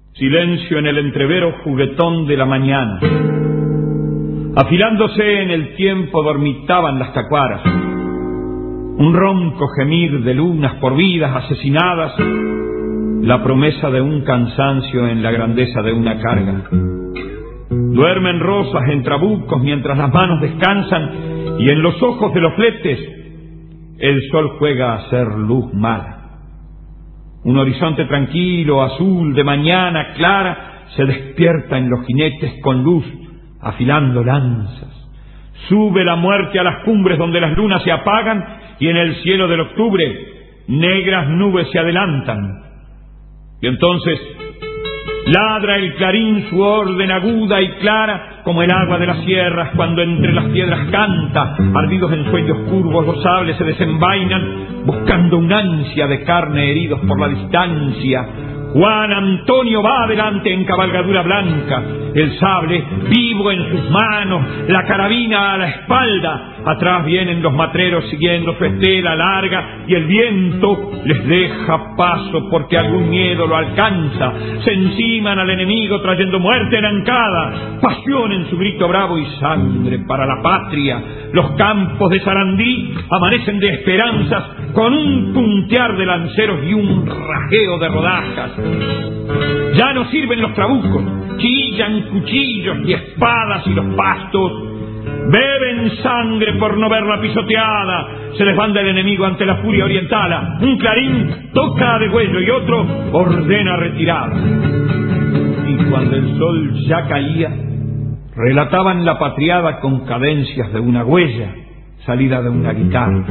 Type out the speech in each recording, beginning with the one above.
Silencio en el entrevero juguetón de la mañana. Afilándose en el tiempo dormitaban las tacuaras. Un ronco gemir de lunas por vidas asesinadas, la promesa de un cansancio en la grandeza de una carga. Duermen rosas en trabucos mientras las manos descansan, y en los ojos de los fletes el sol juega a hacer luz mala. Un horizonte tranquilo, azul, de mañana clara, se despierta en los jinetes con luz, afilando lanzas. Sube la muerte a las cumbres donde las lunas se apagan, y en el cielo del octubre negras nubes se adelantan. Y entonces ladra el clarín su orden aguda y clara, como el agua de las sierras cuando entre las piedras canta. Ardidos en sueños curvos los sables se desenvainan, buscando un ansia de carne heridos por la distancia. Juan Antonio va adelante en cabalgadura blanca, el sable vivo en sus manos, la carabina a la espalda. Atrás vienen los matreros siguiendo su estela larga, y el viento les deja paso porque algún miedo lo alcanza. Se enciman al enemigo trayendo muerte en ancada, pasión en su grito bravo y sangre para la patria. Los campos de Sarandí amanecen de esperanzas, con un puntear de lanceros y un rajeo de rodajas. Ya no sirven los trabucos, chillan cuchillos y espadas, y los pastos beben sangre por no verla pisoteada. Se les banda el enemigo ante la furia oriental. Un clarín toca de huello y otro ordena retirada. Y cuando el sol ya caía, relataban la patriada con cadencias de una huella salida de una guitarra.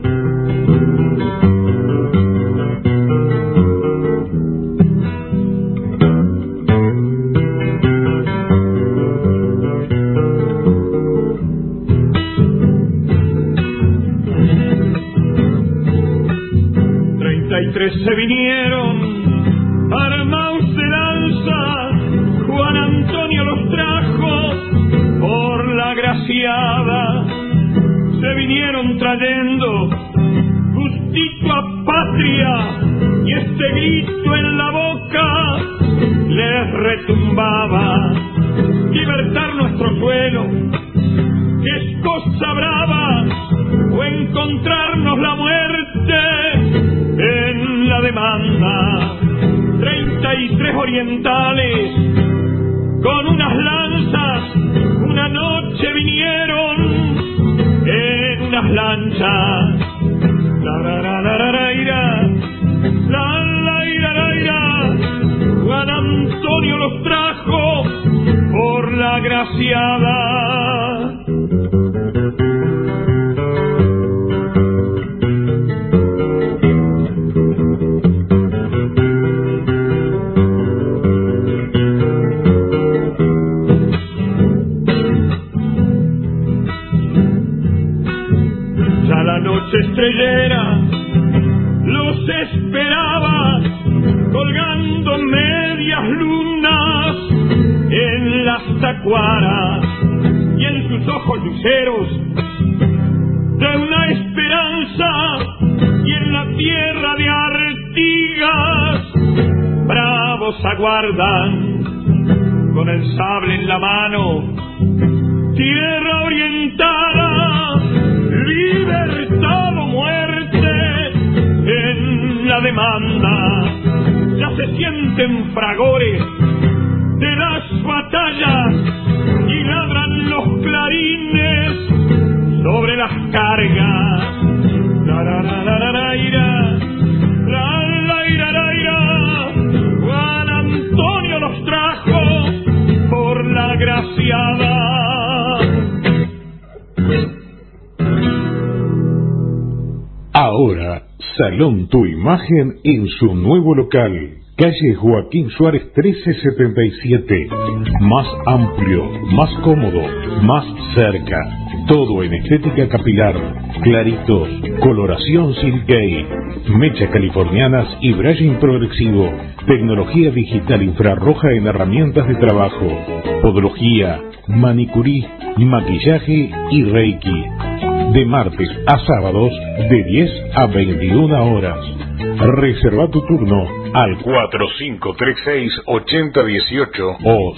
33 se vinieron armados de lanza, Juan Antonio los trajo por la Graciada. Se vinieron trayendo justito a patria, y este grito en la boca les retumbaba: libertar nuestro suelo, que es cosa brava, o encontrarnos la muerte en la demanda. 33 orientales con unas lanzas una noche vinieron en unas lanchas. Juan Antonio los trajo por la Graciada. Estrellera los esperaba, colgando medias lunas en las tacuaras, y en sus ojos luceros de una esperanza, y en la tierra de Artigas bravos aguardan con el sable en la mano. Tierra orientada, libertad o muerte en la demanda. Ya se sienten fragores de las batallas y ladran los clarines sobre las cargas. Juan Antonio los trajo por la Graciada. Ahora, Salón Tu Imagen en su nuevo local, calle Joaquín Suárez 1377. Más amplio, más cómodo, más cerca. Todo en estética capilar, claritos, coloración silkei, mechas californianas y brushing progresivo, tecnología digital infrarroja en herramientas de trabajo, podología, manicurí, maquillaje y reiki. De martes a sábados de 10 a 21 horas. Reserva tu turno al 4536-8018 o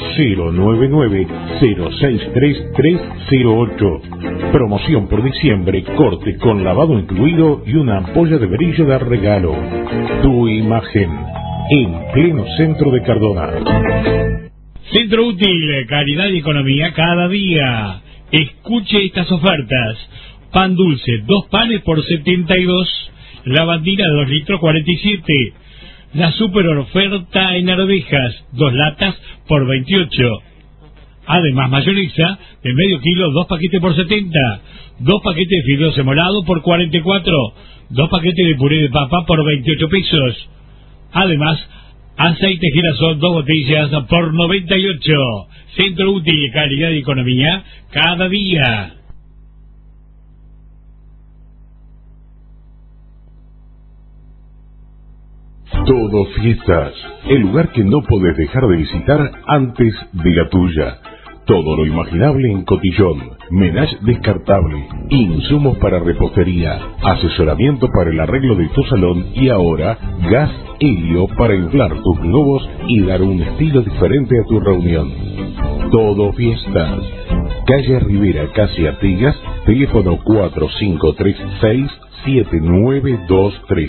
099-063-308. Promoción por diciembre, corte con lavado incluido y una ampolla de brillo de regalo. Tu imagen, en pleno centro de Cardona. Centro Útil, calidad y economía cada día. Escuche estas ofertas. Pan dulce, 2 panes por 72. Lavandina 2 litros 47. La super oferta en arvejas, 2 latas por 28. Además, mayonesa de medio kilo, 2 paquetes por 70. 2 paquetes de fideos semolados por 44. 2 paquetes de puré de papa por 28 pesos. Además, aceite girasol, 2 botellas por 98. Centro Útil, calidad y economía cada día. Todo Fiestas, el lugar que no podés dejar de visitar antes de la tuya. Todo lo imaginable en cotillón, menage descartable, insumos para repostería, asesoramiento para el arreglo de tu salón y ahora gas helio para inflar tus globos y dar un estilo diferente a tu reunión. Todo Fiestas, calle Rivera, casi Artigas, teléfono 4536-7923.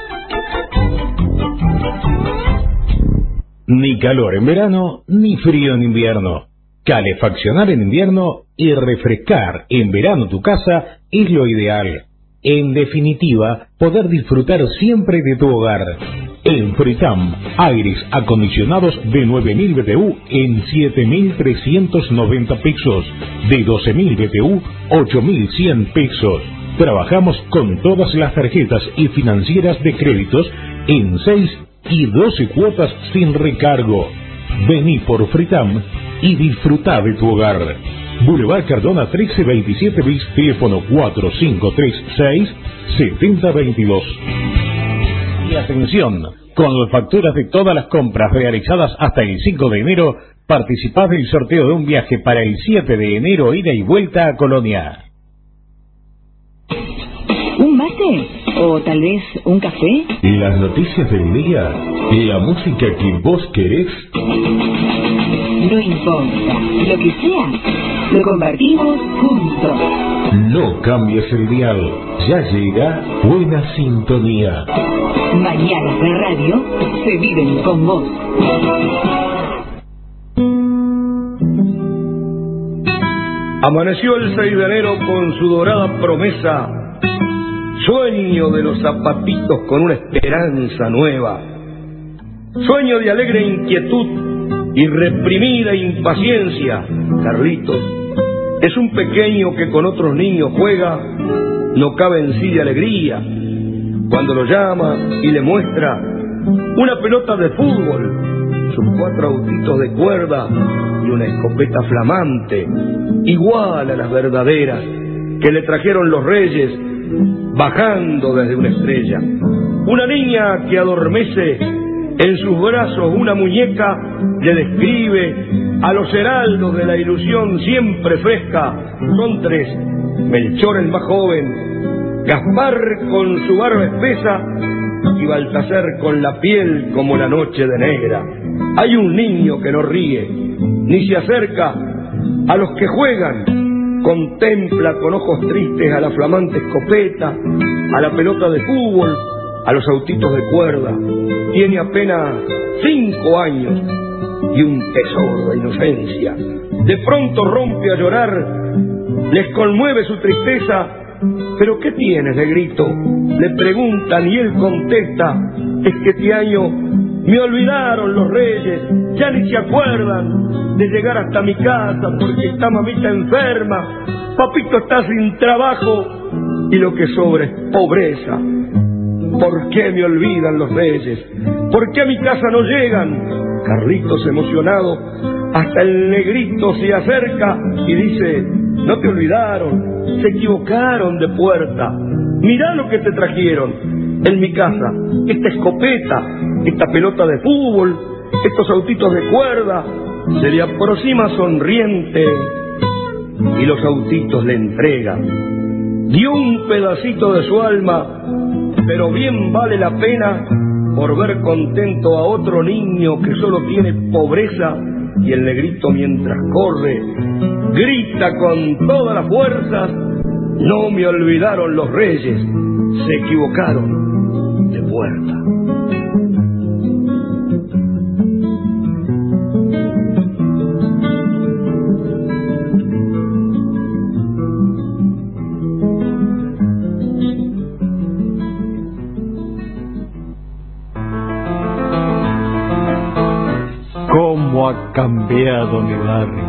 Ni calor en verano, ni frío en invierno. Calefaccionar en invierno y refrescar en verano tu casa es lo ideal. En definitiva, poder disfrutar siempre de tu hogar. En Fritam, aires acondicionados de 9.000 BTU en 7.390 pesos. De 12.000 BTU, 8.100 pesos. Trabajamos con todas las tarjetas y financieras de créditos en 6 y 12 cuotas sin recargo. Vení por Fritam y disfruta de tu hogar. Boulevard Cardona 1327 bis, teléfono 4536-7022. Y atención, con las facturas de todas las compras realizadas hasta el 5 de enero, participás del sorteo de un viaje para el 7 de enero ida y vuelta a Colonia. ¿Un mate? ¿O tal vez un café? Las noticias del día, la música que vos querés. No importa, lo que sea, lo compartimos juntos. No cambies el dial, ya llega Buena Sintonía. Mañanas de radio se viven con vos. Amaneció el 6 de enero con su dorada promesa, sueño de los zapatitos con una esperanza nueva, sueño de alegre inquietud y reprimida impaciencia. Carlitos es un pequeño que con otros niños juega, no cabe en sí de alegría cuando lo llama y le muestra una pelota de fútbol, sus 4 autitos de cuerda y una escopeta flamante, igual a las verdaderas que le trajeron los reyes bajando desde una estrella. Una niña que adormece en sus brazos una muñeca le describe a los heraldos de la ilusión siempre fresca. Son 3, Melchor el más joven, Gaspar con su barba espesa y Baltasar con la piel como la noche de negra. Hay un niño que no ríe, ni se acerca a los que juegan, contempla con ojos tristes a la flamante escopeta, a la pelota de fútbol, a los autitos de cuerda. Tiene apenas 5 años y un tesoro de inocencia. De pronto rompe a llorar, les conmueve su tristeza. ¿Pero qué tienes, negrito?, le preguntan y él contesta: es que este año me olvidaron los reyes, ya ni se acuerdan de llegar hasta mi casa porque está mamita enferma, papito está sin trabajo y lo que sobra es pobreza. ¿Por qué me olvidan los reyes? ¿Por qué a mi casa no llegan? Carlitos, emocionado, hasta el negrito se acerca y dice: no te olvidaron, se equivocaron de puerta. Mirá lo que te trajeron. En mi casa, esta escopeta, esta pelota de fútbol, estos autitos de cuerda. Se le aproxima sonriente y los autitos le entrega. Dio un pedacito de su alma, pero bien vale la pena por ver contento a otro niño que solo tiene pobreza, y el negrito mientras corre grita con todas las fuerzas: no me olvidaron los reyes, se equivocaron de puerta. ¿Cómo ha cambiado mi barrio?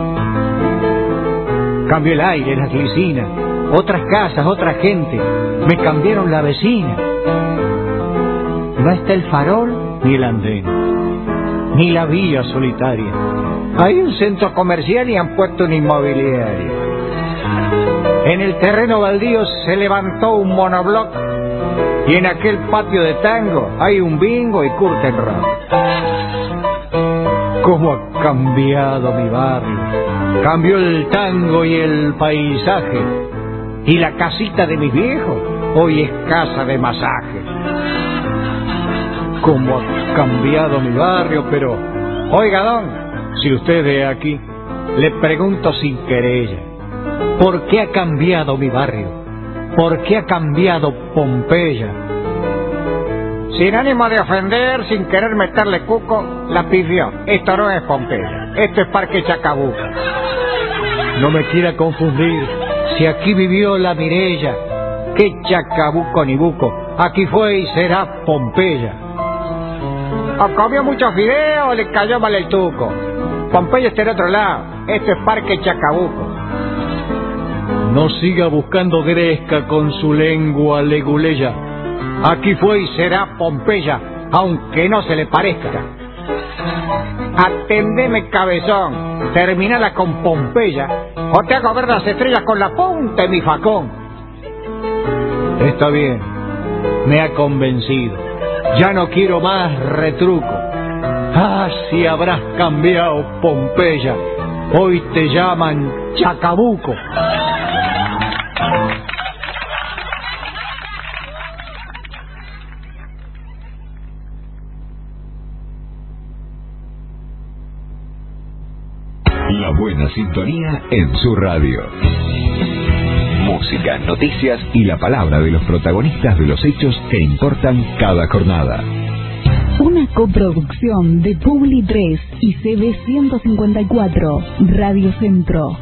Cambió el aire, las glicinas, otras casas, otra gente. Me cambiaron la vecina. No está el farol ni el andén, ni la vía solitaria. Hay un centro comercial y han puesto una inmobiliaria. En el terreno baldío se levantó un monobloc, y en aquel patio de tango hay un bingo y curten rock. ¿Cómo ha cambiado mi barrio? Cambió el tango y el paisaje. Y la casita de mis viejos hoy es casa de masaje. ¿Cómo ha cambiado mi barrio? Pero, oiga, don, si usted es de aquí, le pregunto sin querella, ¿por qué ha cambiado mi barrio? ¿Por qué ha cambiado Pompeya? Sin ánimo de ofender, sin querer meterle cuco, la pifió. Esto no es Pompeya, esto es Parque Chacabuco. No me quiera confundir, si aquí vivió la Mirella, qué Chacabuco ni buco, aquí fue y será Pompeya. O comió muchos fideos o le cayó mal el tuco. Pompeya está del otro lado, esto es Parque Chacabuco. No siga buscando gresca con su lengua leguleya. Aquí fue y será Pompeya, aunque no se le parezca. Atendeme, cabezón, terminala con Pompeya, o te hago ver las estrellas con la punta de mi facón. Está bien, me ha convencido. Ya no quiero más retruco. Ah, si habrás cambiado, Pompeya. Hoy te llaman Chacabuco. La buena sintonía en su radio. Música, noticias y la palabra de los protagonistas de los hechos que importan cada jornada. Una coproducción de Publi 3 y CB 154, Radio Centro.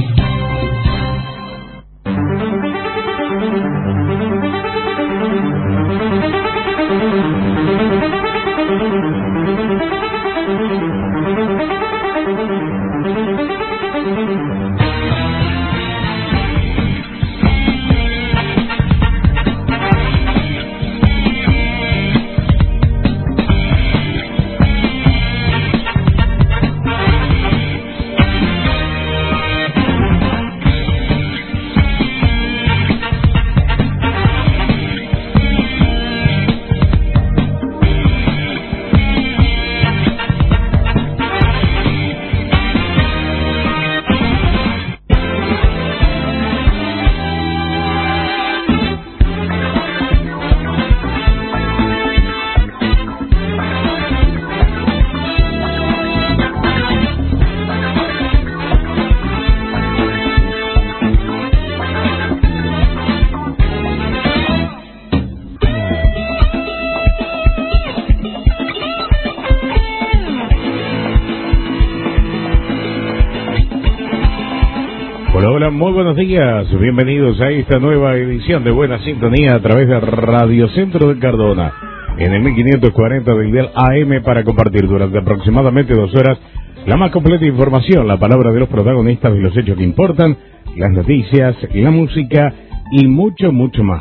Hola, muy buenos días, bienvenidos a esta nueva edición de Buena Sintonía a través de Radio Centro de Cardona, en el 1540 del dial AM, para compartir durante aproximadamente 2 horas la más completa información, la palabra de los protagonistas de los hechos que importan, las noticias, la música y mucho, mucho más.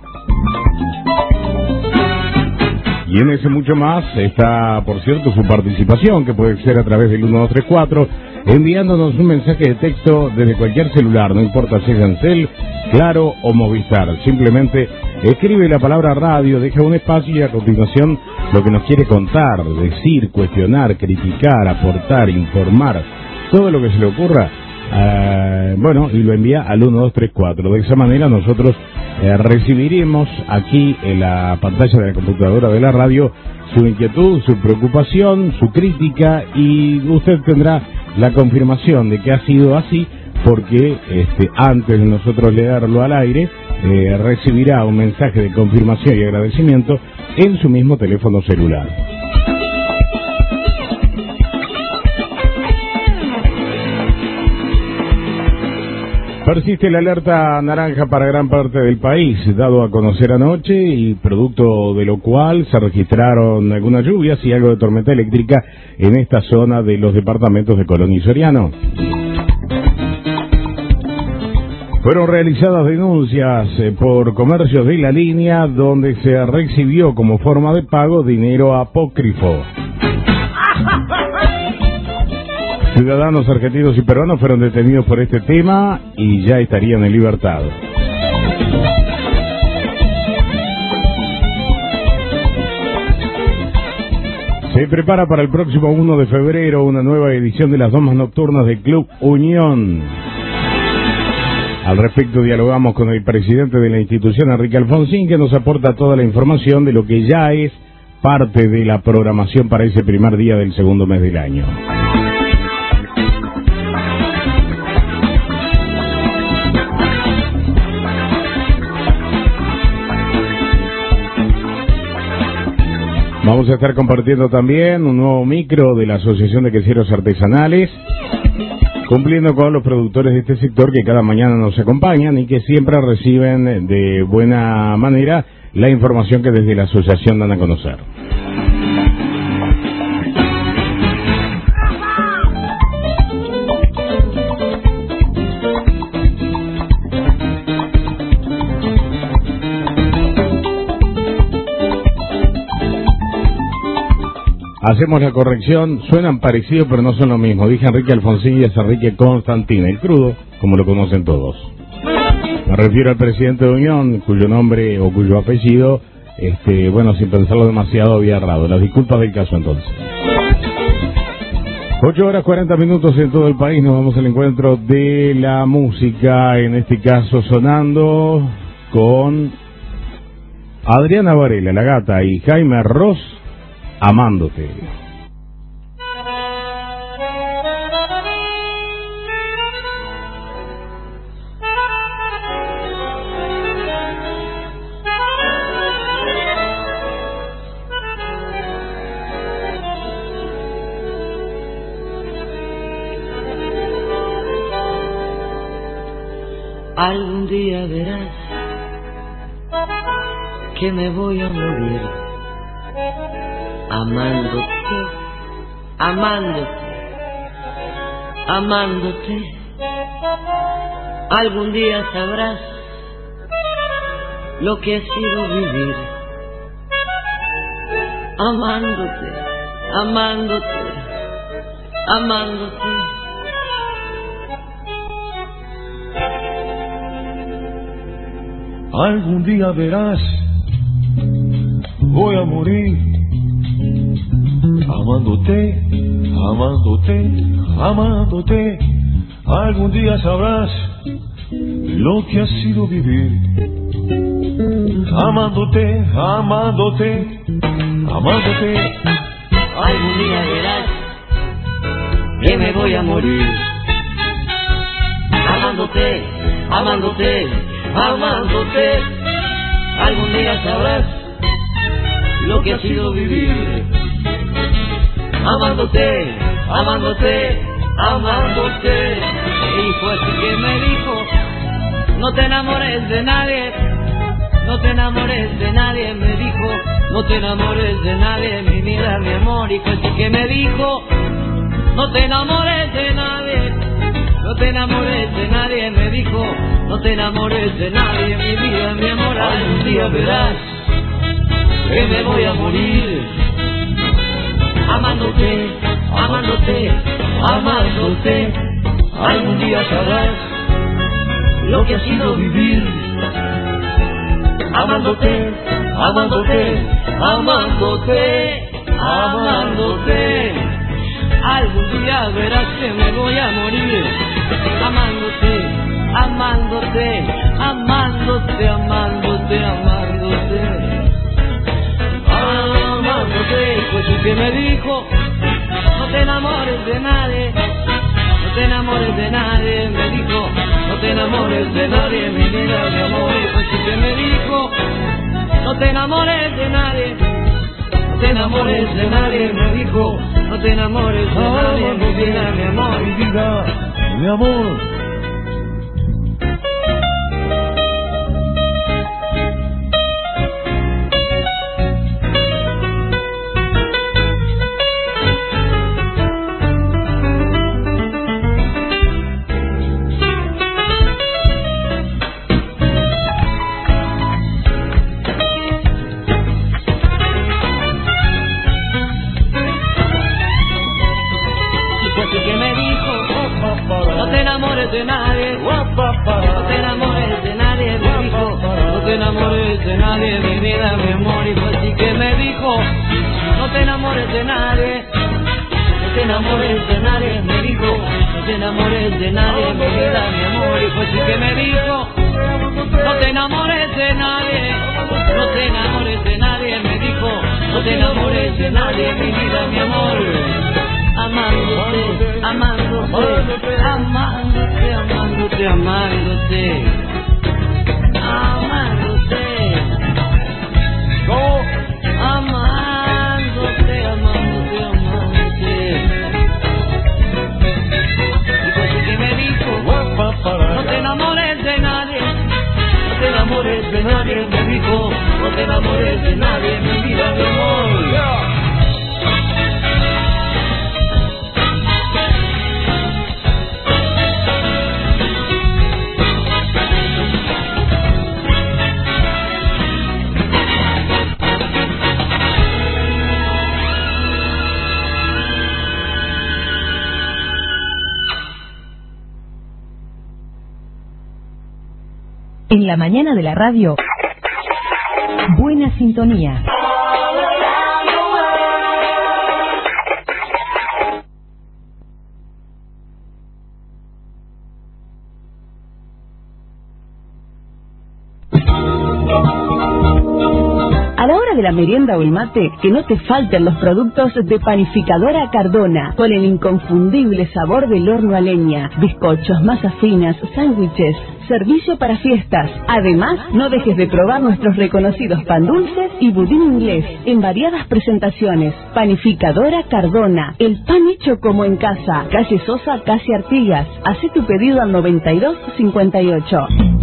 Y en ese mucho más está, por cierto, su participación, que puede ser a través del 1234, enviándonos un mensaje de texto desde cualquier celular, no importa si es Ancel, Claro o Movistar. Simplemente escribe la palabra radio, deja un espacio y a continuación lo que nos quiere contar, decir, cuestionar, criticar, aportar, informar, todo lo que se le ocurra, y lo envía al 1234. De esa manera nosotros recibiremos aquí en la pantalla de la computadora de la radio su inquietud, su preocupación, su crítica, y usted tendrá la confirmación de que ha sido así, porque antes de nosotros leerlo al aire, recibirá un mensaje de confirmación y agradecimiento en su mismo teléfono celular. Persiste la alerta naranja para gran parte del país, dado a conocer anoche, y producto de lo cual se registraron algunas lluvias y algo de tormenta eléctrica en esta zona de los departamentos de Colón y Soriano. Fueron realizadas denuncias por comercios de la línea, donde se recibió como forma de pago dinero apócrifo. Ciudadanos argentinos y peruanos fueron detenidos por este tema y ya estarían en libertad. Se prepara para el próximo 1 de febrero una nueva edición de las domas nocturnas del Club Unión. Al respecto dialogamos con el presidente de la institución, Enrique Alfonsín, que nos aporta toda la información de lo que ya es parte de la programación para ese primer día del segundo mes del año. Vamos a estar compartiendo también un nuevo micro de la Asociación de Queseros Artesanales, cumpliendo con los productores de este sector que cada mañana nos acompañan y que siempre reciben de buena manera la información que desde la asociación dan a conocer. Hacemos la corrección, suenan parecidos pero no son lo mismo. Dije Enrique Alfonsín y es Enrique Constantín, el crudo, como lo conocen todos. Me refiero al presidente de Unión, cuyo nombre o cuyo apellido, sin pensarlo demasiado, había errado. Las disculpas del caso entonces. 8:40 en todo el país. Nos vamos al encuentro de la música, en este caso sonando con Adriana Varela, la gata, y Jaime Ross, Amándote. Algún día verás que me voy a morir amándote, amándote, amándote. Algún día sabrás lo que ha sido vivir amándote, amándote, amándote. Algún día verás, voy a morir amándote, amándote, amándote. Algún día sabrás lo que ha sido vivir amándote, amándote, amándote. Algún día verás que me voy a morir amándote, amándote, amándote. Algún día sabrás lo que ha sido vivir amándote, amándote, amándote. Y fue así que me dijo: no te enamores de nadie, no te enamores de nadie. Me dijo: no te enamores de nadie, mi vida, mi amor. Y fue así que me dijo: no te enamores de nadie, no te enamores de nadie. Me dijo: no te enamores de nadie, mi vida, mi amor. Algún día verás que me voy a morir amándote, amándote, amándote. Algún día sabrás lo que ha sido vivir amándote, amándote, amándote, amándote. Algún día verás que me voy a morir amándote, amándote, amándote, amándote, amándote, amándote. Pues el que me dijo, no te enamores de nadie, no te enamores de nadie, me dijo, no te enamores de nadie, mi vida, mi amor. Pues el que me dijo, no te enamores de nadie, no te enamores de nadie, me dijo, no te enamores de nadie, mi vida, mi amor. Mi vida, mi amor. De nadie, no te enamores de nadie, me dijo, no te enamores de nadie, mi vida, mi amor. Y fue así que me dijo, no te enamores de nadie, no te enamores de nadie, me dijo, no te enamores de nadie, mi vida, mi amor. Y fue así que me dijo, no te enamores de nadie, no te enamores de nadie, me dijo, no te enamores de nadie, mi vida, mi amor. Amándote, amándote, amándote, amándote, amándote, amándote, ¿Cómo? amándote, amándote, amándote. Y pues el que me dijo, no te enamores de nadie, no te enamores de nadie, me dijo, no te enamores de nadie, mi vida, mi amor. En la mañana de la radio, buena sintonía. A la hora de la merienda o el mate, que no te falten los productos de Panificadora Cardona, con el inconfundible sabor del horno a leña, bizcochos, masas finas, sándwiches, servicio para fiestas. Además, no dejes de probar nuestros reconocidos pan dulces y budín inglés en variadas presentaciones. Panificadora Cardona, el pan hecho como en casa. Calle Sosa, casi Artigas. Hacé tu pedido al 9258.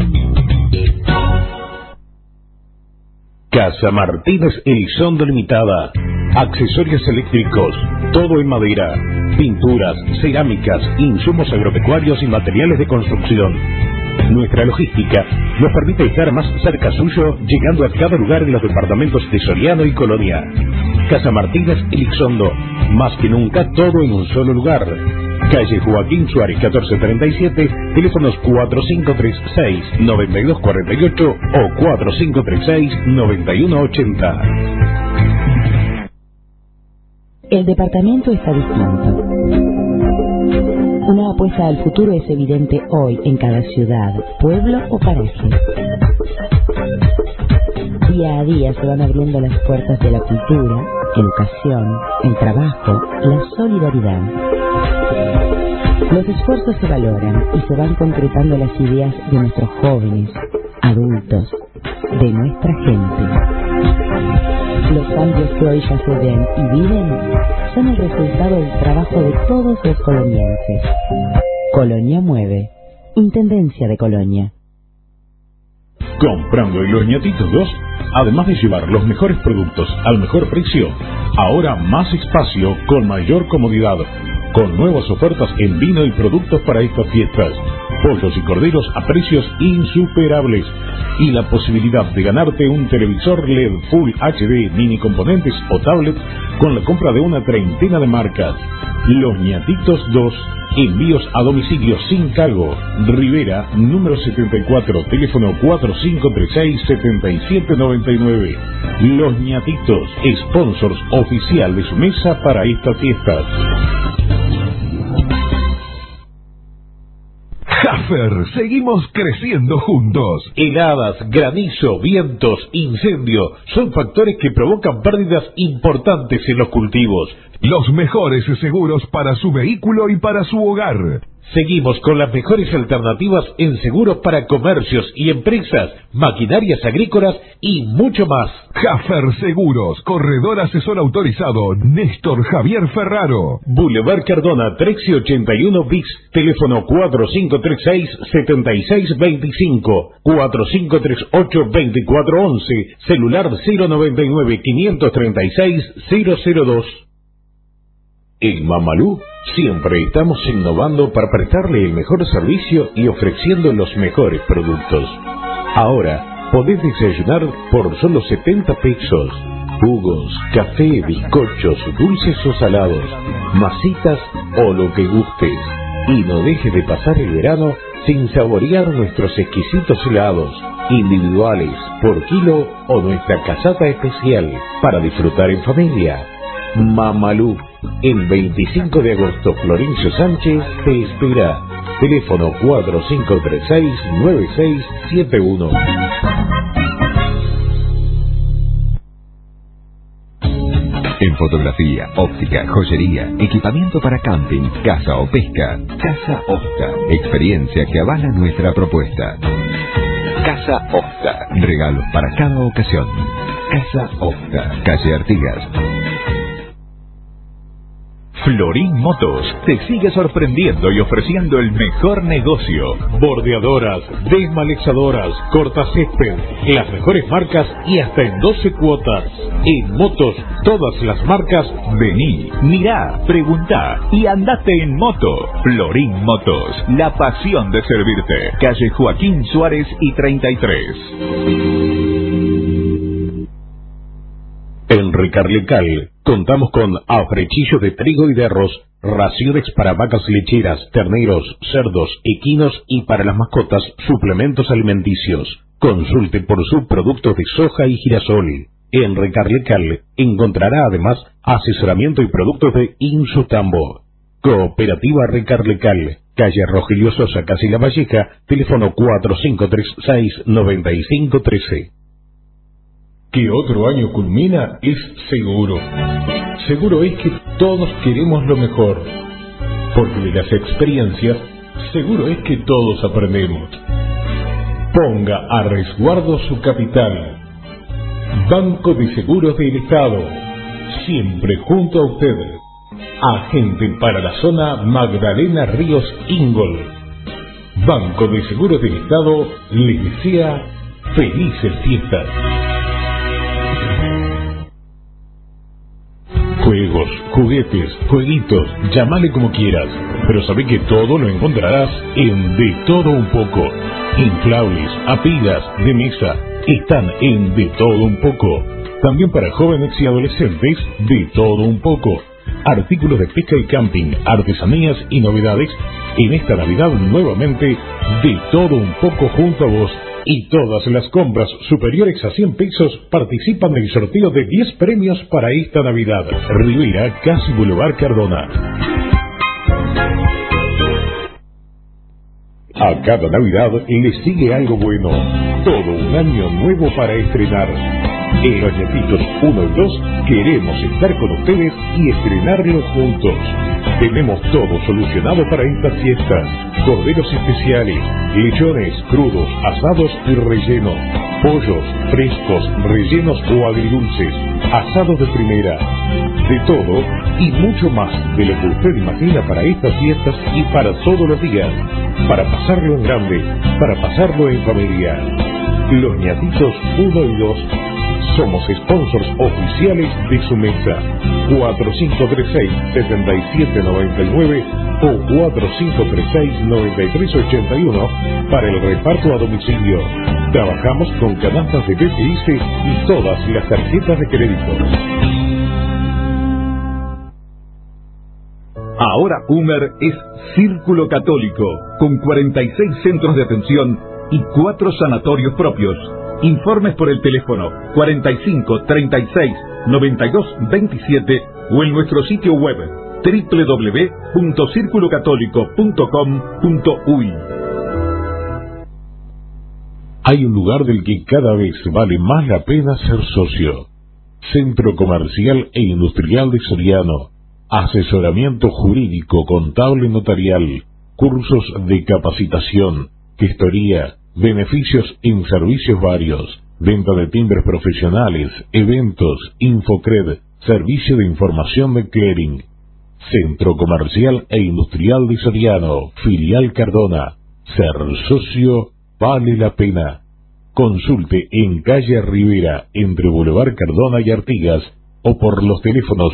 Casa Martínez Elizondo Limitada. Accesorios eléctricos, todo en madera, pinturas, cerámicas, insumos agropecuarios y materiales de construcción. Nuestra logística nos permite estar más cerca suyo, llegando a cada lugar en los departamentos de Soriano y Colonia. Casa Martínez Elizondo, más que nunca todo en un solo lugar. Calle Joaquín Suárez 1437, teléfonos 4536-9248 o 4536-9180. El departamento está distinto. Una apuesta al futuro es evidente hoy en cada ciudad, pueblo o paraje. Día a día se van abriendo las puertas de la cultura, educación, el trabajo, la solidaridad. Los esfuerzos se valoran y se van concretando las ideas de nuestros jóvenes, adultos, de nuestra gente. Los cambios que hoy ya se ven y viven son el resultado del trabajo de todos los colonienses. Colonia Mueve, Intendencia de Colonia. Comprando en Los Ñatitos 2, además de llevar los mejores productos al mejor precio, ahora más espacio con mayor comodidad, con nuevas ofertas en vino y productos para estas fiestas, pollos y corderos a precios insuperables y la posibilidad de ganarte un televisor LED Full HD, mini componentes o tablet con la compra de una treintena de marcas. Los Ñatitos 2, envíos a domicilio sin cargo. Rivera, número 74, teléfono 4536-7799. Los Ñatitos, sponsors oficial de su mesa para estas fiestas. Jaffer, seguimos creciendo juntos. Heladas, granizo, vientos, incendio son factores que provocan pérdidas importantes en los cultivos. Los mejores seguros para su vehículo y para su hogar. Seguimos con las mejores alternativas en seguros para comercios y empresas, maquinarias agrícolas y mucho más. Jaffer Seguros, corredor asesor autorizado, Néstor Javier Ferraro. Boulevard Cardona, 1381 bis, teléfono 4536-7625, 4538-2411, celular 099-536-002. En Mamalú siempre estamos innovando para prestarle el mejor servicio y ofreciendo los mejores productos. Ahora podés desayunar por solo 70 pesos. Jugos, café, bizcochos, dulces o salados, masitas o lo que gustes. Y no dejes de pasar el verano sin saborear nuestros exquisitos helados, individuales, por kilo o nuestra casata especial para disfrutar en familia. Mamalú, el 25 de agosto, Florencio Sánchez te espera. Teléfono 4536-9671. En fotografía, óptica, joyería, equipamiento para camping, caza o pesca. Casa Oscar. Experiencia que avala nuestra propuesta. Casa Oscar. Regalos para cada ocasión. Casa Oscar. Calle Artigas. Florín Motos te sigue sorprendiendo y ofreciendo el mejor negocio. Bordeadoras, desmalezadoras, cortacésped, las mejores marcas y hasta en 12 cuotas. En motos, todas las marcas. Vení, mirá, preguntá y andate en moto. Florín Motos, la pasión de servirte. Calle Joaquín Suárez y 33. En Ricarlecal contamos con afrechillo de trigo y de arroz, raciones para vacas lecheras, terneros, cerdos, equinos y para las mascotas, suplementos alimenticios. Consulte por subproductos de soja y girasol. En Ricarlecal encontrará además asesoramiento y productos de Insutambo. Cooperativa Ricarlecal, calle Rogelio Sosa, casi La Valleja, teléfono 4536-9513. Que otro año culmina es seguro. Seguro es que todos queremos lo mejor. Porque de las experiencias, seguro es que todos aprendemos. Ponga a resguardo su capital. Banco de Seguros del Estado. Siempre junto a usted. Agente para la zona Magdalena Ríos Ingol. Banco de Seguros del Estado les desea felices fiestas. Juegos, juguetes, jueguitos, llámale como quieras, pero sabe que todo lo encontrarás en De Todo Un Poco. Inflables, apilas, de mesa, están en De Todo Un Poco. También para jóvenes y adolescentes, De Todo Un Poco. Artículos de pesca y camping, artesanías y novedades. En esta Navidad nuevamente, De Todo Un Poco junto a vos. Y todas las compras superiores a 100 pesos participan del sorteo de 10 premios para esta Navidad. Rivera, casi Boulevard Cardona. A cada Navidad le sigue algo bueno. Todo un año nuevo para estrenar. En Los Ñatitos 1 y 2 queremos estar con ustedes y estrenarlos juntos. Tenemos todo solucionado para estas fiestas. Corderos especiales, lechones, crudos, asados y rellenos. Pollos, frescos, rellenos o agridulces. Asados de primera. De todo y mucho más de lo que usted imagina para estas fiestas y para todos los días. Para pasarlo en grande, para pasarlo en familia. Los Ñatitos 1 y 2. Somos sponsors oficiales de su mesa. 4536-7799 o 4536-9381 para el reparto a domicilio. Trabajamos con canastas de BPS y todas las tarjetas de crédito. Ahora Humer es Círculo Católico, con 46 centros de atención y 4 sanatorios propios. Informes por el teléfono 45 36 92 27 o en nuestro sitio web www.circulocatolico.com.uy. hay un lugar del que cada vez vale más la pena ser socio. Centro Comercial e Industrial de Soriano. Asesoramiento jurídico, contable, notarial, cursos de capacitación, gestoría, beneficios en servicios varios, venta de timbres profesionales, eventos, Infocred, servicio de información de clearing. Centro Comercial e Industrial de Soriano, filial Cardona. Ser socio vale la pena. Consulte en calle Rivera, entre Boulevard Cardona y Artigas, o por los teléfonos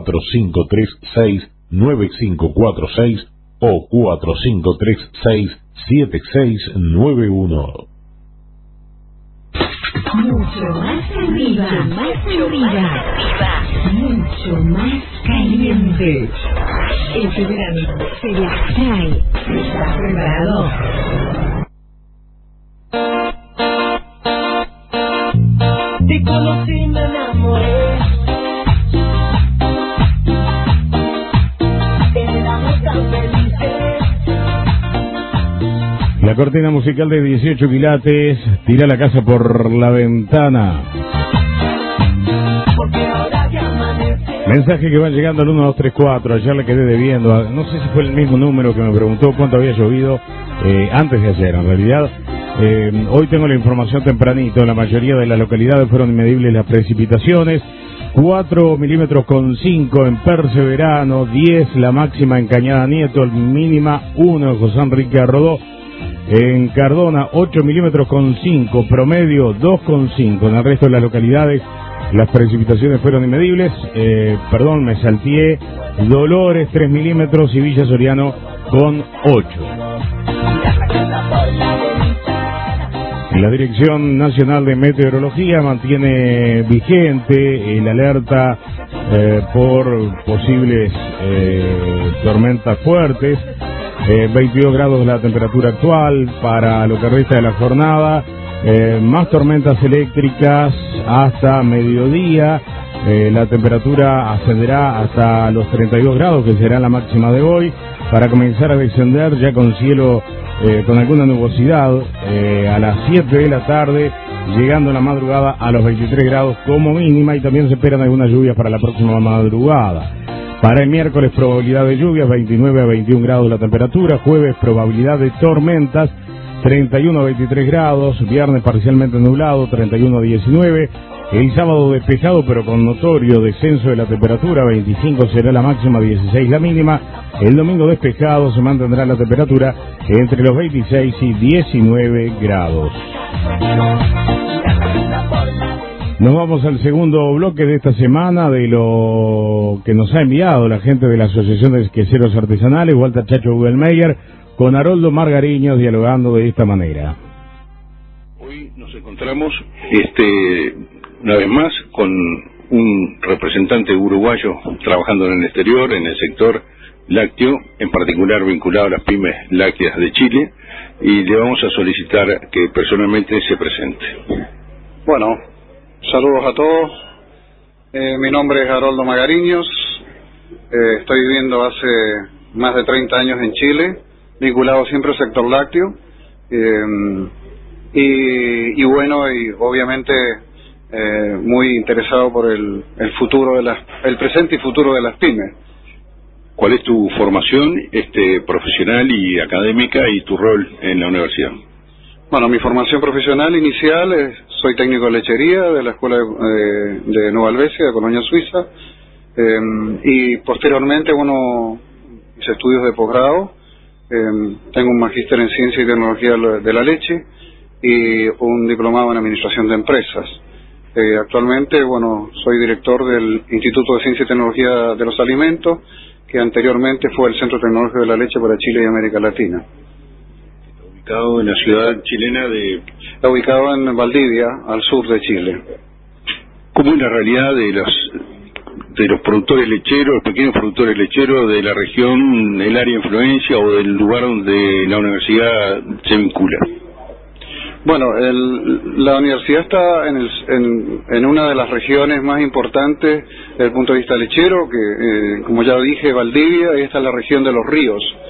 4536-9546 o 4536-7691. Mucho más arriba, mucho más caliente. Este verano se las trae. ¿Estás preparado? Te conocí, me enamoré. Éramos tan felices. La cortina musical de 18 quilates, tira la casa por la ventana. Mensaje que van llegando al 1234, ayer le quedé debiendo, no sé si fue el mismo número que me preguntó cuánto había llovido antes de ayer, en realidad. Hoy tengo la información tempranito, en la mayoría de las localidades fueron inmedibles las precipitaciones, 4 milímetros con 5 en Perseverano, 10 la máxima en Cañada Nieto, mínima 1 en José Enrique Rodó. En Cardona, 8 milímetros con 5, promedio 2,5. En el resto de las localidades, las precipitaciones fueron inmedibles. Me salteé. Dolores, 3 milímetros y Villa Soriano con 8. La Dirección Nacional de Meteorología mantiene vigente el alerta por posibles tormentas fuertes. 22 grados la temperatura actual para lo que resta de la jornada, más tormentas eléctricas hasta mediodía, la temperatura ascenderá hasta los 32 grados, que será la máxima de hoy, para comenzar a descender ya con cielo con alguna nubosidad a las 7 de la tarde, llegando en la madrugada a los 23 grados como mínima, y también se esperan algunas lluvias para la próxima madrugada. Para el miércoles, probabilidad de lluvias, 29 a 21 grados la temperatura. Jueves, probabilidad de tormentas, 31 a 23 grados. Viernes, parcialmente nublado, 31 a 19. El sábado, despejado, pero con notorio descenso de la temperatura, 25 será la máxima, 16 la mínima. El domingo, despejado, se mantendrá la temperatura entre los 26 y 19 grados. Nos vamos al segundo bloque de esta semana de lo que nos ha enviado la gente de la Asociación de Queseros Artesanales, Walter Chacho Ugelmeyer, con Haroldo Margariños, dialogando de esta manera. Hoy nos encontramos una vez más con un representante uruguayo trabajando en el exterior, en el sector lácteo, en particular vinculado a las pymes lácteas de Chile, y le vamos a solicitar que personalmente se presente. Bueno, saludos a todos. Mi nombre es Haroldo Magariños. Estoy viviendo hace más de 30 años en Chile, vinculado siempre al sector lácteo. Y obviamente muy interesado por el futuro de el presente y futuro de las pymes. ¿Cuál es tu formación profesional y académica y tu rol en la universidad? Bueno, mi formación profesional inicial soy técnico de lechería de la Escuela de Nueva Helvecia, de Colonia, Suiza, y posteriormente, hice estudios de posgrado. Tengo un magíster en Ciencia y Tecnología de la Leche y un diplomado en Administración de Empresas. Actualmente, soy director del Instituto de Ciencia y Tecnología de los Alimentos, que anteriormente fue el Centro Tecnológico de la Leche para Chile y América Latina. Ubicado en la ciudad chilena de... Está ubicado en Valdivia, al sur de Chile. ¿Cómo es la realidad de los productores lecheros, los pequeños productores lecheros de la región, el área de influencia o del lugar donde la universidad se vincula? Bueno, la universidad está en una de las regiones más importantes desde el punto de vista lechero, que como ya dije, Valdivia, y esta es la región de los ríos.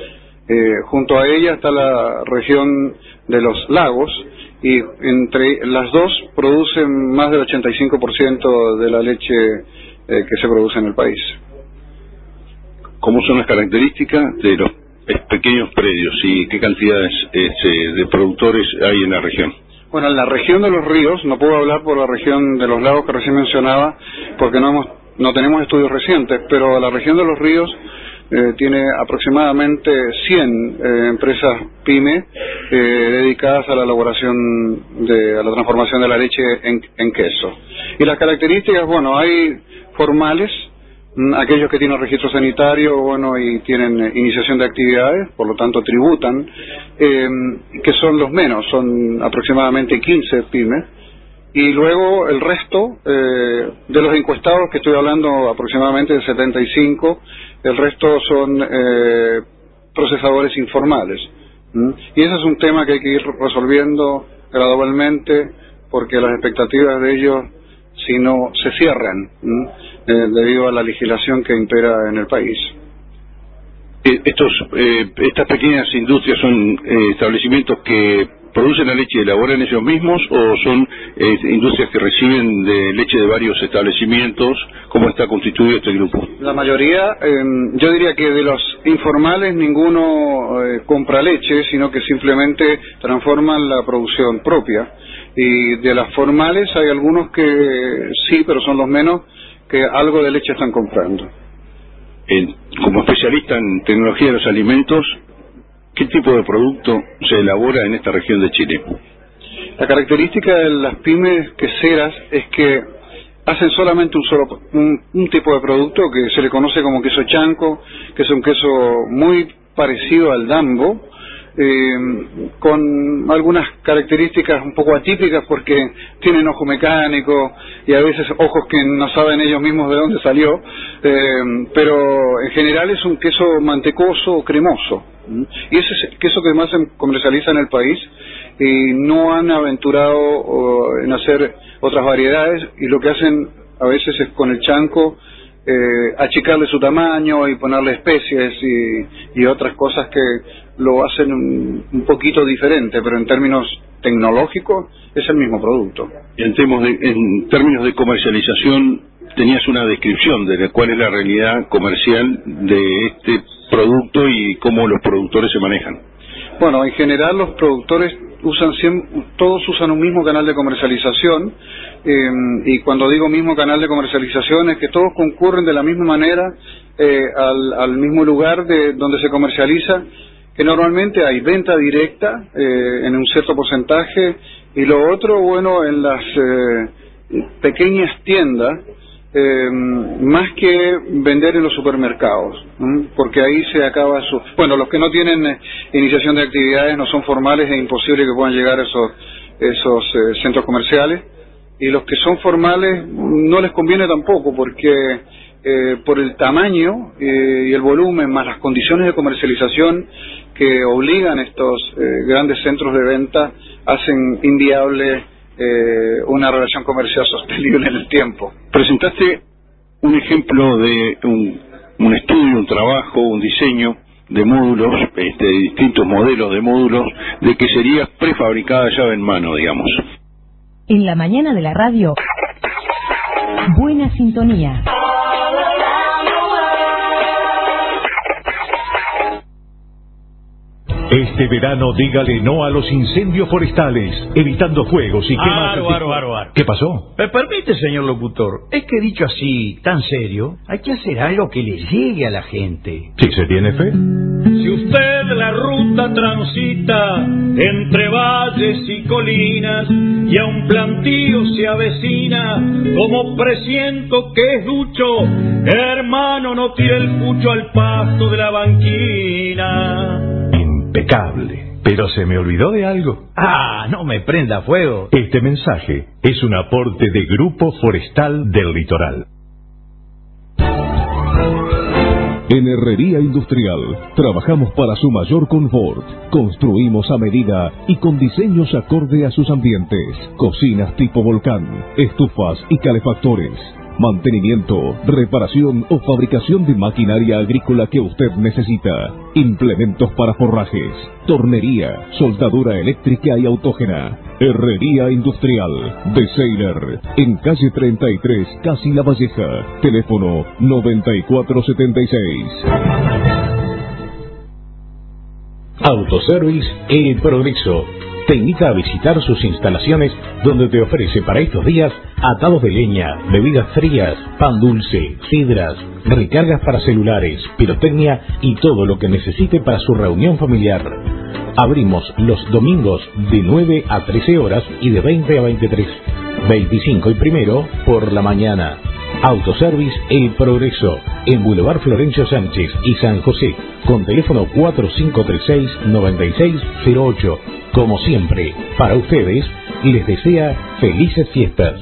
Junto a ella está la región de los lagos, y entre las dos producen más del 85% de la leche que se produce en el país. ¿Cómo son las características de los pequeños predios y qué cantidades de productores hay en la región? Bueno, en la región de los ríos, no puedo hablar por la región de los lagos que recién mencionaba, porque no tenemos estudios recientes, pero la región de los ríos tiene aproximadamente 100 empresas PYME dedicadas a la elaboración, a la transformación de la leche en queso. Y las características, bueno, hay formales, aquellos que tienen registro sanitario, bueno, y tienen iniciación de actividades, por lo tanto tributan, que son los menos, son aproximadamente 15 pymes, y luego el resto de los encuestados, que estoy hablando aproximadamente de 75, el resto son procesadores informales. Y ese es un tema que hay que ir resolviendo gradualmente, porque las expectativas de ellos, si no, se cierran debido a la legislación que impera en el país. ¿Estas pequeñas industrias son establecimientos que producen la leche y elaboran ellos mismos, o son industrias que reciben de leche de varios establecimientos? ¿Cómo está constituido este grupo? La mayoría, yo diría que de los informales ninguno compra leche, sino que simplemente transforman la producción propia. Y de las formales hay algunos que sí, pero son los menos, que algo de leche están comprando. Como especialista en tecnología de los alimentos, ¿qué tipo de producto se elabora en esta región de Chile? La característica de las pymes queseras es que hacen solamente un tipo de producto que se le conoce como queso chanco, que es un queso muy parecido al dambo, con algunas características un poco atípicas, porque tienen ojo mecánico y a veces ojos que no saben ellos mismos de dónde salió, pero en general es un queso mantecoso o cremoso, y ese es el queso que más se comercializa en el país, y no han aventurado en hacer otras variedades, y lo que hacen a veces es con el chanco achicarle su tamaño y ponerle especies y otras cosas que lo hacen un poquito diferente, pero en términos tecnológicos es el mismo producto. Y en términos de comercialización, tenías una descripción de cuál es la realidad comercial de este producto y cómo los productores se manejan. Bueno, en general los productores todos usan un mismo canal de comercialización, y cuando digo mismo canal de comercialización es que todos concurren de la misma manera al mismo lugar donde se comercializa, que normalmente hay venta directa en un cierto porcentaje, y lo otro, bueno, en las pequeñas tiendas, más que vender en los supermercados, porque ahí se acaba bueno, los que no tienen iniciación de actividades no son formales, es imposible que puedan llegar a esos centros comerciales, y los que son formales no les conviene tampoco, porque por el tamaño y el volumen, más las condiciones de comercialización que obligan estos grandes centros de venta, hacen inviable una relación comercial sostenible en el tiempo. Presentaste un ejemplo de un estudio, un trabajo, un diseño de módulos, distintos modelos de módulos, de que sería prefabricada llave en mano, digamos. En la mañana de la radio, buena sintonía. Este verano dígale no a los incendios forestales, evitando fuegos y quemas. ¿Qué pasó? ¿Me permite, señor locutor? Es que dicho así, tan serio, hay que hacer algo que le llegue a la gente. Si se tiene fe. Si usted la ruta transita entre valles y colinas y a un plantío se avecina, como presiento que es ducho, hermano, no tire el pucho al pasto de la banquina. Impecable. Pero se me olvidó de algo. Ah, no me prenda fuego. Este mensaje es un aporte de Grupo Forestal del Litoral. En Herrería Industrial trabajamos para su mayor confort. Construimos a medida y con diseños acorde a sus ambientes. Cocinas tipo volcán, estufas y calefactores. mantenimiento, reparación o fabricación de maquinaria agrícola que usted necesita, implementos para forrajes, tornería, soldadura eléctrica y autógena. Herrería Industrial de Seiler, en calle 33, Casi La Valleja, teléfono 9476. Autoservice El Progreso te invita a visitar sus instalaciones, donde te ofrece para estos días atados de leña, bebidas frías, pan dulce, sidras, recargas para celulares, pirotecnia y todo lo que necesite para su reunión familiar. Abrimos los domingos de 9 a 13 horas y de 20 a 23, 25 y 1 por la mañana. Autoservice El Progreso, en Boulevard Florencio Sánchez y San José, con teléfono 4536-9608. Como siempre, para ustedes, les desea felices fiestas.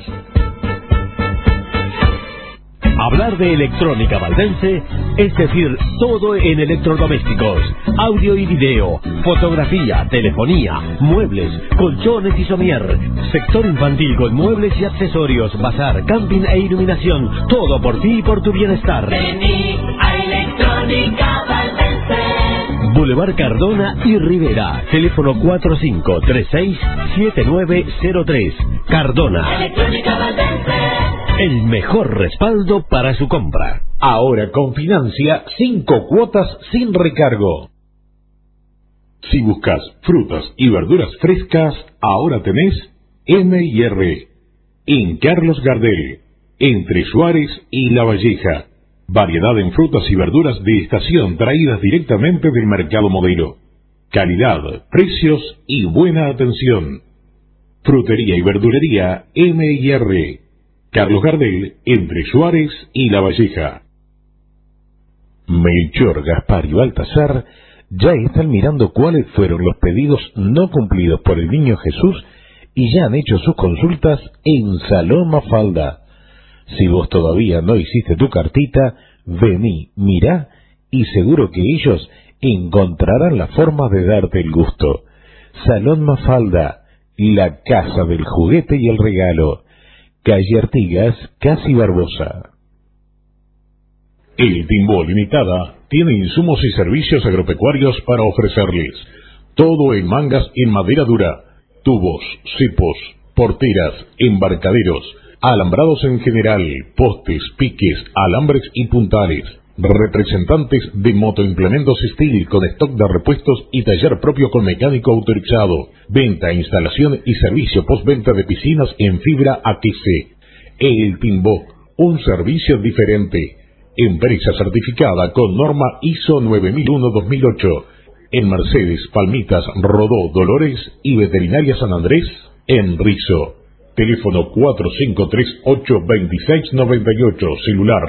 Hablar de electrónica valdense es decir todo en electrodomésticos, audio y video, fotografía, telefonía, muebles, colchones y somier, sector infantil con muebles y accesorios, bazar, camping e iluminación, todo por ti y por tu bienestar. Vení a Electrónica Valdense. Boulevard Cardona y Rivera, teléfono 4536-7903. Cardona. Electrónica Valdense. El mejor respaldo para su compra. Ahora con Financia, 5 cuotas sin recargo. Si buscas frutas y verduras frescas, ahora tenés M&R. En Carlos Gardel, entre Suárez y La Valleja. Variedad en frutas y verduras de estación traídas directamente del mercado modelo. Calidad, precios y buena atención. Frutería y verdulería M&R. Carlos Gardel, entre Suárez y La Valleja. Melchor, Gaspar y Baltasar ya están mirando cuáles fueron los pedidos no cumplidos por el niño Jesús y ya han hecho sus consultas en Salón Mafalda. Si vos todavía no hiciste tu cartita, vení, mirá y seguro que ellos encontrarán la forma de darte el gusto. Salón Mafalda, la casa del juguete y el regalo. Calle Artigas, Casi Barbosa. El Timbó Limitada tiene insumos y servicios agropecuarios para ofrecerles. Todo en mangas en madera dura, tubos, cepos, porteras, embarcaderos, alambrados en general, postes, piques, alambres y puntales. Representantes de motoimplementos Steel con stock de repuestos y taller propio con mecánico autorizado. Venta, instalación y servicio postventa de piscinas en fibra ATC. El Timbó, un servicio diferente. Empresa certificada con norma ISO 9001-2008. En Mercedes, Palmitas, Rodó, Dolores y Veterinaria San Andrés, en Rizo. Teléfono 4538-2698, celular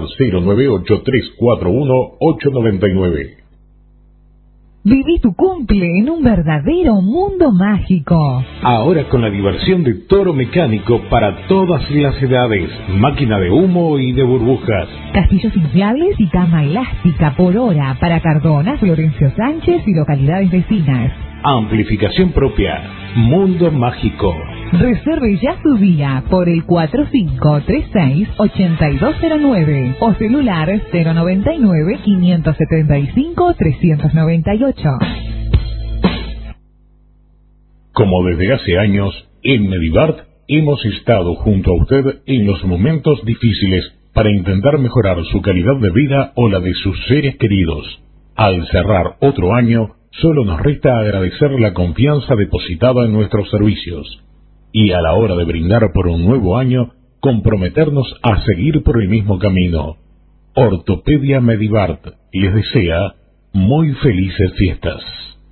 098-341-899. Viví tu cumple en un verdadero mundo mágico. Ahora con la diversión de toro mecánico para todas las edades, máquina de humo y de burbujas. Castillos inflables y cama elástica por hora para Cardona, Florencio Sánchez y localidades vecinas. Amplificación propia, mundo mágico. Reserve ya su día por el 4536-8209 o celular 099-575-398. Como desde hace años, en Medibart hemos estado junto a usted en los momentos difíciles para intentar mejorar su calidad de vida o la de sus seres queridos. Al cerrar otro año, solo nos resta agradecer la confianza depositada en nuestros servicios. Y a la hora de brindar por un nuevo año, comprometernos a seguir por el mismo camino. Ortopedia Medibart les desea muy felices fiestas.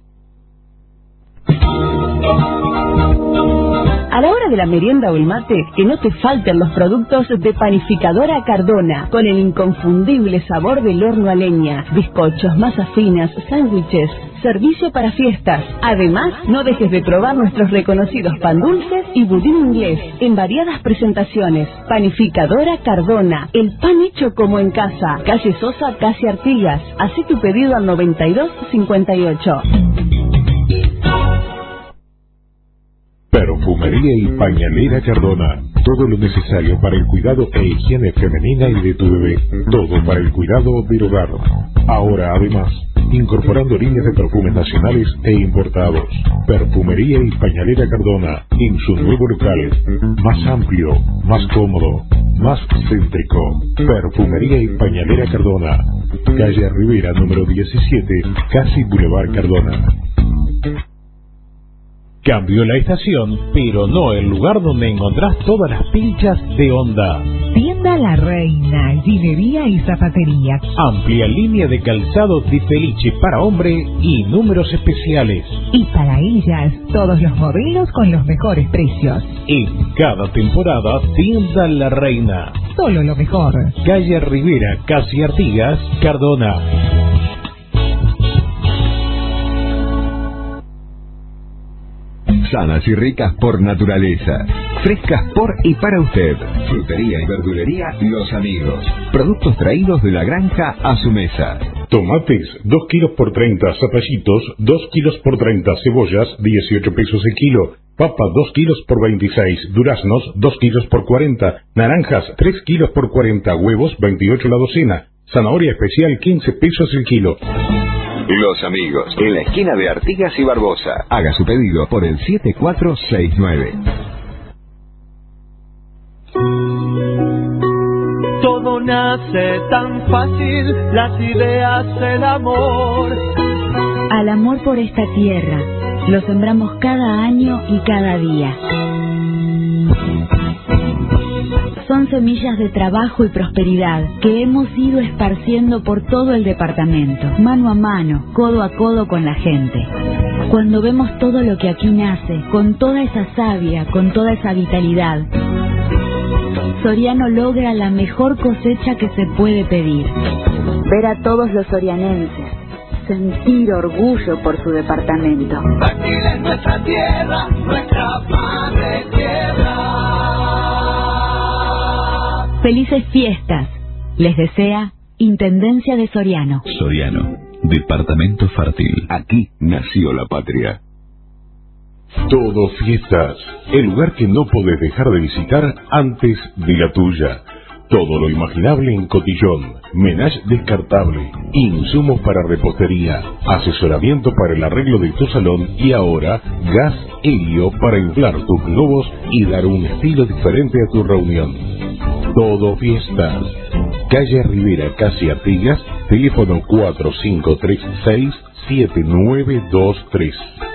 A la hora de la merienda o el mate, que no te falten los productos de Panificadora Cardona, con el inconfundible sabor del horno a leña, bizcochos, masas finas, sándwiches, servicio para fiestas. Además, no dejes de probar nuestros reconocidos pan dulces y budín inglés, en variadas presentaciones. Panificadora Cardona, el pan hecho como en casa. Calle Sosa, Casi Artigas. Hacé tu pedido al 9258. Perfumería y pañalera Cardona. todo lo necesario para el cuidado e higiene femenina y de tu bebé. Todo para el cuidado del hogar. Ahora, además, incorporando líneas de perfumes nacionales e importados. Perfumería y Pañalera Cardona, en su nuevo local. Más amplio, más cómodo, más céntrico. Perfumería y Pañalera Cardona. Calle Rivera, número 17, casi Boulevard Cardona. Cambió la estación, pero no el lugar donde encontrás todas las pinchas de Honda. Tienda La Reina, ginería y zapatería. Amplia línea de calzado de Felice para hombre y números especiales. Y para ellas, todos los modelos con los mejores precios. En cada temporada, Tienda La Reina. Solo lo mejor. Calle Rivera, casi Artigas, Cardona. Sanas y ricas por naturaleza. Frescas por y para usted. Frutería y verdulería Los Amigos. Productos traídos de la granja a su mesa. Tomates, 2 kilos por 30. Zapallitos, 2 kilos por 30. Cebollas, 18 pesos el kilo. Papa, 2 kilos por 26. Duraznos, 2 kilos por 40. Naranjas, 3 kilos por 40. Huevos, 28 la docena. Zanahoria especial, 15 pesos el kilo. Los Amigos, en la esquina de Artigas y Barbosa. Haga su pedido por el 7469. Todo nace tan fácil, las ideas, el amor. Al amor por esta tierra, lo sembramos cada año y cada día. Son semillas de trabajo y prosperidad que hemos ido esparciendo por todo el departamento, mano a mano, codo a codo con la gente. Cuando vemos todo lo que aquí nace, con toda esa savia, con toda esa vitalidad, Soriano logra la mejor cosecha que se puede pedir. Ver a todos los sorianenses sentir orgullo por su departamento. Brasil es nuestra tierra, nuestra madre tierra. Felices fiestas, les desea Intendencia de Soriano. Soriano, departamento fértil. Aquí nació la patria. Todo Fiestas, el lugar que no podés dejar de visitar antes de la tuya. Todo lo imaginable en cotillón, menage descartable, insumos para repostería, asesoramiento para el arreglo de tu salón y ahora gas helio para inflar tus globos y dar un estilo diferente a tu reunión. Todo Fiestas. Calle Rivera, casi Artigas, teléfono 4536-7923.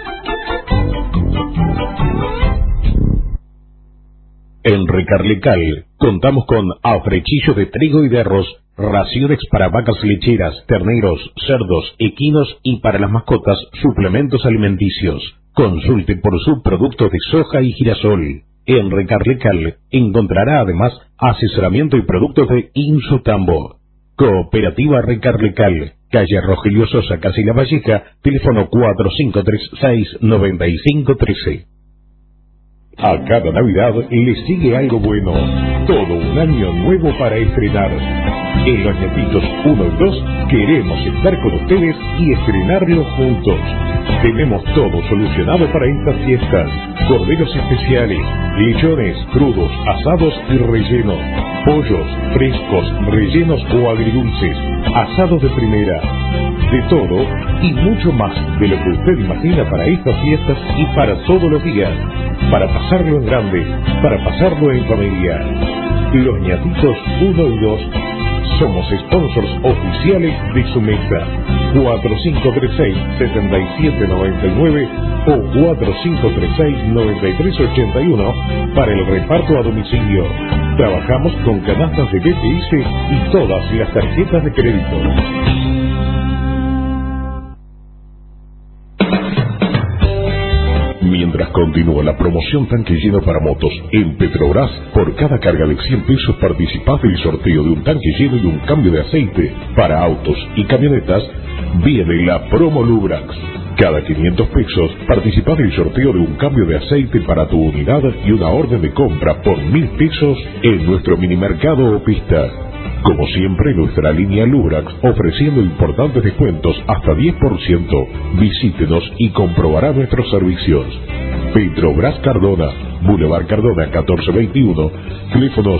En Recarlecal contamos con afrechillo de trigo y de arroz, raciones para vacas lecheras, terneros, cerdos, equinos y para las mascotas suplementos alimenticios. Consulte por subproductos de soja y girasol. En Recarlecal encontrará además asesoramiento y productos de Insutambo. Cooperativa Recarlecal, calle Rogelio Sosa, casi La Valleja, teléfono 4536-9513. A cada Navidad le sigue algo bueno. Todo un año nuevo para estrenar. En Los Ñatitos 1 y 2 queremos estar con ustedes y estrenarlo juntos. Tenemos todo solucionado para estas fiestas. Corderos especiales, lechones, crudos, asados y rellenos. Pollos, frescos, rellenos o agridulces. Asados de primera. De todo y mucho más de lo que usted imagina para estas fiestas y para todos los días. Para pasarlo en grande, para pasarlo en familia. Los Ñatitos 1 y 2 somos sponsors oficiales de su mesa. 4536-7799 o 4536-9381 para el reparto a domicilio. Trabajamos con canastas de BPS y todas las tarjetas de crédito. Mientras continúa la promoción tanque lleno para motos en Petrobras, por cada carga de 100 pesos participás del sorteo de un tanque lleno y un cambio de aceite. Para autos y camionetas viene la promo Lubrax. Cada 500 pesos participás del sorteo de un cambio de aceite para tu unidad y una orden de compra por 1.000 pesos en nuestro minimercado o pista. Como siempre, nuestra línea Lubrax ofreciendo importantes descuentos hasta 10%. Visítenos y comprobará nuestros servicios. Petrobras Cardona, Boulevard Cardona 1421, teléfonos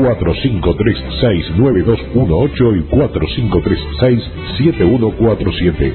4536-9218 y 4536-7147.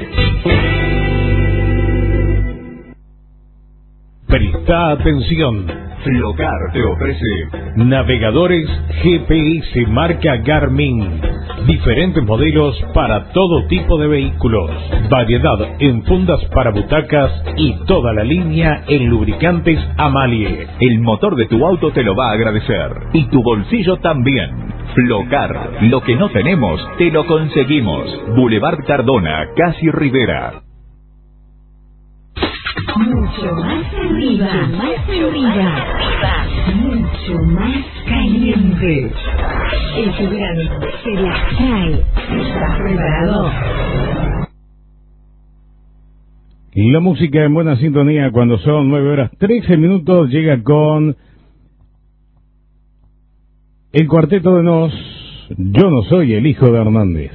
Presta atención. Flocar te ofrece Navegadores GPS marca Garmin. Diferentes modelos para todo tipo de vehículos. Variedad en fundas para butacas y toda la línea en lubricantes Amalie. el motor de tu auto te lo va a agradecer y tu bolsillo también. Flocar, lo que no tenemos, te lo conseguimos. Boulevard Cardona, casi Rivera. Mucho más arriba, mucho más caliente. El verano se las trae. ¿Estás preparado? La música en buena sintonía cuando son 9:13 llega con el Cuarteto de Nos. Yo no soy el hijo de Hernández.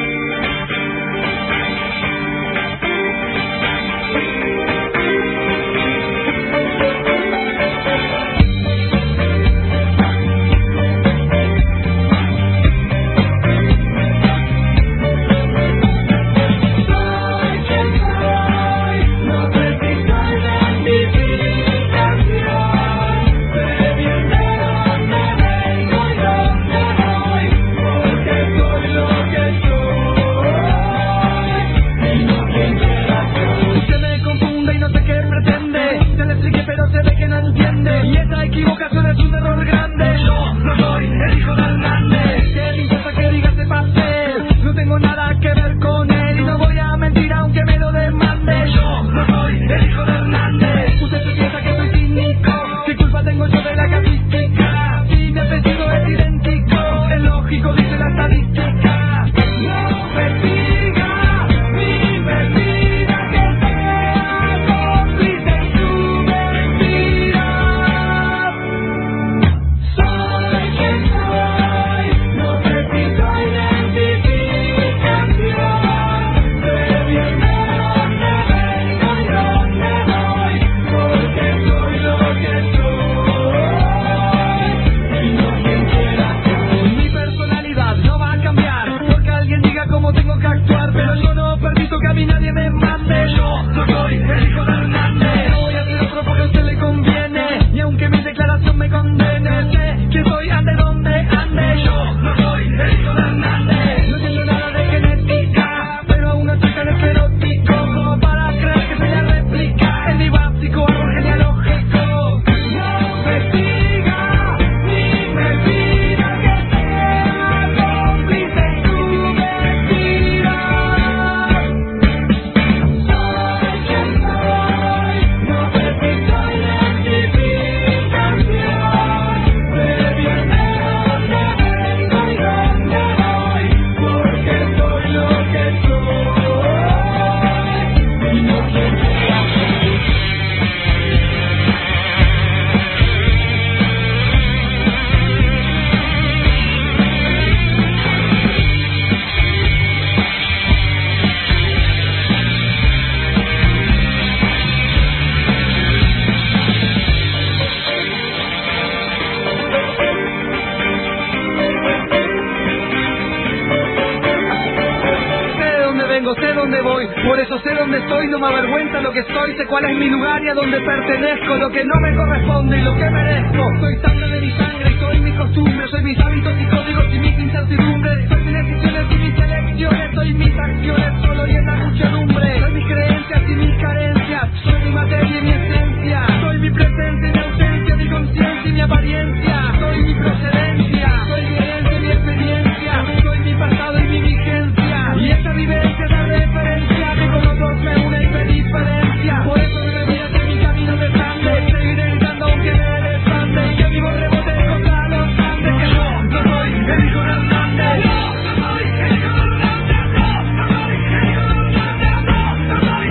Cuál es mi lugar y a dónde pertenezco, lo que no me corresponde y lo que merezco. Soy sangre de mi sangre y soy mi costumbre, soy mis hábitos y códigos y mis incertidumbres. Soy mis decisiones y mis elecciones, soy mis acciones solo y en la muchedumbre. Soy mis creencias y mis carencias, soy mi materia y mi esencia. Soy mi presencia y mi ausencia, mi conciencia y mi apariencia. Soy mi procedencia, soy mi herencia y mi experiencia. Soy mi pasado y mi vigencia. Y esa vivencia es la referencia que con otros me une y me diferencia. Por eso me miras en mi camino de sangre, seguiré gritando aunque me desande. Y que vivo rebote contra los Andes. Que yo no soy el hijo de Hernández. No soy el hijo de Hernández. No soy el hijo de Hernández. No soy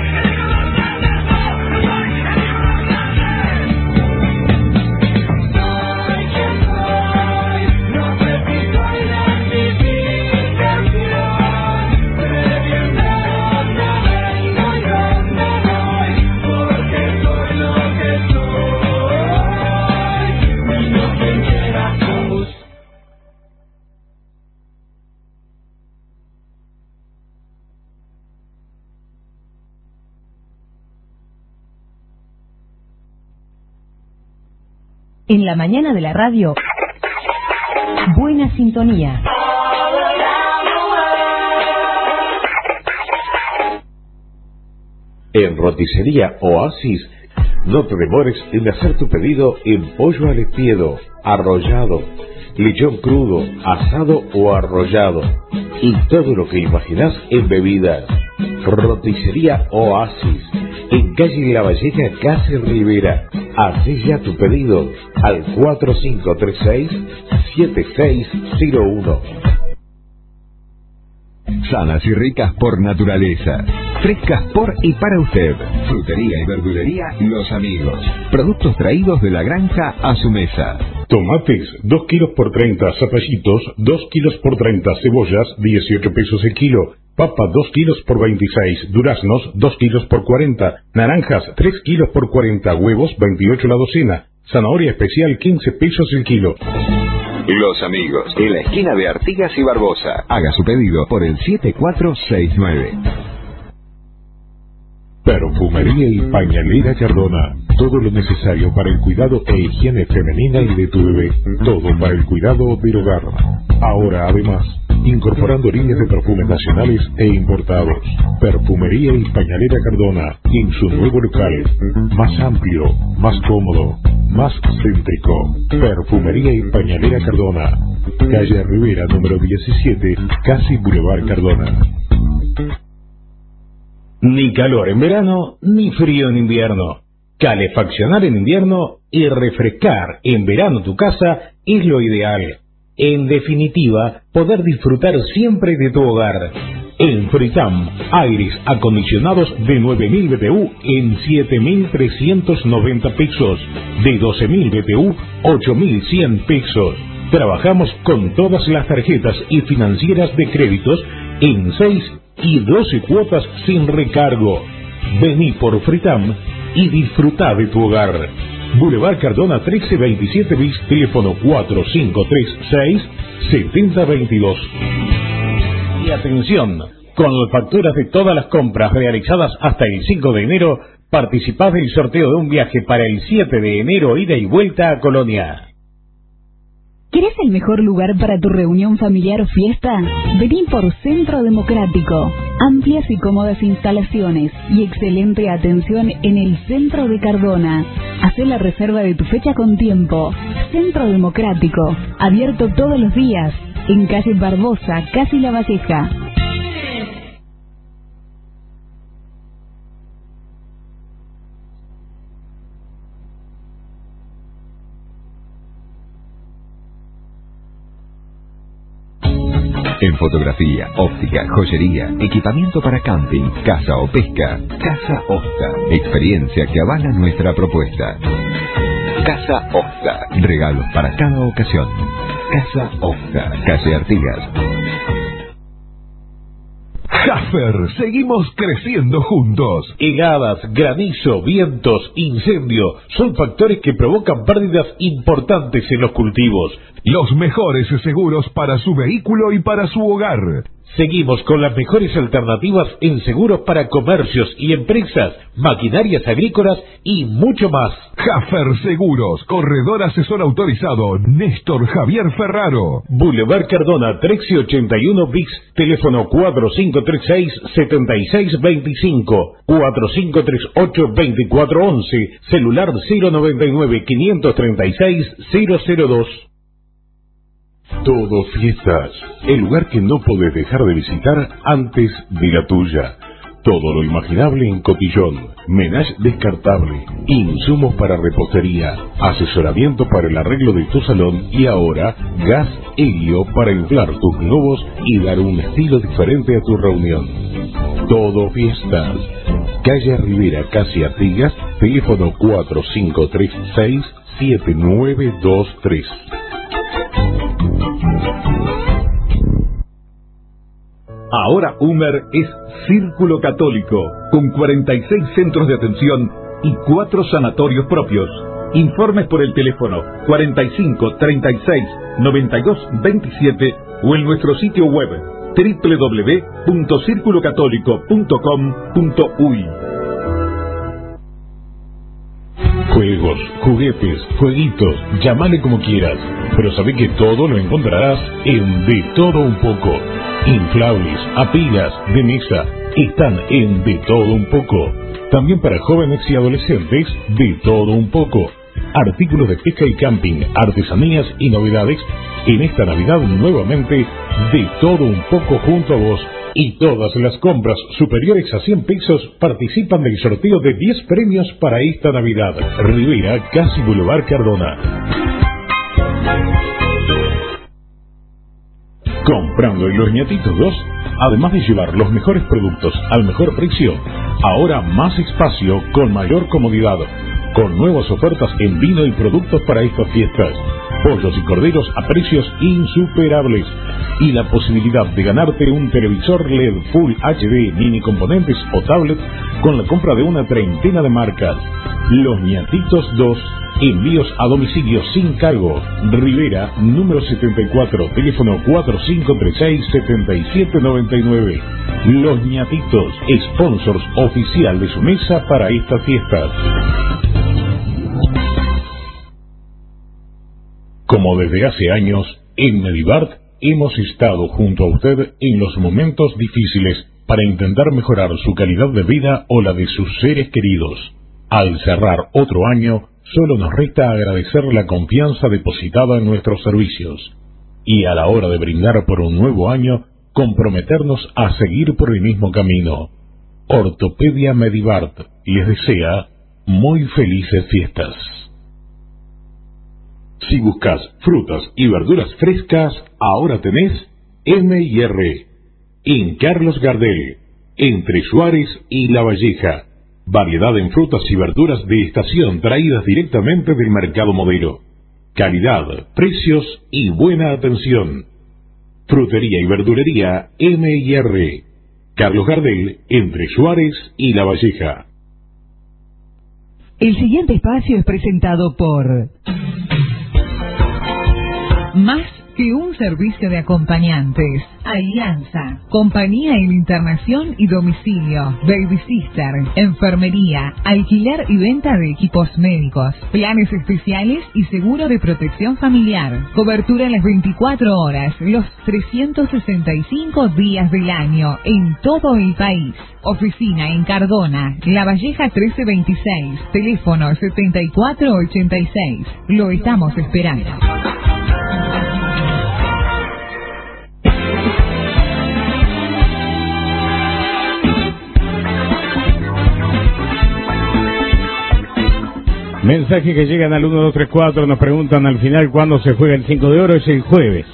En la mañana de la radio, buena sintonía. En Roticería Oasis, no te demores en hacer tu pedido en pollo al espiedo, arrollado, lechón crudo, asado o arrollado, y todo lo que imaginás en bebidas. Roticería Oasis, en calle La Valleja, casi Rivera. Hacé ya tu pedido al 4536-7601. Sanas y ricas por naturaleza. Frescas por y para usted. Frutería y verdulería Los Amigos. Productos traídos de la granja a su mesa. Tomates, 2 kilos por 30. Zapallitos, 2 kilos por 30. Cebollas, 18 pesos el kilo. Papa, 2 kilos por 26. Duraznos, 2 kilos por 40. Naranjas, 3 kilos por 40. Huevos, 28 la docena. Zanahoria especial, 15 pesos el kilo. Los Amigos, en la esquina de Artigas y Barbosa. Haga su pedido por el 7469. Perfumería y Pañalera Cardona. Todo lo necesario para el cuidado e higiene femenina y de tu bebé. Todo para el cuidado del hogar. Ahora, además, incorporando líneas de perfumes nacionales e importados. Perfumería y Pañalera Cardona, en su nuevo local. Más amplio, más cómodo, más céntrico. Perfumería y Pañalera Cardona. Calle Rivera, número 17, casi Boulevard Cardona. Ni calor en verano, ni frío en invierno. Calefaccionar en invierno y refrescar en verano tu casa es lo ideal. En definitiva, poder disfrutar siempre de tu hogar. En Fritam, aires acondicionados de 9.000 BTU en 7.390 pesos. De 12.000 BTU, 8.100 pesos. Trabajamos con todas las tarjetas y financieras de créditos en 6 y 12 cuotas sin recargo. Vení por Fritam y disfruta de tu hogar. Boulevard Cardona 1327 bis, teléfono 4536-7022. Y atención, con facturas de todas las compras realizadas hasta el 5 de enero, participás del sorteo de un viaje para el 7 de enero ida y vuelta a Colonia. ¿Querés el mejor lugar para tu reunión familiar o fiesta? Vení por Centro Democrático. Amplias y cómodas instalaciones y excelente atención en el centro de Cardona. Hacé la reserva de tu fecha con tiempo. Centro Democrático, abierto todos los días, en calle Barbosa, casi La Valleja. En fotografía, óptica, joyería, equipamiento para camping, caza o pesca. Casa Osta. Experiencia que avala nuestra propuesta. Casa Osta. Regalos para cada ocasión. Casa Osta. Calle Artigas. Jaffer, seguimos creciendo juntos. Heladas, granizo, vientos, incendio son factores que provocan pérdidas importantes en los cultivos. Los mejores seguros para su vehículo y para su hogar. Seguimos con las mejores alternativas en seguros para comercios y empresas, maquinarias agrícolas y mucho más. Jaffer Seguros, corredor asesor autorizado, Néstor Javier Ferraro. Boulevard Cardona 1381 bis, teléfono 4536-7625, 4538-2411, celular 099-536-002. Todo Fiestas, el lugar que no podés dejar de visitar antes de la tuya. Todo lo imaginable en cotillón, menage descartable, insumos para repostería, asesoramiento para el arreglo de tu salón y ahora gas helio para inflar tus globos y dar un estilo diferente a tu reunión. Todo Fiestas, calle Rivera, casi Artigas, teléfono 4536-7923. Ahora Humer es Círculo Católico, con 46 centros de atención y 4 sanatorios propios. Informes por el teléfono 45 36 92 27 o en nuestro sitio web www.circulocatólico.com.uy. Juegos, juguetes, jueguitos, llámale como quieras, pero sabé que todo lo encontrarás en De Todo Un Poco. Inflables, apilas, de mesa, están en De Todo Un Poco. También para jóvenes y adolescentes, De Todo Un Poco. Artículos de pesca y camping, artesanías y novedades. En esta Navidad nuevamente, De Todo Un Poco junto a vos. Y todas las compras superiores a 100 pesos participan del sorteo de 10 premios para esta Navidad. Rivera, Casi Boulevard Cardona. Comprando en Los Ñatitos 2, además de llevar los mejores productos al mejor precio, ahora más espacio con mayor comodidad, con nuevas ofertas en vino y productos para estas fiestas. Pollos y corderos a precios insuperables y la posibilidad de ganarte un televisor LED Full HD, mini componentes o tablet con la compra de una treintena de marcas. Los Ñatitos 2, envíos a domicilio sin cargo. Rivera, número 74, teléfono 4536-7799. Los Ñatitos, sponsors oficial de su mesa para estas fiestas. Como desde hace años, en Medibart hemos estado junto a usted en los momentos difíciles para intentar mejorar su calidad de vida o la de sus seres queridos. Al cerrar otro año, solo nos resta agradecer la confianza depositada en nuestros servicios. Y a la hora de brindar por un nuevo año, comprometernos a seguir por el mismo camino. Ortopedia Medibart les desea muy felices fiestas. Si buscas frutas y verduras frescas, ahora tenés M&R. En Carlos Gardel, entre Suárez y La Valleja. Variedad en frutas y verduras de estación traídas directamente del mercado Modelo. Calidad, precios y buena atención. Frutería y verdulería M&R. Carlos Gardel, entre Suárez y La Valleja. El siguiente espacio es presentado por... Más que un servicio de acompañantes. Alianza. Compañía en internación y domicilio. Baby Sister. Enfermería. Alquiler y venta de equipos médicos. Planes especiales y seguro de protección familiar. Cobertura en las 24 horas, los 365 días del año, en todo el país. Oficina en Cardona, La Valleja 1326. Teléfono 7486. Lo estamos esperando. Mensajes que llegan al 1234, nos preguntan al final cuándo se juega el 5 de oro. Es el jueves,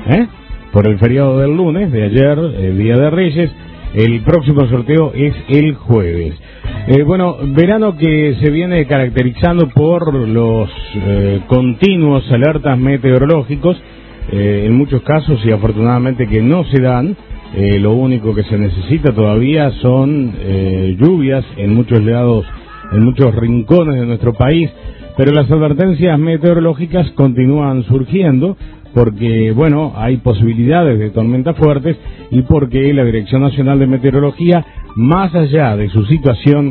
por el feriado del lunes, de ayer, el Día de Reyes. El próximo sorteo es el jueves. Bueno, verano que se viene caracterizando por los continuos alertas meteorológicos, en muchos casos, y afortunadamente que no se dan. Lo único que se necesita todavía son lluvias en muchos lados, en muchos rincones de nuestro país, pero las advertencias meteorológicas continúan surgiendo porque, bueno, hay posibilidades de tormentas fuertes y porque la Dirección Nacional de Meteorología, más allá de su situación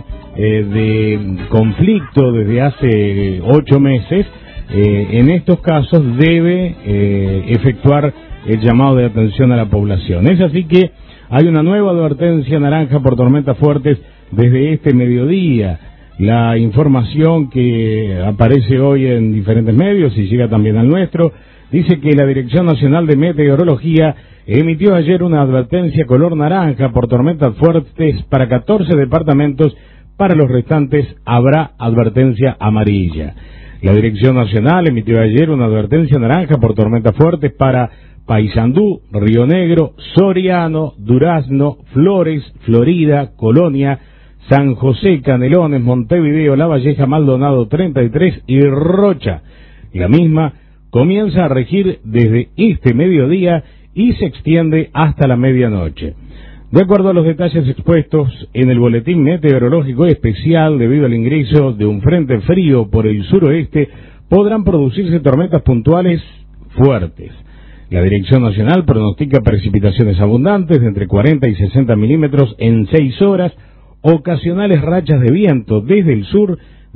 de conflicto desde hace 8 meses, en estos casos debe efectuar el llamado de atención a la población. Es así que hay una nueva advertencia naranja por tormentas fuertes desde este mediodía. La información que aparece hoy en diferentes medios y llega también al nuestro, dice que la Dirección Nacional de Meteorología emitió ayer una advertencia color naranja por tormentas fuertes para 14 departamentos. Para los restantes habrá advertencia amarilla. La Dirección Nacional emitió ayer una advertencia naranja por tormentas fuertes para Paysandú, Río Negro, Soriano, Durazno, Flores, Florida, Colonia, San José, Canelones, Montevideo, La Valleja, Maldonado 33 y Rocha. La misma comienza a regir desde este mediodía y se extiende hasta la medianoche. De acuerdo a los detalles expuestos en el boletín meteorológico especial, debido al ingreso de un frente frío por el suroeste, podrán producirse tormentas puntuales fuertes. La Dirección Nacional pronostica precipitaciones abundantes de entre 40 y 60 milímetros en 6 horas, ocasionales rachas de viento desde el sur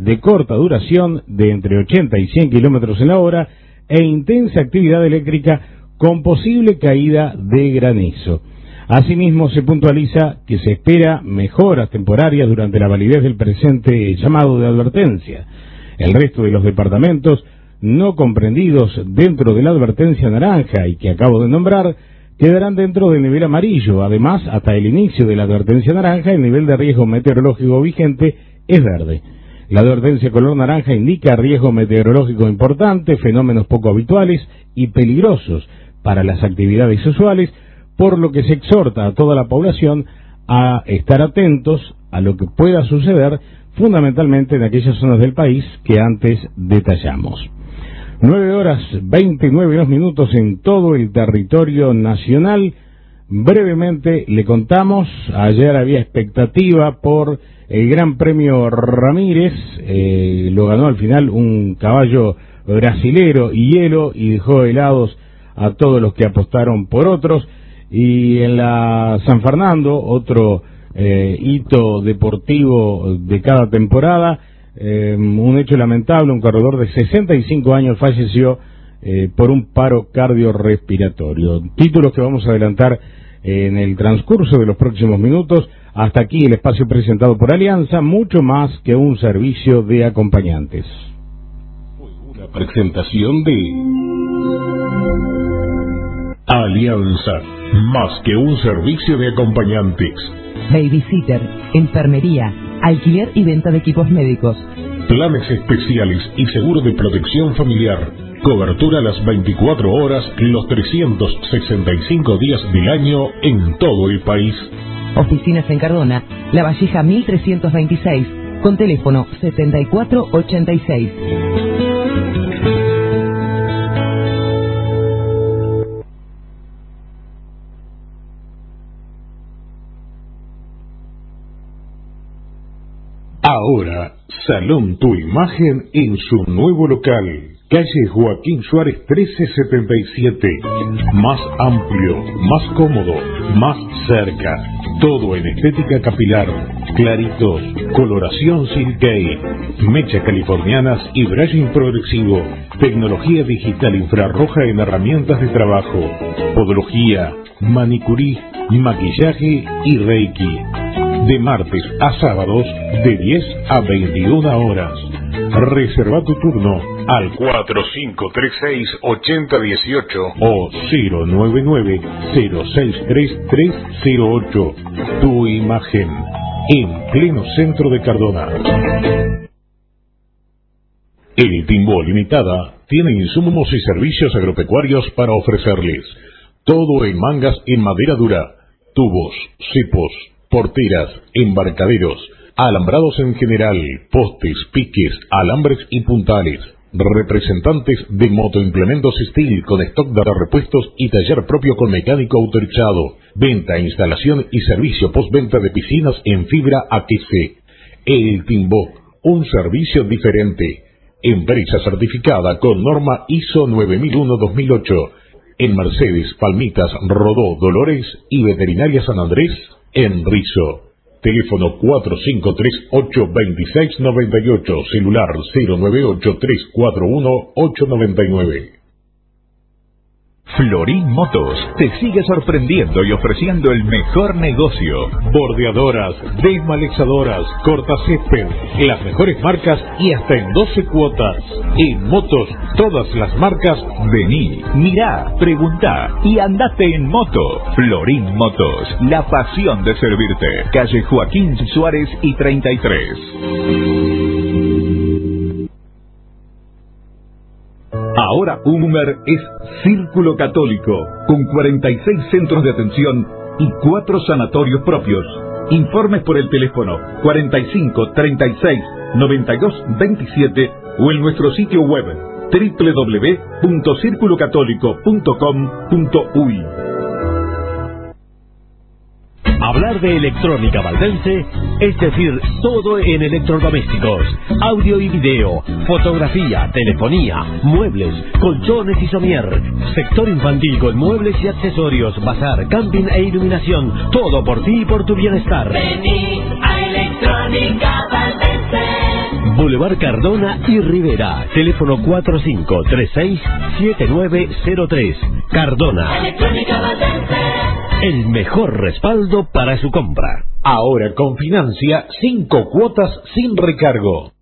de corta duración de entre 80 y 100 kilómetros en la hora e intensa actividad eléctrica con posible caída de granizo. Asimismo, se puntualiza que se espera mejoras temporarias durante la validez del presente llamado de advertencia. El resto de los departamentos no comprendidos dentro de la advertencia naranja y que acabo de nombrar quedarán dentro del nivel amarillo. Además, hasta el inicio de la advertencia naranja, el nivel de riesgo meteorológico vigente es verde. La advertencia color naranja indica riesgo meteorológico importante, fenómenos poco habituales y peligrosos para las actividades usuales, por lo que se exhorta a toda la población a estar atentos a lo que pueda suceder, fundamentalmente en aquellas zonas del país que antes detallamos. 9:29 en todo el territorio nacional. Brevemente le contamos, ayer había expectativa por el Gran Premio Ramírez, lo ganó al final un caballo brasilero y hielo y dejó helados a todos los que apostaron por otros. Y en la San Fernando, otro hito deportivo de cada temporada, un hecho lamentable, un corredor de 65 años falleció por un paro cardiorrespiratorio. Títulos que vamos a adelantar en el transcurso de los próximos minutos. Hasta aquí el espacio presentado por Alianza, mucho más que un servicio de acompañantes. Una presentación de Alianza, más que un servicio de acompañantes. Babysitter, enfermería, alquiler y venta de equipos médicos. Planes especiales y seguro de protección familiar. Cobertura las 24 horas, los 365 días del año en todo el país. Oficinas en Cardona, La Valleja 1326, con teléfono 7486. Ahora, Salón Tu Imagen en su nuevo local. Calle Joaquín Suárez 1377. Más amplio, más cómodo, más cerca. Todo en estética capilar, claritos, coloración silkei, mecha californianas y brushing progresivo, tecnología digital infrarroja en herramientas de trabajo, podología, manicurí, maquillaje y reiki. De martes a sábados de 10 a 21 horas. Reserva tu turno al 4536-8018 o 099-063-308. Tu Imagen, en pleno centro de Cardona. El Timbó Limitada tiene insumos y servicios agropecuarios para ofrecerles. Todo en mangas en madera dura, tubos, cepos, porteras, embarcaderos, alambrados en general, postes, piques, alambres y puntales. Representantes de Motoimplementos Steel con stock de repuestos y taller propio con mecánico autorizado. Venta, instalación y servicio postventa de piscinas en fibra ATC. El Timbó, un servicio diferente. Empresa certificada con norma ISO 9001-2008. En Mercedes, Palmitas, Rodó, Dolores y Veterinaria San Andrés, en Rizo. Teléfono 4538-2698, celular 098-341-899. Florín Motos te sigue sorprendiendo y ofreciendo el mejor negocio. Bordeadoras, desmalexadoras, cortacésped, las mejores marcas y hasta en 12 cuotas. En motos, todas las marcas. Vení, mirá, preguntá y andate en moto. Florín Motos, la pasión de servirte. Calle Joaquín Suárez y 33. Ahora UMER es Círculo Católico, con 46 centros de atención y 4 sanatorios propios. Informes por el teléfono 45 36 92 27 o en nuestro sitio web www.circulocatólico.com.uy. Hablar de electrónica valdense es decir todo en electrodomésticos, audio y video, fotografía, telefonía, muebles, colchones y somier, sector infantil con muebles y accesorios, bazar, camping e iluminación, todo por ti y por tu bienestar. Vení a Electrónica Valdense. Boulevard Cardona y Rivera. Teléfono 4536-7903. Cardona. Electrónica Valdense. El mejor respaldo para su compra. Ahora con Financia, 5 cuotas sin recargo.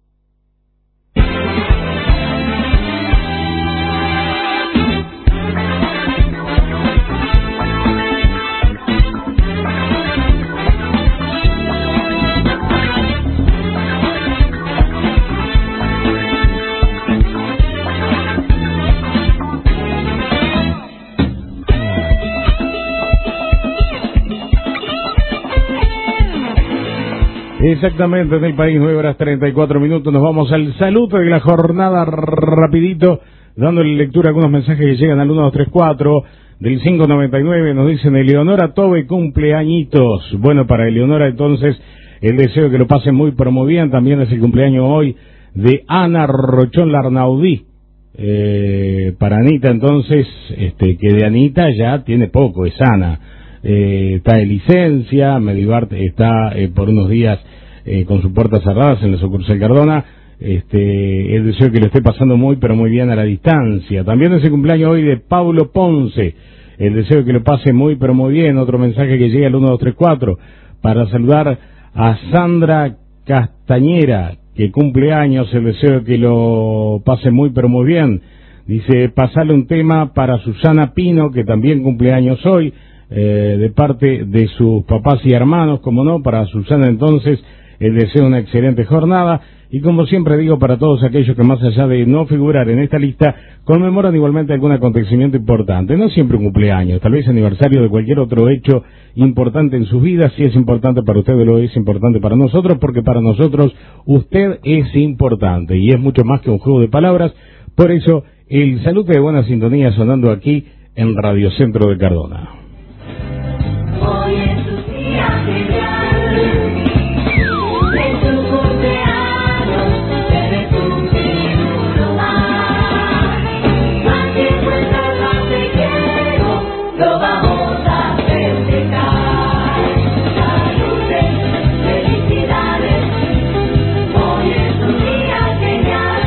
Exactamente, en el país, 9:34. Nos vamos al saludo de la jornada rapidito, dándole lectura a algunos mensajes que llegan al 1234 del 599. Nos dicen: Eleonora Tobe, cumpleañitos. Bueno, para Eleonora, entonces, el deseo que lo pasen muy, pero muy bien. También es el cumpleaños hoy de Ana Rochón Larnaudí. Para Anita, entonces, que de Anita ya tiene poco, es Ana. Está de licencia, Medivar está por unos días con sus puertas cerradas en la sucursal Cardona. El deseo que lo esté pasando muy, pero muy bien a la distancia. También es el cumpleaños hoy de Paulo Ponce. El deseo que lo pase muy, pero muy bien. Otro mensaje que llega al 1234 para saludar a Sandra Castañera, que cumple años. El deseo que lo pase muy, pero muy bien. Dice: pasarle un tema para Susana Pino, que también cumple años hoy. De parte de sus papás y hermanos, como no, para Susana entonces, el deseo de una excelente jornada, y como siempre digo, para todos aquellos que más allá de no figurar en esta lista, conmemoran igualmente algún acontecimiento importante, no siempre un cumpleaños, tal vez aniversario de cualquier otro hecho importante en sus vidas. Si es importante para ustedes, lo es importante para nosotros, porque para nosotros usted es importante, y es mucho más que un juego de palabras. Por eso, el saludo de buena sintonía sonando aquí en Radio Centro de Cardona. Hoy es tu día genial, en tu cumpleaños, eres un título más. Más que encuentras, más te quiero, lo vamos a festejar. Saludes, felicidades, hoy es tu día genial,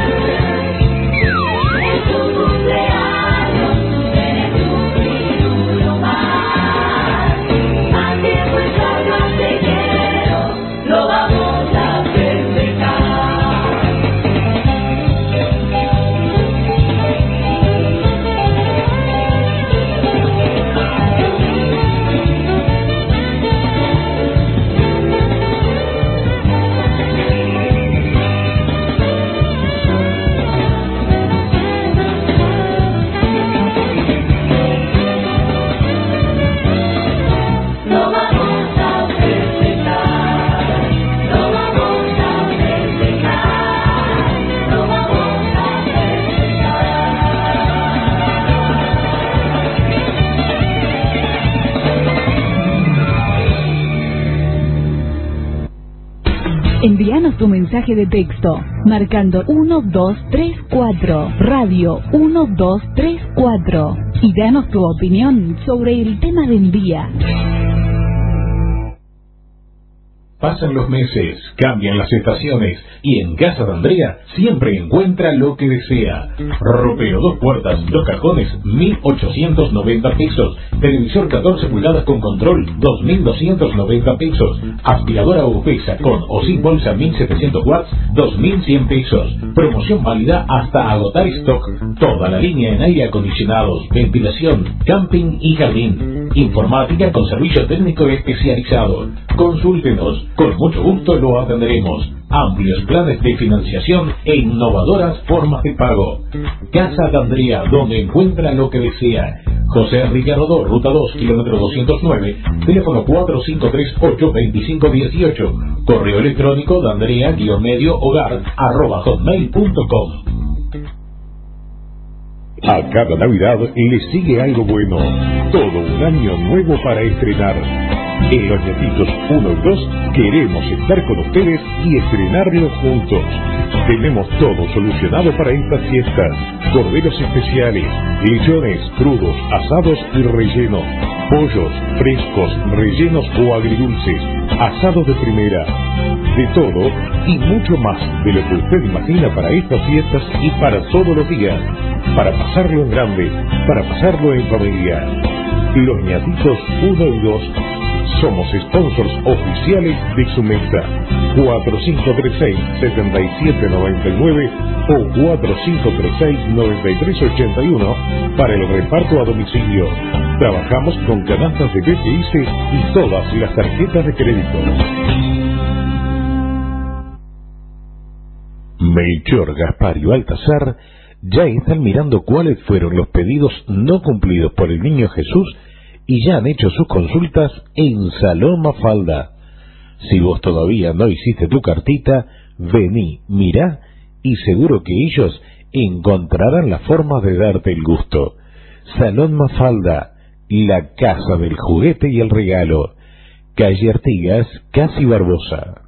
en tu cumpleaños, eres un título más. Lo vamos a festejar. Envíanos tu mensaje de texto marcando 1234, radio 1234, y danos tu opinión sobre el tema del día. Pasan los meses, cambian las estaciones, y en Casa de Andrea siempre encuentra lo que desea. Ropero 2 puertas, 2 cajones, 1.890 pesos. Televisor 14 pulgadas con control, 2.290 pesos. Aspiradora Upesa con o sin bolsa 1.700 watts, 2.100 pesos. Promoción válida hasta agotar stock. Toda la línea en aire acondicionados, ventilación, camping y jardín. Informática con servicio técnico especializado. Consúltenos, con mucho gusto lo atenderemos. Amplios planes de financiación e innovadoras formas de pago. Casa de Andrea, donde encuentra lo que desea. José Enrique Rodó, ruta 2, kilómetro 209, teléfono 4538-2518. Correo electrónico de andrea-mediohogar@hotmail.com. A cada Navidad le sigue algo bueno. Todo un año nuevo para estrenar. En Los Ñatitos 1 y 2 queremos estar con ustedes y estrenarlo juntos. Tenemos todo solucionado para estas fiestas. Corderos especiales, lechones, crudos, asados y rellenos. Pollos, frescos, rellenos o agridulces. Asados de primera. de todo y mucho más de lo que usted imagina para estas fiestas y para todos los días, para pasarlo en grande, para pasarlo en familia. Los Ñatitos 1 y 2 somos sponsors oficiales de su mesa. 4536-7799 o 4536-9381 para el reparto a domicilio. Trabajamos con canastas de BPS y todas las tarjetas de crédito. Melchor, Gaspar y Baltasar ya están mirando cuáles fueron los pedidos no cumplidos por el niño Jesús y ya han hecho sus consultas en Salón Mafalda. Si vos todavía no hiciste tu cartita, vení, mirá y seguro que ellos encontrarán la forma de darte el gusto. Salón Mafalda, la casa del juguete y el regalo. Calle Artigas, casi Barbosa.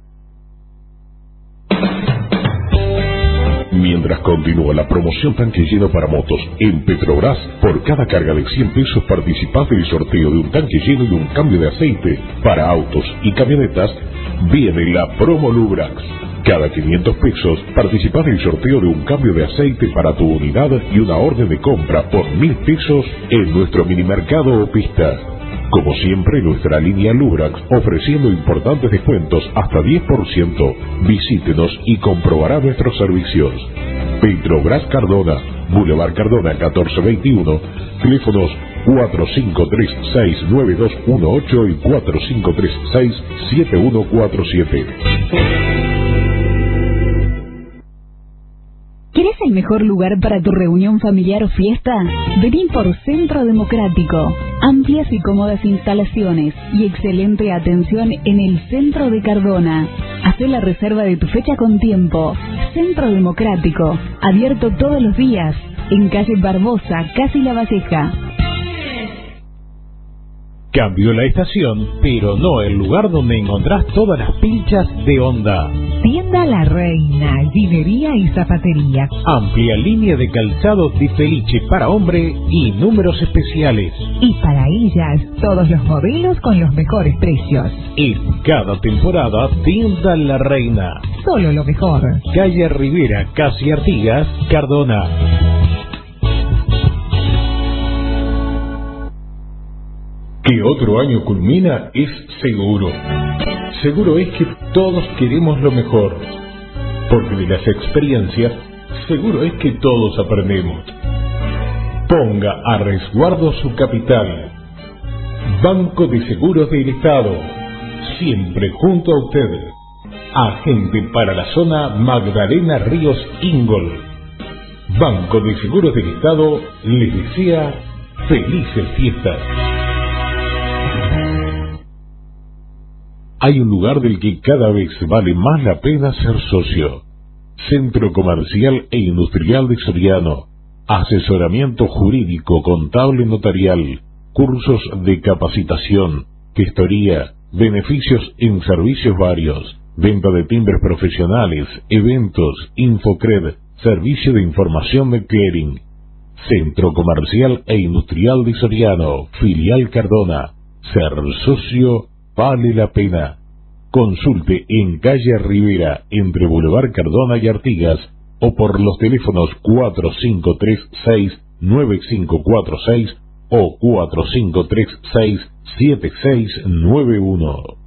Mientras continúa la promoción tanque lleno para motos en Petrobras, por cada carga de 100 pesos participás del sorteo de un tanque lleno y un cambio de aceite. Para autos y camionetas viene la promo Lubrax. Cada 500 pesos participás del sorteo de un cambio de aceite para tu unidad y una orden de compra por 1.000 pesos en nuestro minimercado o pista. Como siempre, nuestra línea Lubrax ofreciendo importantes descuentos hasta 10%. Visítenos y comprobará nuestros servicios. Petrobras Cardona, Boulevard Cardona 1421, teléfonos 4536-9218 y 4536-7147. ¿Querés el mejor lugar para tu reunión familiar o fiesta? Vení por Centro Democrático. Amplias y cómodas instalaciones y excelente atención en el centro de Cardona. Hacé la reserva de tu fecha con tiempo. Centro Democrático, abierto todos los días, en calle Barbosa, casi La Valleja. Cambio la estación, pero no el lugar donde encontrás todas las pinchas de Honda. Tienda La Reina, ginería y zapatería. Amplia línea de calzado de Felice para hombre y números especiales. Y para ellas, todos los modelos con los mejores precios. En cada temporada, Tienda La Reina. Solo lo mejor. Calle Rivera, casi Artigas, Cardona. Que otro año culmina es seguro. Seguro es que todos queremos lo mejor. Porque de las experiencias, seguro es que todos aprendemos. Ponga a resguardo su capital. Banco de Seguros del Estado. Siempre junto a usted. Agente para la zona Magdalena Ríos Ingol. Banco de Seguros del Estado les desea felices fiestas. Hay un lugar del que cada vez vale más la pena ser socio. Centro Comercial e Industrial de Soriano. Asesoramiento jurídico, contable, notarial. Cursos de capacitación, gestoría, beneficios en servicios varios. Venta de timbres profesionales, eventos, Infocred, servicio de información de clearing. Centro Comercial e Industrial de Soriano, filial Cardona. Ser socio vale la pena. Consulte en calle Rivera, entre Boulevard Cardona y Artigas, o por los teléfonos 4536-9546 o 4536-7691.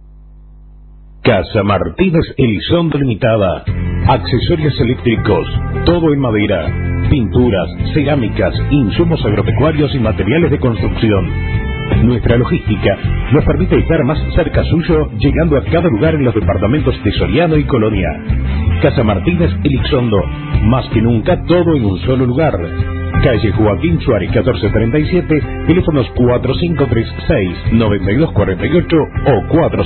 Casa Martínez Elizondo Limitada. Accesorios eléctricos, todo en madera, pinturas, cerámicas, insumos agropecuarios y materiales de construcción. Nuestra logística nos permite estar más cerca suyo, llegando a cada lugar en los departamentos de Soriano y Colonia. Casa Martínez Elizondo, más que nunca todo en un solo lugar. Calle Joaquín Suárez 1437, teléfonos 4536-9248 o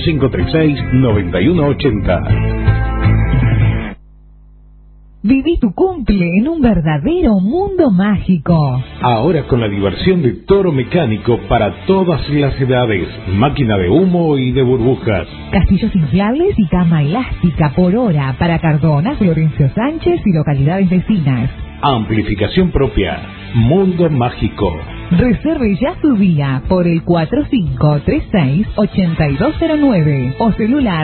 4536-9180. Viví tu cumple en un verdadero mundo mágico. Ahora con la diversión de toro mecánico para todas las edades, máquina de humo y de burbujas. Castillos inflables y cama elástica por hora para Cardona, Florencio Sánchez y localidades vecinas. amplificación propia, Mundo Mágico. Reserve ya su día por el 4536-8209 o celular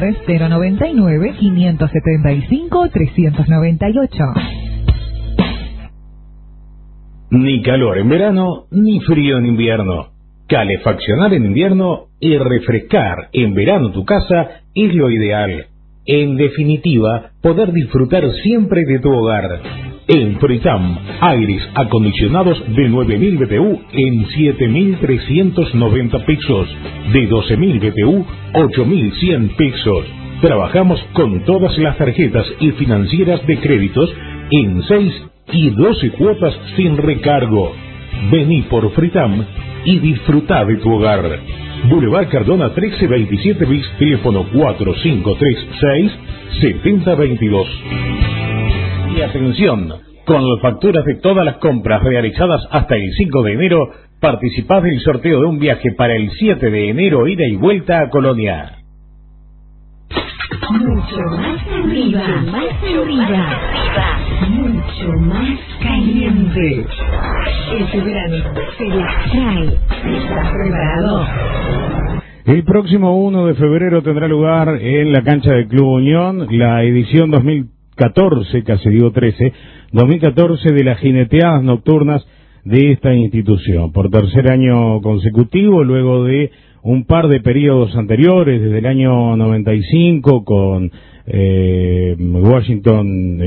099-575-398. Ni calor en verano, ni frío en invierno. Calefaccionar en invierno y refrescar en verano tu casa es lo ideal. En definitiva, poder disfrutar siempre de tu hogar. En Fritam, aires acondicionados de 9.000 BTU en 7.390 pesos. De 12.000 BTU, 8.100 pesos. Trabajamos con todas las tarjetas y financieras de créditos en 6 y 12 cuotas sin recargo. Vení por Fritam y disfruta de tu hogar. Boulevard Cardona 1327 bis, teléfono 4536-7022. Y atención, con las facturas de todas las compras realizadas hasta el 5 de enero, participás del sorteo de un viaje para el 7 de enero ida y vuelta a Colonia. Mucho más arriba, mucho más caliente. Este verano se las trae. ¿Estás preparado? El próximo 1 de febrero tendrá lugar en la cancha del Club Unión la edición 2014, casi digo 13, 2014 de las jineteadas nocturnas de esta institución. Por tercer año consecutivo, luego de un par de periodos anteriores, desde el año 95 con Washington,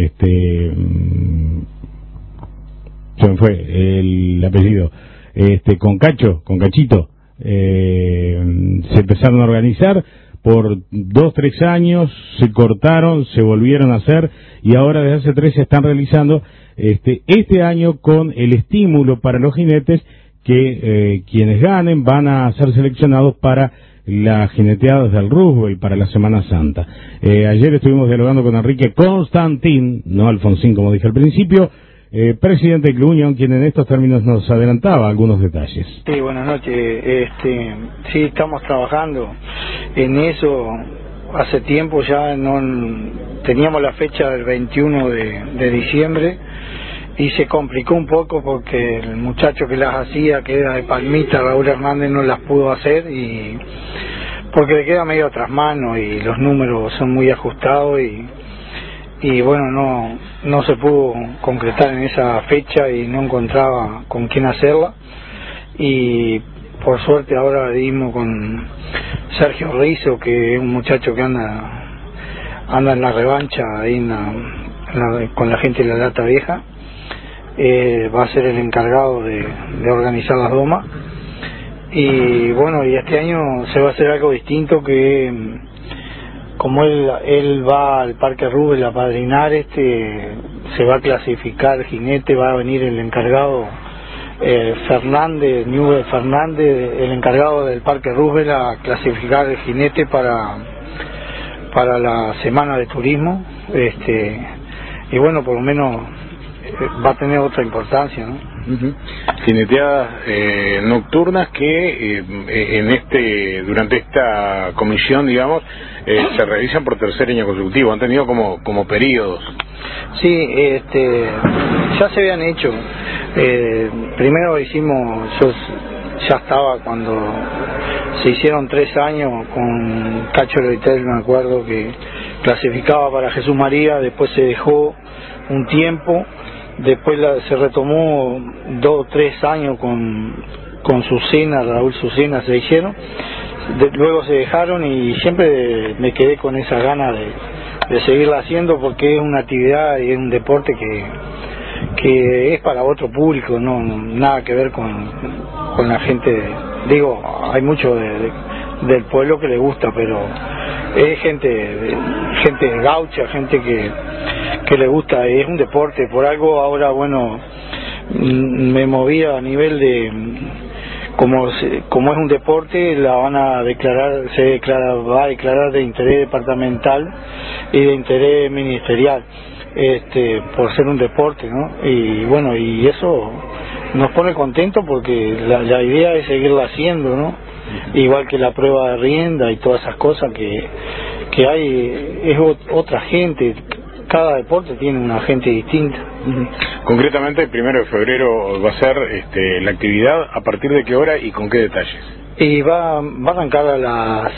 se me fue el apellido, con Cachito, se empezaron a organizar por 2-3 años, se cortaron, se volvieron a hacer y ahora desde hace 3 se están realizando este año con el estímulo para los jinetes que quienes ganen van a ser seleccionados para las jineteadas del Roosevelt para la Semana Santa. Ayer estuvimos dialogando con Enrique Constantín, no Alfonsín como dije al principio, presidente del Club Unión, quien en estos términos nos adelantaba algunos detalles. Sí, buenas noches. Sí, estamos trabajando en eso. Hace tiempo ya no teníamos la fecha del 21 de diciembre y se complicó un poco porque el muchacho que las hacía, que era de Palmita, Raúl Hernández, no las pudo hacer y porque le queda medio tras mano y los números son muy ajustados y bueno, no se pudo concretar en esa fecha y no encontraba con quién hacerla y por suerte ahora dimos con Sergio Rizo, que es un muchacho que anda en la revancha ahí con la gente de la Lata Vieja. Va a ser el encargado de organizar las domas y bueno, y este año se va a hacer algo distinto, que como él va al Parque Roosevelt a padrinar, se va a clasificar jinete, va a venir el encargado Newell Fernández, el encargado del Parque Roosevelt, a clasificar el jinete para la semana de turismo, y bueno, por lo menos va a tener otra importancia, ¿no? Jineteadas nocturnas que durante esta comisión, digamos, se realizan por tercer año consecutivo, han tenido como periodos. Sí, ya se habían hecho. Primero hicimos, yo ya estaba cuando se hicieron 3 años con Cacho Loitel, me acuerdo que clasificaba para Jesús María, después se dejó un tiempo. Después se retomó 2 o 3 años con Sucena, Raúl Sucena se hicieron, luego se dejaron y siempre me quedé con esa gana de seguirla haciendo porque es una actividad y es un deporte que es para otro público, no nada que ver con la gente, digo, hay mucho del pueblo que le gusta, pero es gente gaucha, gente que le gusta, es un deporte, por algo ahora, bueno, me movía a nivel de, como es un deporte, la van a declarar, va a declarar de interés departamental y de interés ministerial, por ser un deporte, ¿no? Y bueno, y eso nos pone contentos porque la idea es seguirla haciendo, ¿no? Igual que la prueba de rienda y todas esas cosas que hay, es otra gente. Cada deporte tiene una gente distinta. Concretamente, el 1 de febrero va a ser la actividad, ¿a partir de qué hora y con qué detalles? Y va a arrancar a las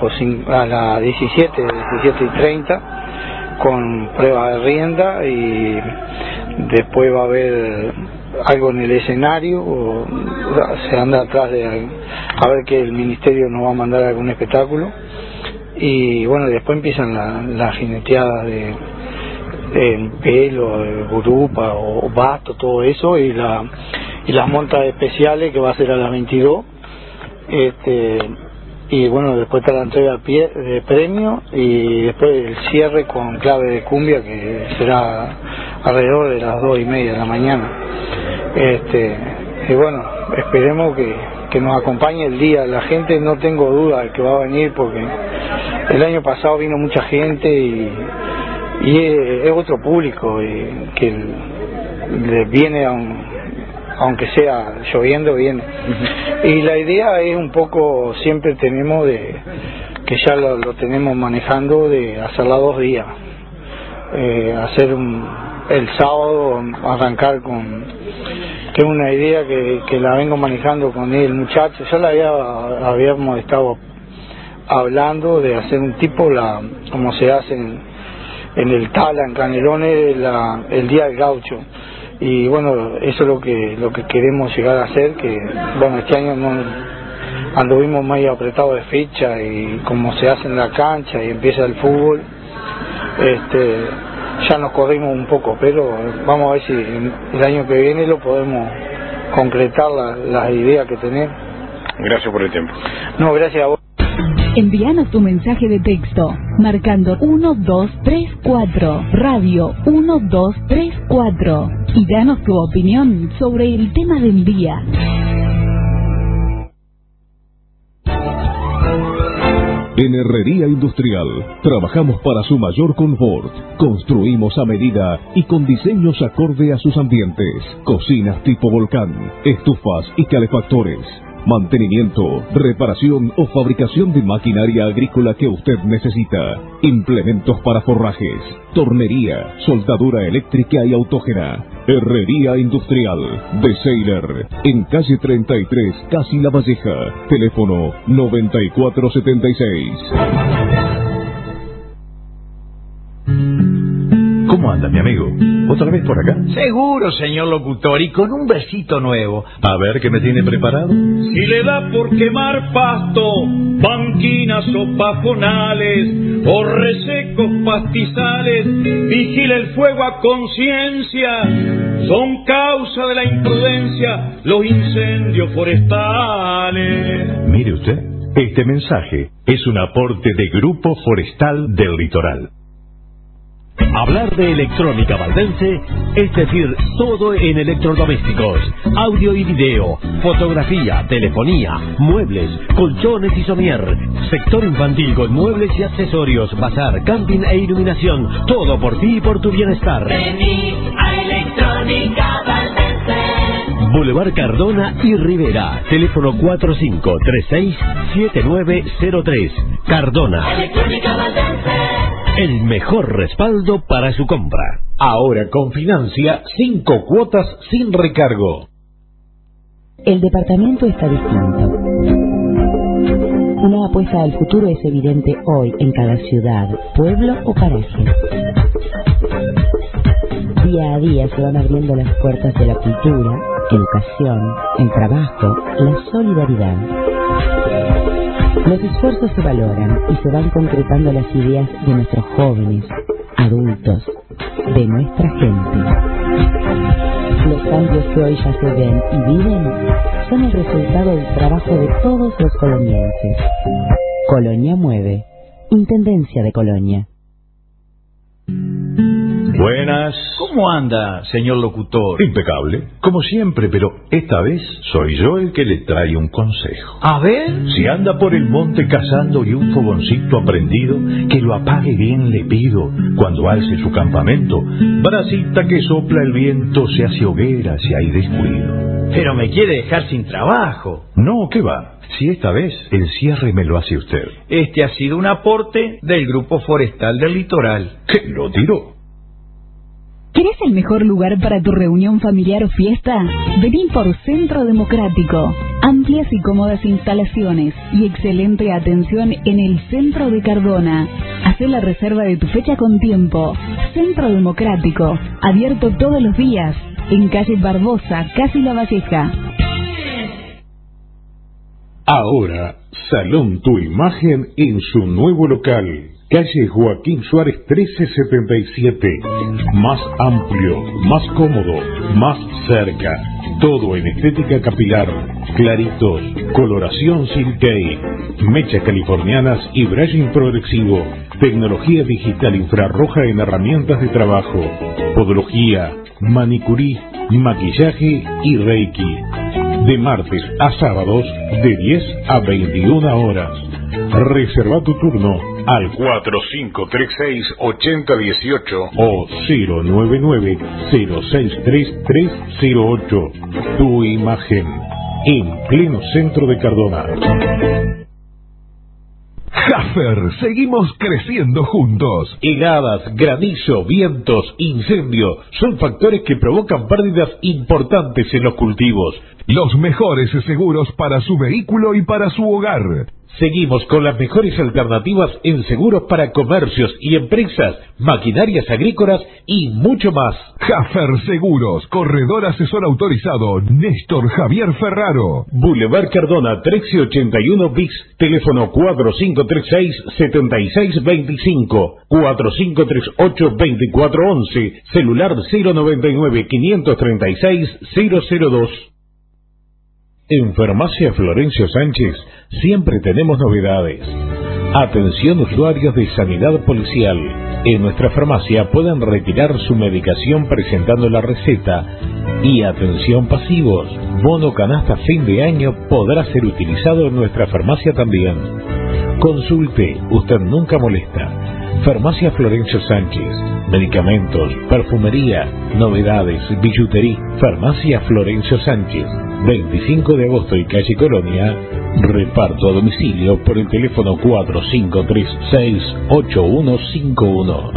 17:30 con prueba de rienda, y después va a haber algo en el escenario, o se anda atrás de a ver que el ministerio nos va a mandar algún espectáculo, y bueno, después empiezan las jineteadas de pelo, de gurupa o basto, todo eso, y las montas especiales, que va a ser a las 22. Y bueno, después está la entrega de premio, y después el cierre con clave de cumbia, que será alrededor de las 2:30 de la mañana. Y bueno, esperemos que nos acompañe el día. La gente, no tengo duda de que va a venir, porque el año pasado vino mucha gente, y es otro público, y que le viene aunque sea lloviendo, viene. Y la idea es un poco, siempre tenemos que ya lo tenemos manejando, de hacerla 2 días, hacer el sábado arrancar con, que es una idea que la vengo manejando con el muchacho. Ya habíamos estado hablando de hacer un tipo, como se hace en el Tala, en Canelones, el Día del Gaucho. Y bueno, eso es lo que queremos llegar a hacer, que bueno, este año anduvimos medio apretados de fecha, y como se hace en la cancha y empieza el fútbol, ya nos corrimos un poco, pero vamos a ver si el año que viene lo podemos concretar, las ideas que tenemos. Gracias por el tiempo. No, gracias a vos. Envíanos tu mensaje de texto marcando 1234, radio 1234, y danos tu opinión sobre el tema del día. En Herrería Industrial trabajamos para su mayor confort. Construimos a medida y con diseños acorde a sus ambientes. Cocinas tipo volcán, estufas y calefactores. Mantenimiento, reparación o fabricación de maquinaria agrícola que usted necesita. Implementos para forrajes, tornería, soldadura eléctrica y autógena. Herrería Industrial de Seiler, en calle 33, casi La Valleja. Teléfono 9476. ¿Cómo anda, mi amigo? ¿Otra vez por acá? Seguro, señor locutor, y con un besito nuevo. A ver, ¿qué me tiene preparado? Si le da por quemar pasto, banquinas o pajonales, o resecos pastizales, vigila el fuego a conciencia. Son causa de la imprudencia los incendios forestales. Mire usted, este mensaje es un aporte de Grupo Forestal del Litoral. Hablar de electrónica valdense es decir todo en electrodomésticos, audio y video, fotografía, telefonía, muebles, colchones y somier, sector infantil con muebles y accesorios, bazar, camping e iluminación, todo por ti y por tu bienestar. Vení a Electrónica Valdense. Boulevard Cardona y Rivera, teléfono 4536-7903. Cardona. Electrónica Valdense. El mejor respaldo para su compra. Ahora con Financia, 5 cuotas sin recargo. El departamento está distinto. Una apuesta al futuro es evidente hoy en cada ciudad, pueblo o paraje. Día a día se van abriendo las puertas de la cultura, educación, el trabajo, la solidaridad. Los esfuerzos se valoran y se van concretando las ideas de nuestros jóvenes, adultos, de nuestra gente. Los cambios que hoy ya se ven y viven son el resultado del trabajo de todos los colonienses. Colonia Mueve, Intendencia de Colonia. Buenas. ¿Cómo anda, señor locutor? Impecable, como siempre, pero esta vez soy yo el que le trae un consejo. A ver. Si anda por el monte cazando y un fogoncito aprendido, que lo apague bien le pido. Cuando alce su campamento, bracita que sopla el viento se hace hoguera si hay descuido. Pero me quiere dejar sin trabajo. No, ¿qué va? Si esta vez el cierre me lo hace usted. Este ha sido un aporte del Grupo Forestal del Litoral. ¿Qué lo tiró? ¿Qué ¿Querés el mejor lugar para tu reunión familiar o fiesta? Vení por Centro Democrático. Amplias y cómodas instalaciones y excelente atención en el centro de Cardona. Hacé la reserva de tu fecha con tiempo. Centro Democrático, abierto todos los días, en calle Barbosa, casi La Valleja. Ahora, Salón Tu Imagen en su nuevo local. Calle Joaquín Suárez 1377. Más amplio, más cómodo, más cerca. Todo en estética capilar, claritos, coloración silkei, mechas californianas y brushing progresivo. Tecnología digital infrarroja en herramientas de trabajo. Podología, manicurí, maquillaje y reiki. De martes a sábados, de 10 a 21 horas. Reserva tu turno al 4536-8018 o 099-063-308. Tu Imagen, en pleno centro de Cardona. Jaffer, seguimos creciendo juntos. Heladas, granizo, vientos, incendio son factores que provocan pérdidas importantes en los cultivos. Los mejores seguros para su vehículo y para su hogar. Seguimos con las mejores alternativas en seguros para comercios y empresas, maquinarias agrícolas y mucho más. Jaffer Seguros, corredor asesor autorizado, Néstor Javier Ferraro. Boulevard Cardona 1381 bis, teléfono 4536-7625, 4538-2411, celular 099-536-002. En Farmacia Florencio Sánchez siempre tenemos novedades. Atención usuarios de sanidad policial. En nuestra farmacia pueden retirar su medicación presentando la receta. Y atención pasivos. Bono canasta fin de año podrá ser utilizado en nuestra farmacia también. Consulte, usted nunca molesta. Farmacia Florencio Sánchez. Medicamentos, perfumería, novedades, billutería. Farmacia Florencio Sánchez. 25 de agosto y calle Colonia. Reparto a domicilio por el teléfono 4536-8151.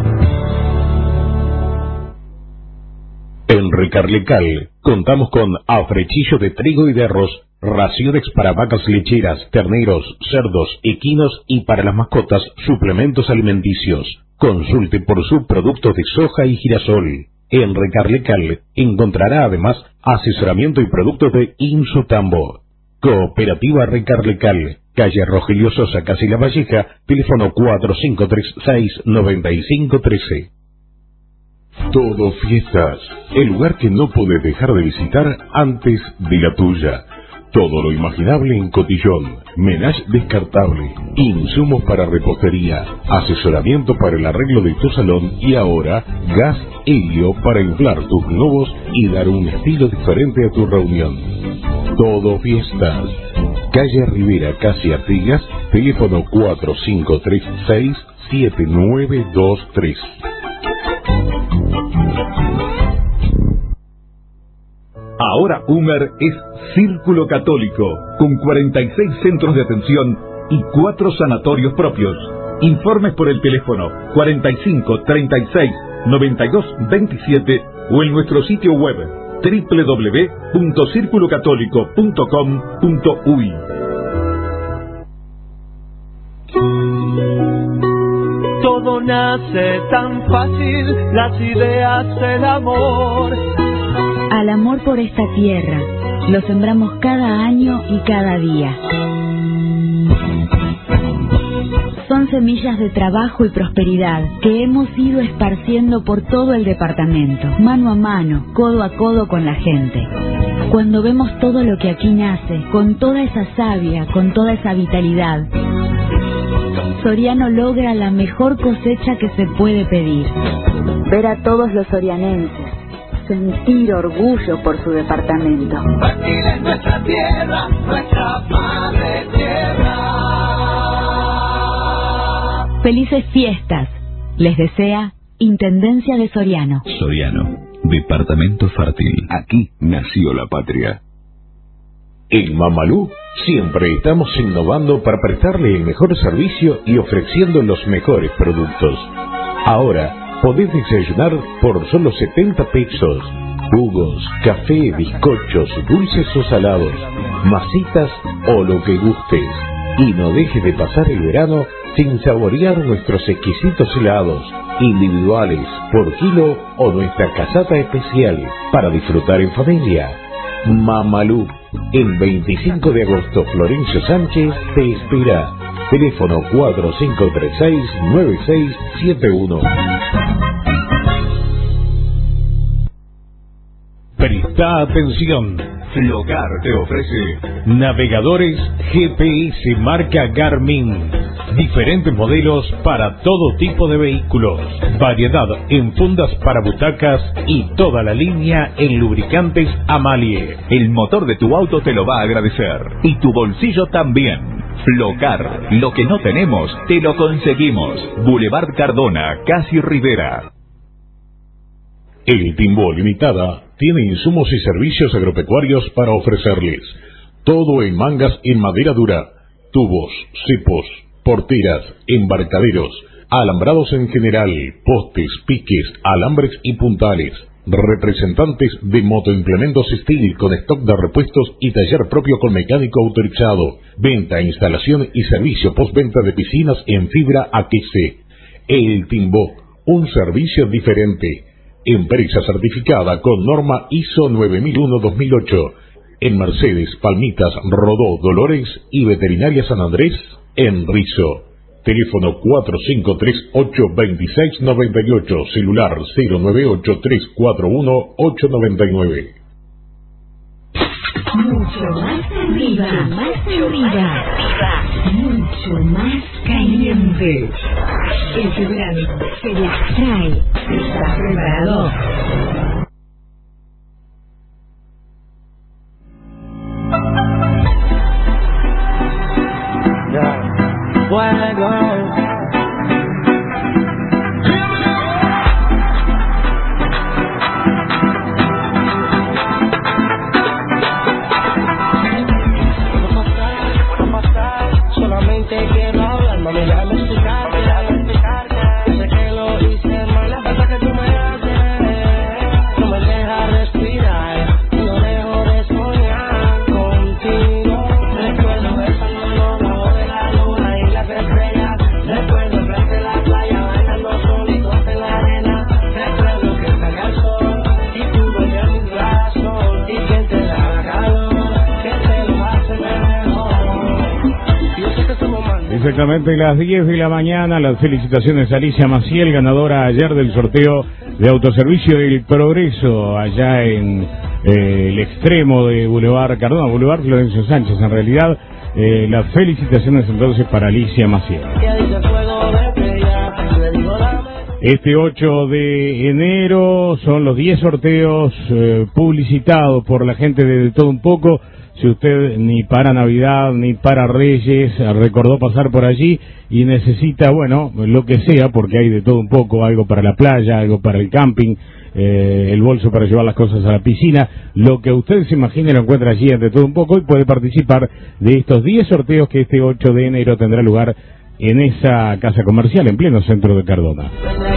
En Ricarlecal contamos con afrechillo de trigo y de arroz, raciones para vacas lecheras, terneros, cerdos, equinos y para las mascotas suplementos alimenticios. Consulte por subproductos de soja y girasol. En Ricarlecal encontrará además asesoramiento y productos de Insutambo. Cooperativa Ricarlecal, calle Rogelio Sosa, casi La Valleja, teléfono 4536-9513. Todo Fiestas, el lugar que no podés dejar de visitar antes de la tuya. Todo lo imaginable en cotillón, menage descartable, insumos para repostería, asesoramiento para el arreglo de tu salón y ahora gas helio para inflar tus globos y dar un estilo diferente a tu reunión. Todo Fiestas. Calle Rivera, casi Artigas, teléfono 4536-7923. Ahora Humer es Círculo Católico, con 46 centros de atención y 4 sanatorios propios. Informes por el teléfono 45 36 92 27 o en nuestro sitio web www.circulocatolico.com.uy. Todo nace tan fácil, las ideas, el amor. Al amor por esta tierra, lo sembramos cada año y cada día. Son semillas de trabajo y prosperidad que hemos ido esparciendo por todo el departamento, mano a mano, codo a codo con la gente. Cuando vemos todo lo que aquí nace, con toda esa savia, con toda esa vitalidad, Soriano logra la mejor cosecha que se puede pedir. Ver a todos los sorianenses sentir orgullo por su departamento. Brasil es nuestra tierra, nuestra madre tierra. Felices fiestas. Les desea Intendencia de Soriano. Soriano, departamento fértil. Aquí nació la patria. En Mamalú siempre estamos innovando para prestarle el mejor servicio y ofreciendo los mejores productos. Ahora, Podés desayunar por solo 70 pesos. Jugos, café, bizcochos, dulces o salados, masitas o lo que gustes. Y no dejes de pasar el verano sin saborear nuestros exquisitos helados, individuales, por kilo o nuestra casata especial para disfrutar en familia. Mamalú, el 25 de agosto, Florencio Sánchez te espera. Teléfono 4536-9671. Presta atención. Flocar te ofrece navegadores GPS marca Garmin. Diferentes modelos para todo tipo de vehículos. Variedad en fundas para butacas y toda la línea en lubricantes Amalie. El motor de tu auto te lo va a agradecer. Y tu bolsillo también. Flocar. Lo que no tenemos, te lo conseguimos. Boulevard Cardona, Casi Rivera. El Timbó Limitada tiene insumos y servicios agropecuarios para ofrecerles. Todo en mangas en madera dura, tubos, cepos, porteras, embarcaderos, alambrados en general, postes, piques, alambres y puntales. Representantes de motoimplementos Steel con stock de repuestos y taller propio con mecánico autorizado. Venta, instalación y servicio postventa de piscinas en fibra AQC. El Timbó, un servicio diferente. Empresa certificada con norma ISO 9001-2008. En Mercedes, Palmitas, Rodó, Dolores y Veterinaria San Andrés, en Rizo. Teléfono 4538-2698, celular 098-341-899. Mucho más arriba, mucho más caliente. Este verano se las trae. ¿Estás preparado? Solamente quiero hablar, mami, déjame explicarte. Sé que lo hice mal, la falta que tú me haces no me deja respirar, no dejo de soñar contigo. Recuerdo besándonos bajo de la luna y las estrellas. Recuerdo frente a la playa bailando solitos en la arena. Recuerdo que salga el sol y tú duermes en mis brazos. Y quien te da calor, que te lo hace mejor. Exactamente las 10 de la mañana. Las felicitaciones a Alicia Maciel, ganadora ayer del sorteo de Autoservicio del Progreso, allá en el extremo de Boulevard Cardona, Boulevard Florencio Sánchez. En realidad, las felicitaciones entonces para Alicia Maciel. Este 8 de enero son los 10 sorteos publicitados por la gente de Todo Un Poco. Si usted ni para Navidad ni para Reyes recordó pasar por allí y necesita, bueno, lo que sea, porque hay de todo un poco, algo para la playa, algo para el camping, el bolso para llevar las cosas a la piscina, lo que usted se imagine lo encuentra allí en de todo un poco y puede participar de estos 10 sorteos que este 8 de enero tendrá lugar en esa casa comercial en pleno centro de Cardona.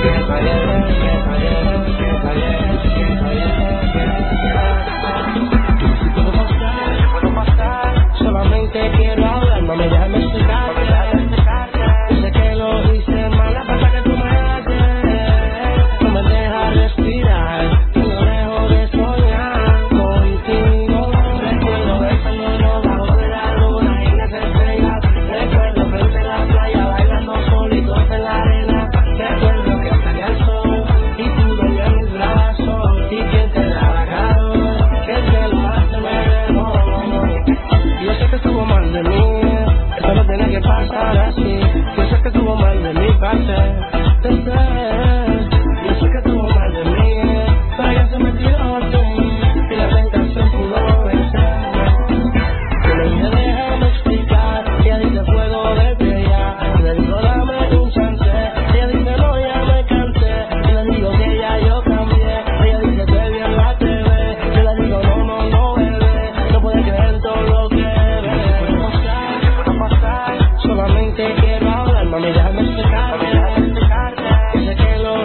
Quiero hablar, mami, déjame explicarte. Sé que lo hice mal, la falta que tú me haces no me deja respirar, no dejo de soñar contigo. Recuerdo besándonos bajo de la luna y las estrellas. Recuerdo frente a la playa bailando solitos en la arena. Recuerdo que salía el sol y tú dormías en mis brazos. Y quien te daba calor, que te lo hace mejor. Yo sé que estuvo mal de mí, esto no tenía que pasar así. Yo sé que estuvo mal de mi parte, yo sé que estuvo mal de mí, pero ella se metió así y la tentación pudo vencerme. Yo le dije déjame explicar, ella dice puedo verte ya. Le digo dame un chance, ella dice no ya me cansé. Yo le digo que ya yo cambié, ella dice que bien la TV. Yo le digo no bebé, no puedes creer todo lo que solamente quiero hablar, mami, déjame explicarte. Sé que lo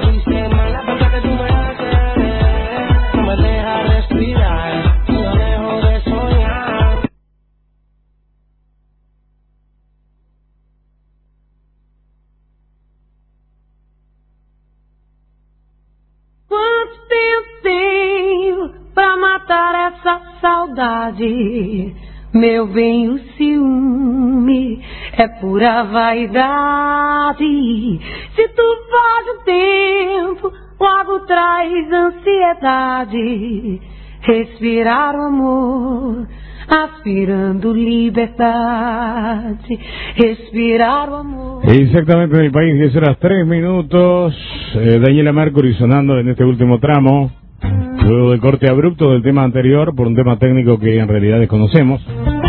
matar essa saudade, meu bem, o ciúme é pura vaidade. Se tu faz o tempo, logo traz ansiedade. Respirar o amor, aspirando liberdade. Respirar o amor. Exactamente, en el país 10 horas 3 minutos. Daniela Mercury sonando en este último tramo, luego del corte abrupto del tema anterior por un tema técnico que en realidad desconocemos.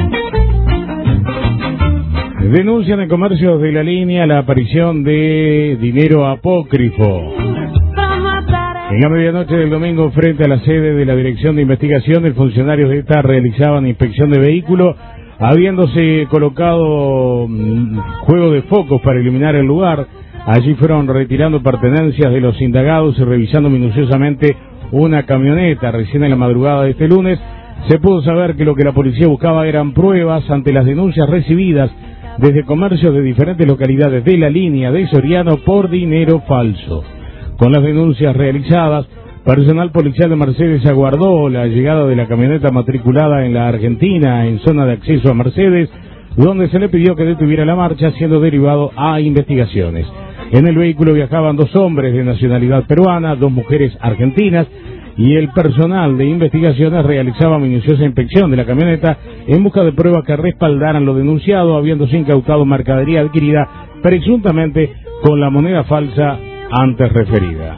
Denuncian en comercios de la línea la aparición de dinero apócrifo. En la medianoche del domingo, frente a la sede de la Dirección de Investigaciones, funcionarios de esta realizaban inspección de vehículos, habiéndose colocado juego de focos para iluminar el lugar. Allí fueron retirando pertenencias de los indagados y revisando minuciosamente una camioneta. Recién en la madrugada de este lunes se pudo saber que lo que la policía buscaba eran pruebas ante las denuncias recibidas desde comercios de diferentes localidades de la línea de Soriano por dinero falso. Con las denuncias realizadas, personal policial de Mercedes aguardó la llegada de la camioneta matriculada en la Argentina en zona de acceso a Mercedes, donde se le pidió que detuviera la marcha, siendo derivado a investigaciones. En el vehículo viajaban 2 hombres de nacionalidad peruana, 2 mujeres argentinas, y el personal de investigaciones realizaba minuciosa inspección de la camioneta en busca de pruebas que respaldaran lo denunciado, habiéndose incautado mercadería adquirida presuntamente con la moneda falsa antes referida.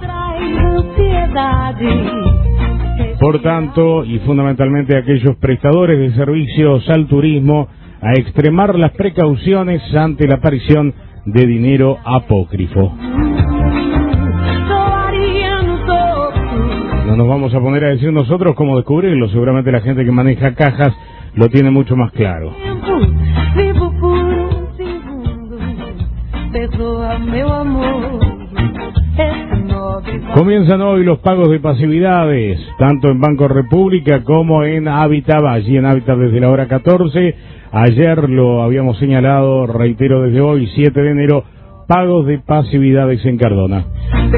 Por tanto, y fundamentalmente aquellos prestadores de servicios al turismo, a extremar las precauciones ante la aparición de dinero apócrifo. No nos vamos a poner a decir nosotros cómo descubrirlo, seguramente la gente que maneja cajas lo tiene mucho más claro. Comienzan hoy los pagos de pasividades, tanto en Banco República como en Hábitat, allí en Hábitat desde la hora 14. Ayer lo habíamos señalado, reitero desde hoy, 7 de enero, pagos de pasividades en Cardona.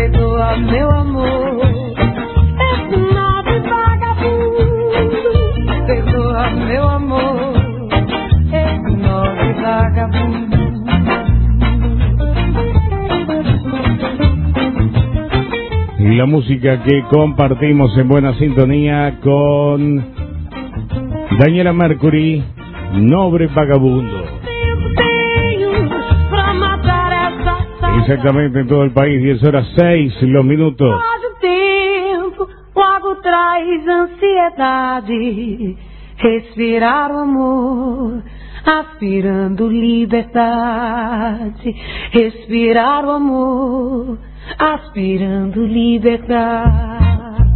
Y la música que compartimos en buena sintonía con Daniela Mercury, Nobre Vagabundo. Exactamente en todo el país, 10 horas 6 los minutos. Logo traz ansiedade, respirar o amor, aspirando liberdade, respirar o amor, aspirando liberdade.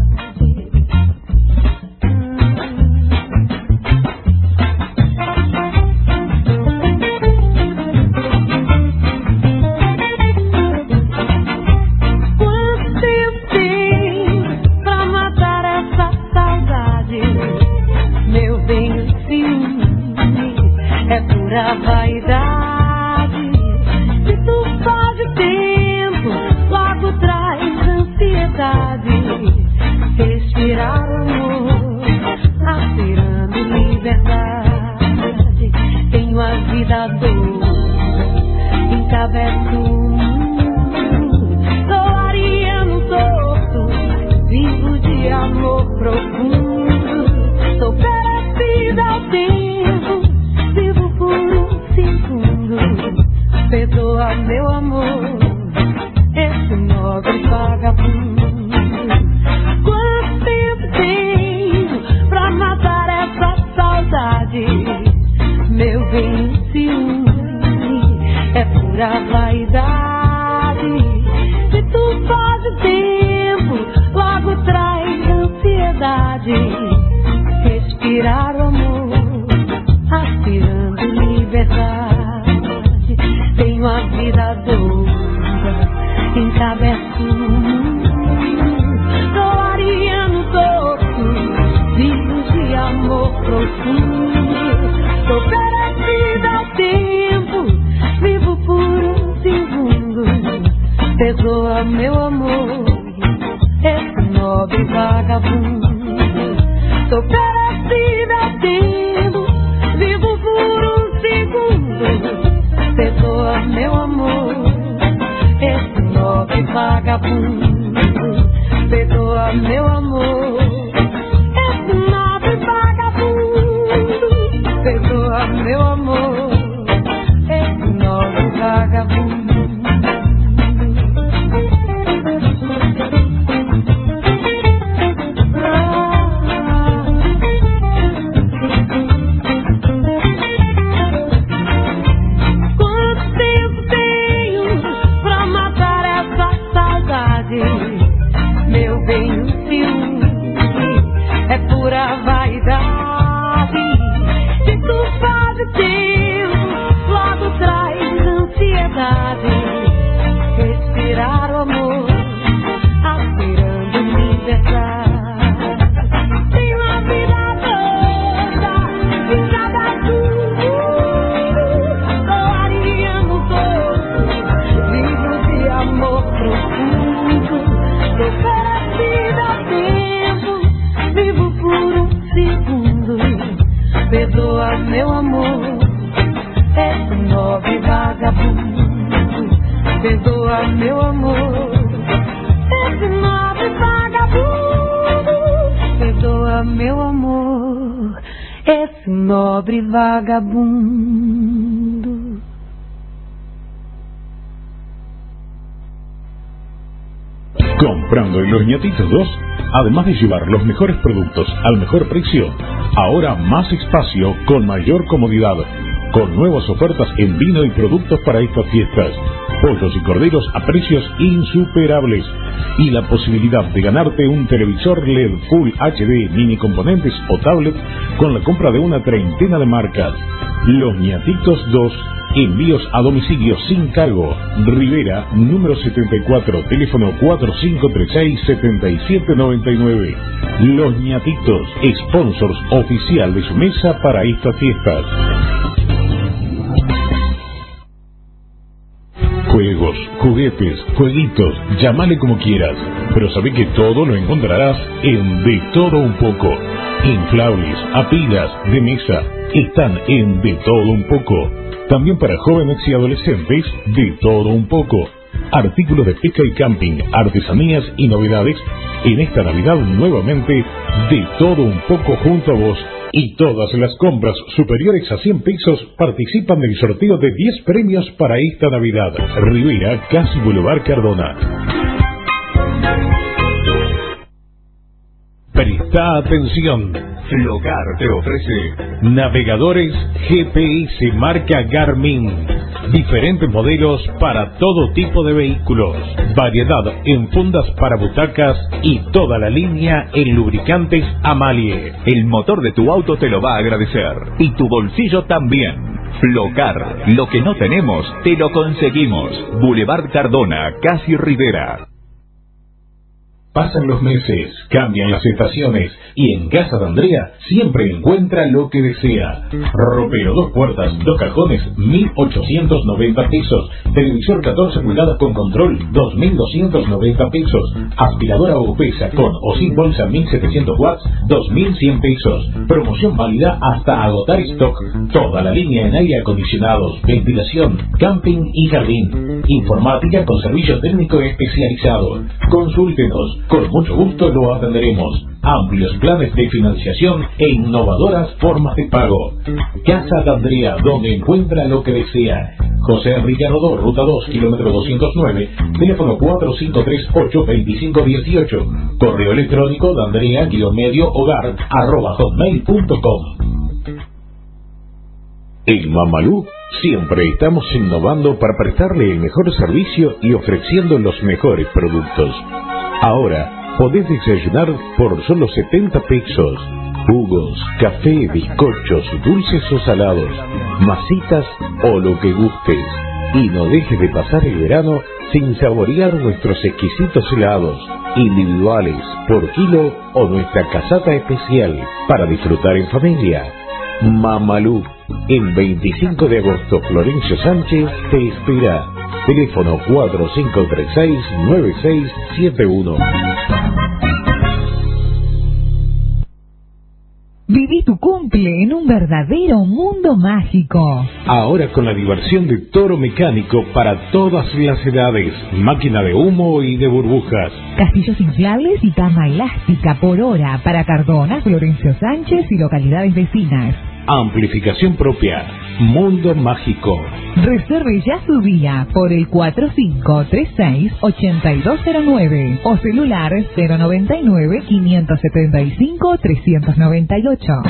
A vaidade, se tu faz o tempo, logo traz ansiedade. Respirar o amor, aspirando liberdade. Tenho a vida doce, encabeço o mundo. Sou ariano torto, vivo de amor profundo. Sou oferecida ao tempo, vivo por um segundo. Perdoa meu amor, esse nobre vagabundo. Quanto tempo tenho pra matar essa saudade? Meu bem, ciúme é pura vaidade. Se tu faz o tempo, logo traz ansiedade. Respirar o amor, aspirando liberdade. Tenho a vida doida, encabeço o mundo. Sou ariano torto, vivo de amor profundo. Sou oferecida ao tempo, vivo por um segundo. Perdoa meu amor, esse nobre vagabundo. Tô perdida a tempo, vivo por um segundo. Perdoa, meu amor, esse nobre vagabundo. Perdoa, meu amor, esse nobre vagabundo. Perdoa, meu amor, esse nobre vagabundo. Respirar o amor, aspirando liberdade. Tenho a vida toda, pintada tudo, clareando todo, livro de amor profundo. Tô perdida a tempo, vivo por um segundo. Perdoa, meu amor, esse nobre vagabundo. Perdoa, meu amor, esse nobre vagabundo. Perdoa, meu amor, esse nobre vagabundo. Comprando en Los Ñatitos 2, además de llevar los mejores productos al mejor precio, ahora más espacio con mayor comodidad, con nuevas ofertas en vino y productos para estas fiestas. Pollos y corderos a precios insuperables y la posibilidad de ganarte un televisor LED Full HD, mini componentes o tablet con la compra de una treintena de marcas. Los Ñatitos 2, envíos a domicilio sin cargo. Rivera, número 74, teléfono 4536-7799. Los Ñatitos, sponsors oficial de su mesa para estas fiestas. Juegos, juguetes, jueguitos, llámale como quieras, pero sabe que todo lo encontrarás en De Todo Un Poco. Inflables, apilas, de mesa, están en De Todo Un Poco. También para jóvenes y adolescentes, De Todo Un Poco. Artículos de pesca y camping, artesanías y novedades. En esta Navidad nuevamente, De Todo Un Poco junto a vos. Y todas las compras superiores a 100 pesos participan del sorteo de 10 premios para esta Navidad. Rivera, casi Boulevard Cardona. Presta atención. Flocar te ofrece navegadores GPS marca Garmin. Diferentes modelos para todo tipo de vehículos. Variedad en fundas para butacas y toda la línea en lubricantes Amalie. El motor de tu auto te lo va a agradecer. Y tu bolsillo también. Flocar, lo que no tenemos, te lo conseguimos. Boulevard Cardona, casi Rivera. Pasan los meses, cambian las estaciones y en Casa de Andrea siempre encuentra lo que desea. Ropero, 2 puertas, 2 cajones, 1.890 pesos. Televisor 14 pulgadas con control, 2.290 pesos. Aspiradora Opesa con o sin bolsa 1.700 watts, 2.100 pesos. Promoción válida hasta agotar stock. Toda la línea en aire acondicionados, ventilación, camping y jardín. Informática con servicio técnico especializado. Consúltenos. Con mucho gusto lo atenderemos. Amplios planes de financiación e innovadoras formas de pago. Casa de Andrea, donde encuentra lo que desea. José Enrique Rodó, ruta 2, kilómetro 209, teléfono 4538-2518. Correo electrónico dandrea-medio-hogar@hotmail.com. En Mamalú siempre estamos innovando para prestarle el mejor servicio y ofreciendo los mejores productos. Ahora podés desayunar por solo 70 pesos. Jugos, café, bizcochos, dulces o salados, masitas o lo que gustes. Y no dejes de pasar el verano sin saborear nuestros exquisitos helados, individuales, por kilo o nuestra casata especial para disfrutar en familia. Mamalú, en 25 de agosto, Florencio Sánchez te espera. Teléfono 4536-9671. Viví tu cumple en un verdadero mundo mágico. Ahora con la diversión de Toro Mecánico para todas las edades. Máquina de humo y de burbujas. Castillos inflables y cama elástica por hora para Cardona, Florencio Sánchez y localidades vecinas. Amplificación propia. Mundo Mágico. Reserve ya su día por el 4536-8209 o celular 099-575-398.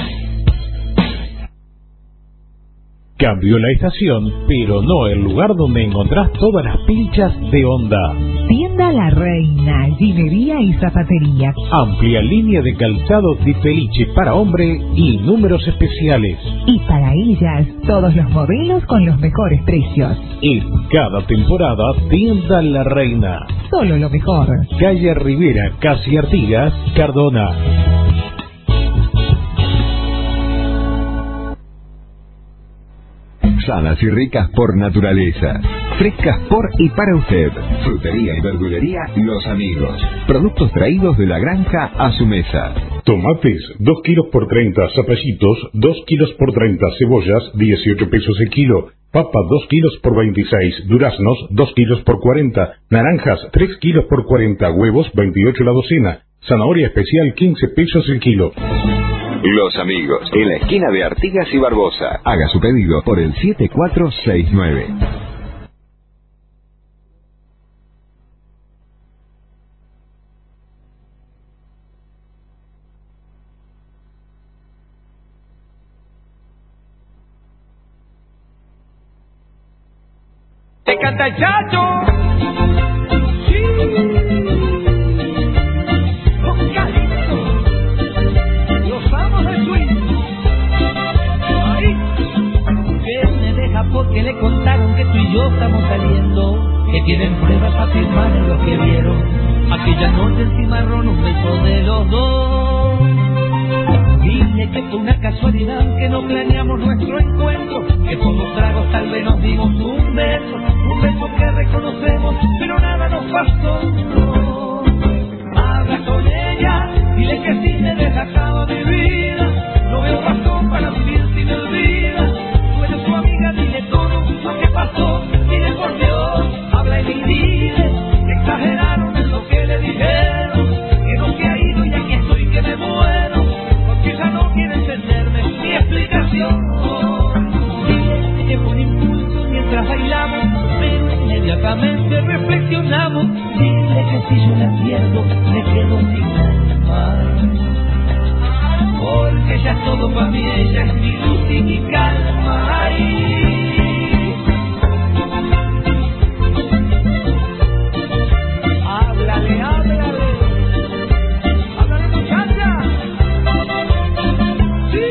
Cambió la estación, pero no el lugar donde encontrás todas las pilchas de Honda. Tienda La Reina, ginería y zapatería. Amplia línea de calzado de peliche para hombre y números especiales. Y para ellas, todos los modelos con los mejores precios. En cada temporada, Tienda La Reina. Solo lo mejor. Calle Rivera, Casi Artigas, Cardona. Sanas y ricas por naturaleza. Frescas por y para usted. Frutería y verdulería Los Amigos. Productos traídos de la granja a su mesa. Tomates, 2 kilos por 30. Zapallitos, 2 kilos por 30. Cebollas, 18 pesos el kilo. Papa, 2 kilos por 26. Duraznos, 2 kilos por 40. Naranjas, 3 kilos por 40. Huevos, 28 la docena. Zanahoria especial, 15 pesos el kilo. Los Amigos, en la esquina de Artigas y Barbosa. Haga su pedido por el 7469. ¡Te canta el chacho! Porque le contaron que tú y yo estamos saliendo, que tienen pruebas para firmar en lo que vieron. Aquella noche en Cimarrón, un beso de los dos. Dile que fue una casualidad, que no planeamos nuestro encuentro, que por los tragos tal vez nos dimos un beso que reconocemos, pero nada nos pasó. No. Habla con ella, dile que si me deja acaba mi vida, no veo razón para vivir si me olvida. Su amiga, dile todo lo que pasó, dile por Dios, habla y dile que exageraron en lo que le dijeron, que no se ha ido y aquí estoy que me muero, porque ella no quiere entenderme mi explicación. Dile que con impulso mientras bailamos, pero inmediatamente reflexionamos, dile que si yo la pierdo, me quedo sin alma. Porque ella es todo para mí, ella es mi luz y mi calma. Háblale, háblale, háblale muchacha. Sí.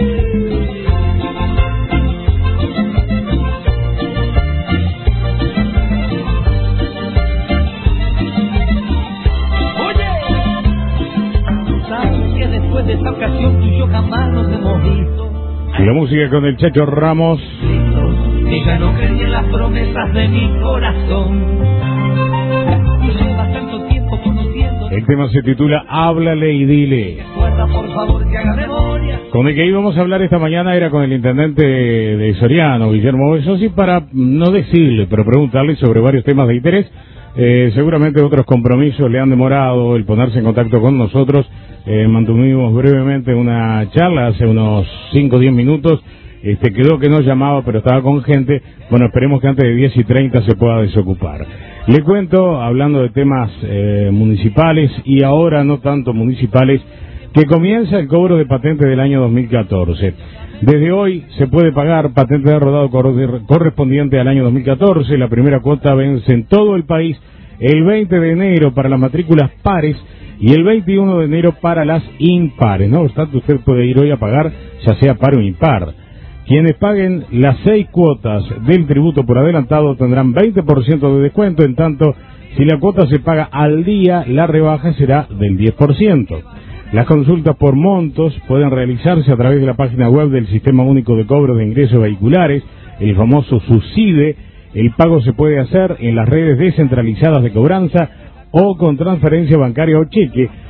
Oye, sabes que después de esta ocasión tú y yo jamás nos hemos visto. La música con el Chacho Ramos. Ella no creía en las promesas de mi corazón. Y lleva tanto tiempo conociendo. El tema se titula Háblale y dile. Recuerda por favor que haga memoria. Con el que íbamos a hablar esta mañana era con el intendente de Soriano, Guillermo Besosi, para no decirle, pero preguntarle sobre varios temas de interés. Seguramente otros compromisos le han demorado el ponerse en contacto con nosotros. Mantuvimos brevemente una charla hace unos 5 o 10 minutos. Quedó que no llamaba, pero estaba con gente. Bueno, esperemos que antes de 10:30 se pueda desocupar. Le cuento, hablando de temas municipales y ahora no tanto municipales, que comienza el cobro de patente del año 2014. Desde hoy se puede pagar patente de rodado correspondiente al año 2014. La primera cuota vence en todo el país el 20 de enero para las matrículas pares y el 21 de enero para las impares. No obstante, usted puede ir hoy a pagar ya sea par o impar. Quienes paguen las 6 cuotas del tributo por adelantado tendrán 20% de descuento, en tanto si la cuota se paga al día, la rebaja será del 10%. Las consultas por montos pueden realizarse a través de la página web del Sistema Único de Cobro de Ingresos Vehiculares, el famoso SUSIDE. El pago se puede hacer en las redes descentralizadas de cobranza o con transferencia bancaria o cheque,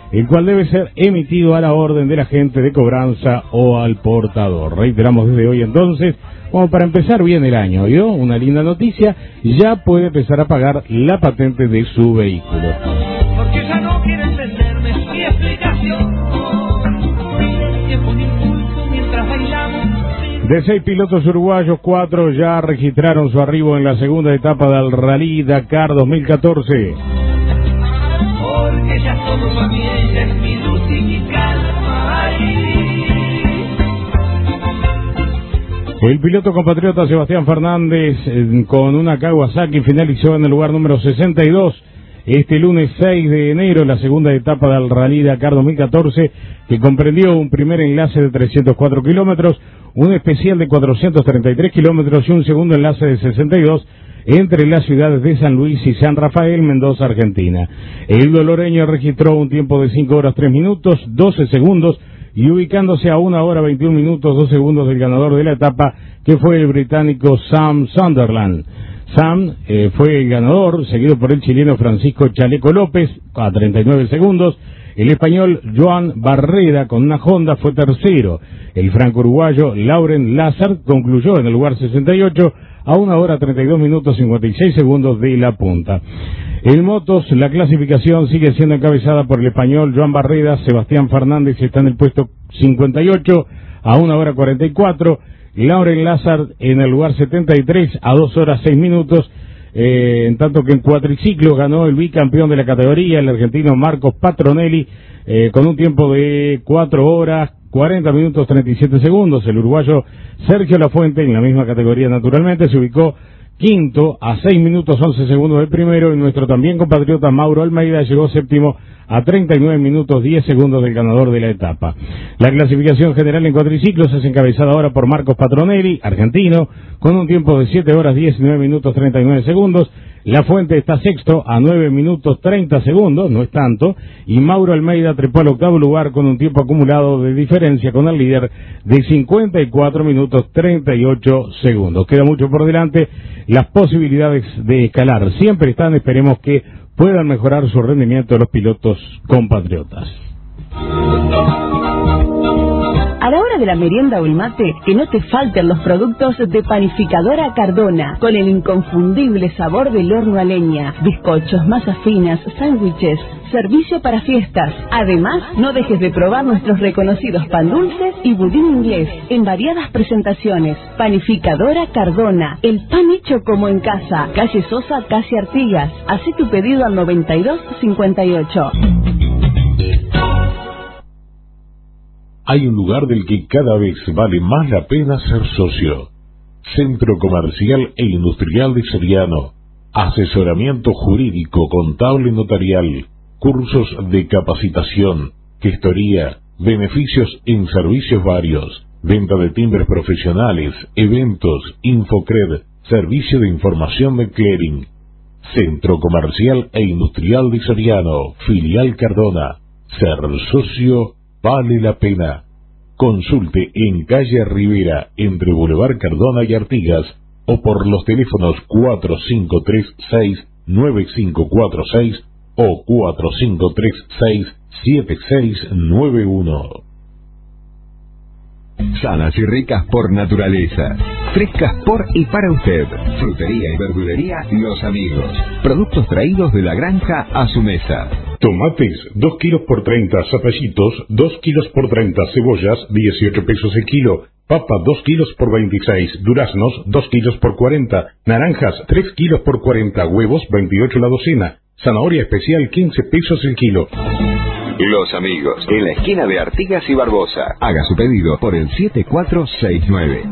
el cual debe ser emitido a la orden del agente de cobranza o al portador. Reiteramos desde hoy entonces, como para empezar bien el año, ¿vio? Una linda noticia, ya puede empezar a pagar la patente de su vehículo. Porque ya no quiere entenderme mi explicación. Tiempo un impulso mientras bailamos. De 6 pilotos uruguayos, 4 ya registraron su arribo en la segunda etapa del Rally Dakar 2014. Porque ya todo va bien, ya es mi luz y mi calma. El piloto compatriota Sebastián Fernández con una Kawasaki finalizó en el lugar número 62 este lunes 6 de enero la segunda etapa del Rally Dakar 2014, que comprendió un primer enlace de 304 kilómetros, un especial de 433 kilómetros y un segundo enlace de 62 entre las ciudades de San Luis y San Rafael, Mendoza, Argentina. El doloreño registró un tiempo de 5 horas 3 minutos 12 segundos y ubicándose a 1 hora 21 minutos 2 segundos del ganador de la etapa, que fue el británico Sam Sunderland. Sam fue el ganador, seguido por el chileno Francisco Chaleco López a 39 segundos. El español Joan Barreda con una Honda fue tercero. El franco-uruguayo Lauren Lazar concluyó en el lugar 68 a 1 hora 32 minutos 56 segundos de la punta. En motos, la clasificación sigue siendo encabezada por el español Joan Barreda. Sebastián Fernández está en el puesto 58 a 1 hora 44. Lauren Lazar en el lugar 73 a 2 horas 6 minutos, en tanto que en cuatriciclo ganó el bicampeón de la categoría, el argentino Marcos Patronelli, con un tiempo de 4 horas 40 minutos 37 segundos. El uruguayo Sergio Lafuente, en la misma categoría naturalmente, se ubicó quinto a 6 minutos 11 segundos del primero, y nuestro también compatriota Mauro Almeida llegó séptimo a 39 minutos 10 segundos del ganador de la etapa. La clasificación general en cuatriciclos es encabezada ahora por Marcos Patronelli, argentino, con un tiempo de 7 horas 19 minutos 39 segundos. Lafuente está sexto a 9 minutos 30 segundos, no es tanto, y Mauro Almeida trepó al octavo lugar con un tiempo acumulado de diferencia con el líder de 54 minutos 38 segundos. Queda mucho por delante, las posibilidades de escalar siempre están, esperemos que puedan mejorar su rendimiento los pilotos compatriotas. A la hora de la merienda o el mate, que no te falten los productos de Panificadora Cardona, con el inconfundible sabor del horno a leña, bizcochos, masas finas, sándwiches, servicio para fiestas. Además, no dejes de probar nuestros reconocidos pan dulces y budín inglés, en variadas presentaciones. Panificadora Cardona, el pan hecho como en casa. Calle Sosa, casi Artigas. Haz tu pedido al 9258. Hay un lugar del que cada vez vale más la pena ser socio. Centro Comercial e Industrial de Soriano. Asesoramiento jurídico, contable y notarial. Cursos de capacitación, gestoría, beneficios en servicios varios. Venta de timbres profesionales, eventos, Infocred, servicio de información de clearing. Centro Comercial e Industrial de Soriano, filial Cardona. Ser socio vale la pena. Consulte en calle Rivera, entre Boulevard Cardona y Artigas, o por los teléfonos 4536-9546 o 4536-7691. Sanas y ricas por naturaleza. Frescas por y para usted. Frutería y verdulería Los Amigos. Productos traídos de la granja a su mesa. Tomates, 2 kilos por 30, zapallitos, 2 kilos por 30, cebollas, 18 pesos el kilo, papa, 2 kilos por 26, duraznos, 2 kilos por 40, naranjas, 3 kilos por 40, huevos, 28 la docena, zanahoria especial, 15 pesos el kilo. Los Amigos, en la esquina de Artigas y Barbosa. Haga su pedido por el 7469.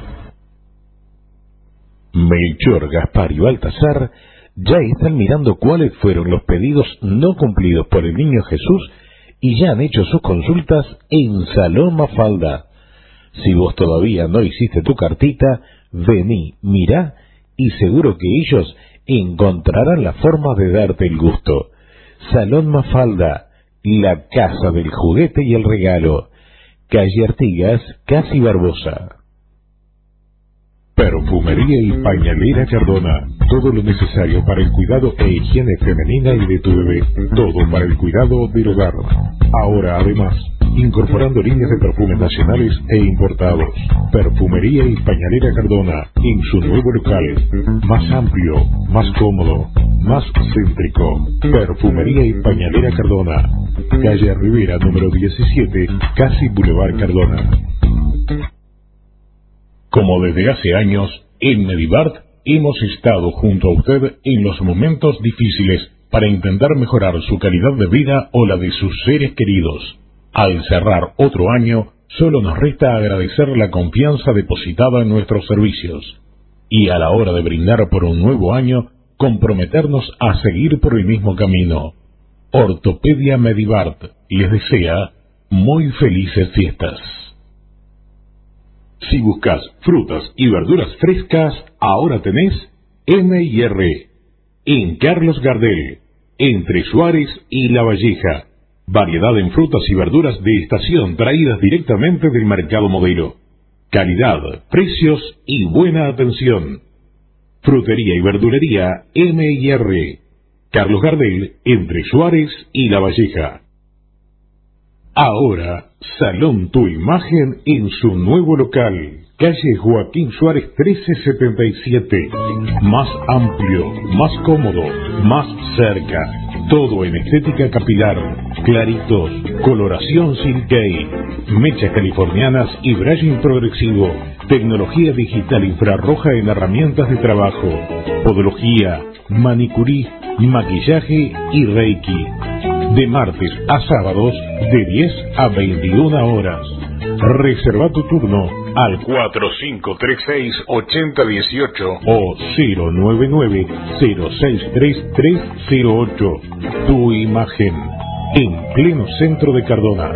Melchor, Gaspar y Baltasar ya están mirando cuáles fueron los pedidos no cumplidos por el Niño Jesús y ya han hecho sus consultas en Salón Mafalda. Si vos todavía no hiciste tu cartita, vení, mirá y seguro que ellos encontrarán la forma de darte el gusto. Salón Mafalda, la casa del juguete y el regalo. Calle Artigas, casi Barbosa. Perfumería y pañalera Cardona. Todo lo necesario para el cuidado e higiene femenina y de tu bebé. Todo para el cuidado del hogar. Ahora, además, incorporando líneas de perfumes nacionales e importados. Perfumería y pañalera Cardona, en su nuevo local. Más amplio, más cómodo, más céntrico. Perfumería y pañalera Cardona. Calle Rivera, número 17, casi Boulevard Cardona. Como desde hace años, en Medibart hemos estado junto a usted en los momentos difíciles para intentar mejorar su calidad de vida o la de sus seres queridos. Al cerrar otro año, solo nos resta agradecer la confianza depositada en nuestros servicios. Y a la hora de brindar por un nuevo año, comprometernos a seguir por el mismo camino. Ortopedia Medibart les desea muy felices fiestas. Si buscas frutas y verduras frescas, ahora tenés M&R en Carlos Gardel, entre Suárez y La Valleja. Variedad en frutas y verduras de estación traídas directamente del mercado Modelo. Calidad, precios y buena atención. Frutería y verdulería M&R. Carlos Gardel, entre Suárez y La Valleja. Ahora, Salón Tu Imagen en su nuevo local. Calle Joaquín Suárez 1377. Más amplio, más cómodo, más cerca. Todo en estética capilar, claritos, coloración silkei, mechas californianas y brushing progresivo, tecnología digital infrarroja en herramientas de trabajo, podología, manicurí, maquillaje y reiki. De martes a sábados, de 10 a 21 horas. Reserva tu turno al 4536-8018 o 099-063-308. Tu Imagen, en pleno centro de Cardona.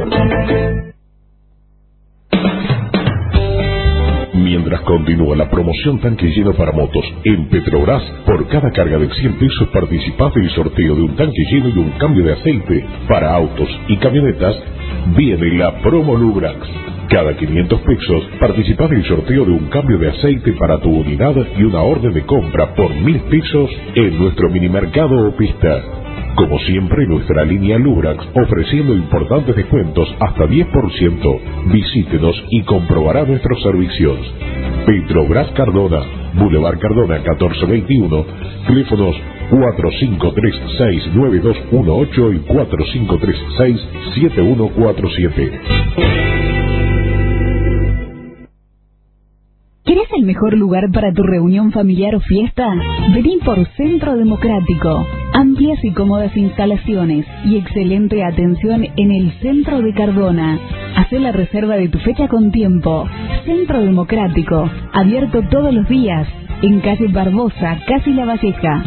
Mientras continúa la promoción tanque lleno para motos en Petrobras, por cada carga de 100 pesos participás del sorteo de un tanque lleno y un cambio de aceite. Para autos y camionetas viene la promo Lubrax. Cada 500 pesos participás del sorteo de un cambio de aceite para tu unidad y una orden de compra por 1.000 pesos en nuestro minimercado o pista. Como siempre, nuestra línea Lubrax ofreciendo importantes descuentos hasta 10%. Visítenos y comprobará nuestros servicios. Petrobras Cardona, Boulevard Cardona 1421, teléfonos 4536-9218 y 4536-7147. ¿Quieres el mejor lugar para tu reunión familiar o fiesta? Vení por Centro Democrático. Amplias y cómodas instalaciones y excelente atención en el centro de Cardona. Haz la reserva de tu fecha con tiempo. Centro Democrático, abierto todos los días, en calle Barbosa, casi La Valleja.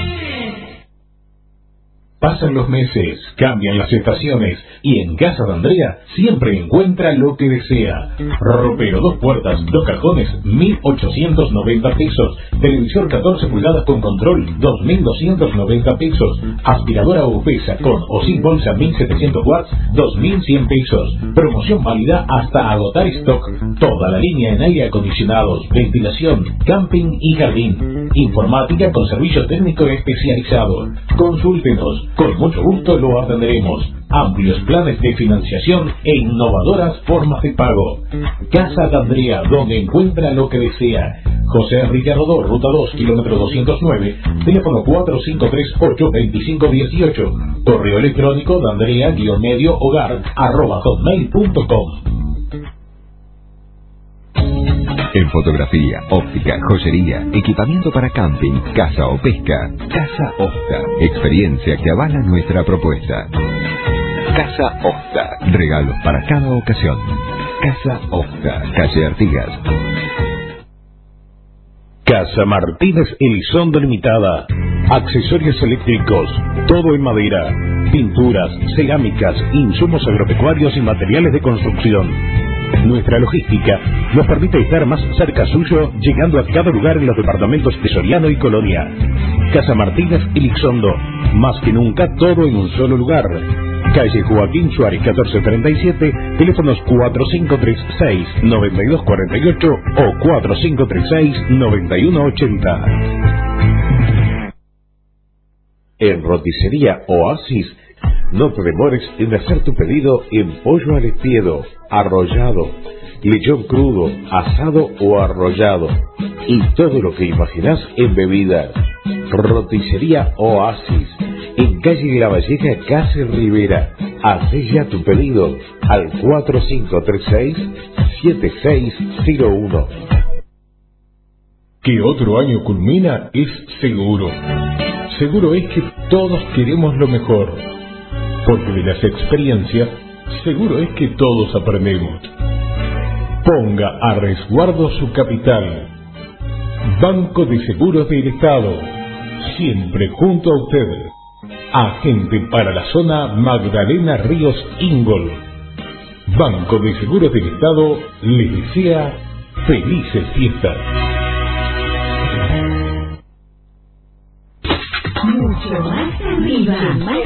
Pasan los meses, cambian las estaciones y en Casa de Andrea siempre encuentra lo que desea. Ropero 2 puertas, 2 cajones, 1.890 pesos. Televisor 14 pulgadas con control, 2.290 pesos. Aspiradora Upesa con o sin bolsa 1.700 watts, 2.100 pesos. Promoción válida hasta agotar stock. Toda la línea en aire acondicionados, ventilación, camping y jardín. Informática con servicio técnico especializado. Consúltenos. Con mucho gusto lo atenderemos. Amplios planes de financiación e innovadoras formas de pago. Casa de Andrea, donde encuentra lo que desea. José Enrique Rodó, Ruta 2, kilómetro 209, teléfono 4538-2518. Correo electrónico de andrea-mediohogar@hotmail.com. En fotografía, óptica, joyería, equipamiento para camping, caza o pesca. Casa Osta. Experiencia que avala nuestra propuesta. Casa Osta. Regalos para cada ocasión. Casa Osta. Calle Artigas. Casa Martínez Elizondo Limitada. Accesorios eléctricos. Todo en madera. Pinturas, cerámicas, insumos agropecuarios y materiales de construcción. Nuestra logística nos permite estar más cerca suyo, llegando a cada lugar en los departamentos de Soriano y Colonia. Casa Martínez Elizondo, más que nunca todo en un solo lugar. calle Joaquín Suárez 1437, teléfonos 4536-9248 o 4536-9180. En Roticería Oasis, no te demores en hacer tu pedido en pollo al espiedo, arrollado, lechón crudo, asado o arrollado y todo lo que imaginás en bebidas. Roticería Oasis, en calle La Valleja, Casi Rivera. Hacé ya tu pedido al 4536-7601. Que otro año culmina es seguro. Seguro es que todos queremos lo mejor, porque de las experiencias seguro es que todos aprendemos. Ponga a resguardo su capital. Banco de Seguros del Estado, siempre junto a usted. Agente para la zona Magdalena Ríos Ingol. Banco de Seguros del Estado les desea felices fiestas. Mucho más arriba,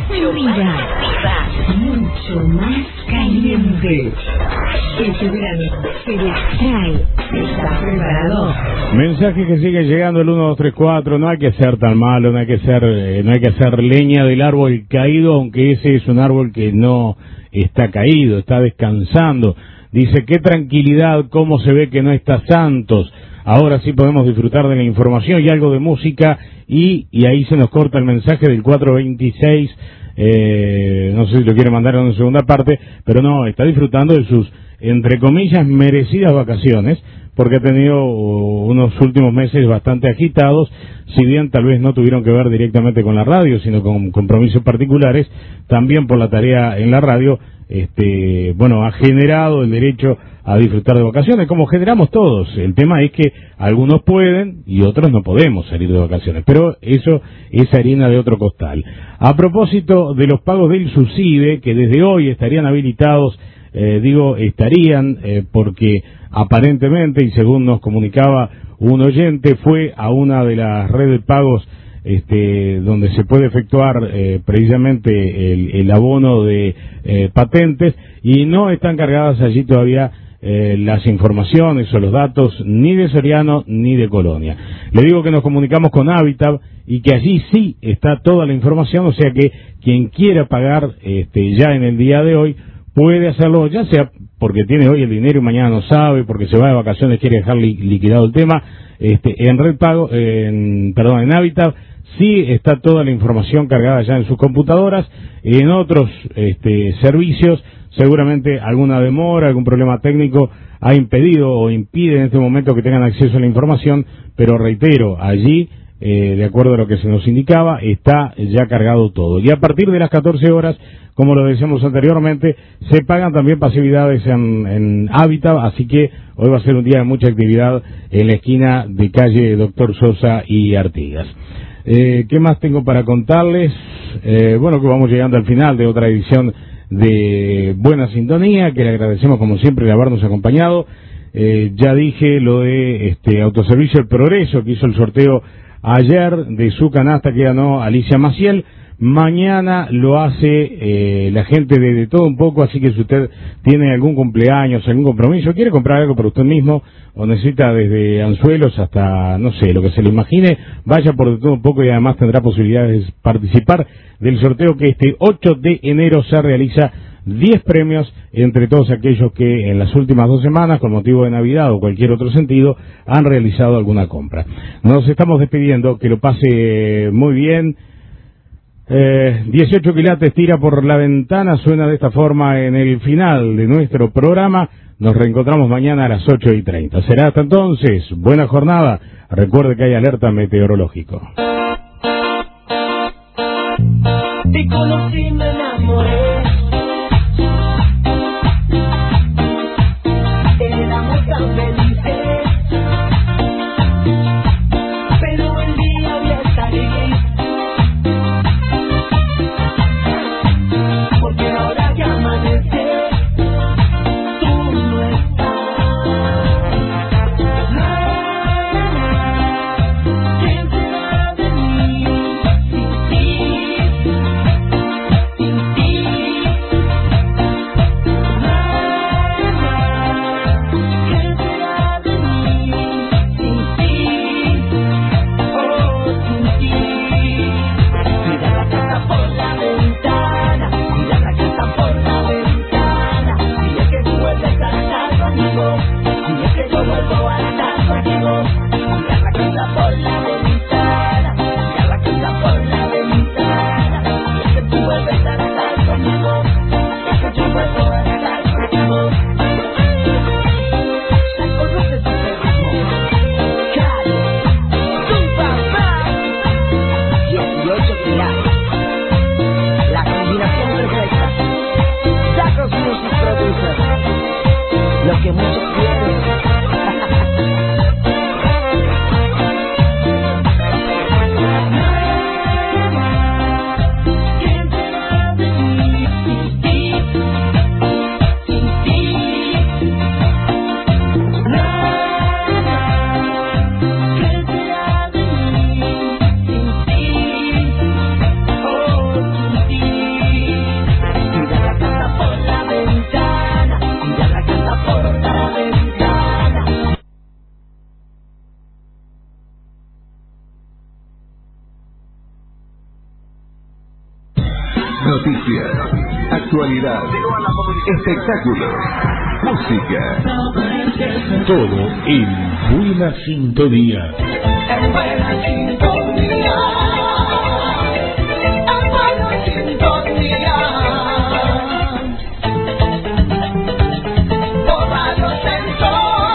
mucho más caliente. Este verano se les trae. ¿Estás preparado? Mensaje que sigue llegando el 1234. No hay que ser tan malo, no hay que hacer leña del árbol caído, aunque ese es un árbol que no está caído, está descansando. Dice, qué tranquilidad, cómo se ve que no está Santos. Ahora sí podemos disfrutar de la información y algo de música, y ahí se nos corta el mensaje del 426. No sé si lo quiere mandar en una segunda parte, pero no, está disfrutando de sus, entre comillas, merecidas vacaciones, porque ha tenido unos últimos meses bastante agitados, si bien tal vez no tuvieron que ver directamente con la radio, sino con compromisos particulares, también por la tarea en la radio, ha generado el derecho a disfrutar de vacaciones, como generamos todos. El tema es que algunos pueden y otros no podemos salir de vacaciones, pero eso es harina de otro costal. A propósito de los pagos del SUSIBE, que desde hoy estarían habilitados, porque aparentemente, y según nos comunicaba un oyente, fue a una de las redes de pagos donde se puede efectuar precisamente el abono de patentes, y no están cargadas allí todavía las informaciones o los datos ni de Soriano ni de Colonia. Le digo que nos comunicamos con Habitat y que allí sí está toda la información, o sea que quien quiera pagar ya en el día de hoy puede hacerlo, ya sea porque tiene hoy el dinero y mañana no sabe, porque se va de vacaciones, quiere dejar liquidado el tema. En Red Pago, en Habitat sí está toda la información cargada ya en sus computadoras. En otros servicios seguramente alguna demora, algún problema técnico ha impedido o impide en este momento que tengan acceso a la información, pero reitero, allí, de acuerdo a lo que se nos indicaba, está ya cargado todo. Y a partir de las 14 horas, como lo decíamos anteriormente, se pagan también pasividades en Habitat, así que hoy va a ser un día de mucha actividad en la esquina de calle Doctor Sosa y Artigas. ¿Qué más tengo para contarles? Que vamos llegando al final de otra edición de Buena Sintonía, que le agradecemos como siempre de habernos acompañado. Ya dije lo de Autoservicio El Progreso, que hizo el sorteo ayer de su canasta que ganó Alicia Maciel. Mañana lo hace la gente de Todo Un Poco, así que si usted tiene algún cumpleaños, algún compromiso, quiere comprar algo para usted mismo, o necesita desde anzuelos hasta, no sé, lo que se le imagine, vaya por De Todo Un Poco y además tendrá posibilidades de participar del sorteo que este 8 de enero se realiza. 10 premios entre todos aquellos que en las últimas 2 semanas, con motivo de Navidad o cualquier otro sentido, han realizado alguna compra. Nos estamos despidiendo, que lo pase muy bien. 18 quilates tira por la ventana, suena de esta forma en el final de nuestro programa. Nos reencontramos mañana a las 8:30. Será hasta entonces, buena jornada. Recuerde que hay alerta meteorológico. Te conocí, me enamoré. Éramos tan felices, pero el día había salido, porque ahora que amanece, tú no estás. ¿Quién será de mí sin ti? Sin ti. actualidad, espectáculos, música. Todo en buena sintonía. En buena sintonía. En buena sintonía. Por Radio Centro.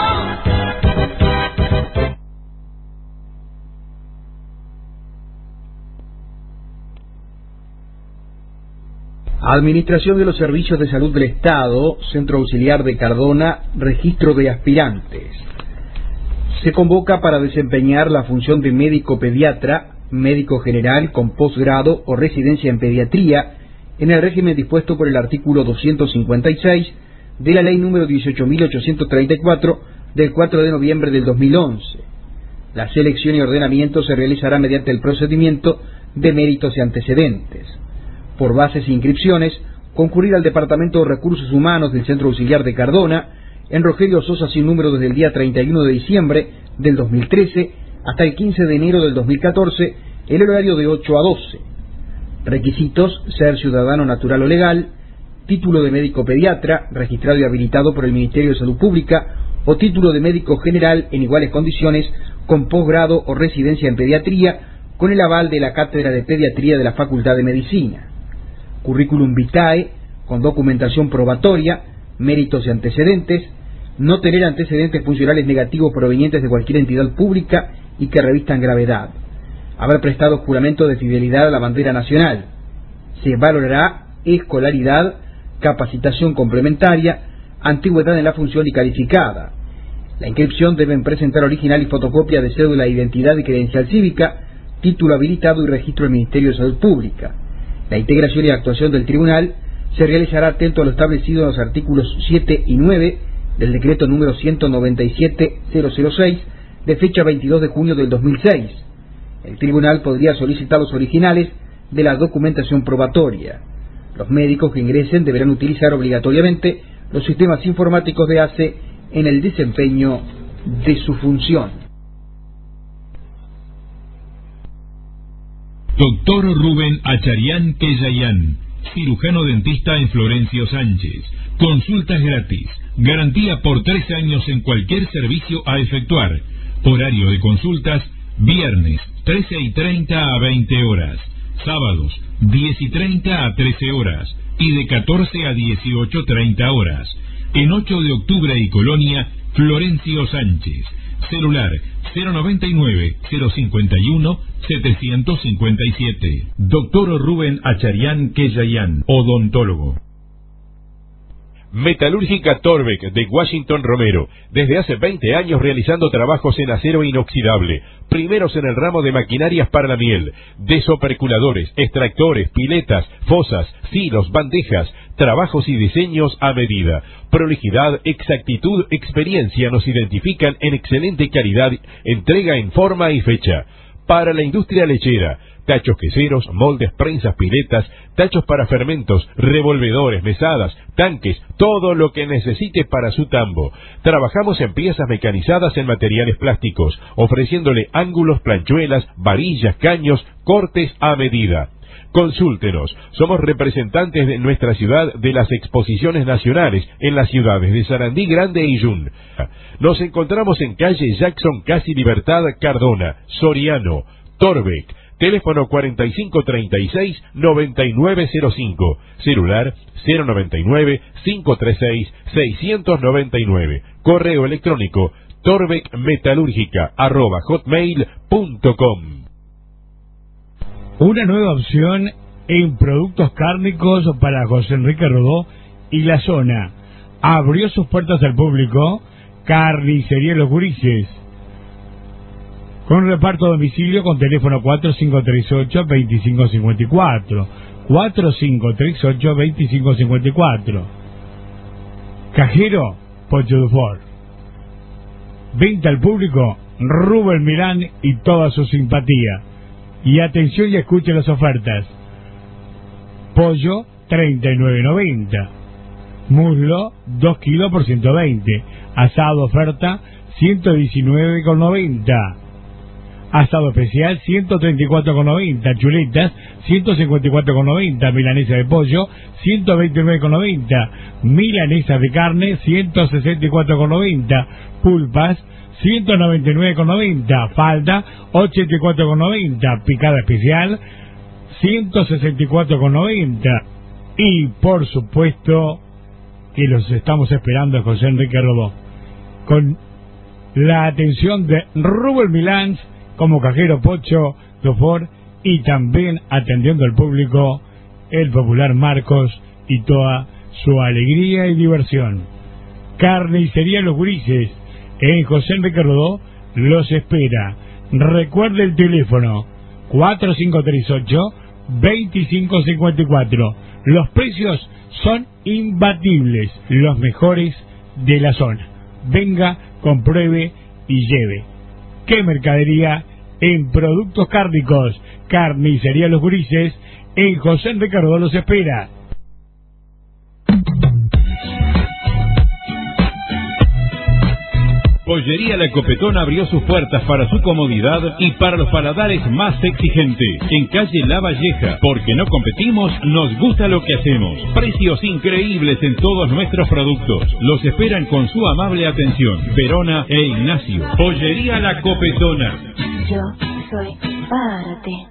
Administración de los Servicios de Salud del Estado, Centro Auxiliar de Cardona, registro de aspirantes. Se convoca para desempeñar la función de médico pediatra, médico general con posgrado o residencia en pediatría, en el régimen dispuesto por el artículo 256 de la Ley número 18.834 del 4 de noviembre del 2011. La selección y ordenamiento se realizará mediante el procedimiento de méritos y antecedentes. Por bases e inscripciones, concurrir al Departamento de Recursos Humanos del Centro Auxiliar de Cardona, en Rogelio Sosa sin número desde el día 31 de diciembre del 2013 hasta el 15 de enero del 2014, el horario de 8 a 12. Requisitos: ser ciudadano natural o legal, título de médico pediatra, registrado y habilitado por el Ministerio de Salud Pública, o título de médico general en iguales condiciones, con posgrado o residencia en pediatría, con el aval de la Cátedra de Pediatría de la Facultad de Medicina. Currículum vitae, con documentación probatoria, méritos y antecedentes, no tener antecedentes funcionales negativos provenientes de cualquier entidad pública y que revistan gravedad, haber prestado juramento de fidelidad a la bandera nacional. Se valorará escolaridad, capacitación complementaria, antigüedad en la función y calificada. La inscripción deben presentar original y fotocopia de cédula de identidad y credencial cívica, título habilitado y registro del Ministerio de Salud Pública. La integración y actuación del tribunal se realizará atento a lo establecido en los artículos 7 y 9 del decreto número 197.006 de fecha 22 de junio del 2006. El tribunal podría solicitar los originales de la documentación probatoria. Los médicos que ingresen deberán utilizar obligatoriamente los sistemas informáticos de ACE en el desempeño de su función. Doctor Rubén Acharián Queyayán, cirujano dentista en Florencio Sánchez. Consultas gratis. Garantía por 3 años en cualquier servicio a efectuar. Horario de consultas: viernes 13:30 a 20 horas. Sábados 10:30 a 13 horas. Y de 14 a 18:30 horas. En 8 de octubre y Colonia, Florencio Sánchez. Celular 099-051-757. Doctor Rubén Acharián Queyayán, odontólogo. Metalúrgica Torbeck de Washington Romero, desde hace 20 años realizando trabajos en acero inoxidable, primeros en el ramo de maquinarias para la miel, desoperculadores, extractores, piletas, fosas, silos, bandejas, trabajos y diseños a medida. Prolijidad, exactitud, experiencia nos identifican en excelente calidad, entrega en forma y fecha. Para la industria lechera, tachos queseros, moldes, prensas, piletas, tachos para fermentos, revolvedores, mesadas, tanques, todo lo que necesite para su tambo. Trabajamos en piezas mecanizadas en materiales plásticos, ofreciéndole ángulos, planchuelas, varillas, caños, cortes a medida. Consúltenos, somos representantes de nuestra ciudad de las exposiciones nacionales en las ciudades de Sarandí Grande y Yun. Nos encontramos en calle Jackson Casi Libertad Cardona, Soriano, Torbeck. Teléfono 4536-9905. Celular 099-536-699. Correo electrónico torbeckmetalúrgica@hotmail.com. Una nueva opción en productos cárnicos para José Enrique Rodó y la zona. Abrió sus puertas al público Carnicería Los Gurises, con reparto a domicilio con teléfono 4538-2554. 4538-2554. Cajero Pocho Dufour. Venta al público Rubén Milán y toda su simpatía. Y atención y escuchen las ofertas. Pollo 39.90. Muslo 2 kilos por 120. Asado oferta 119.90. Asado especial 134,90, chuletas 154,90, milanesa de pollo 129,90, milanesa de carne 164,90, pulpas 199,90, falda 84,90, picada especial 164,90 y por supuesto que los estamos esperando a José Enrique Rodó con la atención de Rubén Milán como cajero Pocho Dufour y también atendiendo al público el popular Marcos y toda su alegría y diversión. Carnicería Los Gurises en José Enrique Rodó los espera. Recuerde el teléfono 4538-2554. Los precios son imbatibles, los mejores de la zona. Venga, compruebe y lleve. ¿Qué mercadería en productos cárnicos? Carnicería Los Gurises en José Enrique Rodó los espera. Pollería La Copetona abrió sus puertas para su comodidad y para los paladares más exigentes. En calle La Valleja, porque no competimos, nos gusta lo que hacemos. Precios increíbles en todos nuestros productos. Los esperan con su amable atención. Verona e Ignacio. Pollería La Copetona. Yo soy para ti.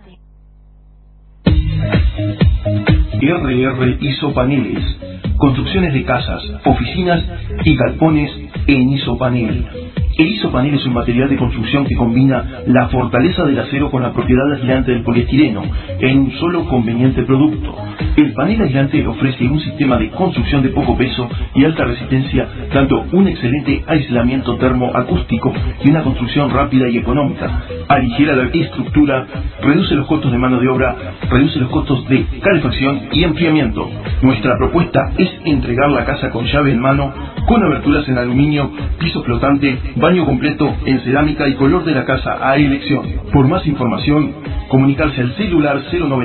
RR Isopaneles. Construcciones de casas, oficinas y galpones en isopanel. El isopanel es un material de construcción que combina la fortaleza del acero con la propiedad aislante del poliestireno en un solo conveniente producto. El panel aislante ofrece un sistema de construcción de poco peso y alta resistencia, dando un excelente aislamiento termoacústico y una construcción rápida y económica. Aligera la estructura, reduce los costos de mano de obra, reduce los costos de calefacción y enfriamiento. Nuestra propuesta es entregar la casa con llave en mano, con aberturas en aluminio, piso flotante, baño completo en cerámica y color de la casa a elección. Por más información, comunicarse al celular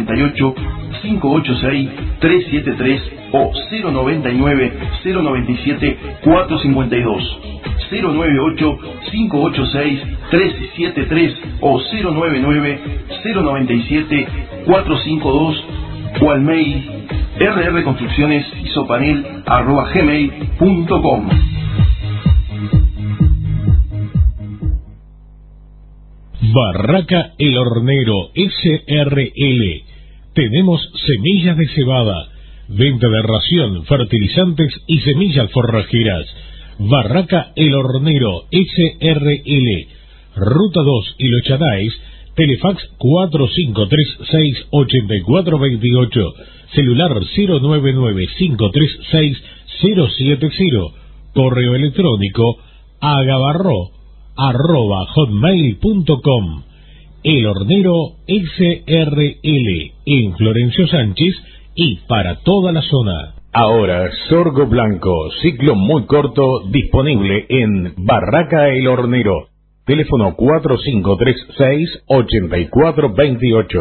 098-586-373 o 099-097-452. 098-586-373 o 099-097-452 o al mail rrconstruccionesisopanel@gmail.com. Barraca El Hornero SRL. Tenemos semillas de cebada, venta de ración, fertilizantes y semillas forrajeras. Barraca El Hornero SRL. Ruta 2 y Los Chadaes. Telefax 4536-8428. Celular 099-536-070. Correo electrónico agabarro@hotmail.com. El Hornero SRL en Florencio Sánchez y para toda la zona. Ahora, sorgo blanco, ciclo muy corto, disponible en Barraca El Hornero. Teléfono 4536-8428.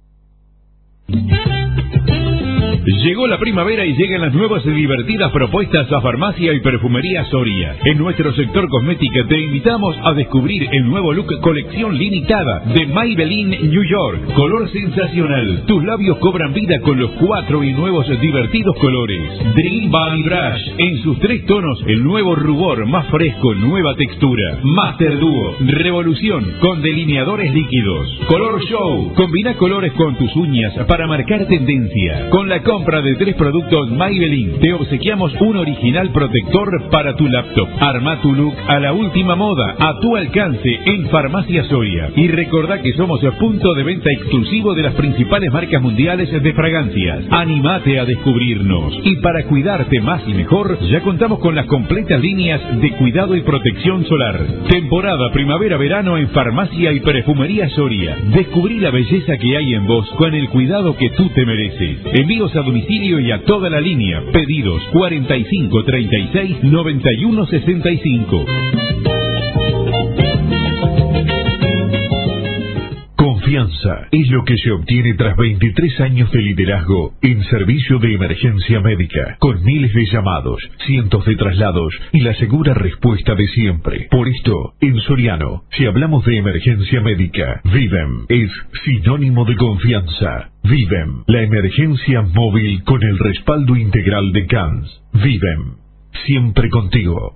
Llegó la primavera y llegan las nuevas y divertidas propuestas a Farmacia y Perfumería Soria. En nuestro sector cosmética te invitamos a descubrir el nuevo look colección limitada de Maybelline New York. Color sensacional. Tus labios cobran vida con los 4 y nuevos divertidos colores. Dream Body Brush en sus 3 tonos. El nuevo rubor más fresco, nueva textura. Master Duo. Revolución con delineadores líquidos. Color Show. Combina colores con tus uñas para marcar tendencia. Con la compra de 3 productos Maybelline te obsequiamos un original protector para tu laptop. Arma tu look a la última moda, a tu alcance en Farmacia Soria. Y recordá que somos el punto de venta exclusivo de las principales marcas mundiales de fragancias. Anímate a descubrirnos. Y para cuidarte más y mejor, ya contamos con las completas líneas de cuidado y protección solar. Temporada primavera-verano en Farmacia y Perfumería Soria. Descubrí la belleza que hay en vos con el cuidado que tú te mereces. Envíos a domicilio y a toda la línea. Pedidos 45 36 91 65. confianza es lo que se obtiene tras 23 años de liderazgo en servicio de emergencia médica, con miles de llamados, cientos de traslados y la segura respuesta de siempre. Por esto, en Soriano, si hablamos de emergencia médica, Vivem es sinónimo de confianza. Vivem, la emergencia móvil con el respaldo integral de CANS. Vivem, siempre contigo.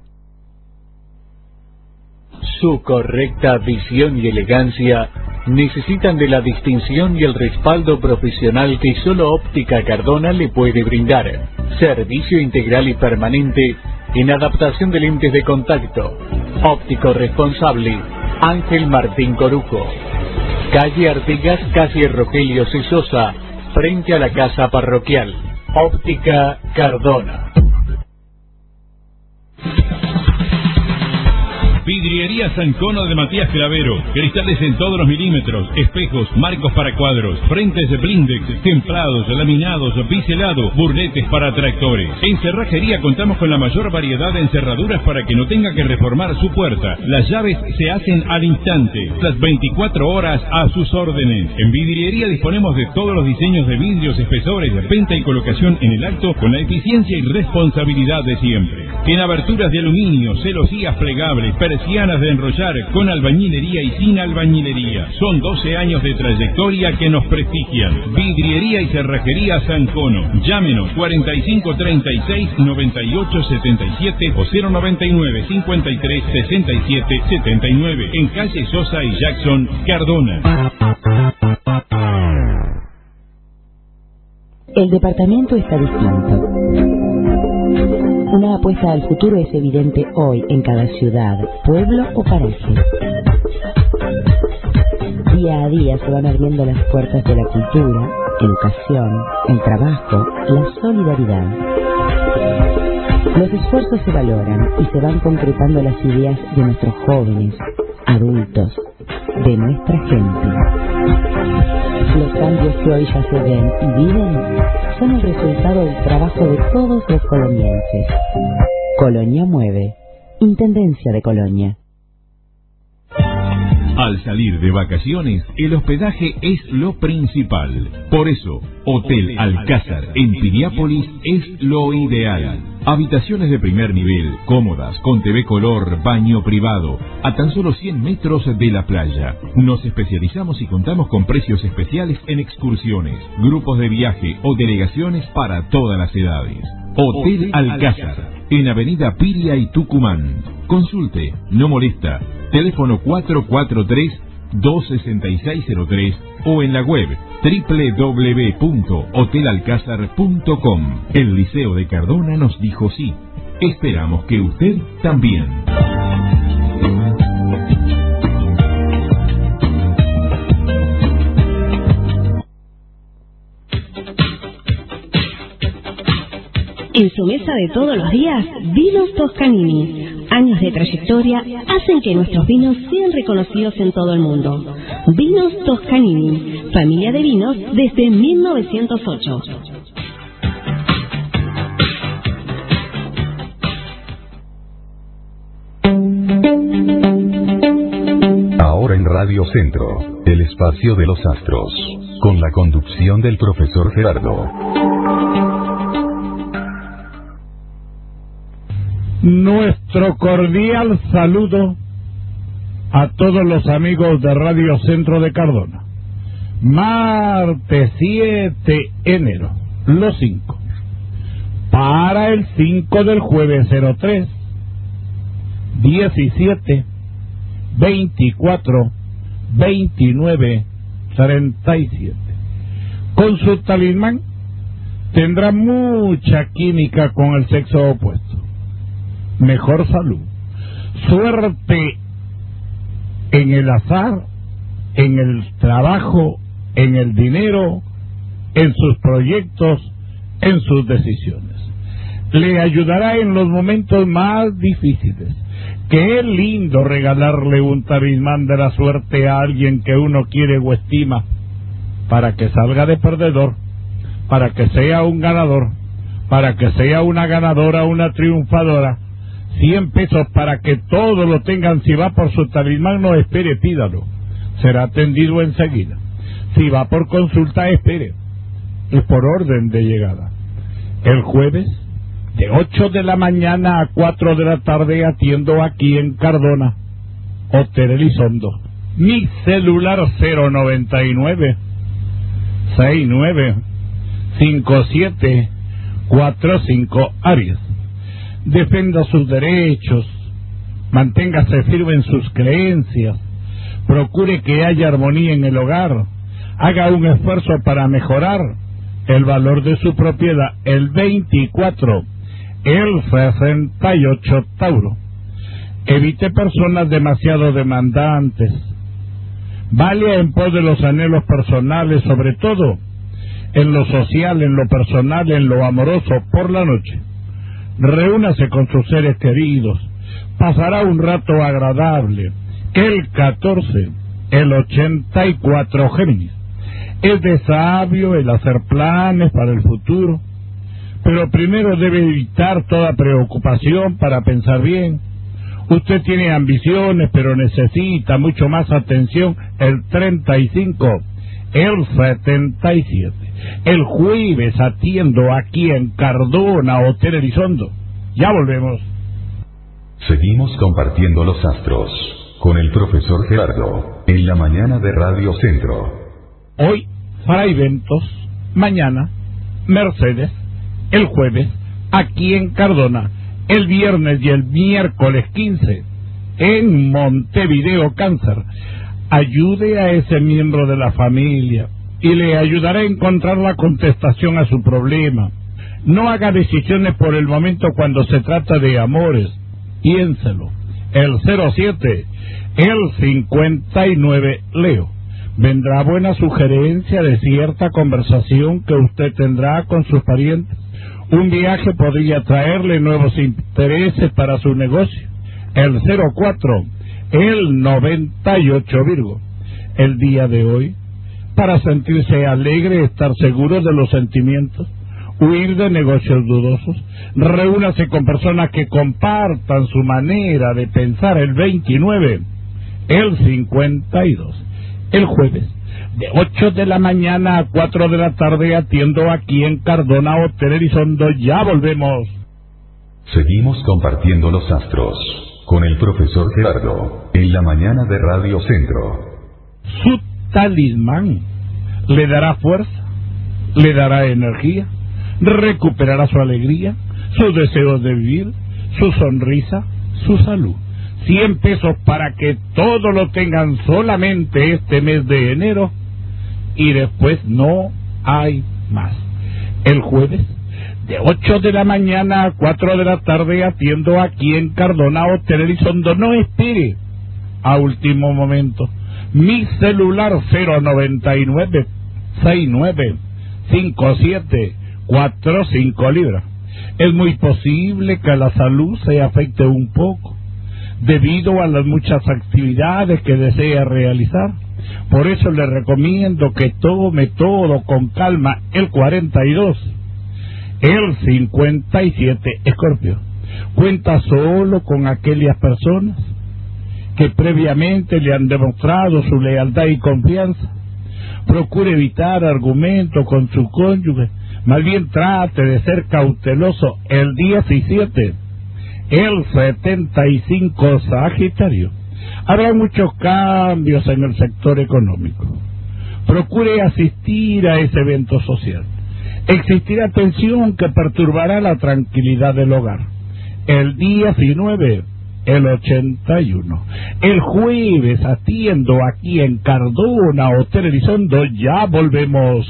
Su correcta visión y elegancia necesitan de la distinción y el respaldo profesional que solo Óptica Cardona le puede brindar. Servicio integral y permanente en adaptación de lentes de contacto. Óptico responsable, Ángel Martín Corujo. Calle Artigas, calle Rogelio Cesosa, frente a la casa parroquial. Óptica Cardona. Vidriería Sancono de Matías Clavero. Cristales en todos los milímetros, espejos, marcos para cuadros, frentes de blindex, templados, laminados, biselados, burletes para tractores. En cerrajería contamos con la mayor variedad de encerraduras para que no tenga que reformar su puerta. Las llaves se hacen al instante, las 24 horas a sus órdenes. En vidriería disponemos de todos los diseños de vidrios, espesores, venta y colocación en el acto con la eficiencia y responsabilidad de siempre. En aberturas de aluminio, celosías plegables, persianas de enrollar, con albañilería y sin albañilería. Son 12 años de trayectoria que nos prestigian. Vidriería y cerrajería Sancono. Llámenos 4536-9877 o 099-5367-79 en calle Sosa y Jackson, Cardona. El departamento está distinto. Una apuesta al futuro es evidente hoy en cada ciudad, pueblo o paraje. Día a día se van abriendo las puertas de la cultura, educación, el trabajo, la solidaridad. Los esfuerzos se valoran y se van concretando las ideas de nuestros jóvenes, adultos, de nuestra gente. Los cambios que hoy ya se ven y viven son el resultado del trabajo de todos los colonienses. Colonia Mueve, Intendencia de Colonia. Al salir de vacaciones, el hospedaje es lo principal. Por eso, Hotel Alcázar en Piriápolis es lo ideal. Habitaciones de primer nivel, cómodas, con TV color, baño privado, a tan solo 100 metros de la playa. Nos especializamos y contamos con precios especiales en excursiones, grupos de viaje o delegaciones para todas las edades. Hotel Alcázar, en Avenida Piria y Tucumán. Consulte, no molesta. Teléfono 443-26603 o en la web www.hotelalcázar.com. El Liceo de Cardona nos dijo sí. Esperamos que usted también. En su mesa de todos los días, Vinos Toscanini. Años de trayectoria hacen que nuestros vinos sean reconocidos en todo el mundo. Vinos Toscanini, familia de vinos desde 1908. Ahora en Radio Centro, el espacio de los astros, con la conducción del profesor Gerardo. Nuestro cordial saludo a todos los amigos de Radio Centro de Cardona. Martes 7 de enero, los 5. Para el 5 del jueves 03, 17, 24, 29, 37. Con su talismán tendrá mucha química con el sexo opuesto. Mejor salud, suerte en el azar, en el trabajo, en el dinero, en sus proyectos, en sus decisiones. Le ayudará en los momentos más difíciles. Qué lindo regalarle un talismán de la suerte a alguien que uno quiere o estima, para que salga de perdedor, para que sea un ganador, para que sea una ganadora, una triunfadora. 100 pesos para que todos lo tengan. Si va por su talismán, no espere, pídalo. Será atendido enseguida. Si va por consulta, espere. Es por orden de llegada. El jueves, de 8 de la mañana a 4 de la tarde, atiendo aquí en Cardona, Hotel Elizondo. Mi celular 099 69 57 45 Arias. Defenda sus derechos, manténgase firme en sus creencias, procure que haya armonía en el hogar, haga un esfuerzo para mejorar el valor de su propiedad. El 24, el 68 Tauro. Evite personas demasiado demandantes. Vale en pos de los anhelos personales, sobre todo en lo social, en lo personal, en lo amoroso, por la noche. Reúnase con sus seres queridos. Pasará un rato agradable. El 14, el 84 Géminis. Es de sabio el hacer planes para el futuro, pero primero debe evitar toda preocupación para pensar bien. Usted tiene ambiciones, pero necesita mucho más atención. El 35, el 77. El jueves atiendo aquí en Cardona, Hotel Elizondo. Ya volvemos. Seguimos compartiendo los astros con el profesor Gerardo en la mañana de Radio Centro. Hoy, Fraiventos, mañana, Mercedes, el jueves, aquí en Cardona, el viernes y el miércoles 15, en Montevideo, Cáncer. Ayude a ese miembro de la familia y le ayudará a encontrar la contestación a su problema. No haga decisiones por el momento cuando se trata de amores. Piénselo. El 07, el 59, Leo. Vendrá buena sugerencia de cierta conversación que usted tendrá con sus parientes. Un viaje podría traerle nuevos intereses para su negocio. El 04, el 98, Virgo. El día de hoy, para sentirse alegre, estar seguro de los sentimientos, huir de negocios dudosos, reúnase con personas que compartan su manera de pensar. El 29, el 52. El jueves, de 8 de la mañana a 4 de la tarde, atiendo aquí en Cardona, Hotel Elizondo. Ya volvemos. Seguimos compartiendo los astros con el profesor Gerardo en la mañana de Radio Centro. Su talismán le dará fuerza, le dará energía, recuperará su alegría, sus deseos de vivir, su sonrisa, su salud. 100 pesos para que todo lo tengan solamente este mes de enero y después no hay más. El jueves, de 8 de la mañana a 4 de la tarde, atiendo aquí en Cardona, Hotel Elizondo. No espere a último momento. Mi celular 099 69 57 45 libras. Es muy posible que la salud se afecte un poco debido a las muchas actividades que desea realizar. Por eso le recomiendo que tome todo con calma. El 42, el 57, Escorpio. Cuenta solo con aquellas personas que previamente le han demostrado su lealtad y confianza. Procure evitar argumentos con su cónyuge. Más bien trate de ser cauteloso. El 17, el 75, Sagitario. Habrá muchos cambios en el sector económico. Procure asistir a ese evento social. Existirá tensión que perturbará la tranquilidad del hogar. El 19, el 81. El jueves atiendo aquí en Cardona, Hotel Elizondo. Ya volvemos.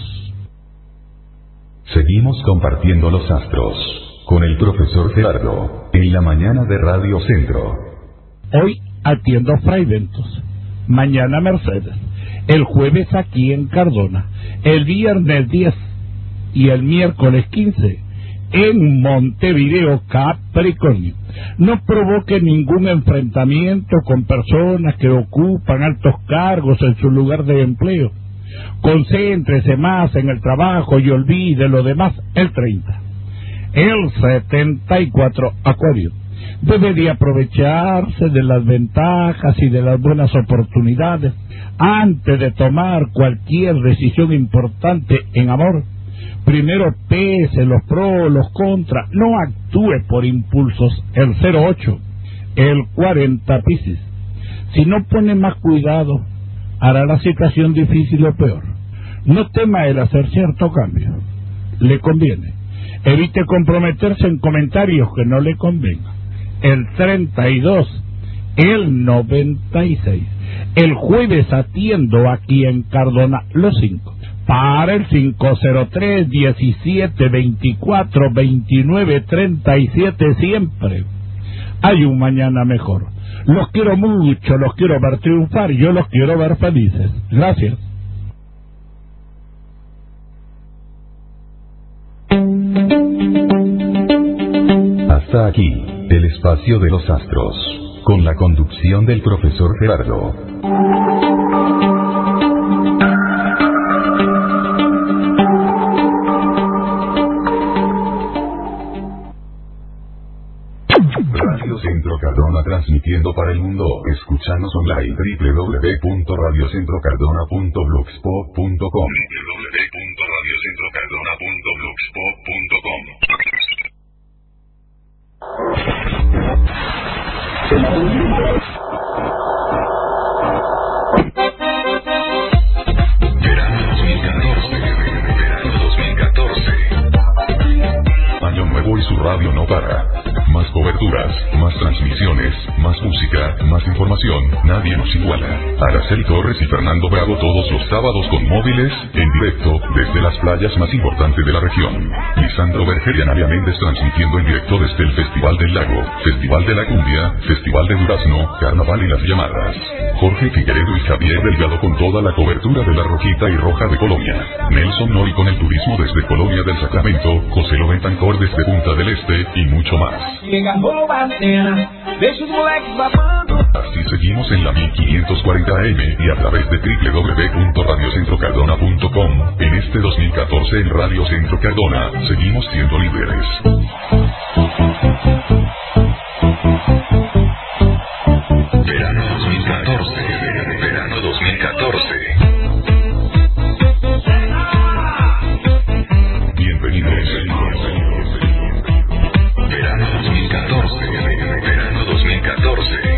Seguimos compartiendo los astros con el profesor Gerardo en la mañana de Radio Centro. Hoy atiendo Fraiventos, mañana Mercedes, el jueves aquí en Cardona, el viernes 10 y el miércoles 15 en Montevideo, Capricornio. No provoque ningún enfrentamiento con personas que ocupan altos cargos en su lugar de empleo. Concéntrese más en el trabajo y olvide lo demás. El 30, el 74, Acuario. debe de aprovecharse de las ventajas y de las buenas oportunidades antes de tomar cualquier decisión importante en amor. Primero pese los pros, los contras, no actúe por impulsos. El 08, el 40 Piscis. Si no pone más cuidado, hará la situación difícil o peor. No tema el hacer cierto cambio, le conviene. Evite comprometerse en comentarios que no le convengan. El 32, el 96. El jueves atiendo aquí en Cardona los 5. Para el 503, 17, 24, 29, 37 siempre. Hay un mañana mejor. Los quiero mucho, los quiero ver triunfar y yo los quiero ver felices. Gracias. Hasta aquí, el espacio de los astros, con la conducción del profesor Gerardo. Radio Centro Cardona transmitiendo para el mundo. Escúchanos online www.radiocentrocardona.blogspot.com. Verano 2014. Año nuevo y su radio no para. Más coberturas, más transmisiones, más música, más información. Nadie nos iguala. Araceli Torres y Fernando Bravo todos los sábados con móviles, en directo, desde las playas más importantes de la región. Lisandro Berger y Analia Méndez transmitiendo en directo desde el Festival del Lago, Festival de la Cumbia, Festival de Durazno, Carnaval y las llamadas. Jorge Figueredo y Javier Delgado con toda la cobertura de la Rojita y Roja de Colonia. Nelson Nori con el turismo desde Colonia del Sacramento, José Lo Bentancor desde Punta del Este y mucho más. Así seguimos en la 1540 AM y a través de www.radiocentrocardona.com. En este 2014 en Radio Centro Cardona seguimos siendo líderes. Verano 2014. Verano 2014. Bienvenidos. Verano 2014. Verano 2014.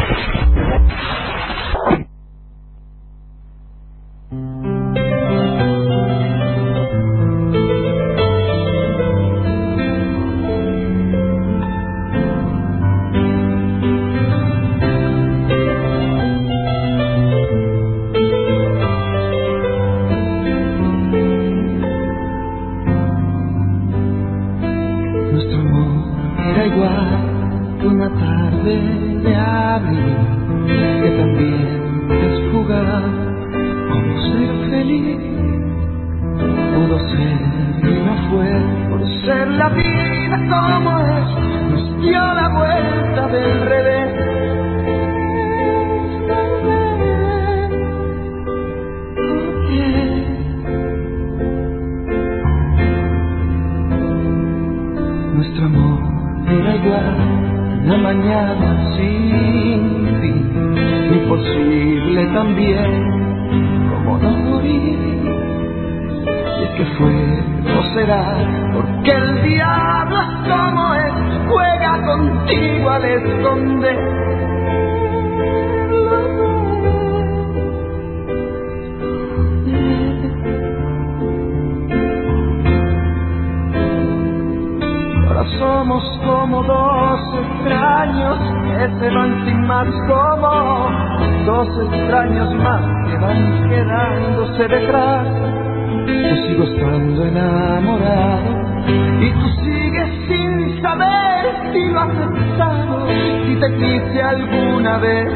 Detrás, yo sigo estando enamorado y tú sigues sin saber si lo has pensado, si te quise alguna vez.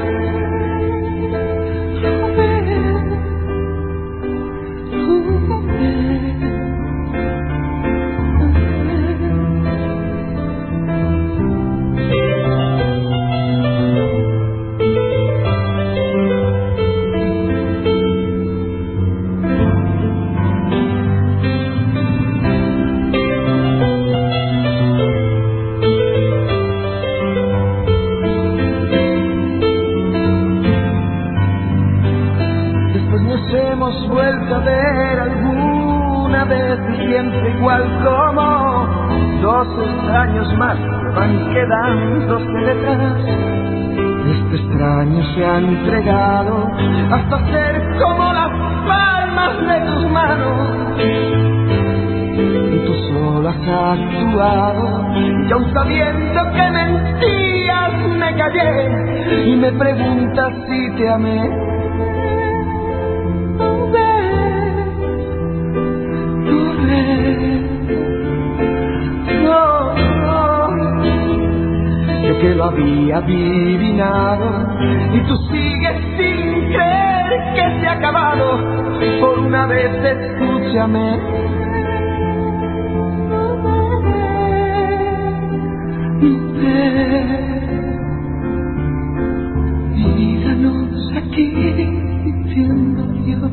hemos vuelto a ver alguna vez y siempre igual como 2 extraños más van quedándose detrás. Este extraño se ha entregado hasta ser como las palmas de tus manos. Y tú solo has actuado, y aun sabiendo que mentías me callé y me preguntas si te amé. Yo que lo había adivinado y tú sigues sin creer que se ha acabado. Por una vez escúchame. Míranos aquí diciendo adiós.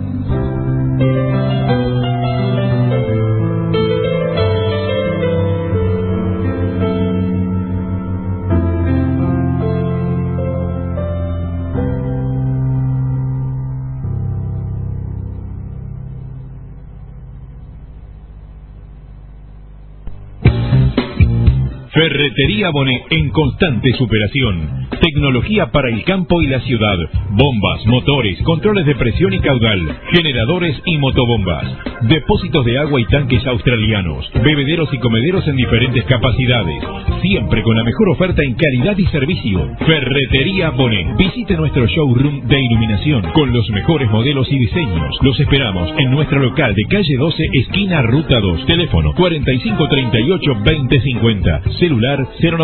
Ferretería Bonet en constante superación. Tecnología para el campo y la ciudad. Bombas, motores, controles de presión y caudal, generadores y motobombas. Depósitos de agua y tanques australianos. Bebederos y comederos en diferentes capacidades. Siempre con la mejor oferta en calidad y servicio. Ferretería Bonet. Visite nuestro showroom de iluminación con los mejores modelos y diseños. Los esperamos en nuestro local de calle 12, esquina Ruta 2. Teléfono 4538-2050. Celular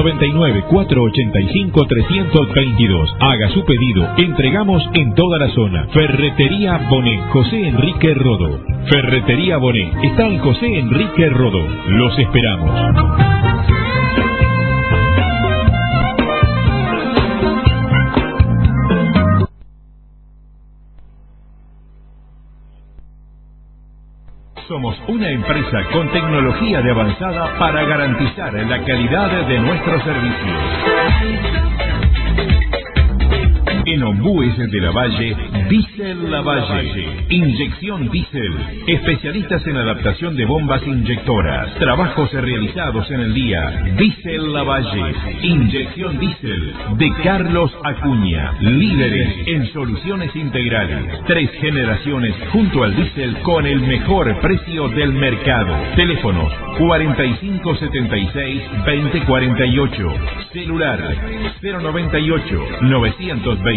099-485-322. Haga su pedido. Entregamos en toda la zona. Ferretería Bonet. José Enrique Rodó. Ferretería Bonet. Está en José Enrique Rodó. Los esperamos. Somos una empresa con tecnología de avanzada para garantizar la calidad de nuestros servicios. En Ombúes de la Valle, Diesel La Valle. Inyección Diesel. Especialistas en adaptación de bombas inyectoras. Trabajos realizados en el día. Diesel La Valle. Inyección Diesel. De Carlos Acuña. Líderes en soluciones integrales. 3 generaciones junto al diésel con el mejor precio del mercado. Teléfonos 4576-2048. Celular 098-926-237.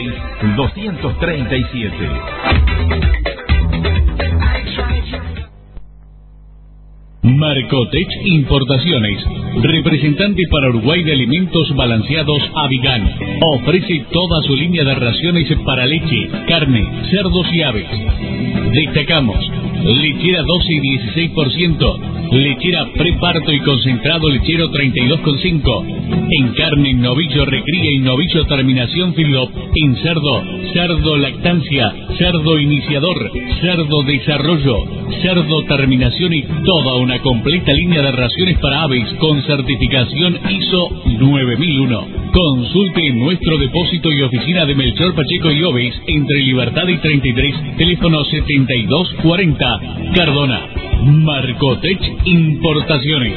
Marcotech Importaciones, representante para Uruguay de alimentos balanceados Avigan. Ofrece toda su línea de raciones para leche, carne, cerdos y aves. Destacamos lechera 12 y 16%, lechera preparto y concentrado lechero 32,5%. En carne, novillo recría y novillo terminación feedlot. En cerdo, cerdo lactancia, cerdo iniciador, cerdo desarrollo, cerdo terminación y toda una completa línea de raciones para aves con certificación ISO 9001. Consulte nuestro depósito y oficina de Melchor Pacheco y Oves entre Libertad y 33, teléfono 7240, Cardona. Marcotech Importaciones.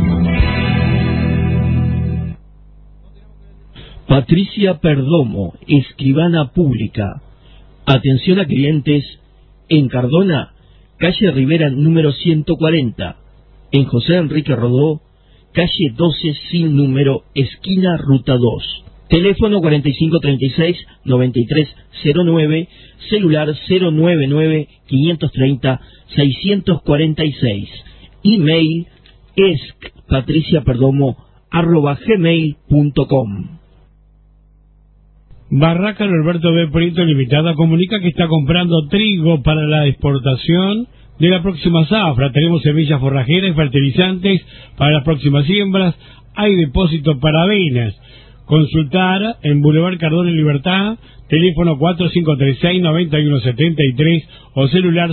Patricia Perdomo, escribana pública. Atención a clientes en Cardona, calle Rivera número 140. En José Enrique Rodó, calle 12 sin número, esquina Ruta 2. Teléfono 4536-9309, celular 099-530-646. Email patriciaperdomo@gmail.com. Barraca Norberto B. Prieto Limitada comunica que está comprando trigo para la exportación de la próxima zafra. Tenemos semillas forrajeras y fertilizantes para las próximas siembras. Hay depósito para avenas. Consultar en Boulevard Cardona y Libertad, teléfono 4536-9173 o celular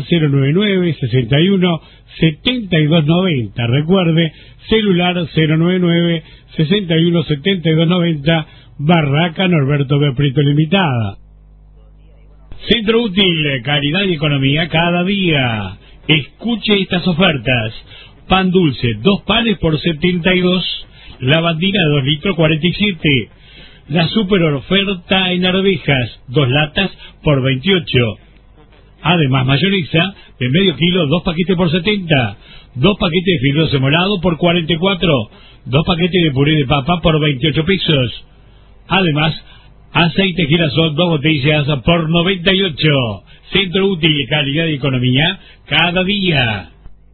099-61-7290. Recuerde, celular 099-61-7290, Barraca Norberto B. Prieto Limitada. Centro Útil, calidad y economía cada día. Escuche estas ofertas. Pan dulce, 2 panes por 72. Lavandina, 2 litros, 47. La super oferta en arvejas, 2 latas por 28. Además, mayonesa de medio kilo, 2 paquetes por 70. 2 paquetes de fideos semolado por 44. 2 paquetes de puré de papa por 28 pesos. Además, aceite girasol, 2 botellas por 98. Centro Útil, calidad y economía cada día.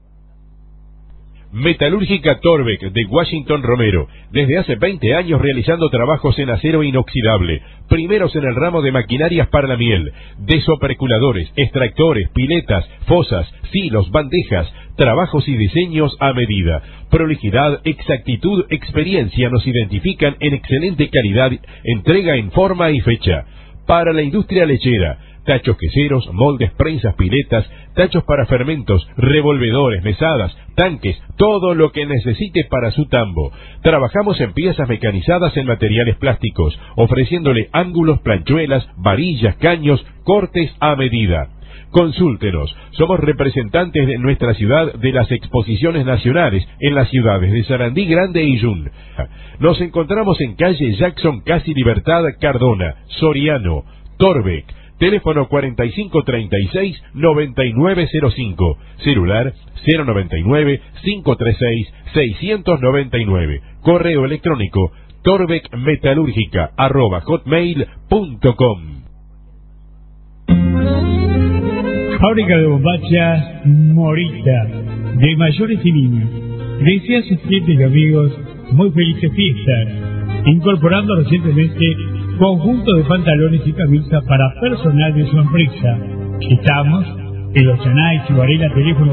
Metalúrgica Torbeck de Washington Romero, desde hace 20 años realizando trabajos en acero inoxidable, primeros en el ramo de maquinarias para la miel, desoperculadores, extractores, piletas, fosas, silos, bandejas, trabajos y diseños a medida. Prolijidad, exactitud, experiencia nos identifican en excelente calidad, entrega en forma y fecha. Para la industria lechera, tachos queseros, moldes, prensas, piletas, tachos para fermentos, revolvedores, mesadas, tanques, todo lo que necesite para su tambo. Trabajamos en piezas mecanizadas en materiales plásticos, ofreciéndole ángulos, planchuelas, varillas, caños, cortes a medida. Consúltenos, somos representantes de nuestra ciudad de las exposiciones nacionales en las ciudades de Sarandí Grande y Yun. Nos encontramos en calle Jackson Casi Libertad, Cardona, Soriano, Torbeck. Teléfono 4536-9905. Celular 099-536-699. Correo electrónico torbeckmetalúrgica@hotmail.com. Fábrica de bombachas Morita, de mayores y niños. Desea a sus clientes y amigos muy felices fiestas, incorporando recientemente conjunto de pantalones y camisas para personal de su empresa. Estamos en Los Chanay, Chivarela, teléfono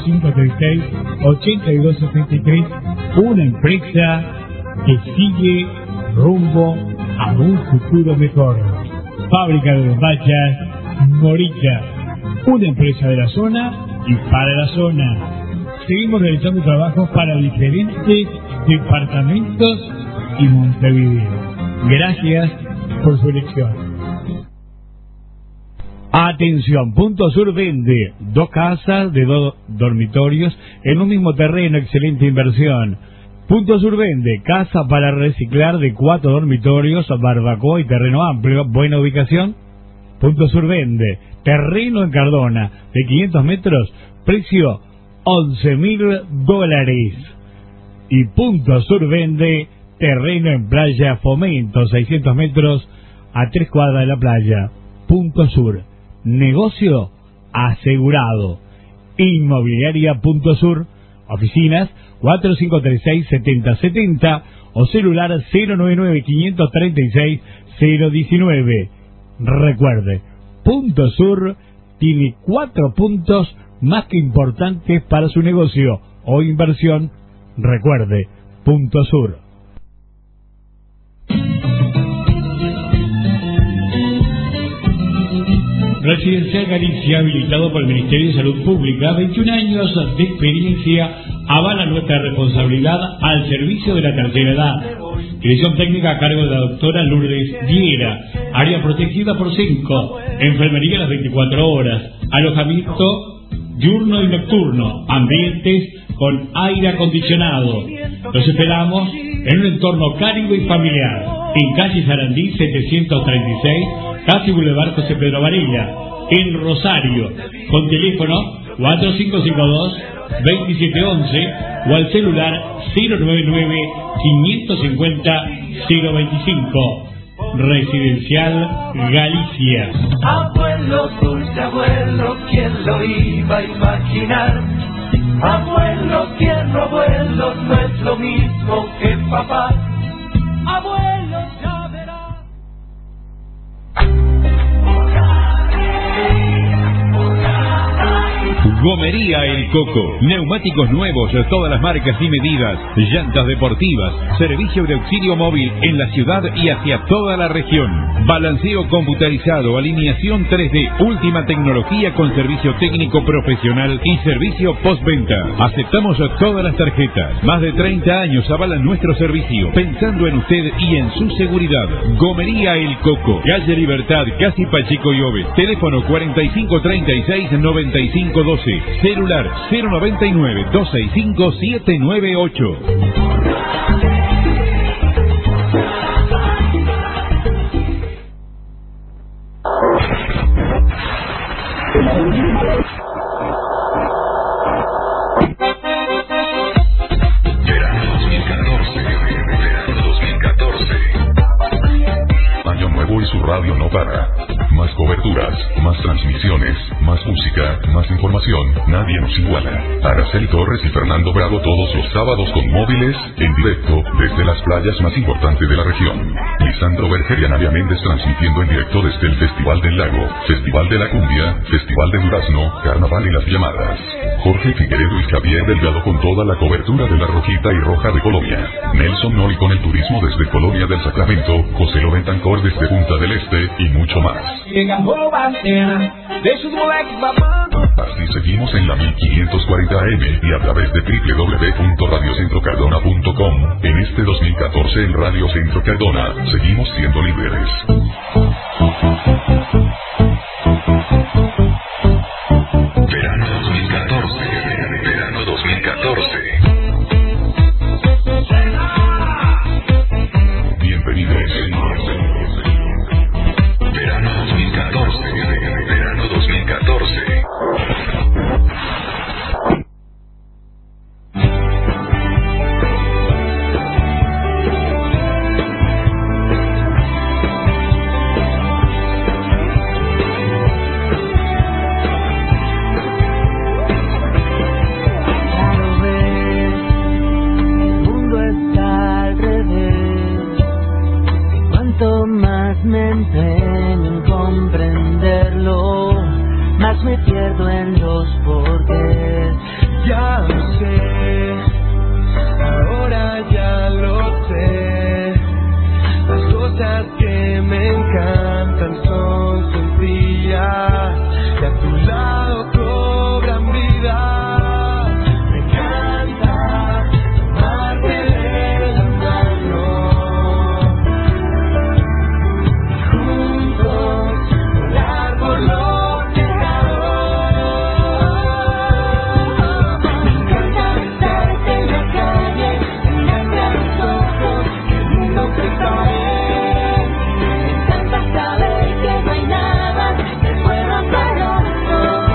4536-8263, una empresa que sigue rumbo a un futuro mejor. Fábrica de bombachas Morita, una empresa de la zona y para la zona. Seguimos realizando trabajos para diferentes departamentos y Montevideo. Gracias por su elección. Atención, Punto Sur vende 2 casas de 2 dormitorios en un mismo terreno, excelente inversión. Punto Sur vende casa para reciclar de 4 dormitorios, barbacoa y terreno amplio, buena ubicación. Punto Sur vende terreno en Cardona de 500 metros, precio $11.000. Y Punto Sur vende terreno en Playa Fomento, 600 metros a 3 cuadras de la playa. Punto Sur, negocio asegurado. Inmobiliaria Punto Sur, oficinas 4536-7070 o celular 099-536-019. Recuerde, Punto Sur tiene 4 puntos más que importantes para su negocio o inversión. Recuerde, Punto Sur. Residencial Galicia, habilitado por el Ministerio de Salud Pública, 21 años de experiencia avala nuestra responsabilidad al servicio de la tercera edad. Dirección técnica a cargo de la doctora Lourdes Viera. Área protegida por 5. Enfermería a las 24 horas. Alojamiento diurno y nocturno. Ambientes con aire acondicionado. Los esperamos en un entorno cálido y familiar. En calle Sarandí 736, casi Boulevard José Pedro Varela, en Rosario, con teléfono 4552-2711 o al celular 099-550-025. Residencial Galicia. Abuelo, dulce abuelo, ¿quién lo iba a imaginar? Abuelo, tierno abuelo, no es lo mismo que papá. Abuelo, ya verás. Gómez Gomería El Coco. Neumáticos nuevos, todas las marcas y medidas. Llantas deportivas. Servicio de auxilio móvil en la ciudad y hacia toda la región. Balanceo computarizado, alineación 3D, última tecnología con servicio técnico profesional y servicio postventa. Aceptamos todas las tarjetas. Más de 30 años avalan nuestro servicio, pensando en usted y en su seguridad. Gomería El Coco, calle Libertad, casi Pacheco y Oves. Teléfono 4536-9512. Celular 099-265-798. Verano 2014. Año nuevo y su radio no para. Más coberturas, más transmisiones, más música, más información. Nadie nos iguala. Araceli Torres y Fernando Bravo todos los sábados con móviles, en directo, desde las playas más importantes de la región. Lisandro Berger y Analia Méndez transmitiendo en directo desde el Festival del Lago, Festival de la Cumbia, Festival de Durazno, Carnaval y las llamadas. Jorge Figueredo y Javier Delgado con toda la cobertura de la Rojita y Roja de Colombia. Nelson Noli con el turismo desde Colonia del Sacramento, José Lo Bentancor desde Punta del Este y mucho más. Así seguimos en la 1540 AM y a través de www.radiocentrocardona.com. En este 2014 en Radio Centro Cardona seguimos siendo líderes. Verano 2014. Verano 2014. Bienvenidos. Verano 2014. Verano 2014. Me empeño en comprenderlo, más me pierdo en los porqués. Ya lo sé, ahora ya lo sé. Las cosas que me encantan son sencillas y a tu lado cobran vida. Me encanta tomarte de la mano. Saber que no hay nada que pueda pararlo.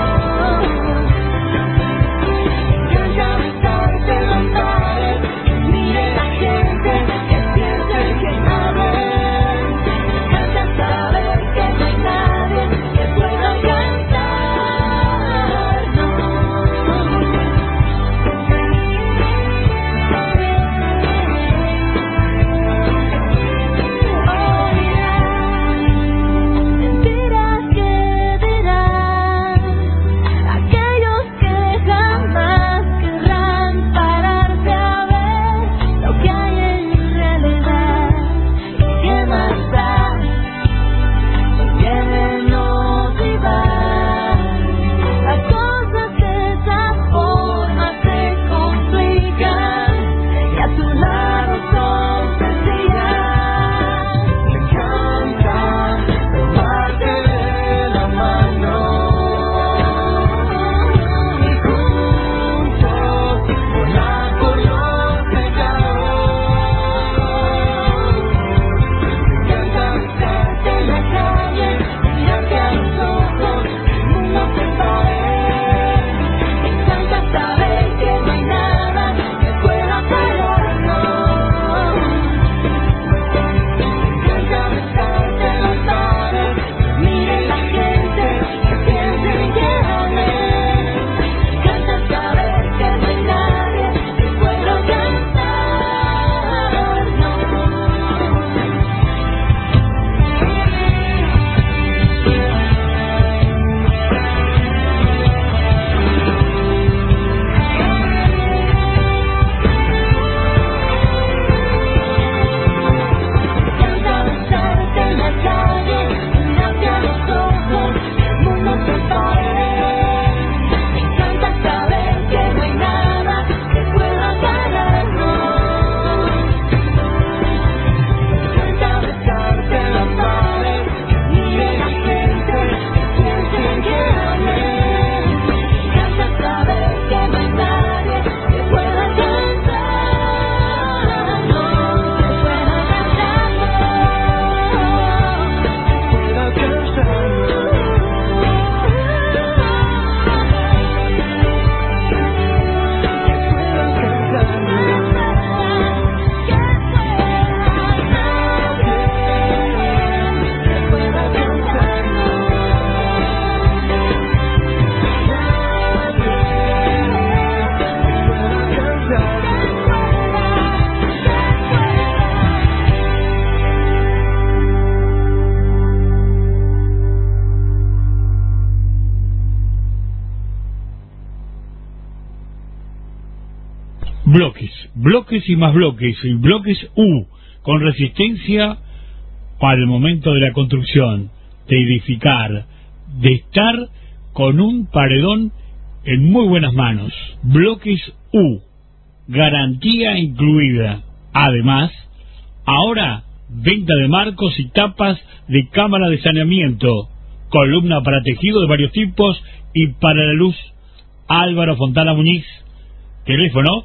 bloques y más bloques, y bloques U, con resistencia para el momento de la construcción, de edificar, de estar con un paredón en muy buenas manos. Bloques U, garantía incluida. Además, ahora, venta de marcos y tapas de cámara de saneamiento, columna para tejido de varios tipos y para la luz. Álvaro Fontana Muñiz, teléfono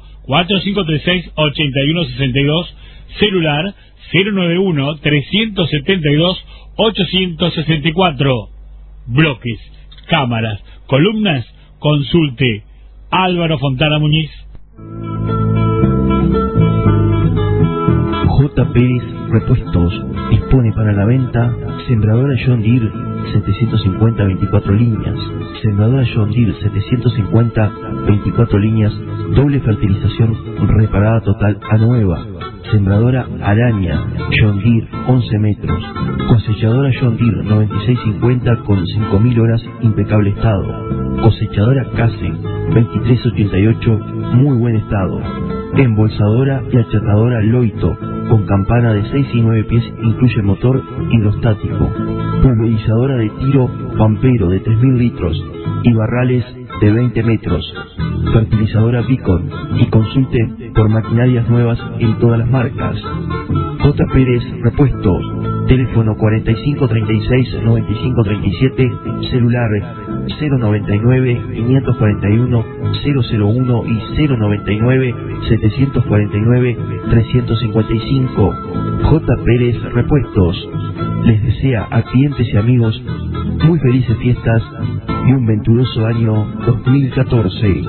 4536-8162, celular 091-372-864. Bloques, cámaras, columnas, consulte Álvaro Fontana Muñiz. J. Pérez Repuestos dispone para la venta sembradora John Deere 750 24 líneas, sembradora John Deere 750 24 líneas, doble fertilización reparada total a nueva, sembradora Araña John Deere 11 metros, cosechadora John Deere 9650 con 5000 horas impecable estado, cosechadora Casen 2388 muy buen estado, embolsadora y achatadora Loito con campana de 6 y 9 pies, incluye motor hidrostático, pulverizadora de tiro Pampero de 3000 litros y barrales de 20 metros, fertilizadora Beacon, y consulte por maquinarias nuevas en todas las marcas. J. Pérez Repuestos, teléfono 4536-9537, celular 099-541-001 y 099-749-355. J. Pérez Repuestos les desea a clientes y amigos muy felices fiestas y un venturoso año 2014.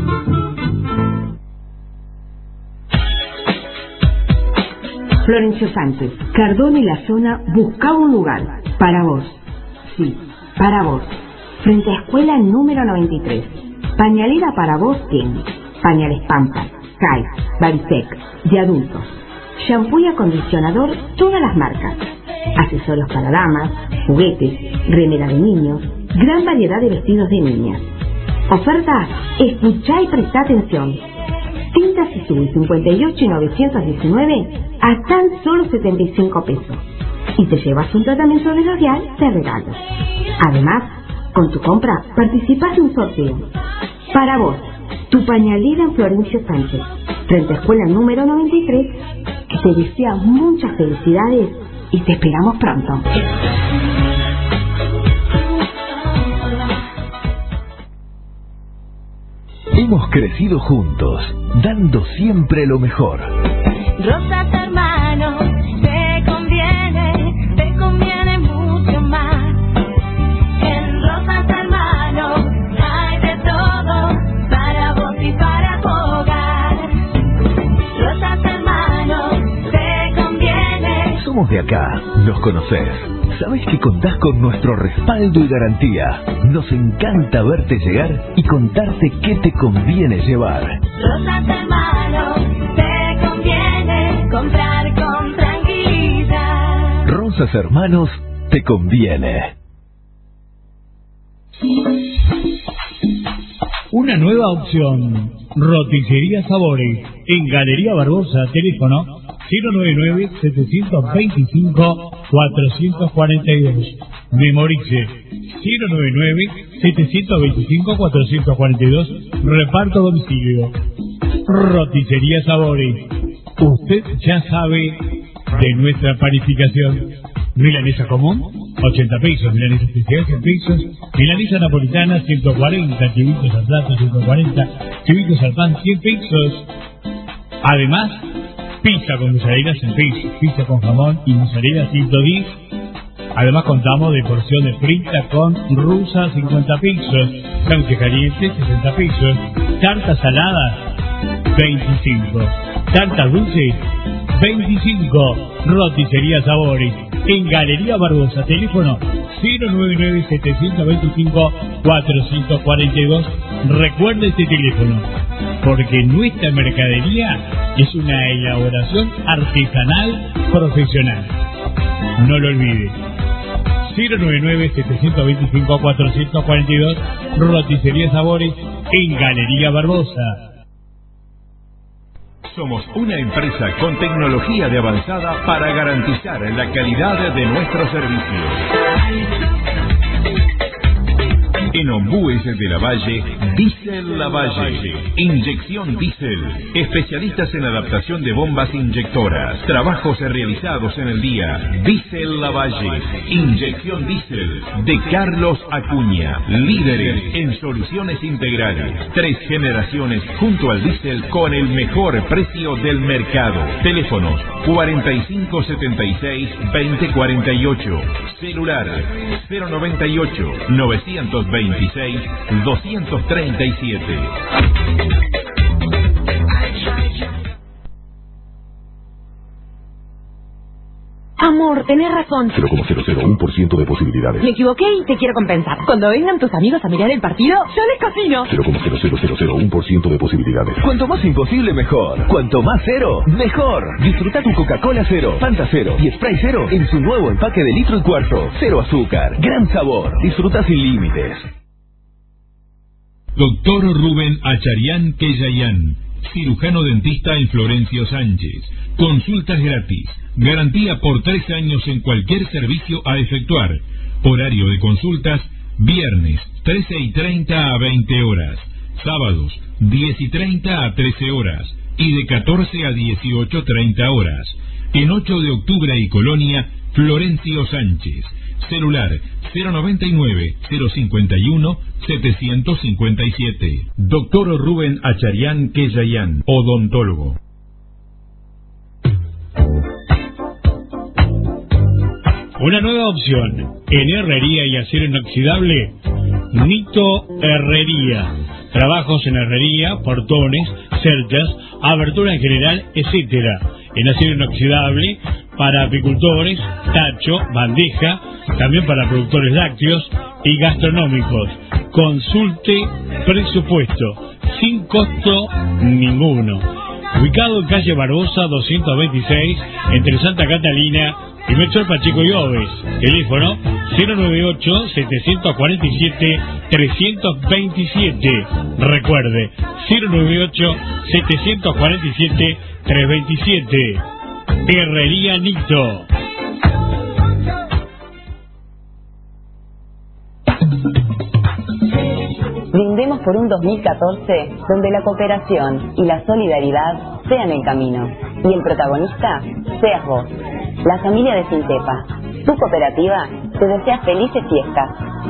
Florencio Sánchez, Cardona y la zona buscaba un lugar para vos. Sí, para vos. Frente a escuela número 93. Pañalera para vos tiene pañales Pampers, Kai, Barisec, de adultos. Shampoo y acondicionador, todas las marcas. Accesorios para damas, juguetes, remera de niños, gran variedad de vestidos de niñas. Ofertas, escuchá y prestá atención. Tintas Isui 58 y 919 a tan solo 75 pesos. Y te llevas un tratamiento de L'Oreal de regalo. Además, con tu compra participás de un sorteo. Para vos, tu pañalera en Florencio Sánchez, frente a escuela número 93, que te desea muchas felicidades y te esperamos pronto. Hemos crecido juntos, dando siempre lo mejor. Rosas Hermanos, te conviene mucho más. En Rosas Hermanos hay de todo para vos y para tu hogar. Rosas Hermanos, te conviene. Somos de acá, nos conocés. Sabés que contás con nuestro respaldo y garantía. Nos encanta verte llegar y contarte qué te conviene llevar. Rosas Hermanos, te conviene comprar con tranquilidad. Rosas Hermanos, te conviene. Una nueva opción. Roticería Sabores. En Galería Barbosa, teléfono 099-725-442. Memorice 099-725-442. Reparto a domicilio. Roticería Sabores. Usted ya sabe de nuestra panificación. Milanesa común, 80 pesos. Milanesa especial, 100 pesos. Milanesa napolitana, 140. Chivitos al plato, 140. Chivitos al pan, 100 pesos. Además, pizza con mozzarella, 100 pesos. Pizza con jamón y mozzarella, 110. Además, contamos de porciones fritas con rusa, 50 pesos. Sándwiches calientes, 60 pesos. Tartas saladas, 25. Tartas dulces, 25. Roticería Sabores. En Galería Barbosa, teléfono 099-725-442. Recuerde este teléfono, porque nuestra mercadería es una elaboración artesanal profesional. No lo olvide. 099-725-442. Roticería Sabores en Galería Barbosa. Somos una empresa con tecnología de avanzada para garantizar la calidad de nuestros servicios. En Ombúes de Lavalle, Diesel Lavalle. Inyección Diesel. Especialistas en adaptación de bombas inyectoras. Trabajos realizados en el día. Diesel Lavalle. Inyección Diesel. De Carlos Acuña. Líderes en soluciones integrales. 3 generaciones junto al diésel con el mejor precio del mercado. Teléfonos 4576-2048. Celular 098-926-237. Amor, tenés razón. 0,001% de posibilidades. Me equivoqué y te quiero compensar. Cuando vengan tus amigos a mirar el partido, yo les cocino. 0,00001% de posibilidades. Cuanto más imposible, mejor. Cuanto más cero, mejor. Disfruta tu Coca-Cola cero, Fanta cero y Sprite cero en su nuevo empaque de 1,25 litros. Cero azúcar, gran sabor. Disfruta sin límites. Doctor Rubén Acharián Queyayán, cirujano dentista en Florencio Sánchez. Consultas gratis. Garantía por 3 años en cualquier servicio a efectuar. Horario de consultas: viernes 13:30 a 20 horas. Sábados 10:30 a 13 horas. Y de 14 a 18:30 horas. En 8 de octubre y Colonia, Florencio Sánchez. Celular 099-051-757. Doctor Rubén Acharián Queyayán, odontólogo. Una nueva opción en herrería y acero inoxidable. Nito Herrería. Trabajos en herrería, portones, cerchas, abertura en general, etcétera. En acero inoxidable para apicultores, tacho, bandeja, también para productores lácteos y gastronómicos. Consulte presupuesto sin costo ninguno. Ubicado en calle Barbosa 226, entre Santa Catalina y Melchor Pacheco y Oves. Teléfono 098-747-327. Recuerde, 098-747-327. Herrería Nito. Brindemos por un 2014 donde la cooperación y la solidaridad sean el camino y el protagonista seas vos. La familia de Sintepa, tu cooperativa, te desea felices fiestas.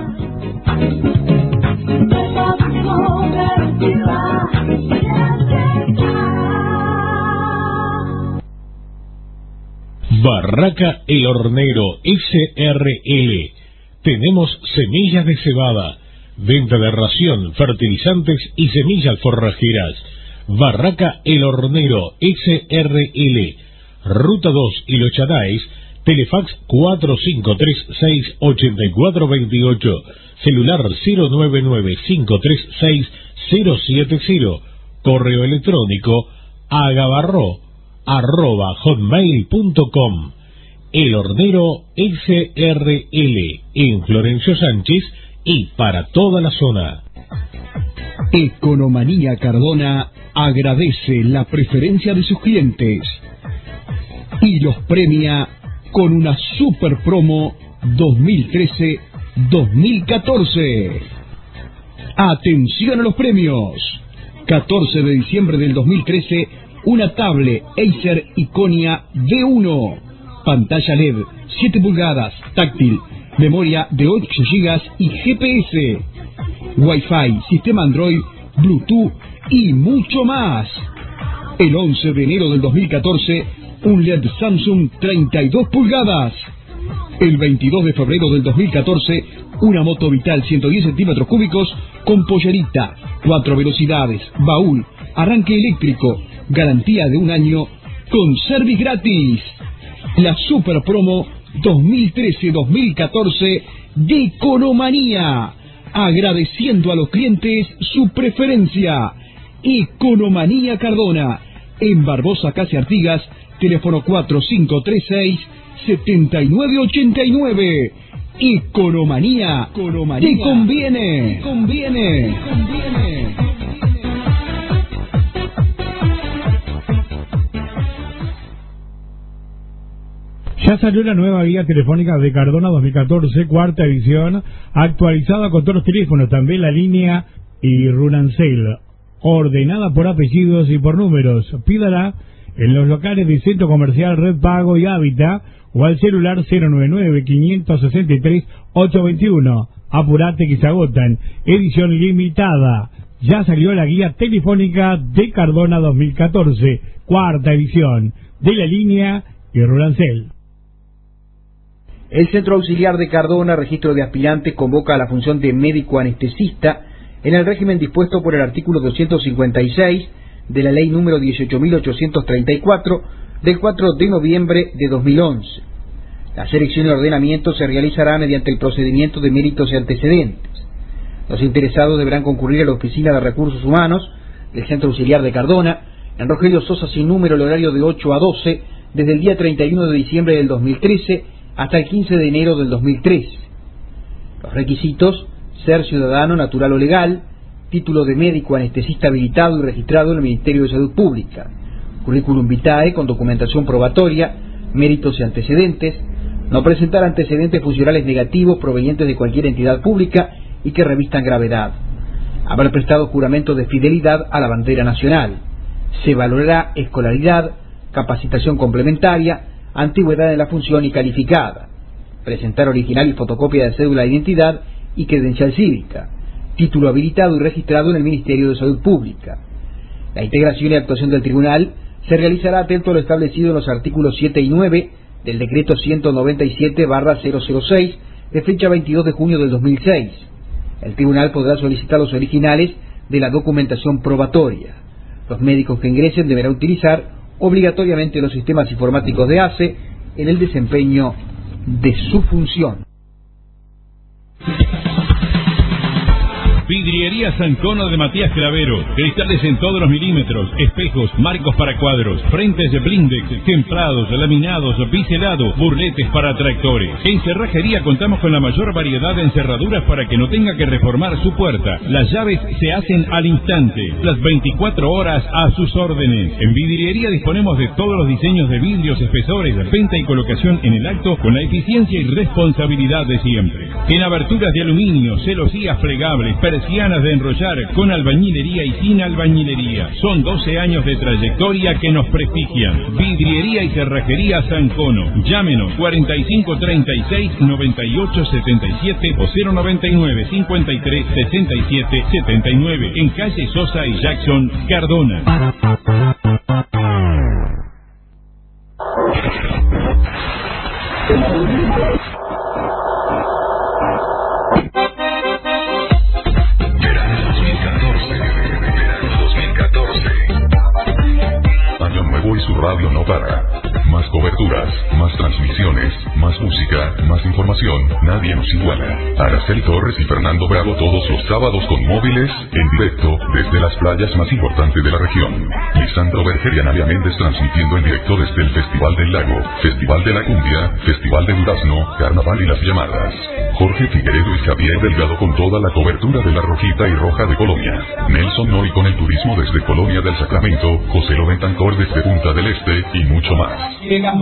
Barraca El Hornero SRL. Tenemos semillas de cebada, venta de ración, fertilizantes y semillas forrajeras. Barraca El Hornero SRL. Ruta 2 y Los Chadaes. Telefax 4536-8428. Celular 099-536-070. Correo electrónico agabarro@hotmail.com. El Hornero SRL en Florencio Sánchez y para toda la zona. Economanía Cardona agradece la preferencia de sus clientes y los premia con una super promo 2013-2014. Atención a los premios. 14 de diciembre del 2013, una tablet Acer Iconia D1, pantalla LED, 7 pulgadas, táctil, memoria de 8 GB y GPS, Wi-Fi, sistema Android, Bluetooth y mucho más. El 11 de enero del 2014, un LED Samsung 32 pulgadas. El 22 de febrero del 2014, una moto Vital 110 centímetros cúbicos con pollerita, 4 velocidades, baúl, arranque eléctrico, garantía de 1 año con service gratis. La super promo 2013-2014 de Economanía, agradeciendo a los clientes su preferencia. Economanía Cardona, en Barbosa Casi Artigas, teléfono 4536-7989. Economanía, te conviene, te conviene, te conviene. Ya salió la nueva guía telefónica de Cardona 2014, cuarta edición, actualizada con todos los teléfonos, también la línea y Runancel, ordenada por apellidos y por números. Pídala en los locales de Centro Comercial Red Pago y Hábitat o al celular 099-563-821. Apurate que se agotan. Edición limitada. Ya salió la guía telefónica de Cardona 2014, cuarta edición, de la línea y Runancel. El Centro Auxiliar de Cardona, registro de aspirantes, convoca a la función de médico anestesista en el régimen dispuesto por el artículo 256 de la ley número 18.834 del 4 de noviembre de 2011. La selección y ordenamiento se realizará mediante el procedimiento de méritos y antecedentes. Los interesados deberán concurrir a la Oficina de Recursos Humanos del Centro Auxiliar de Cardona, en Rogelio Sosa sin número, el horario de 8 a 12, desde el día 31 de diciembre del 2013 hasta el 15 de enero del 2013. Los requisitos: ser ciudadano, natural o legal, título de médico anestesista habilitado y registrado en el Ministerio de Salud Pública, currículum vitae con documentación probatoria, méritos y antecedentes, no presentar antecedentes funcionales negativos provenientes de cualquier entidad pública y que revistan gravedad, haber prestado juramento de fidelidad a la bandera nacional. Se valorará escolaridad, capacitación complementaria, antigüedad en la función y calificada, presentar original y fotocopia de cédula de identidad y credencial cívica, título habilitado y registrado en el Ministerio de Salud Pública. La integración y actuación del tribunal se realizará atento a lo establecido en los artículos 7 y 9 del decreto 197/006 de fecha 22 de junio del 2006. El tribunal podrá solicitar los originales de la documentación probatoria. Los médicos que ingresen deberán utilizar obligatoriamente los sistemas informáticos de ACE en el desempeño de su función. Vidriería Sancono de Matías Clavero. Cristales en todos los milímetros, espejos, marcos para cuadros, frentes de blindex, templados, laminados, biselados, burletes para tractores. En cerrajería contamos con la mayor variedad de encerraduras para que no tenga que reformar su puerta. Las llaves se hacen al instante, las 24 horas a sus órdenes. En vidriería disponemos de todos los diseños de vidrios, espesores, venta y colocación en el acto con la eficiencia y responsabilidad de siempre. En aberturas de aluminio, celosías plegables, persianas de enrollar, con albañilería y sin albañilería. Son 12 años de trayectoria que nos prestigian. Vidriería y cerrajería Sancono. Llámenos 4536-9877 o 099-5367-79 en calle Sosa y Jackson, Cardona. Y su radio no para. Más coberturas, más transmisiones, más música, más información. Nadie nos iguala. Araceli Torres y Fernando Bravo todos los sábados con móviles en directo desde las playas más importantes de la región. Lisandro Berger y Analia Méndez transmitiendo en directo desde el Festival del Lago, Festival de la Cumbia, Festival de Durazno, Carnaval y las llamadas. Jorge Figueredo y Javier Delgado con toda la cobertura de la Rojita y Roja de Colonia. Nelson Noy con el turismo desde Colonia del Sacramento, José Lo Bentancor desde Punta del Este y mucho más.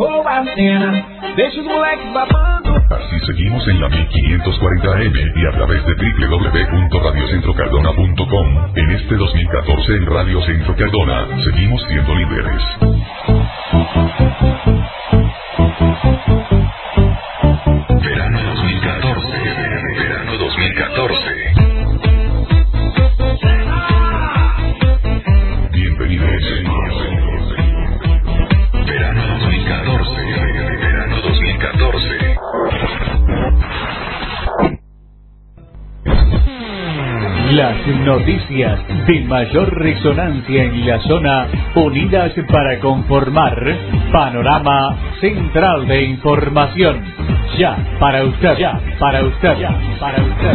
Así seguimos en la 1540 AM y a través de www.radiocentrocardona.com. En este 2014 en Radio Centro Cardona seguimos siendo líderes. Verano 2014. Verano 2014. Bienvenidos. Verano 2014. Verano 2014. Las noticias de mayor resonancia en la zona, unidas para conformar Panorama Central de Información. Ya para usted, ya para usted, ya para usted.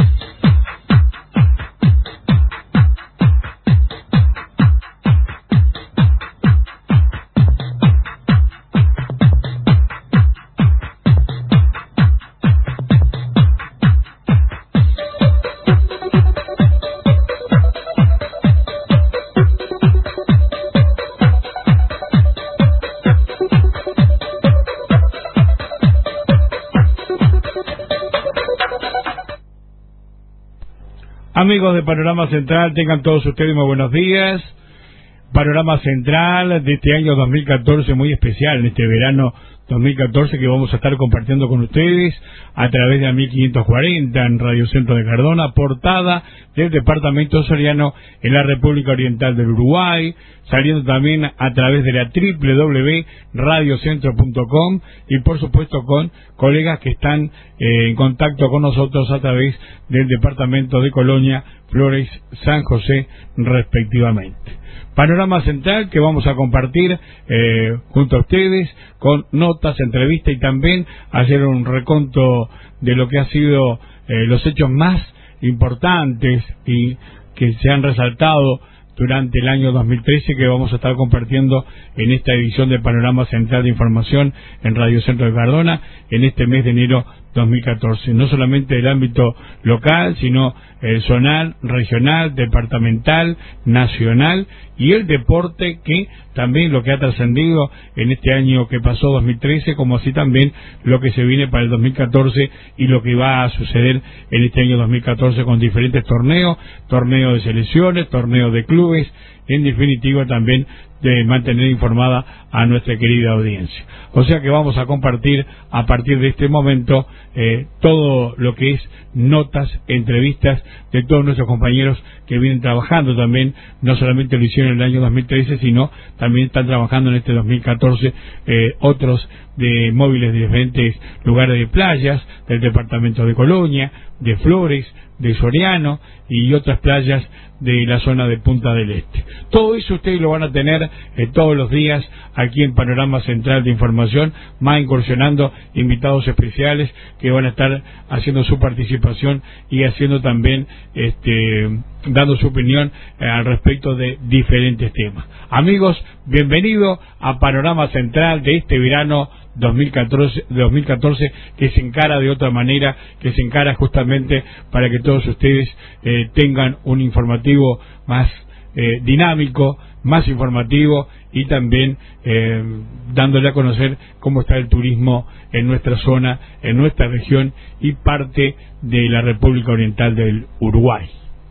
Amigos de Panorama Central, tengan todos ustedes muy buenos días. Panorama Central de este año 2014, muy especial en este verano 2014, que vamos a estar compartiendo con ustedes a través de la 1540 en Radio Centro de Cardona, portada del departamento soriano en la República Oriental del Uruguay, saliendo también a través de la www.radiocentro.com y por supuesto con colegas que están en contacto con nosotros a través del departamento de Colonia, Flores, San José respectivamente. Panorama Central que vamos a compartir junto a ustedes con notas, entrevistas y también hacer un reconto de lo que ha sido los hechos más importantes y que se han resaltado durante el año 2013, que vamos a estar compartiendo en esta edición de Panorama Central de Información en Radio Centro de Cardona en este mes de enero 2014. No solamente el ámbito local, sino el zonal, regional, departamental, nacional y el deporte, que también lo que ha trascendido en este año que pasó 2013, como así también lo que se viene para el 2014 y lo que va a suceder en este año 2014 con diferentes torneos de selecciones, torneos de clubes, en definitiva también de mantener informada a nuestra querida audiencia. O sea que vamos a compartir a partir de este momento todo lo que es notas, entrevistas de todos nuestros compañeros que vienen trabajando también, no solamente lo hicieron en el año 2013, sino también están trabajando en este 2014 otros de móviles de diferentes lugares de playas, del departamento de Colonia, de Flores, de Soriano y otras playas de la zona de Punta del Este. Todo eso ustedes lo van a tener todos los días aquí en Panorama Central de Información, más incursionando invitados especiales que van a estar haciendo su participación y haciendo también dando su opinión al respecto de diferentes temas. Amigos, bienvenido a Panorama Central de este verano 2014, que se encara de otra manera, que se encara justamente para que todos ustedes tengan un informativo más dinámico, más informativo y también dándole a conocer cómo está el turismo en nuestra zona, en nuestra región y parte de la República Oriental del Uruguay.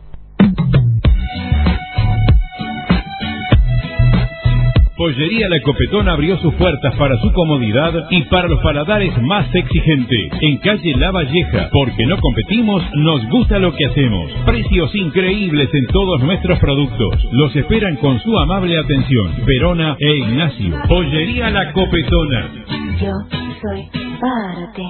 Pollería La Copetón abrió sus puertas para su comodidad y para los paladares más exigentes. En calle La Valleja, porque no competimos, nos gusta lo que hacemos. Precios increíbles en todos nuestros productos. Los esperan con su amable atención. Verona e Ignacio. Pollería La Copetona. Yo soy para ti.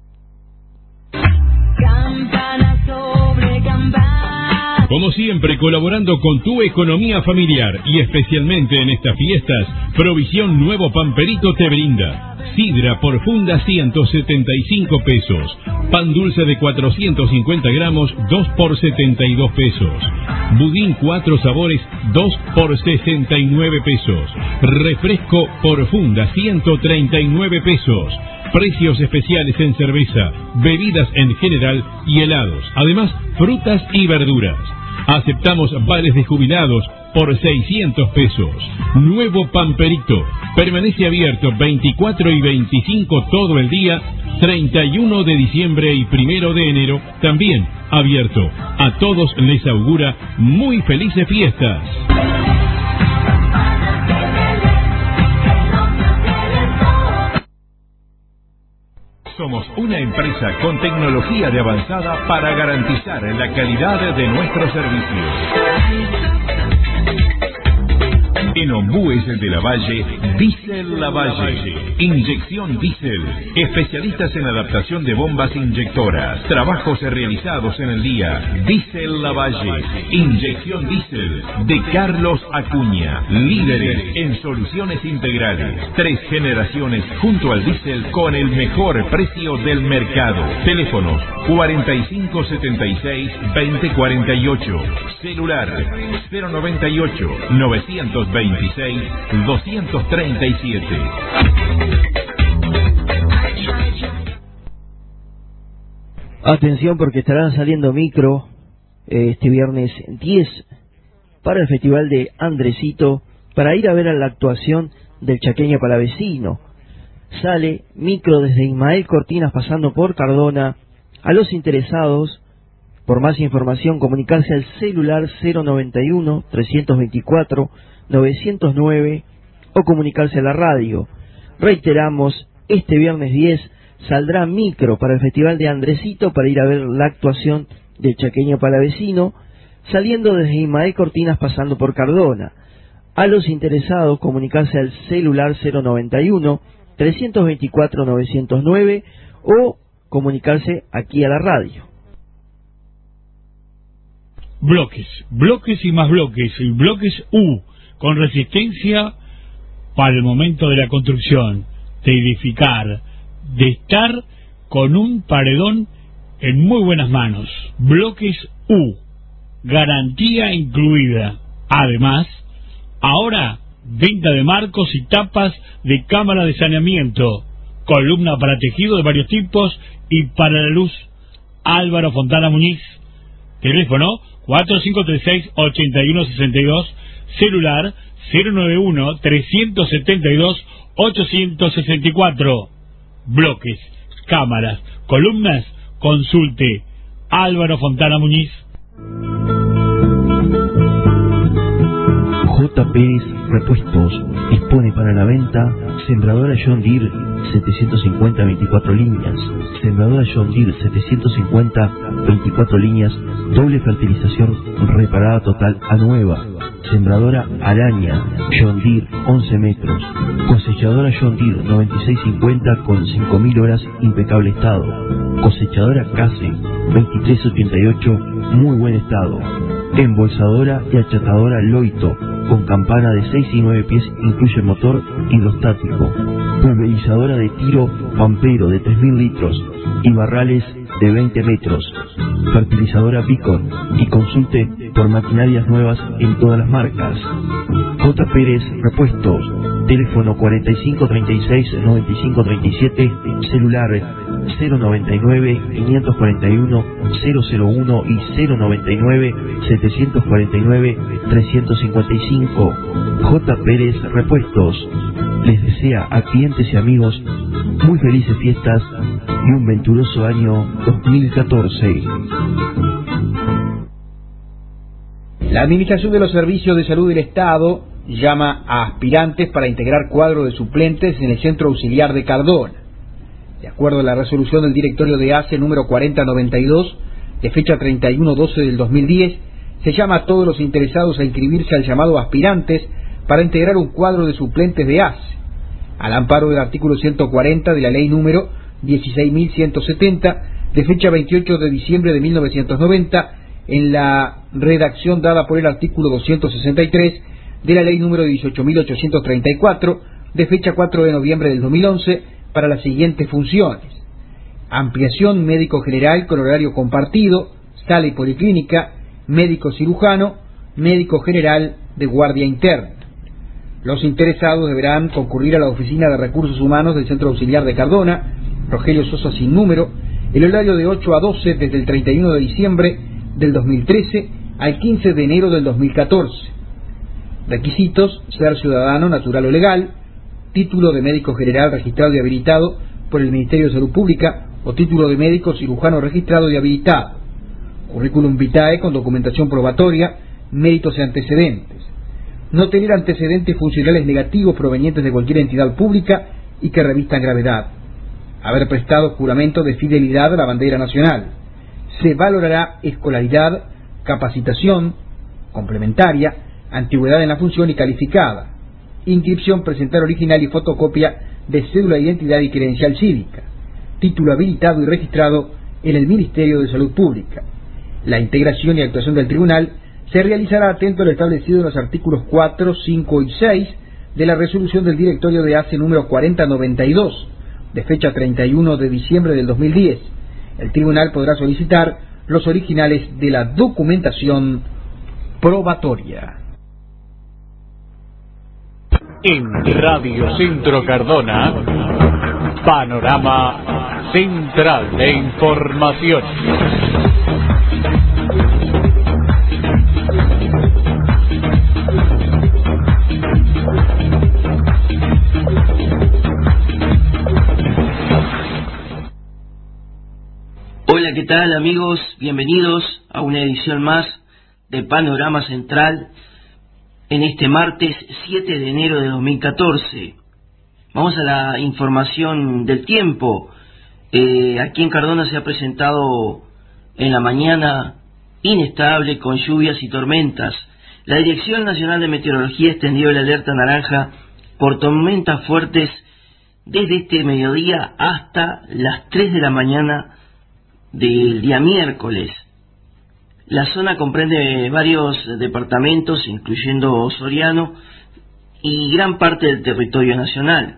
Campana sobre campana. Como siempre, colaborando con tu economía familiar y especialmente en estas fiestas, Provisión Nuevo Pamperito te brinda sidra por funda 175 pesos, pan dulce de 450 gramos 2 por 72 pesos, budín 4 sabores 2 por 69 pesos, refresco por funda 139 pesos. Precios especiales en cerveza, bebidas en general y helados. Además, frutas y verduras. Aceptamos vales de jubilados por 600 pesos. Nuevo Pamperito. Permanece abierto 24 y 25 todo el día, 31 de diciembre y 1 de enero también abierto. A todos les augura muy felices fiestas. Somos una empresa con tecnología de avanzada para garantizar la calidad de nuestros servicios. En Ombúes de la Valle, Diesel La Valle. Inyección Diesel. Especialistas en adaptación de bombas inyectoras. Trabajos realizados en el día. Diesel La Valle. Inyección Diesel de Carlos Acuña. Líderes en soluciones integrales. 3 generaciones junto al diésel con el mejor precio del mercado. Teléfonos 4576-2048. Celular 098-926-237. Atención, porque estarán saliendo micro este viernes 10 para el Festival de Andresito, para ir a ver a la actuación del Chaqueño Palavecino. Sale micro desde Ismael Cortinas pasando por Cardona. A los interesados Por más información, comunicarse al celular 091-324-909 o comunicarse a la radio. Reiteramos, este viernes 10 saldrá micro para el Festival de Andresito para ir a ver la actuación del Chaqueño Palavecino, saliendo desde Ismael Cortinas pasando por Cardona. A los interesados, comunicarse al celular 091-324-909 o comunicarse aquí a la radio. Bloques y más bloques, y bloques U, con resistencia para el momento de la construcción, de edificar, de estar con un paredón en muy buenas manos. Bloques U, garantía incluida. Además, ahora, venta de marcos y tapas de cámara de saneamiento, columna para tejido de varios tipos y para la luz. Álvaro Fontana Muñiz, teléfono 4536-8162, celular 091-372-864. Bloques, cámaras, columnas, consulte Álvaro Fontana Muñiz. J. Pérez Repuestos dispone para la venta sembradora John Deere 750 24 líneas, sembradora John Deere 750 24 líneas, doble fertilización reparada total a nueva, sembradora Araña John Deere 11 metros, cosechadora John Deere 9650 con 5000 horas impecable estado, cosechadora Case 2388 muy buen estado, embolsadora y achatadora Loito con campana de 6 y 9 pies, incluye motor hidrostático, pulverizadora de tiro Pampero de 3000 litros y barrales de 20 metros, fertilizadora Beacon, y consulte por maquinarias nuevas en todas las marcas. J. Pérez Repuestos, teléfono 4536-9537, celular 099-541-001 y 099-749-355. J. Pérez Repuestos les desea a clientes y amigos muy felices fiestas y un venturoso año 2014. La Administración de los Servicios de Salud del Estado llama a aspirantes para integrar cuadro de suplentes en el Centro Auxiliar de Cardona. De acuerdo a la resolución del directorio de ACE número 4092, de fecha 31/12 del 2010, se llama a todos los interesados a inscribirse al llamado aspirantes para integrar un cuadro de suplentes de ACE, al amparo del artículo 140 de la ley número 16.170, de fecha 28 de diciembre de 1990, en la redacción dada por el artículo 263 de la ley número 18.834, de fecha 4 de noviembre del 2011, para las siguientes funciones: ampliación médico general con horario compartido, sala y policlínica, médico cirujano, médico general de guardia interna. Los interesados deberán concurrir a la Oficina de Recursos Humanos del Centro Auxiliar de Cardona, Rogelio Sosa sin número, el horario de 8 a 12 desde el 31 de diciembre del 2013 al 15 de enero del 2014. Requisitos: ser ciudadano natural o legal, título de médico general registrado y habilitado por el Ministerio de Salud Pública o título de médico cirujano registrado y habilitado, currículum vitae con documentación probatoria, méritos y antecedentes, no tener antecedentes funcionales negativos provenientes de cualquier entidad pública y que revistan gravedad, haber prestado juramento de fidelidad a la bandera nacional. Se valorará escolaridad, capacitación complementaria, antigüedad en la función y calificada. Inscripción: presentar original y fotocopia de cédula de identidad y credencial cívica. Título habilitado y registrado en el Ministerio de Salud Pública. La integración y actuación del tribunal se realizará atento a lo establecido en los artículos 4, 5 y 6 de la resolución del directorio de ACE número 4092, de fecha 31 de diciembre del 2010. El tribunal podrá solicitar los originales de la documentación probatoria. En Radio Centro Cardona, panorama central de información. Hola, ¿qué tal amigos? Bienvenidos a una edición más de Panorama Central en este martes 7 de enero de 2014. Vamos a la información del tiempo. Aquí en Cardona se ha presentado en la mañana inestable con lluvias y tormentas. La Dirección Nacional de Meteorología extendió la alerta naranja por tormentas fuertes desde este mediodía hasta las 3 de la mañana del día miércoles. La zona comprende varios departamentos, incluyendo Soriano, y gran parte del territorio nacional.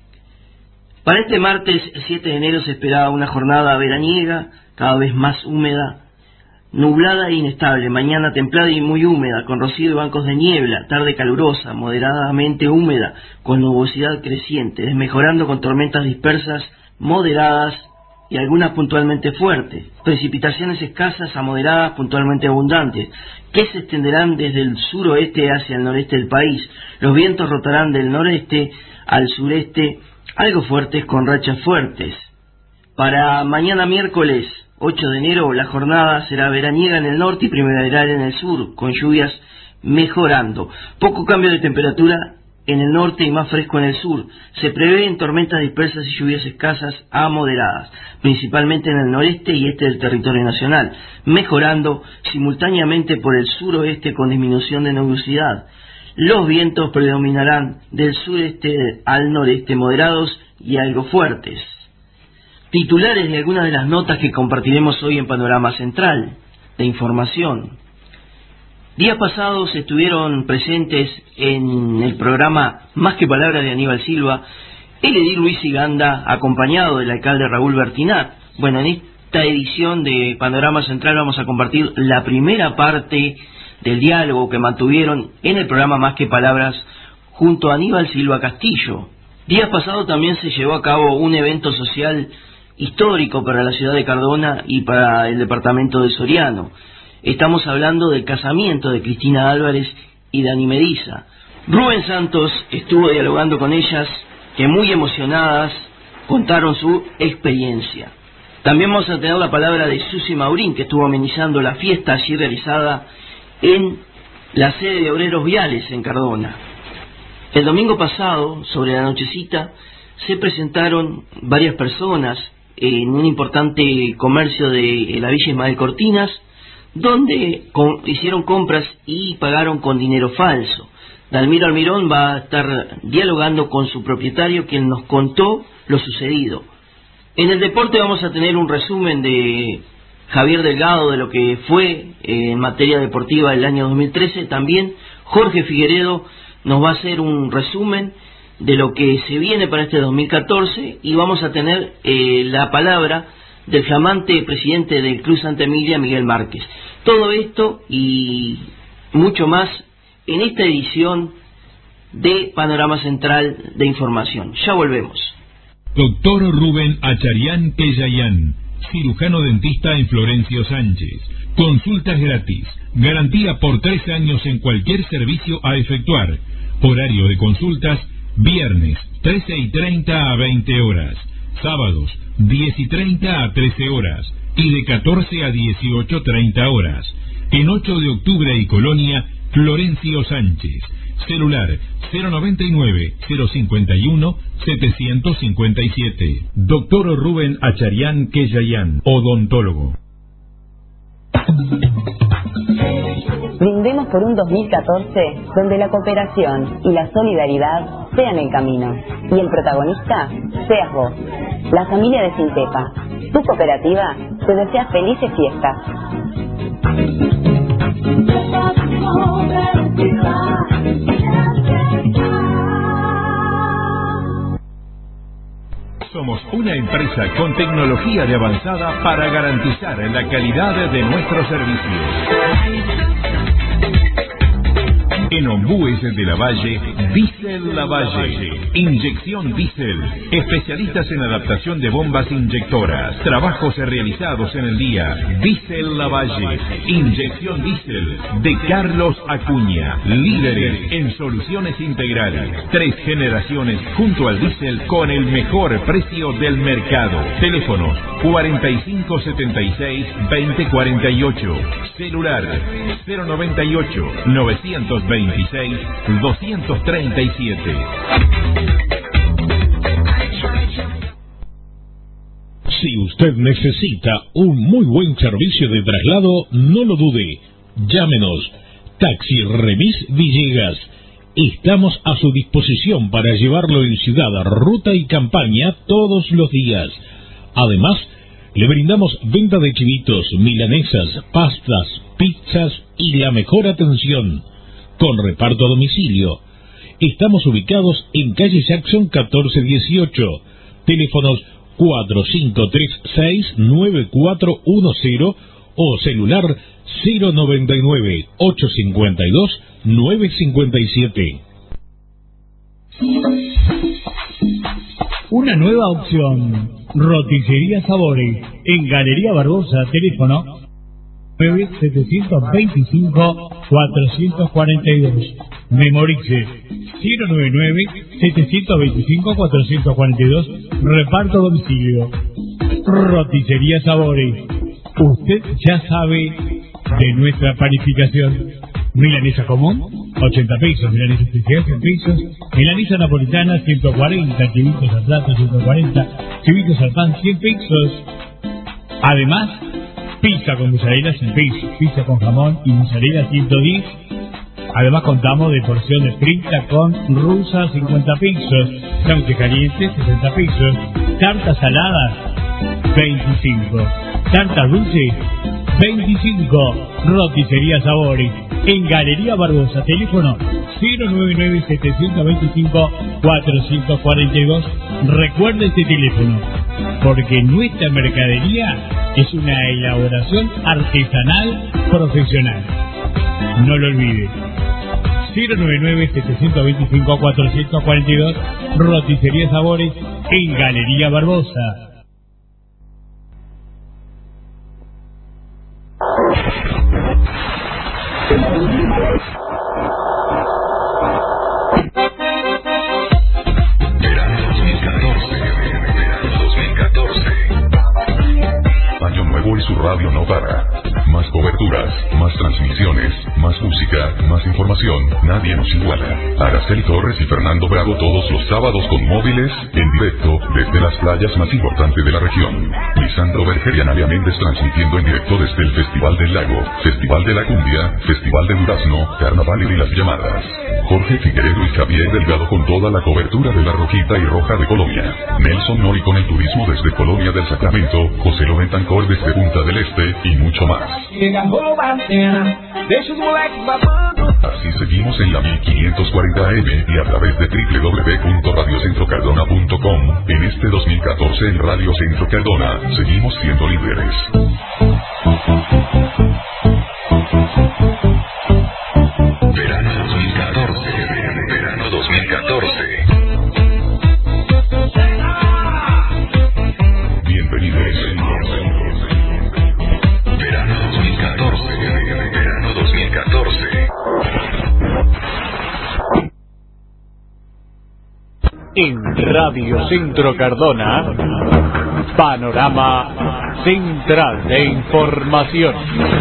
Para este martes 7 de enero se esperaba una jornada veraniega, cada vez más húmeda, nublada e inestable, mañana templada y muy húmeda, con rocío y bancos de niebla, tarde calurosa, moderadamente húmeda, con nubosidad creciente, desmejorando con tormentas dispersas, moderadas y algunas puntualmente fuertes, precipitaciones escasas a moderadas puntualmente abundantes, que se extenderán desde el suroeste hacia el noreste del país. Los vientos rotarán del noreste al sureste, algo fuertes con rachas fuertes. Para mañana miércoles 8 de enero la jornada será veraniega en el norte y primaveral en el sur, con lluvias mejorando. Poco cambio de temperatura en el norte y más fresco en el sur. Se prevén tormentas dispersas y lluvias escasas a moderadas, principalmente en el noreste y este del territorio nacional, mejorando simultáneamente por el suroeste con disminución de nubosidad. Los vientos predominarán del sureste al noreste, moderados y algo fuertes. Titulares de algunas de las notas que compartiremos hoy en Panorama Central de Información. Días pasados estuvieron presentes en el programa Más que Palabras de Aníbal Silva el edil Luis Siganda, acompañado del alcalde Raúl Bertinat. Bueno, en esta edición de Panorama Central vamos a compartir la primera parte del diálogo que mantuvieron en el programa Más que Palabras junto a Aníbal Silva Castillo. Días pasados también se llevó a cabo un evento social histórico para la ciudad de Cardona y para el departamento de Soriano. Estamos hablando del casamiento de Cristina Álvarez y Dani Mediza. Rubén Santos estuvo dialogando con ellas, que muy emocionadas contaron su experiencia. También vamos a tener la palabra de Susi Maurín, que estuvo amenizando la fiesta allí realizada en la sede de Obreros Viales en Cardona. El domingo pasado, sobre la nochecita, se presentaron varias personas en un importante comercio de la Villa Ismael Cortinas, donde hicieron compras y pagaron con dinero falso. Dalmiro Almirón va a estar dialogando con su propietario, quien nos contó lo sucedido. En el deporte vamos a tener un resumen de Javier Delgado de lo que fue en materia deportiva el año 2013. También Jorge Figueredo nos va a hacer un resumen de lo que se viene para este 2014 y vamos a tener la palabra del flamante presidente del Club Santa Emilia, Miguel Márquez. Todo esto y mucho más en esta edición de Panorama Central de Información. Ya volvemos. Doctor Rubén Acharián Queyayán, cirujano dentista en Florencio Sánchez. Consultas gratis. Garantía por 3 años en cualquier servicio a efectuar. Horario de consultas: viernes 13:30 a 20 horas. Sábados 10:30 a 13 horas. Y de 14 a 18:30 horas. En 8 de octubre y Colonia, Florencio Sánchez. Celular 099-051-757. Doctor Rubén Acharián Queyayán, odontólogo. Brindemos por un 2014 donde la cooperación y la solidaridad sean el camino y el protagonista seas vos. La familia de Sintepa, tu cooperativa, te desea felices fiestas. Somos una empresa con tecnología de avanzada para garantizar la calidad de nuestros servicios. En Ombúes de Lavalle, Diesel Lavalle. Inyección Diesel. Especialistas en adaptación de bombas inyectoras. Trabajos realizados en el día. Diesel Lavalle. Inyección Diesel de Carlos Acuña. Líderes en soluciones integrales. 3 generaciones junto al diésel con el mejor precio del mercado. Teléfono 4576-2048. Celular 098-926-237. Si usted necesita un muy buen servicio de traslado, no lo dude. Llámenos. Taxi Remis Villegas. Estamos a su disposición para llevarlo en ciudad, ruta y campaña todos los días. Además, le brindamos venta de chivitos, milanesas, pastas, pizzas y la mejor atención, con reparto a domicilio. Estamos ubicados en calle Jackson 1418, teléfonos 4536-9410 o celular 099-852-957. Una nueva opción, Roticería Sabores, en Galería Barbosa, teléfono 9-725-442. Memorice 099-725-442. Reparto a domicilio. Roticería Sabores. Usted ya sabe de nuestra panificación. Milanesa común, 80 pesos. Milanesa especial, 100 pesos. Milanesa napolitana, 140. Chivitos al plato, 140. Chivitos al pan, 100 pesos. Además, pizza con mozzarella, 100 pesos. Pizza con jamón y mozzarella, 110. Además, contamos de porción de frita con rusa, 50 pesos. Sándwiches calientes, 60 pesos. Tartas saladas, 25. Tartas dulces, 25. Roticería Sabores, en Galería Barbosa, teléfono 099-725-442. Recuerde este teléfono, porque nuestra mercadería es una elaboración artesanal profesional. No lo olvide. 099-725-442. Roticería Sabores, en Galería Barbosa. Verano 2014. Año nuevo y su radio no para. Más coberturas, más transmisiones, más música, más información. Nadie nos iguala. Araceli Torres y Fernando Bravo todos los sábados con móviles en directo desde las playas más importantes de la región. Lisandro Berger y Analia Méndez transmitiendo en directo desde el Festival del Lago, Festival de la Cumbia, Festival de Durazno, Carnaval y las Llamadas. Jorge Figueredo y Javier Delgado con toda la cobertura de la Rojita y Roja de Colombia. Nelson Nori con el turismo desde Colonia del Sacramento, José Loventancor desde Punta del Este y mucho más. Así seguimos en la 1540 AM y a través de www.radiocentrocardona.com. En este 2014 en Radio Centro Cardona seguimos siendo líderes. Verano 2014. Verano 2014. Bienvenidos. Verano 2014. Verano 2014. En Radio Centro Cardona, panorama central de información.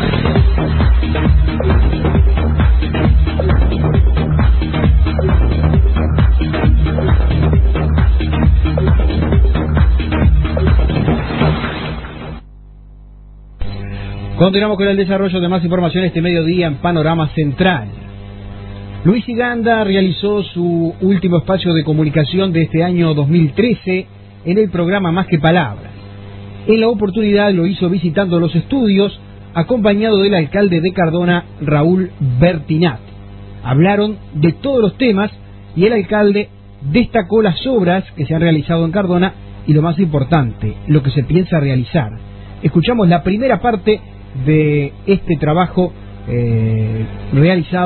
Continuamos con el desarrollo de más información este mediodía en Panorama Central. Luis Higanda realizó su último espacio de comunicación de este año 2013 en el programa Más que Palabras. En la oportunidad lo hizo visitando los estudios, acompañado del alcalde de Cardona, Raúl Bertinat. Hablaron de todos los temas y el alcalde destacó las obras que se han realizado en Cardona y lo más importante, lo que se piensa realizar. Escuchamos la primera parte de este trabajo realizado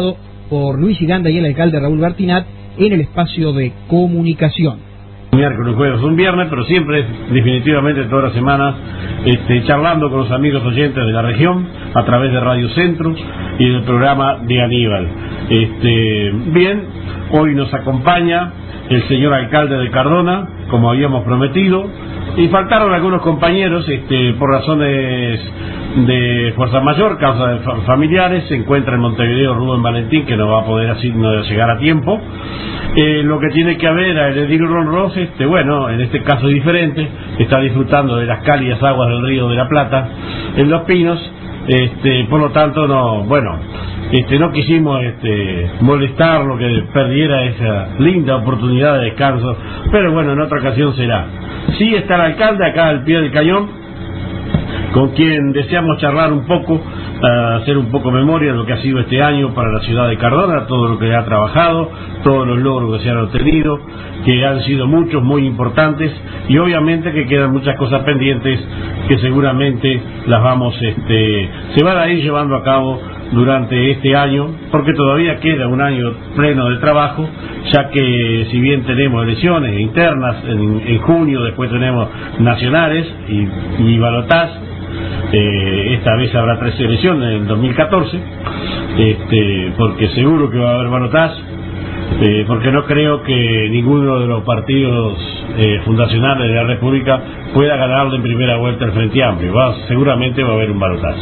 por Luis Iranda y el alcalde Raúl Bertinat en el espacio de comunicación. Miércoles, jueves, un viernes, pero siempre, definitivamente, todas las semanas, charlando con los amigos oyentes de la región a través de Radio Centro y del programa de Aníbal. Bien, hoy nos acompaña el señor alcalde de Cardona, como habíamos prometido, y faltaron algunos compañeros por razones de fuerza mayor, causa de familiares. Se encuentra en Montevideo Rubén Valentín, que no va a poder así no llegar a tiempo. Lo que tiene que ver a el edil Ron Ross, bueno, en este caso diferente, está disfrutando de las cálidas aguas del río de la Plata en Los Pinos. Por lo tanto, no quisimos molestarlo, que perdiera esa linda oportunidad de descanso, pero bueno, en otra ocasión será. Sí está el alcalde acá al pie del cañón, con quien deseamos charlar un poco, hacer un poco memoria de lo que ha sido este año para la ciudad de Cardona, todo lo que ha trabajado, todos los logros que se han obtenido, que han sido muchos, muy importantes, y obviamente que quedan muchas cosas pendientes que seguramente las vamos, se van a ir llevando a cabo durante este año, porque todavía queda un año pleno de trabajo, ya que si bien tenemos elecciones internas en junio, después tenemos nacionales y balotaz, esta vez habrá 3 elecciones en el 2014, porque seguro que va a haber balotaz, porque no creo que ninguno de los partidos fundacionales de la República pueda ganarle en primera vuelta el Frente Amplio. Seguramente va a haber un balotazo.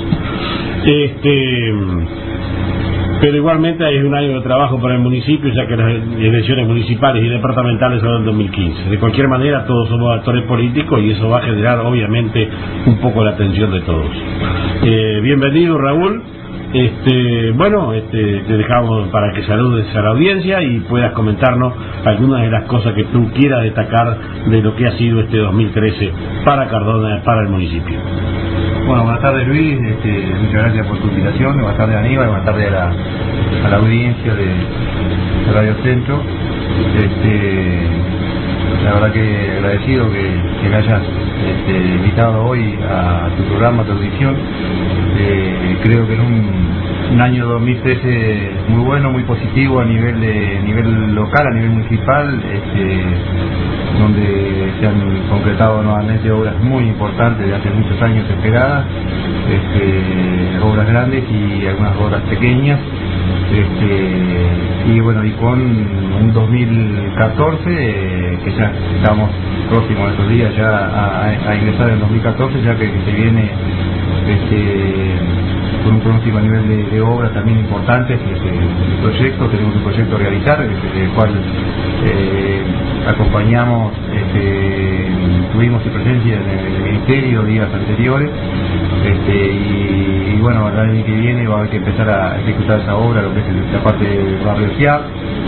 Pero igualmente hay un año de trabajo para el municipio, ya que las elecciones municipales y departamentales son en 2015. De cualquier manera, todos somos actores políticos y eso va a generar obviamente un poco la atención de todos. Bienvenido, Raúl. Te dejamos para que saludes a la audiencia y puedas comentarnos algunas de las cosas que tú quieras destacar de lo que ha sido este 2013 para Cardona, para el municipio. Bueno, buenas tardes, Luis, muchas gracias por tu invitación. Buenas tardes, Aníbal, buenas tardes a la audiencia de Radio Centro. La verdad que agradecido que me hayas invitado hoy a tu programa, a tu audición. Creo que en un año 2013 muy bueno, muy positivo a nivel local, a nivel municipal, donde se han concretado nuevamente obras muy importantes de hace muchos años esperadas, obras grandes y algunas obras pequeñas, y bueno, y con un 2014 que ya estamos próximos a estos días ya a ingresar en 2014, ya que se viene con un pronóstico a nivel de obras también importantes, tenemos un proyecto a realizar, el cual acompañamos, tuvimos presencia en el Ministerio días anteriores, y bueno, el año que viene va a haber que empezar a ejecutar esa obra, lo que es la parte del barrio Ciar,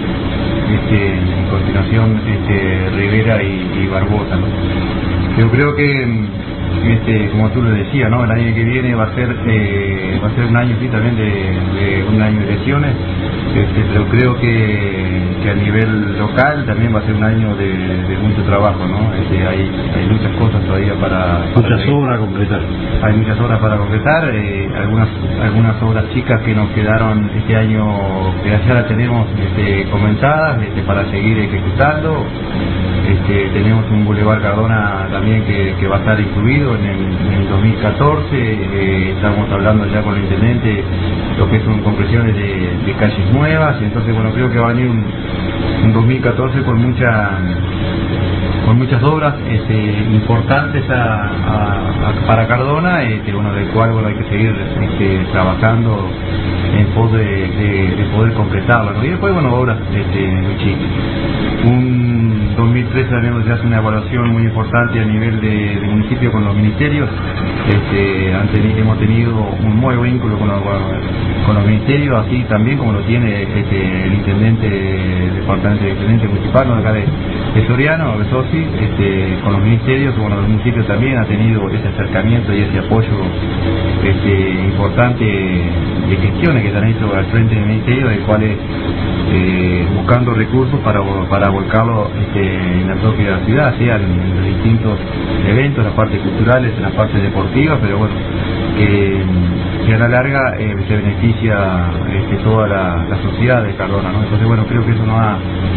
en continuación Rivera y Barbosa, ¿no? Yo creo que como tú lo decías, ¿no? El año que viene va a ser un año sí también de un año de elecciones, pero creo que a nivel local también va a ser un año de mucho trabajo, ¿no? Hay muchas cosas todavía muchas obras a completar. Hay muchas obras para completar, algunas obras chicas que nos quedaron este año, que ya las tenemos comentadas para seguir ejecutando. Tenemos un Boulevard Cardona también que va a estar incluido en el 2014. Estamos hablando ya con el intendente lo que son compresiones de calles nuevas. Entonces, bueno, creo que va a venir un 2014 con muchas obras importantes para Cardona, bueno, del cual hay que seguir trabajando en pos de poder concretarlo, ¿no? Y después, bueno, obras muy chicas. Un 2013 también se hace una evaluación muy importante a nivel de municipio con los ministerios. Hemos tenido un muy buen vínculo con los ministerios, así también como lo tiene el intendente municipal, ¿no? Acá de Soriano, Besosi, con los ministerios, bueno, los municipios también ha tenido ese acercamiento y ese apoyo importante de gestiones que se han hecho al frente del ministerio, del cual buscando recursos para volcarlo en la propia ciudad, sea en los distintos eventos, en las partes culturales, en las partes deportivas, pero bueno, que a la larga se beneficia toda la sociedad de Cardona, ¿no? Entonces, bueno, creo que eso nos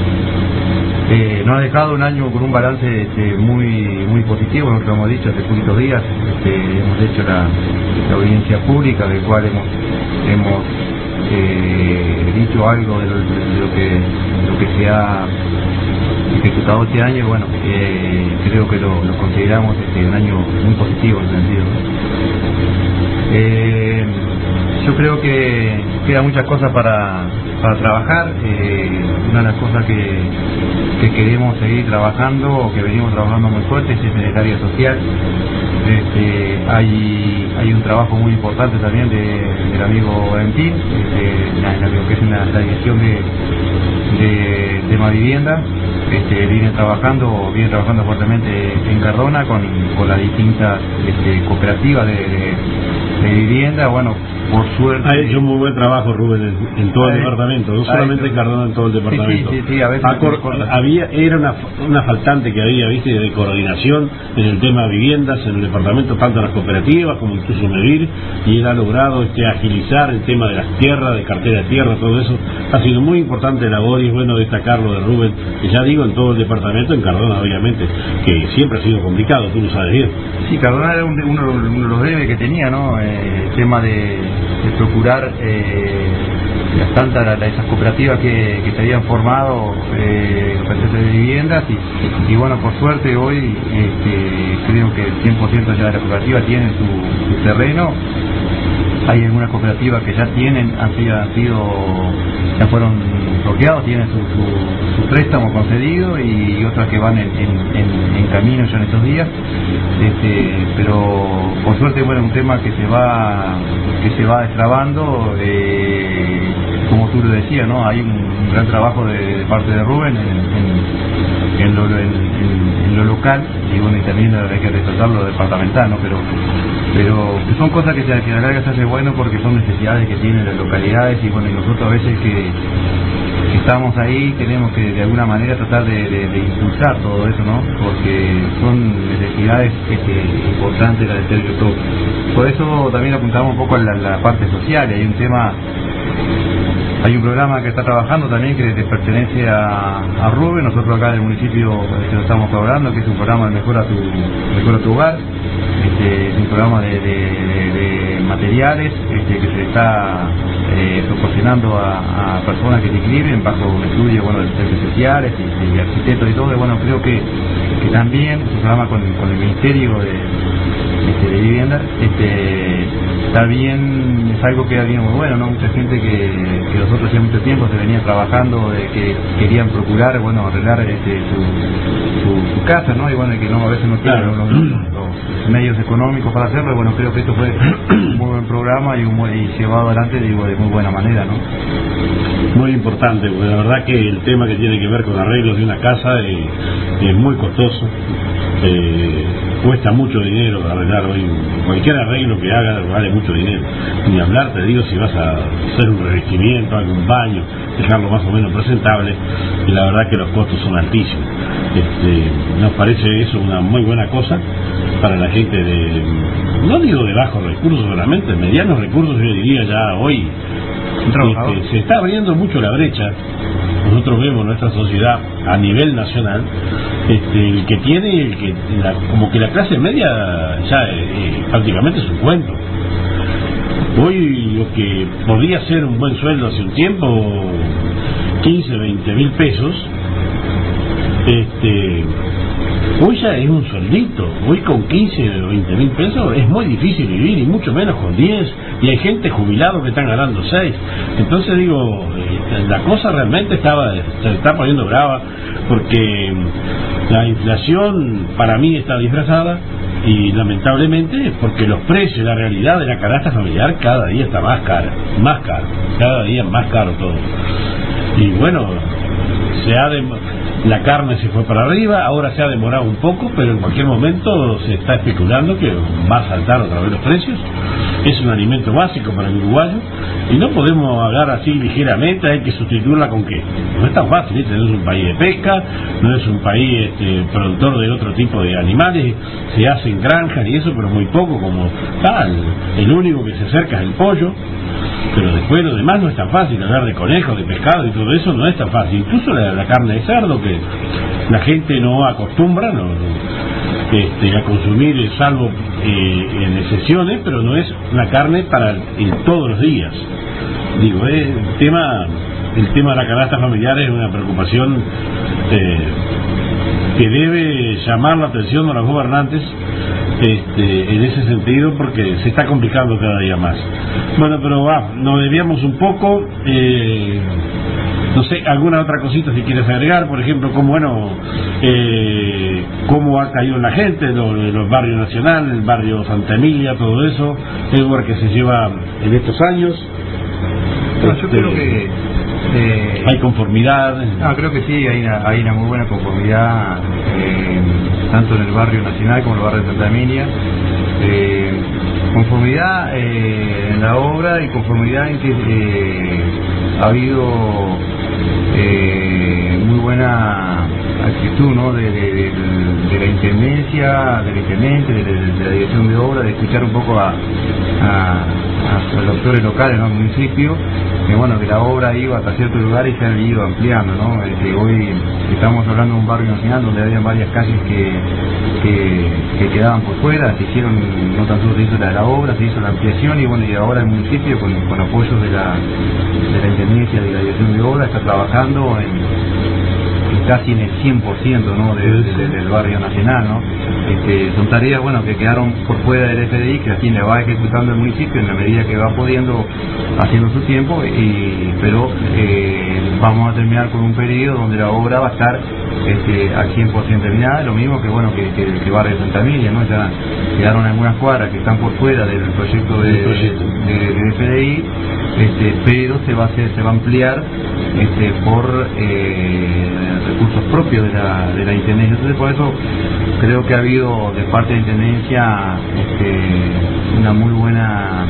ha dejado un año con un balance muy positivo, lo que hemos dicho hace poquitos días. Hemos hecho la audiencia pública, del cual hemos dicho algo de lo que se ha ejecutado este año. Bueno, creo que lo consideramos un año muy positivo en ese sentido. Yo creo que quedan muchas cosas para trabajar. Una de las cosas que queremos seguir trabajando, o que venimos trabajando muy fuerte, es en el área social. Hay un trabajo muy importante también del amigo Valentín, en lo que es la dirección de Mavivienda. Viene trabajando fuertemente en Cardona con las distintas cooperativas de vivienda. Bueno, por suerte ha hecho un muy buen trabajo Rubén en todo el departamento, no solamente en Cardona, en todo el departamento. Sí, a veces era una faltante que había, viste, de coordinación en el tema de viviendas en el departamento, tanto en las cooperativas como incluso Medir, y él ha logrado agilizar el tema de las tierras, de cartera de tierra, todo eso. Ha sido muy importante la labor, y es bueno destacarlo de Rubén, que ya digo, en todo el departamento, en Cardona obviamente, que siempre ha sido complicado, tú lo sabes bien. Sí, Cardona era uno de los debes que tenía, ¿no? El tema de procurar esas cooperativas que se habían formado, los de viviendas, y bueno, por suerte hoy creo que el 100% ya de la cooperativa tienen su terreno. Hay algunas cooperativas que ya fueron bloqueados, tienen su préstamo concedido, y otras que van en camino ya en estos días. Pero por suerte, bueno, un tema que se va destrabando, como tú lo decías, ¿no? Hay un gran trabajo de parte de Rubén en lo local, y bueno, y también hay que resaltar lo departamental, ¿no? Pero son cosas que a la larga se hace bueno, porque son necesidades que tienen las localidades, y bueno, y nosotros a veces que estamos ahí tenemos que de alguna manera tratar de impulsar todo eso, ¿no? Porque son necesidades importantes las del territorio. Por eso también apuntamos un poco a la parte social, y hay un programa que está trabajando también que pertenece a Rubén. Nosotros acá en el municipio lo estamos colaborando, que es un programa de Mejora tu Hogar. Es un programa de materiales que se le está proporcionando a personas que se inscriben bajo un estudio, bueno, de servicios sociales y arquitectos y todo. Y bueno, creo que también es un programa con el Ministerio de Vivienda. También es algo que ha venido muy bueno, ¿no? Mucha gente que nosotros hacía mucho tiempo se venía trabajando, de que querían procurar, bueno, arreglar su casa, ¿no? Y bueno, que no, a veces no tienen los medios económicos para hacerlo. Y bueno, creo que esto fue un muy buen programa y llevado adelante, digo, de muy buena manera, ¿no? Muy importante, porque la verdad que el tema que tiene que ver con arreglos de una casa es muy costoso. Cuesta mucho dinero arreglar hoy. Cualquier arreglo que haga vale mucho dinero. Ni hablar, te digo, si vas a hacer un revestimiento, algún baño, dejarlo más o menos presentable, y la verdad que los costos son altísimos. Nos parece eso una muy buena cosa para la gente no digo de bajos recursos solamente, medianos recursos, yo diría ya hoy. Se está abriendo mucho la brecha. Nosotros vemos nuestra sociedad a nivel nacional, el que tiene, como que la clase media ya prácticamente es un cuento. Hoy lo que podría ser un buen sueldo hace un tiempo, 15, 20 mil pesos, hoy ya es un sueldito. Hoy con 15 o 20 mil pesos es muy difícil vivir, y mucho menos con 10, y hay gente jubilada que están ganando 6. Entonces digo, la cosa realmente se está poniendo brava, porque la inflación para mí está disfrazada, y lamentablemente porque los precios, la realidad de la canasta familiar cada día está más caro, cada día más caro todo. Y bueno, la carne se fue para arriba, ahora se ha demorado un poco, pero en cualquier momento se está especulando que va a saltar otra vez los precios. es un alimento básico para el uruguayo y no podemos hablar así ligeramente, hay que sustituirla con qué. No es tan fácil, este no es un país de pesca, no es un país productor de otro tipo de animales, se hacen granjas y eso, pero muy poco, como tal, el único que se acerca es el pollo, pero después lo demás no es tan fácil, hablar de conejos, de pescado y todo eso no es tan fácil, incluso la carne de cerdo que la gente no acostumbra a consumir, salvo en excepciones, pero no es una carne para todos los días. Digo, el tema de la canasta familiar es una preocupación que debe llamar la atención de los gobernantes en ese sentido, porque se está complicando cada día más. Bueno, pero nos desviamos un poco. No sé, alguna otra cosita si quieres agregar, por ejemplo, cómo ha caído la gente, los barrios Nacional, el barrio Santa Emilia, todo eso, el lugar que se lleva en estos años. Yo creo que hay conformidad. Creo que sí, hay una muy buena conformidad, tanto en el barrio Nacional como en el barrio de Santa Emilia. Conformidad en la obra y conformidad en que ha habido muy buena actitud, ¿no? de la intendencia, del intendente, de la dirección de obra, de escuchar un poco a los actores locales, ¿no? Del municipio, que la obra iba hasta cierto lugar y se han ido ampliando, ¿no? Hoy estamos hablando de un barrio nacional donde había varias calles que quedaban por fuera, se hicieron, no tan solo se hizo la obra, se hizo la ampliación y ahora el municipio con apoyo de la intendencia, de la dirección de obra, está trabajando casi en el 100%, ¿no? del barrio nacional, ¿no? Son tareas que quedaron por fuera del FDI, que así le va ejecutando el municipio en la medida que va pudiendo, haciendo su tiempo, pero vamos a terminar con un periodo donde la obra va a estar al 100% terminada, lo mismo que el barrio de Santa Emilia, ¿no? Ya quedaron algunas cuadras que están por fuera del proyecto del FDI, pero se va a ampliar por recursos propios de la intendencia. Entonces, por eso creo que ha habido de parte de la intendencia una muy buena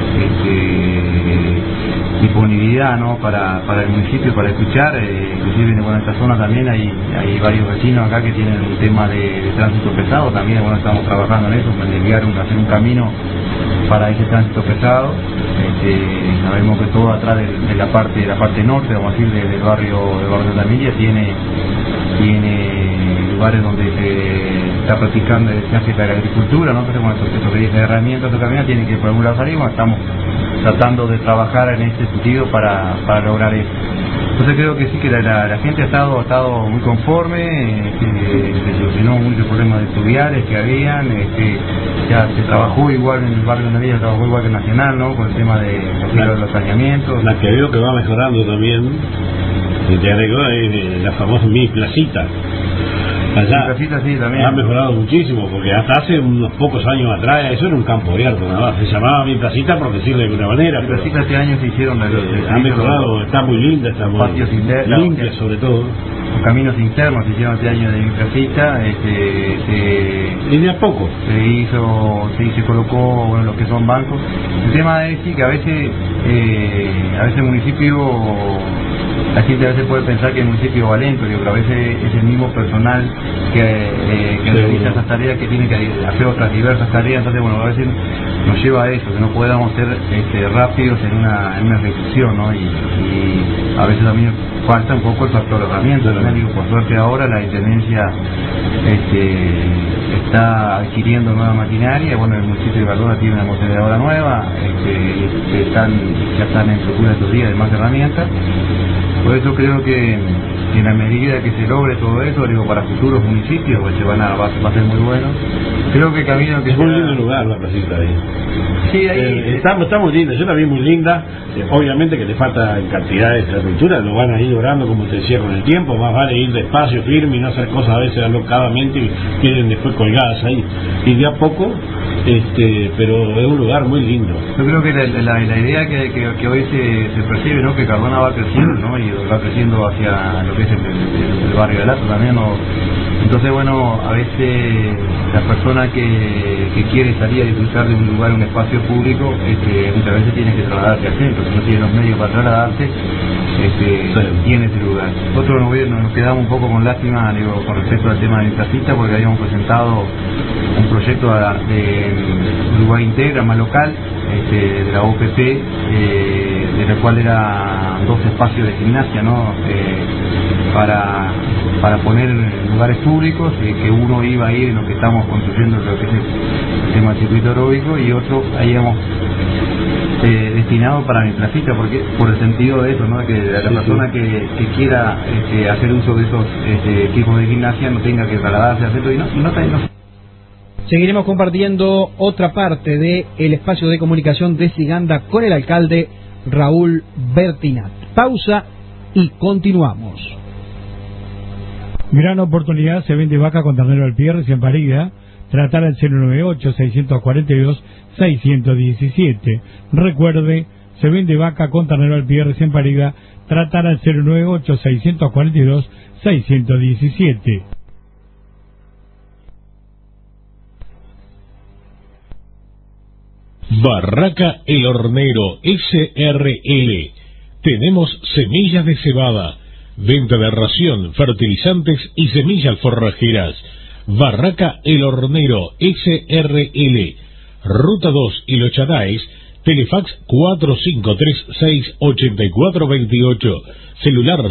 disponibilidad, ¿no? para el municipio, para escuchar. Inclusive en esta zona también hay varios vecinos acá que tienen un tema de tránsito pesado también. Estamos trabajando en eso, en hacer un camino para ese tránsito pesado. Sabemos que todo atrás de la parte norte, vamos a decir, del barrio de Santa Emilia, tiene lugares donde se está practicando, se hace la agricultura, ¿no? Pero eso que dice herramientas, también tiene que por algún lado salir. Estamos tratando de trabajar en este sentido para lograr eso. Entonces creo que sí, que la gente ha estado muy conforme, se solucionó muchos problemas estudiantes que habían, ya se trabajó igual en el barrio de Navidad, se trabajó igual que en Nacional, ¿no? Con el tema de los saneamientos. La que veo que va mejorando también, te arregló, es la famosa Mi Placita. Allá sí, también ha mejorado muchísimo, porque hasta hace unos pocos años atrás eso era un campo abierto, nada más. Se llamaba Mi Placita por decirlo de alguna manera. Mi Placita este año se hicieron ha mejorado, está muy linda, está muy patios limpia sobre todo. Los caminos internos se hicieron este año de Mi Placita, y de a poco se colocó lo que son bancos. El tema es que a veces el municipio, la gente a veces puede pensar que el municipio va lento, pero a veces es el mismo personal que realiza esas tareas, que tiene que hacer otras diversas tareas. Entonces, a veces nos lleva a eso, que no podamos ser rápidos en una ejecución, ¿no? Y a veces también falta un poco el factor herramienta. Por suerte ahora la intendencia está adquiriendo nueva maquinaria. El municipio de Cardona tiene una motorizadora nueva, ya están en procura estos días de más herramientas. Por eso creo que en la medida que se logre todo eso, para futuros municipios, va a ser muy bueno. Creo que camino que es muy lindo lugar la placita ahí. Sí, ahí está muy linda, yo la vi muy linda. Obviamente que le falta en cantidad de infraestructura, lo van a ir logrando, como te decía, con el tiempo. Más vale ir despacio, firme, y no hacer cosas a veces alocadamente y queden después colgadas ahí. Y de a poco, pero es un lugar muy lindo. Yo creo que la idea que hoy se percibe, ¿no? Que Cardona va creciendo, ¿no? ¿no? Y va creciendo hacia lo que es el barrio de Lato también, ¿no? Entonces, bueno, a veces la persona que quiere salir a disfrutar de un lugar, un espacio público, muchas veces tiene que trasladarse al centro, si no tiene los medios para trasladarse, tiene ese lugar. Nosotros nos quedamos un poco con lástima, digo, con respecto al tema de Intrafista, porque habíamos presentado un proyecto de Uruguay Integra, más local, de la OPP, de la cual eran 2 espacios de gimnasia, ¿no? Para poner en lugares públicos, que uno iba a ir en lo que estamos construyendo, lo que es el tema del circuito aeróbico, y otro ahí íbamos destinado para Intrafista, porque por el sentido de eso, ¿no? Que la persona que quiera hacer uso de esos equipos de gimnasia no tenga que trasladarse al centro y no. Seguiremos compartiendo otra parte del espacio de comunicación de Siganda con el alcalde Raúl Bertinat. Pausa y continuamos. Gran oportunidad, se vende vaca con ternero al pie recién parida. Tratar al 098-642-617. Recuerde, se vende vaca con ternero al pie recién parida. Tratar al 098-642-617. Barraca El Hornero SRL. Tenemos semillas de cebada, venta de ración, fertilizantes y semillas forrajeras. Barraca El Hornero SRL. Ruta 2 y Los Chadaes. Telefax 4536-8428. Celular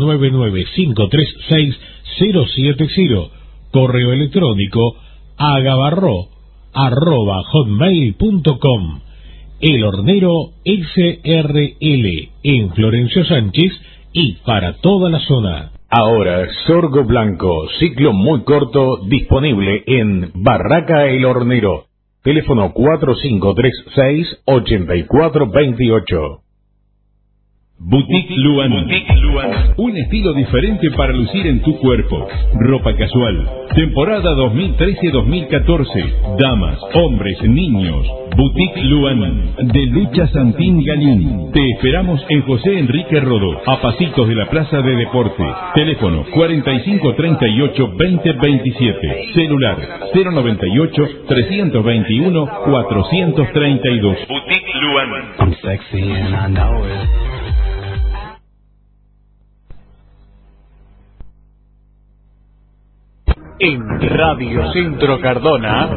099-536-070. Correo electrónico agabarro@hotmail.com. El Hornero SRL en Florencio Sánchez y para toda la zona. Ahora, sorgo blanco, ciclo muy corto, disponible en Barraca El Hornero. Teléfono 4536-8428. Boutique Luan. Un estilo diferente para lucir en tu cuerpo. Ropa casual. Temporada 2013-2014. Damas, hombres, niños. Boutique Luan. De Lucha Santín Galín. Te esperamos en José Enrique Rodó, a pasitos de la Plaza de Deporte. Teléfono 4538-2027. Celular 098-321-432. Boutique Luan. I'm sexy and I know it. En Radio Centro Cardona,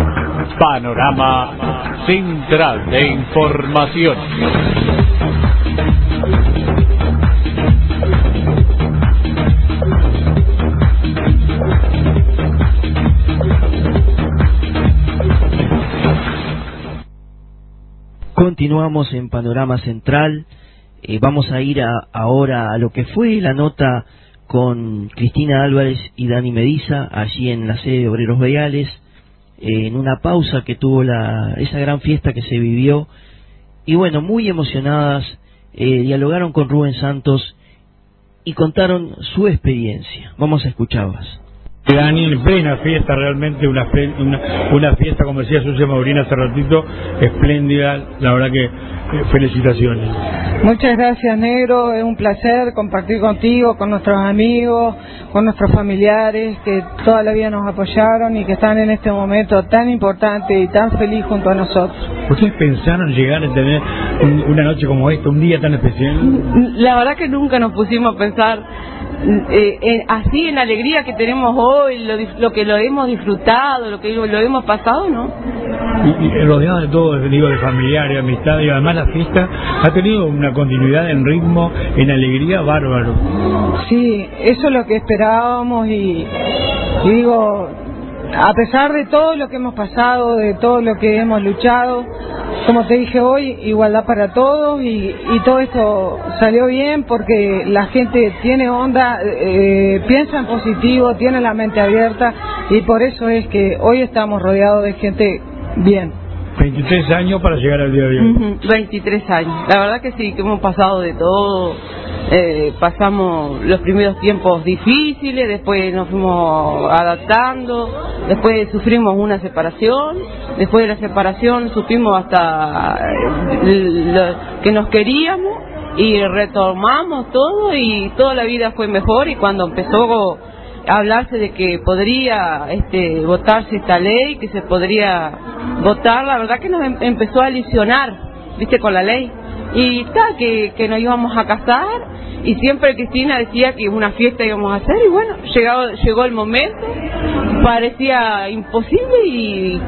Panorama Central de Información. Continuamos en Panorama Central. Vamos a ir ahora a lo que fue la nota con Cristina Álvarez y Dani Mediza, allí en la sede de Obreros Viales, en una pausa que tuvo esa gran fiesta que se vivió, y bueno, muy emocionadas, dialogaron con Rubén Santos y contaron su experiencia. Vamos a escucharlas. Dani, en plena fiesta, realmente una fiesta, como decía Sucia Maurina hace ratito, espléndida, la verdad que felicitaciones. Muchas gracias, Negro, es un placer compartir contigo, con nuestros amigos, con nuestros familiares que toda la vida nos apoyaron y que están en este momento tan importante y tan feliz junto a nosotros. ¿Ustedes pensaron llegar a tener una noche como esta, un día tan especial? La verdad que nunca nos pusimos a pensar así en la alegría que tenemos hoy, lo que lo hemos disfrutado, lo que lo hemos pasado, ¿no? Y rodeado de todo, digo, de familiares, amistad, y además la fiesta ha tenido una continuidad en ritmo, en alegría, bárbaro. Sí, eso es lo que esperábamos y digo, a pesar de todo lo que hemos pasado, de todo lo que hemos luchado, como te dije hoy, igualdad para todos y todo esto salió bien porque la gente tiene onda, piensa en positivo, tiene la mente abierta y por eso es que hoy estamos rodeados de gente bien. 23 años para llegar al día de hoy. 23 años. La verdad que sí, que hemos pasado de todo. Pasamos los primeros tiempos difíciles, después nos fuimos adaptando, después sufrimos una separación, después de la separación supimos hasta que nos queríamos y retomamos todo y toda la vida fue mejor. Y cuando empezó a hablarse de que podría votarse esta ley, que se podría votar, la verdad que nos empezó a ilusionar, viste, con la ley. Y está, que nos íbamos a casar, y siempre Cristina decía que una fiesta íbamos a hacer, y bueno, llegó el momento, parecía imposible, y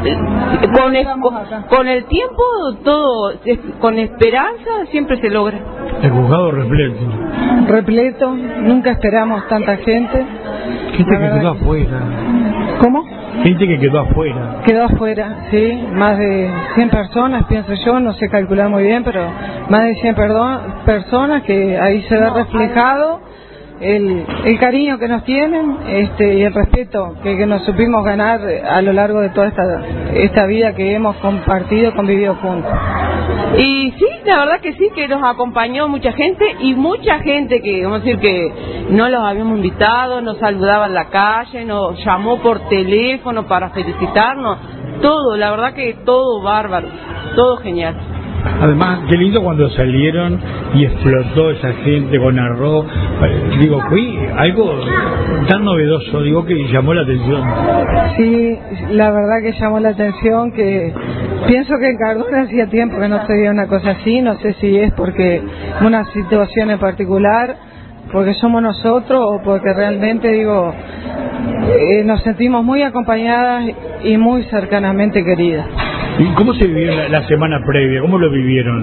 con el tiempo todo, con esperanza, siempre se logra. El juzgado repleto, nunca esperamos tanta gente. Gente que quedó afuera. ¿Cómo? Gente que quedó afuera. Quedó afuera, sí, más de 100 personas, pienso yo, no sé calcular muy bien, pero más de 100 personas que ahí se ve reflejado el cariño que nos tienen y el respeto que nos supimos ganar a lo largo de toda esta vida que hemos convivido juntos. Y sí, la verdad que sí, que nos acompañó mucha gente, y mucha gente que, vamos a decir, que no los habíamos invitado, nos saludaba en la calle, nos llamó por teléfono para felicitarnos, todo, la verdad que todo bárbaro, todo genial. Además, qué lindo cuando salieron y explotó esa gente con arroz. Digo, fue algo tan novedoso, digo, que llamó la atención. Sí, la verdad que llamó la atención, que pienso que en Cardona hacía tiempo que no se veía una cosa así, no sé si es porque una situación en particular, porque somos nosotros o porque realmente, digo, nos sentimos muy acompañadas y muy cercanamente queridas. ¿Y cómo se vivió la semana previa? ¿Cómo lo vivieron?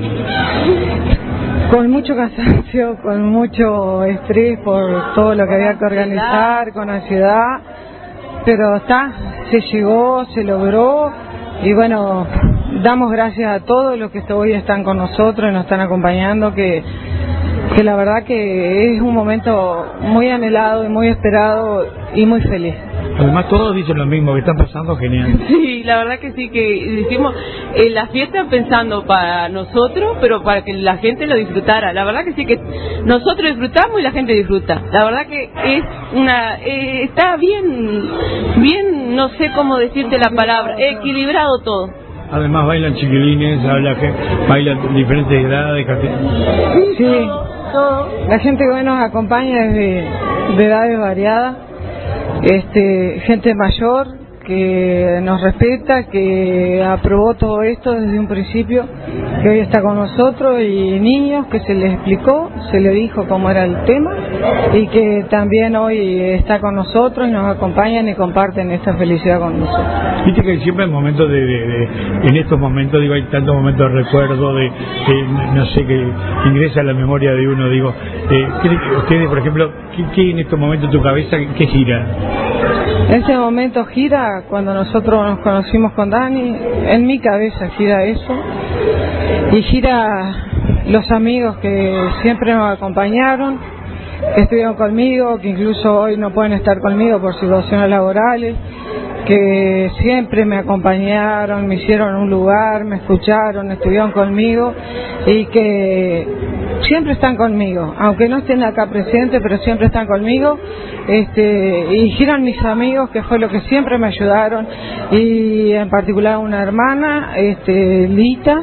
Con mucho cansancio, con mucho estrés por todo lo que había que organizar, con ansiedad, pero se llegó, se logró, y bueno, damos gracias a todos los que hoy están con nosotros y nos están acompañando, que la verdad que es un momento muy anhelado y muy esperado y muy feliz. Además todos dicen lo mismo, que están pasando genial. Sí, la verdad que sí, que hicimos la fiesta pensando para nosotros, pero para que la gente lo disfrutara. La verdad que sí, que nosotros disfrutamos y la gente disfruta. La verdad que es está bien, no sé cómo decirte la palabra, equilibrado todo. Además bailan chiquilines, bailan diferentes edades. Sí, la gente que nos acompaña es de edades variadas. Gente mayor que nos respeta, que aprobó todo esto desde un principio, que hoy está con nosotros, y niños que se les explicó, se les dijo cómo era el tema, y que también hoy está con nosotros y nos acompañan y comparten esta felicidad con nosotros. Viste que siempre en momentos en estos momentos, digo, hay tantos momentos de recuerdo, no sé, que ingresa a la memoria de uno, digo, ustedes, por ejemplo, ¿qué en estos momentos en tu cabeza, qué gira? En ese momento gira cuando nosotros nos conocimos con Dani, en mi cabeza gira eso, y gira los amigos que siempre nos acompañaron, que estuvieron conmigo, que incluso hoy no pueden estar conmigo por situaciones laborales, que siempre me acompañaron, me hicieron un lugar, me escucharon, estuvieron conmigo y que siempre están conmigo, aunque no estén acá presentes, pero siempre están conmigo, y giran mis amigos, que fue lo que siempre me ayudaron, y en particular una hermana, Lita,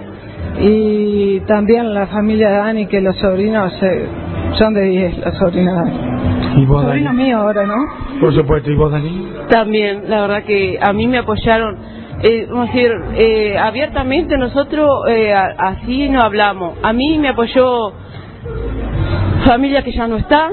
y también la familia de Dani, que los sobrinos son de 10, los sobrinos de Dani. ¿Y vos, sobrino Dani? Mío ahora, ¿no? Por supuesto, ¿y vos, Dani? También, la verdad que a mí me apoyaron, vamos a decir, abiertamente nosotros así no hablamos. A mí me apoyó familia que ya no está,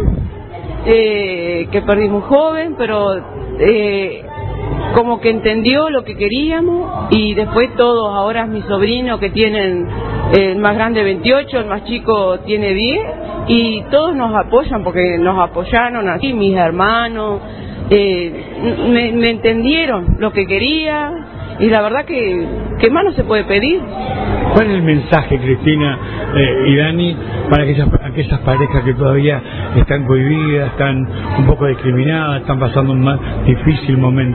que perdí muy joven, pero como que entendió lo que queríamos, y después todos, ahora mis sobrinos que tienen, el más grande 28, el más chico tiene 10, y todos nos apoyan porque nos apoyaron así, mis hermanos, me entendieron lo que quería, y la verdad que más no se puede pedir. ¿Cuál es el mensaje, Cristina y Dani, para aquellas parejas que todavía están cohibidas, están un poco discriminadas, están pasando un más difícil momento?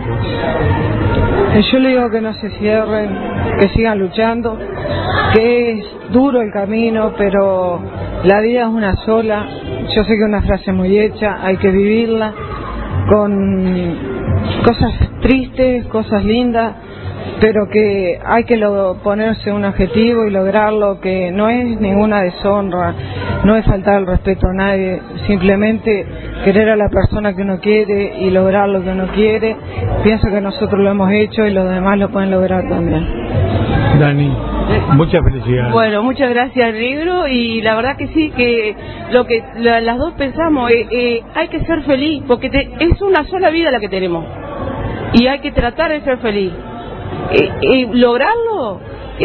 Yo le digo que no se cierren, que sigan luchando, que es duro el camino, pero la vida es una sola. Yo sé que es una frase muy hecha, hay que vivirla con cosas tristes, cosas lindas, pero que hay que ponerse un objetivo y lograrlo, que no es ninguna deshonra, no es faltar el respeto a nadie, simplemente querer a la persona que uno quiere y lograr lo que uno quiere. Pienso que nosotros lo hemos hecho y los demás lo pueden lograr también. Dani, muchas felicidades. Bueno, muchas gracias, Negro, y la verdad que sí, que lo que las dos pensamos, hay que ser feliz, porque es una sola vida la que tenemos, y hay que tratar de ser feliz. Lograrlo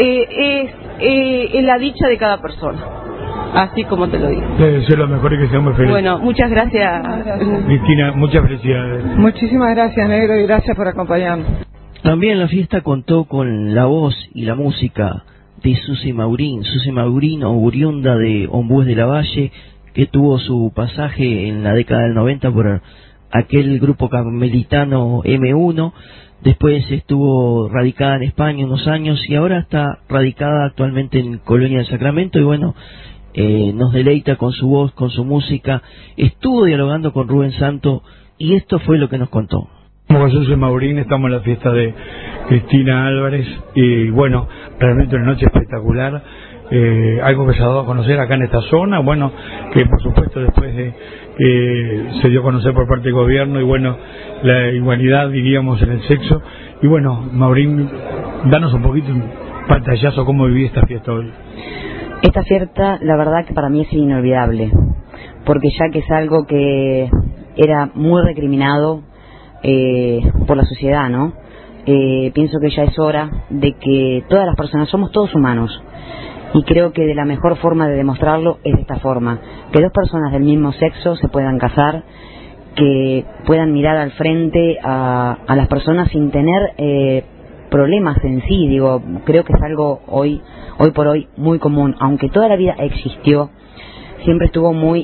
es la dicha de cada persona, así como te lo digo. Debe ser lo mejor y que seamos felices. Bueno, muchas gracias. Cristina, muchas felicidades. Muchísimas gracias, Negro, y gracias por acompañarnos. También la fiesta contó con la voz y la música de Susi Maurín, oriunda de Ombúes de la Valle, que tuvo su pasaje en la década del 90 por aquel grupo carmelitano M1. Después estuvo radicada en España unos años y ahora está radicada actualmente en Colonia del Sacramento, y bueno, nos deleita con su voz, con su música. Estuvo dialogando con Rubén Santo y esto fue lo que nos contó. Como Susi Maurín, estamos en la fiesta de Cristina Álvarez y bueno, realmente una noche espectacular. Algo que se ha dado a conocer acá en esta zona, bueno, que por supuesto después de que se dio a conocer por parte del gobierno, y bueno, la igualdad, diríamos, en el sexo. Y bueno, Maurín, danos un poquito un pantallazo cómo viví esta fiesta hoy. Esta fiesta, la verdad que para mí es inolvidable, porque ya que es algo que era muy recriminado por la sociedad, ¿no? Pienso que ya es hora de que todas las personas, somos todos humanos, y creo que de la mejor forma de demostrarlo es de esta forma, que dos personas del mismo sexo se puedan casar, que puedan mirar al frente a las personas sin tener problemas en sí. Digo, creo que es algo hoy por hoy muy común, aunque toda la vida existió, siempre estuvo muy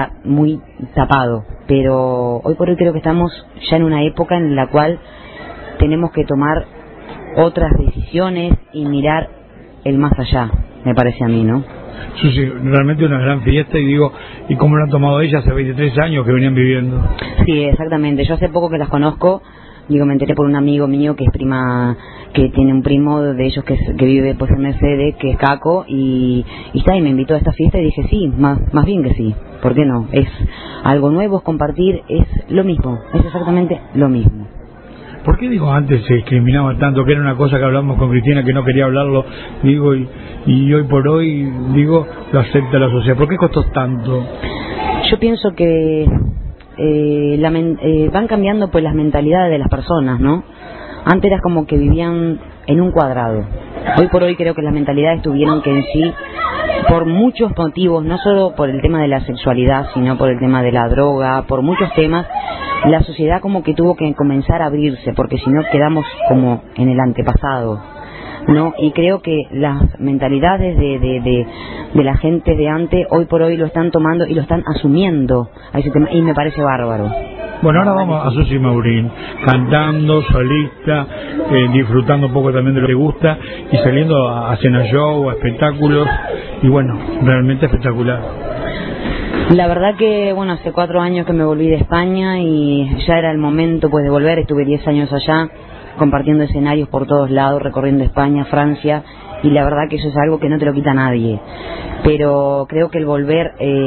tapado, pero hoy por hoy creo que estamos ya en una época en la cual tenemos que tomar otras decisiones y mirar el más allá, me parece a mí, ¿no? Sí, realmente una gran fiesta, y digo, ¿y cómo lo han tomado ellas hace 23 años que venían viviendo? Sí, exactamente, yo hace poco que las conozco, digo, me enteré por un amigo mío que es prima, que tiene un primo de ellos que vive pues en Mercedes, que es Caco, y me invitó a esta fiesta y dije sí, más bien que sí, ¿por qué no? Es algo nuevo, es compartir, es lo mismo, es exactamente lo mismo. ¿Por qué, digo, antes se discriminaba tanto, que era una cosa que hablamos con Cristina, que no quería hablarlo, digo, y hoy por hoy, digo, lo acepta la sociedad? ¿Por qué costó tanto? Yo pienso que van cambiando pues las mentalidades de las personas, ¿no? Antes era como que vivían en un cuadrado. Hoy por hoy creo que las mentalidades tuvieron que en sí, por muchos motivos, no solo por el tema de la sexualidad, sino por el tema de la droga, por muchos temas, la sociedad como que tuvo que comenzar a abrirse, porque si no quedamos como en el antepasado, ¿no? Y creo que las mentalidades de la gente de antes, hoy por hoy lo están tomando y lo están asumiendo a ese tema, y me parece bárbaro. Bueno, ahora vamos a Susi Maurín, cantando, solista, disfrutando un poco también de lo que gusta, y saliendo a cena show, a espectáculos, y bueno, realmente espectacular. La verdad que, bueno, hace 4 años que me volví de España y ya era el momento pues de volver. Estuve 10 años allá, compartiendo escenarios por todos lados, recorriendo España, Francia, y la verdad que eso es algo que no te lo quita nadie. Pero creo que el volver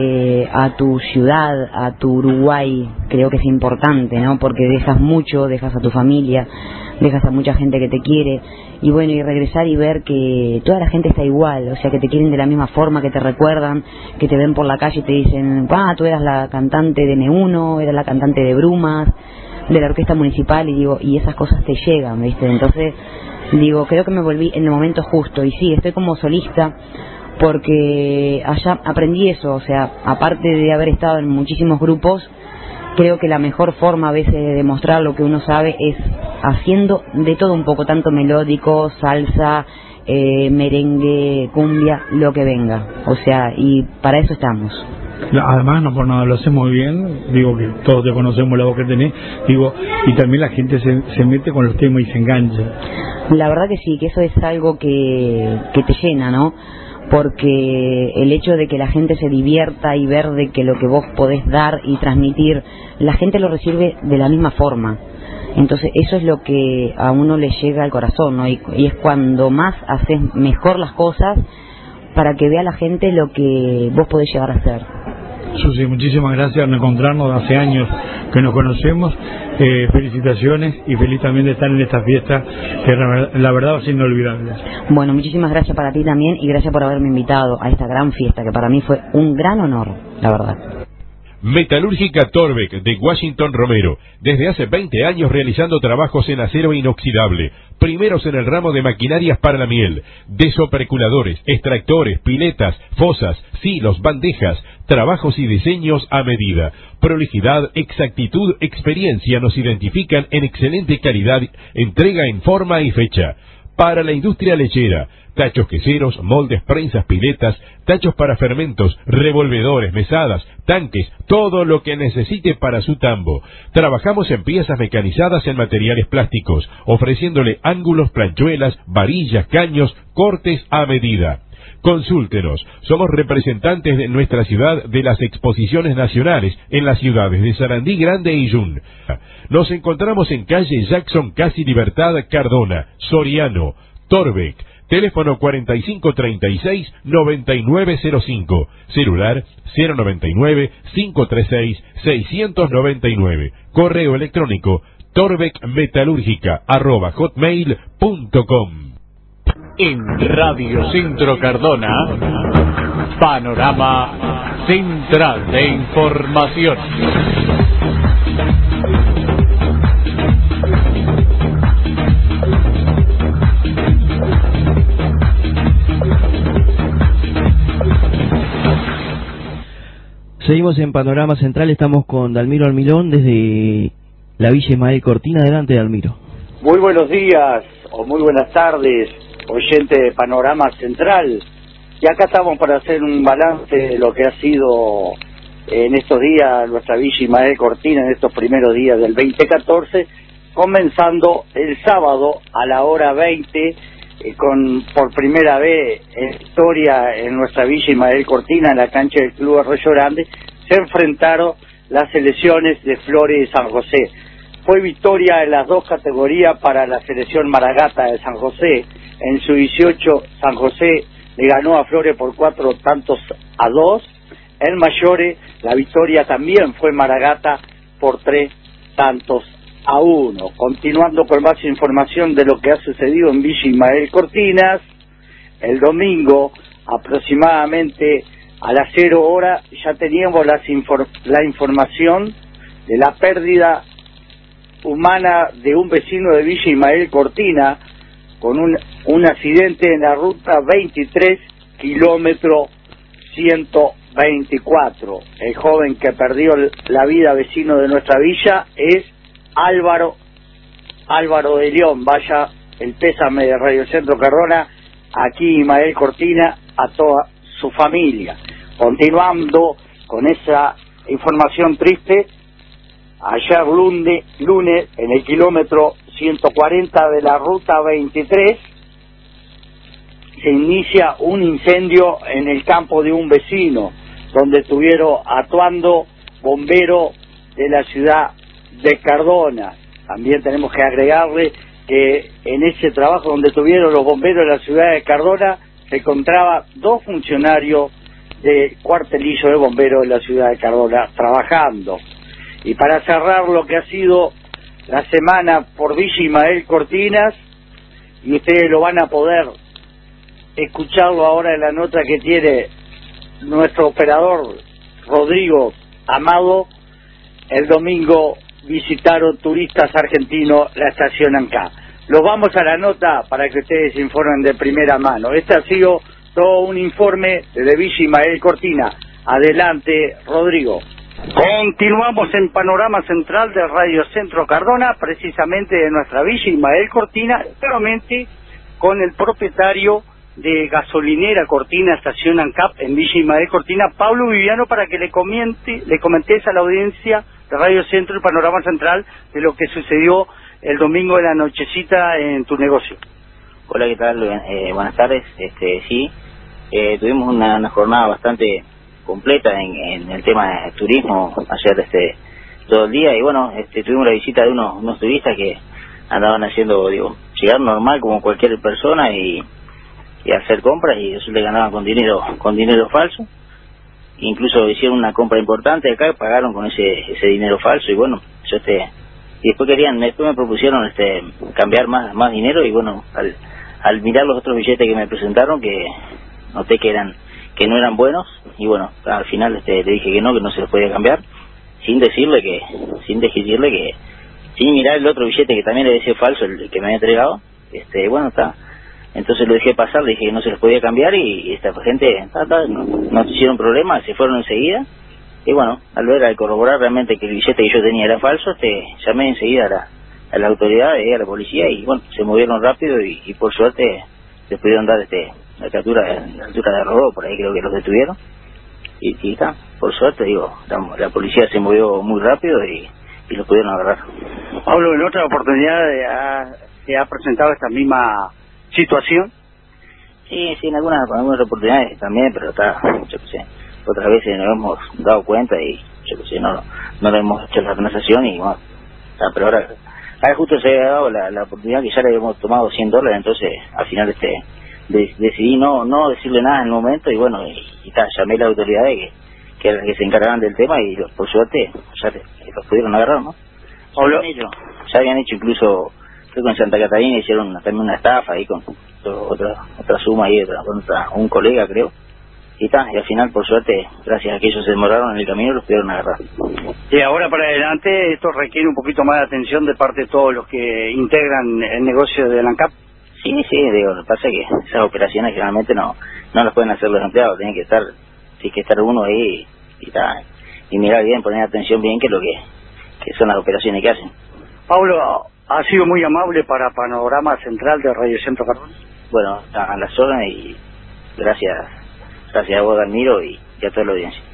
a tu ciudad, a tu Uruguay, creo que es importante, ¿no? Porque dejas mucho, dejas a tu familia, dejas a mucha gente que te quiere, y bueno, y regresar y ver que toda la gente está igual, o sea, que te quieren de la misma forma, que te recuerdan, que te ven por la calle y te dicen, tú eras la cantante de M1, eras la cantante de Brumas, de la orquesta municipal, y digo, y esas cosas te llegan, ¿viste? Entonces, digo, creo que me volví en el momento justo, y sí, estoy como solista, porque allá aprendí eso, o sea, aparte de haber estado en muchísimos grupos, creo que la mejor forma a veces de demostrar lo que uno sabe es haciendo de todo un poco, tanto melódico, salsa, merengue, cumbia, lo que venga, o sea, y para eso estamos. Además, no por nada lo hacemos muy bien, digo que todos te conocemos la voz que tenés, digo, y también la gente se mete con los temas y se engancha. La verdad que sí, que eso es algo que te llena, ¿no? Porque el hecho de que la gente se divierta y ver de que lo que vos podés dar y transmitir, la gente lo recibe de la misma forma. Entonces eso es lo que a uno le llega al corazón, ¿no? Y es cuando más haces mejor las cosas para que vea la gente lo que vos podés llegar a hacer. Susi, muchísimas gracias por encontrarnos, hace años que nos conocemos, felicitaciones y feliz también de estar en esta fiesta que la verdad va a ser inolvidable. Bueno, muchísimas gracias para ti también y gracias por haberme invitado a esta gran fiesta que para mí fue un gran honor, la verdad. Metalúrgica Torbeck de Washington Romero, desde hace 20 años realizando trabajos en acero inoxidable, primeros en el ramo de maquinarias para la miel, desoperculadores, extractores, piletas, fosas, silos, bandejas, trabajos y diseños a medida. Prolijidad, exactitud, experiencia nos identifican en excelente calidad, entrega en forma y fecha. Para la industria lechera, tachos queseros, moldes, prensas, piletas, tachos para fermentos, revolvedores, mesadas, tanques, todo lo que necesite para su tambo. Trabajamos en piezas mecanizadas en materiales plásticos, ofreciéndole ángulos, planchuelas, varillas, caños, cortes a medida. Consúltenos, somos representantes de nuestra ciudad de las exposiciones nacionales en las ciudades de Sarandí Grande y Yun. Nos encontramos en calle Jackson Casi Libertad Cardona, Soriano, Torbeck, teléfono 4536-9905, celular 099-536-699, correo electrónico torbeckmetalúrgica@hotmail.com. En Radio Centro Cardona, Panorama Central de Información. Seguimos en Panorama Central, estamos con Dalmiro Almirón desde la Villa Ismael Cortina. Adelante, Dalmiro. Muy buenos días o muy buenas tardes, oyente de Panorama Central. Y acá estamos para hacer un balance de lo que ha sido en estos días nuestra Villa Ismael Cortina, en estos primeros días del 2014, comenzando el sábado a la hora 20, con por primera vez en historia en nuestra Villa Ismael Cortina, en la cancha del Club Arroyo Grande, se enfrentaron las selecciones de Flores y San José. Fue victoria en las dos categorías para la selección Maragata de San José. En su 18, San José le ganó a Flores por 4-2. En mayores, la victoria también fue Maragata por 3-1. Continuando con más información de lo que ha sucedido en Villa Ismael Cortinas, el domingo, aproximadamente a las 0 horas, ya teníamos la información de la pérdida humana de un vecino de Villa Ismael Cortina con un accidente en la ruta 23, kilómetro 124. El joven que perdió la vida, vecino de nuestra villa, es Álvaro de León. Vaya el pésame de Radio Centro Cardona, aquí Ismael Cortina, a toda su familia. Continuando con esa información triste, ayer lunes, en el kilómetro 140 de la ruta 23, se inicia un incendio en el campo de un vecino, donde estuvieron actuando bomberos de la ciudad de Cardona. También tenemos que agregarle que en ese trabajo donde estuvieron los bomberos de la ciudad de Cardona, se encontraba 2 funcionarios del cuartelillo de bomberos de la ciudad de Cardona trabajando. Y para cerrar lo que ha sido la semana por Villa Ismael Cortinas, y ustedes lo van a poder escucharlo ahora en la nota que tiene nuestro operador Rodrigo Amado, el domingo visitaron turistas argentinos la estación Ancá. Los vamos a la nota para que ustedes se informen de primera mano. Este ha sido todo un informe de Villa Ismael Cortina. Adelante, Rodrigo. Continuamos en Panorama Central de Radio Centro Cardona, precisamente de nuestra Villa Ismael Cortina, nuevamente con el propietario de gasolinera Cortina Estación ANCAP en Villa Ismael Cortina, Pablo Viviano, para que le comentes a la audiencia de Radio Centro y Panorama Central de lo que sucedió el domingo de la nochecita en tu negocio. Hola, ¿qué tal? Buenas tardes. Sí, tuvimos una jornada bastante completa en el tema de turismo. Ayer todo el día. Y bueno, tuvimos la visita de unos turistas que andaban haciendo, llegar normal como cualquier persona y hacer compras, y resulta que andaban con dinero falso. Incluso hicieron una compra importante acá, pagaron con ese dinero falso. Y bueno, yo y después me propusieron cambiar más dinero. Y bueno, al mirar los otros billetes que me presentaron, que noté que no eran buenos, y bueno, al final le dije que no se los podía cambiar, sin decirle que sin mirar el otro billete que también le decía falso, el que me había entregado. Bueno, está. Entonces lo dejé pasar, le dije que no se los podía cambiar, y esta gente no hicieron problema, se fueron enseguida. Y bueno, al corroborar realmente que el billete que yo tenía era falso, llamé enseguida a la autoridad, a la policía, y bueno, se movieron rápido, y por suerte les pudieron dar la captura de robo, por ahí creo que los detuvieron. Y está, por suerte, la policía se movió muy rápido y los pudieron agarrar. Pablo, en otra oportunidad se ha presentado esta misma situación. Sí, en algunas oportunidades también, pero yo qué sé, otras veces nos hemos dado cuenta y yo qué sé, no le hemos hecho la transacción, y bueno, pero ahora justo se había dado la oportunidad que ya le habíamos tomado $100, entonces al final decidí no decirle nada en el momento, y bueno, llamé a las autoridades que eran las que se encargaban del tema, y por suerte ya los pudieron agarrar, ¿no? Ya habían hecho incluso, creo que en Santa Catarina hicieron también una estafa ahí con otra suma ahí, con un colega creo, y al final por suerte, gracias a que ellos se demoraron en el camino, los pudieron agarrar. Y ahora para adelante esto requiere un poquito más de atención de parte de todos los que integran el negocio de la ANCAP. Sí, lo que pasa es que esas operaciones generalmente no las pueden hacer los empleados, tiene que estar uno ahí y mirar bien, poner atención bien que son las operaciones que hacen. Pablo, ha sido muy amable para Panorama Central de Radio Centro Cardona. Bueno, a las órdenes, y gracias a vos, Dalmiro, y a toda la audiencia.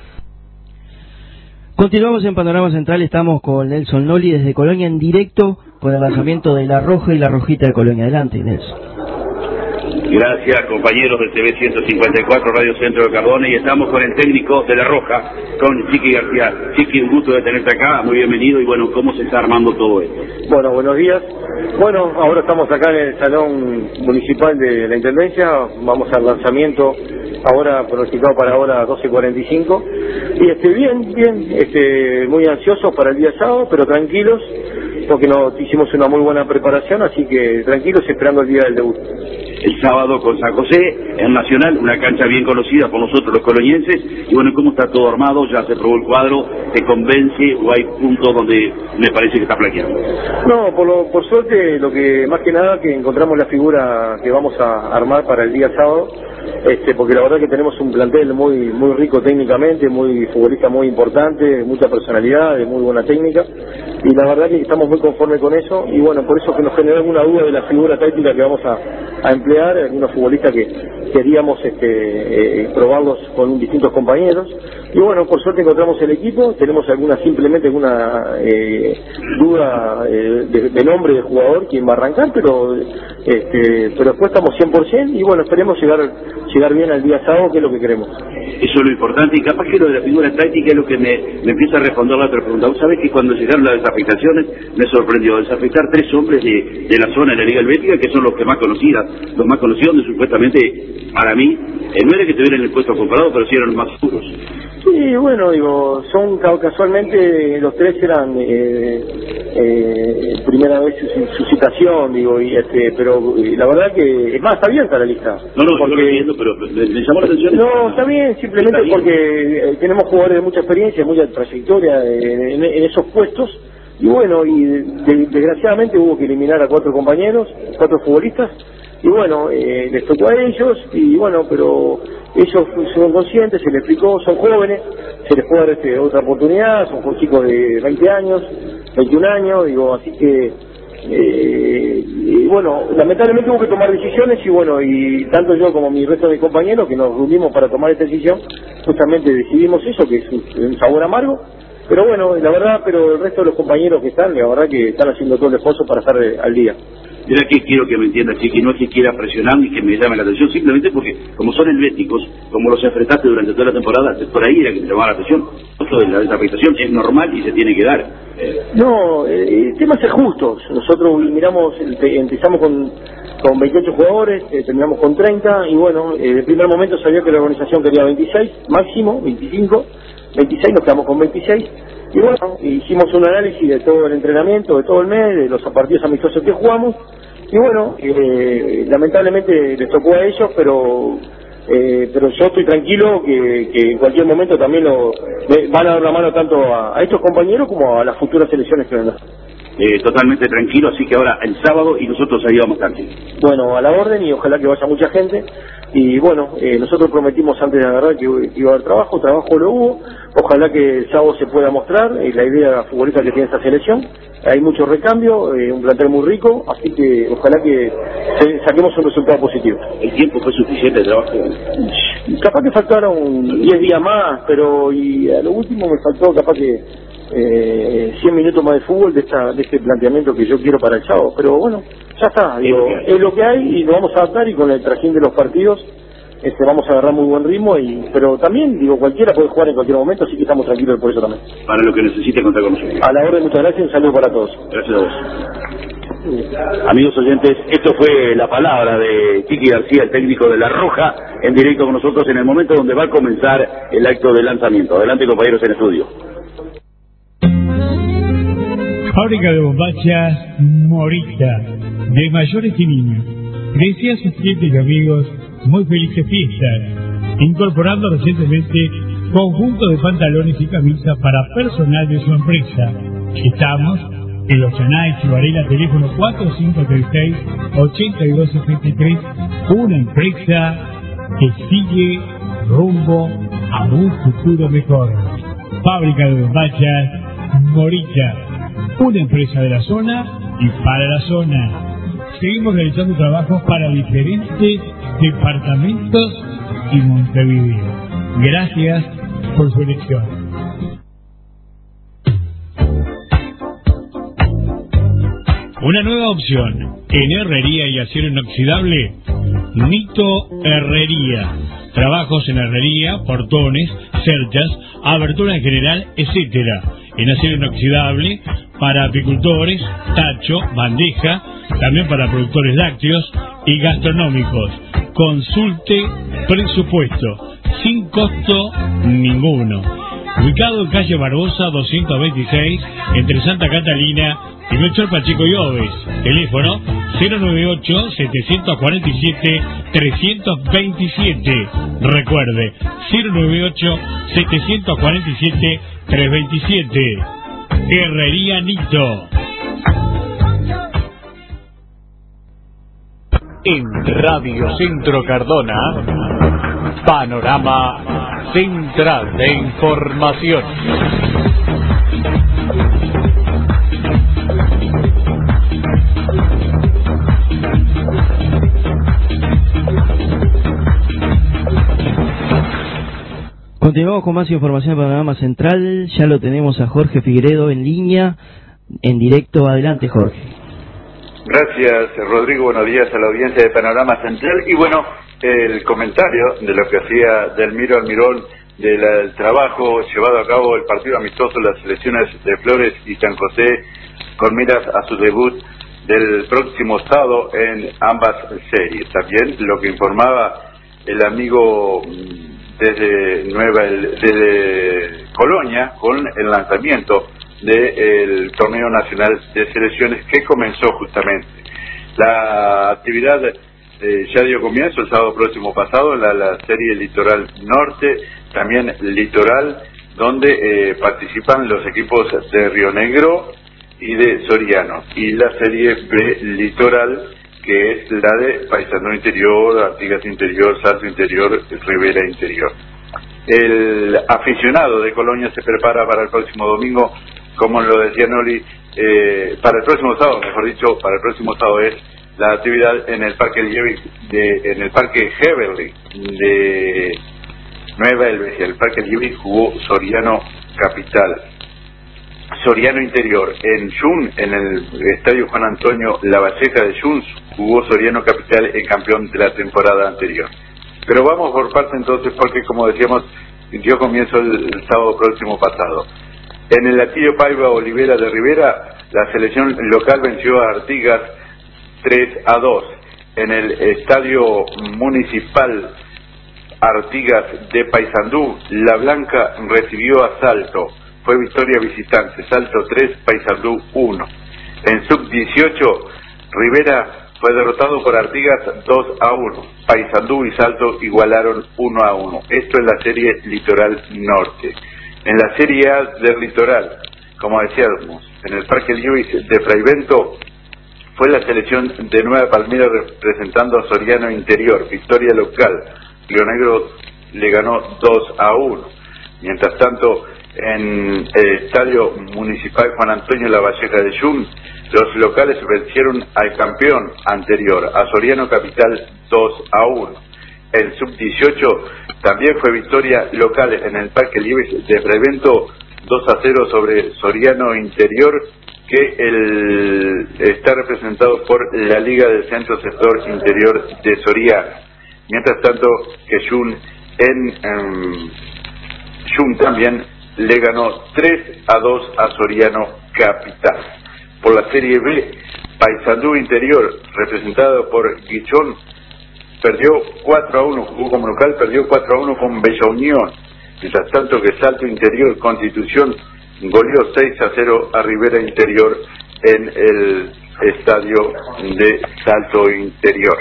Continuamos en Panorama Central, estamos con Nelson Noli desde Colonia en directo con el lanzamiento de La Roja y La Rojita de Colonia. Adelante, Nelson. Gracias, compañeros del TV 154 Radio Centro de Cardona, y estamos con el técnico de La Roja, con Chiqui García. Chiqui, un gusto de tenerte acá, muy bienvenido. Y bueno, ¿cómo se está armando todo esto? Bueno, buenos días. Bueno, ahora estamos acá en el Salón Municipal de la Intendencia, vamos al lanzamiento, ahora pronosticado para ahora 12:45, y bien, muy ansiosos para el día sábado, pero tranquilos, porque hicimos una muy buena preparación, así que tranquilos esperando el día del debut. El sábado con San José, en Nacional, una cancha bien conocida por nosotros los colonienses. Y bueno, ¿cómo está todo armado? ¿Ya se probó el cuadro? ¿Te convence o hay puntos donde me parece que está flaqueando? No, por suerte, lo que más que nada que encontramos la figura que vamos a armar para el día sábado, porque la verdad que tenemos un plantel muy rico técnicamente, futbolista muy importante, mucha personalidad, de muy buena técnica, y la verdad que estamos muy conformes con eso, y bueno, por eso que nos generó alguna duda de la figura táctica que vamos a emplear, algunos futbolistas que queríamos probarlos con distintos compañeros, y bueno, por suerte encontramos el equipo, tenemos simplemente alguna duda de nombre de jugador, quién va a arrancar, pero después estamos 100%, y bueno, esperemos llegar bien al día sábado, que es lo que queremos. Eso es lo importante, y capaz que lo de la figura táctica es lo que me empieza a responder la otra pregunta. Vos sabés que cuando llegaron las desafectaciones me sorprendió desafectar 3 hombres de la zona de la Liga Helvética, que son los que más conocidos, donde supuestamente, para mí, no era que tuvieran el puesto comparado, pero sí eran los más duros. Sí, bueno, son casualmente los 3 eran primera vez su citación, pero la verdad que es más, está abierta la lista. No, porque, yo lo entiendo, pero me llamó la atención. No, está bien, simplemente porque tenemos jugadores de mucha experiencia, mucha trayectoria en esos puestos, y bueno, desgraciadamente hubo que eliminar a 4 compañeros, 4 futbolistas, y bueno, les tocó a ellos, y bueno, pero ellos son conscientes, se les explicó, son jóvenes, se les puede dar otra oportunidad, son chicos de 20 años, 21 años, así que, y bueno, lamentablemente hubo que tomar decisiones, y bueno, y tanto yo como mi resto de compañeros que nos reunimos para tomar esta decisión, justamente decidimos eso, que es un sabor amargo, pero bueno, la verdad, pero el resto de los compañeros que están, la verdad que están haciendo todo el esfuerzo para estar al día. Mira que quiero que me entiendas, Chiqui, no es que quiera presionar ni que me llame la atención, simplemente porque como son helvéticos, como los enfrentaste durante toda la temporada, por ahí era que me llamaba la atención. costo de la desafectación es normal y se tiene que dar. No, el tema es ser justos. Nosotros empezamos con 28 jugadores, terminamos con 30 y bueno, en el primer momento sabía que la organización quería 26, máximo 25, 26, nos quedamos con 26 y bueno, hicimos un análisis de todo el entrenamiento, de todo el mes, de los partidos amistosos que jugamos y bueno, lamentablemente les tocó a ellos, pero yo estoy tranquilo que en cualquier momento también van a dar la mano tanto a estos compañeros como a las futuras selecciones que vendrán. Totalmente tranquilo, así que ahora el sábado y nosotros ahí vamos tranquilos. Bueno, a la orden y ojalá que vaya mucha gente. Y bueno, nosotros prometimos antes de agarrar que iba a haber trabajo lo hubo. Ojalá que el sábado se pueda mostrar la idea futbolista que tiene esta selección. Hay mucho recambio, un plantel muy rico, así que ojalá que saquemos un resultado positivo. ¿El tiempo fue suficiente de trabajo? Capaz que faltaron 10 días más, pero y a lo último me faltó capaz que 100 minutos más de fútbol de este planteamiento que yo quiero para el sábado, pero bueno, ya está, es lo que hay y lo vamos a adaptar y con el trajín de los partidos vamos a agarrar muy buen ritmo, pero también, cualquiera puede jugar en cualquier momento, así que estamos tranquilos por eso también. Para lo que necesite contar con nosotros. A la orden, muchas gracias y un saludo para todos. Gracias a vos. Amigos oyentes, esto fue la palabra de Kiki García, el técnico de La Roja, en directo con nosotros en el momento donde va a comenzar el acto de lanzamiento. Adelante, compañeros en estudio. Fábrica de bombachas Morita, de mayores y niños. Desea a sus clientes y amigos muy felices fiestas, incorporando recientemente conjunto de pantalones y camisas para personal de su empresa. Estamos en Los Chanay, Chivarela, teléfono 4536-8263, una empresa que sigue rumbo a un futuro mejor. Fábrica de bombachas Morita, una empresa de la zona y para la zona. Seguimos realizando trabajos para diferentes departamentos y Montevideo. Gracias por su elección. Una nueva opción en herrería y acero inoxidable, Nito Herrería. Trabajos en herrería, portones, cerchas, abertura en general, etcétera. En acero inoxidable para apicultores, tacho, bandeja, también para productores lácteos y gastronómicos. Consulte presupuesto, sin costo ninguno. Ubicado en calle Barbosa 226, entre Santa Catalina y Melchor Pacheco y Oves. Teléfono 098-747-327. Recuerde, 098-747-327. Herrería Nito. En Radio Centro Cardona, Panorama Central de Información. Continuamos con más información de Panorama Central. Ya lo tenemos a Jorge Figueredo en línea, en directo. Adelante, Jorge. Gracias, Rodrigo. Buenos días a la audiencia de Panorama Central. Y bueno, el comentario de lo que hacía Delmiro Almirón del trabajo llevado a cabo el partido amistoso de las selecciones de Flores y San José con miras a su debut del próximo sábado en ambas series. También lo que informaba el amigo desde Colonia con el lanzamiento del torneo nacional de selecciones que comenzó justamente. La actividad ya dio comienzo el sábado próximo pasado en la serie Litoral Norte, también Litoral, donde participan los equipos de Río Negro y de Soriano, y la serie Pre-Litoral, que es la de Paysandú Interior, Artigas Interior, Salto Interior, Rivera Interior. El aficionado de Colonia se prepara para el próximo domingo, como lo decía Noli, para el próximo sábado, mejor dicho, para el próximo sábado es la actividad en el Parque Heverly de Nueva Helvecia. El Parque Libre jugó Soriano Capital. Soriano Interior. En Jun, en el Estadio Juan Antonio Lavalleja de Jun, jugó Soriano Capital, el campeón de la temporada anterior. Pero vamos por parte entonces, porque como decíamos, dio comienzo el sábado próximo pasado. En el Atilio Paiva Olivera de Rivera, la selección local venció a Artigas 3-2. En el Estadio Municipal Artigas de Paysandú, La Blanca recibió a Salto. Fue victoria visitante, Salto 3, Paysandú 1. En Sub-18, Rivera fue derrotado por Artigas 2-1. Paysandú y Salto igualaron 1-1. Esto es la serie Litoral Norte. En la Serie A del Litoral, como decíamos, en el Parque Lluís de Fraivento, fue la selección de Nueva Palmira representando a Soriano Interior, victoria local. Río Negro le ganó 2-1. Mientras tanto, en el Estadio Municipal Juan Antonio Lavalleja de Yum, los locales vencieron al campeón anterior, a Soriano Capital 2-1. El Sub-18 también fue victoria local en el Parque Lluís de Fraivento, 2-0 sobre Soriano Interior, que está representado por la Liga del Centro Sector Interior de Soriano. Mientras tanto, que Yum también le ganó 3-2 a Soriano Capital. Por la Serie B, Paysandú Interior, representado por Guichón, perdió 4-1, jugó como local, perdió 4-1 con Bella Unión. Mientras tanto que Salto Interior Constitución goleó 6-0 a Rivera Interior en el estadio de Salto Interior.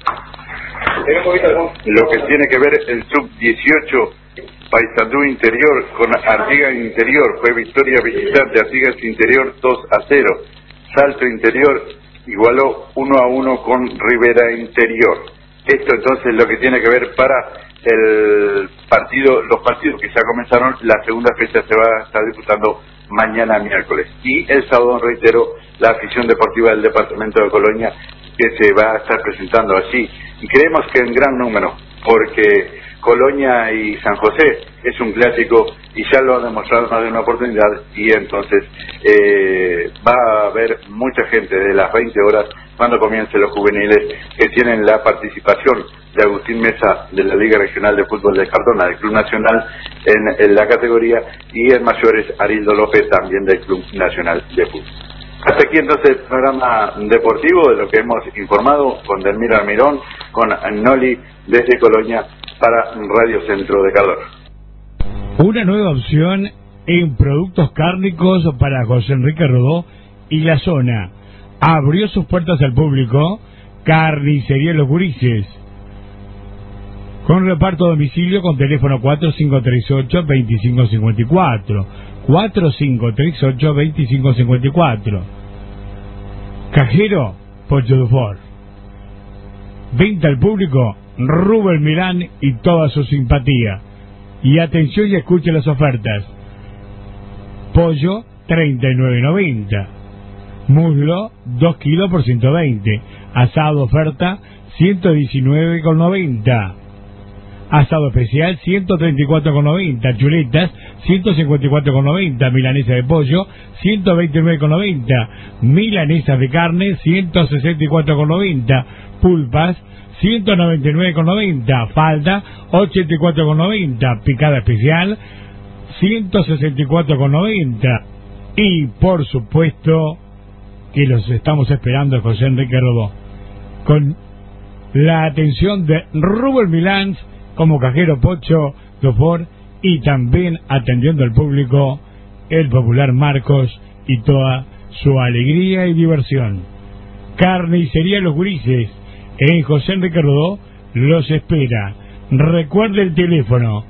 Lo que tiene que ver el Sub-18, Paysandú Interior con Artigas Interior, fue victoria visitante, Artigas Interior 2-0. Salto Interior igualó 1-1 con Rivera Interior. Esto entonces lo que tiene que ver para el partido, los partidos que ya comenzaron. La segunda fecha se va a estar disputando mañana miércoles. Y el sábado, reitero, la afición deportiva del departamento de Colonia, que se va a estar presentando allí. Y creemos que en gran número, porque Colonia y San José es un clásico y ya lo ha demostrado más de una oportunidad, y entonces va a haber mucha gente de las 20 horas cuando comiencen los juveniles, que tienen la participación de Agustín Mesa de la Liga Regional de Fútbol de Cardona, del Club Nacional en la categoría, y en mayores Arildo López también del Club Nacional de Fútbol. Hasta aquí entonces el programa deportivo de lo que hemos informado con Delmira Almirón, con Noli desde Colonia para Radio Centro de Cardona. Una nueva opción en productos cárnicos para José Enrique Rodó y la zona. Abrió sus puertas al público Carnicería Los Gurises, con reparto a domicilio con teléfono 4538-2554. 4538-2554. Cajero Pocho Dufour. Venta al público Rubén Milán y toda su simpatía. Y atención y escuche las ofertas. Pollo 39.90. Muslo 2 kilos por 120. Asado oferta 119.90. Asado especial 134.90. Chuletas 154.90. Milanesa de pollo 129.90. Milanesas de carne 164.90. Pulpas 199.90. Falda 84.90. Picada especial 164.90. Y por supuesto que los estamos esperando, José Enrique Rodó, con la atención de Rubén Milán como cajero Pocho Dufour, y también atendiendo al público el popular Marcos y toda su alegría y diversión. Carnicería Los Gurises en José Enrique Rodó los espera. Recuerde el teléfono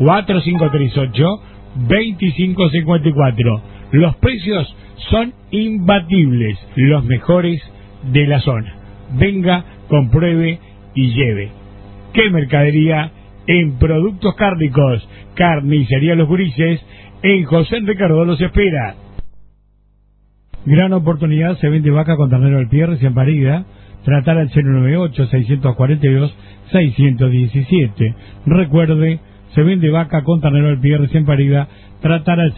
4538-2554. Los precios son imbatibles, los mejores de la zona. Venga, compruebe y lleve. ¿Qué mercadería en productos cárnicos? Carnicería Los Gurises en José Enrique Rodó los espera. Gran oportunidad, se vende vaca con ternero al pie recién parida. Tratar al 098-642-617. Recuerde, se vende vaca con ternero al pie recién parida. Tratar al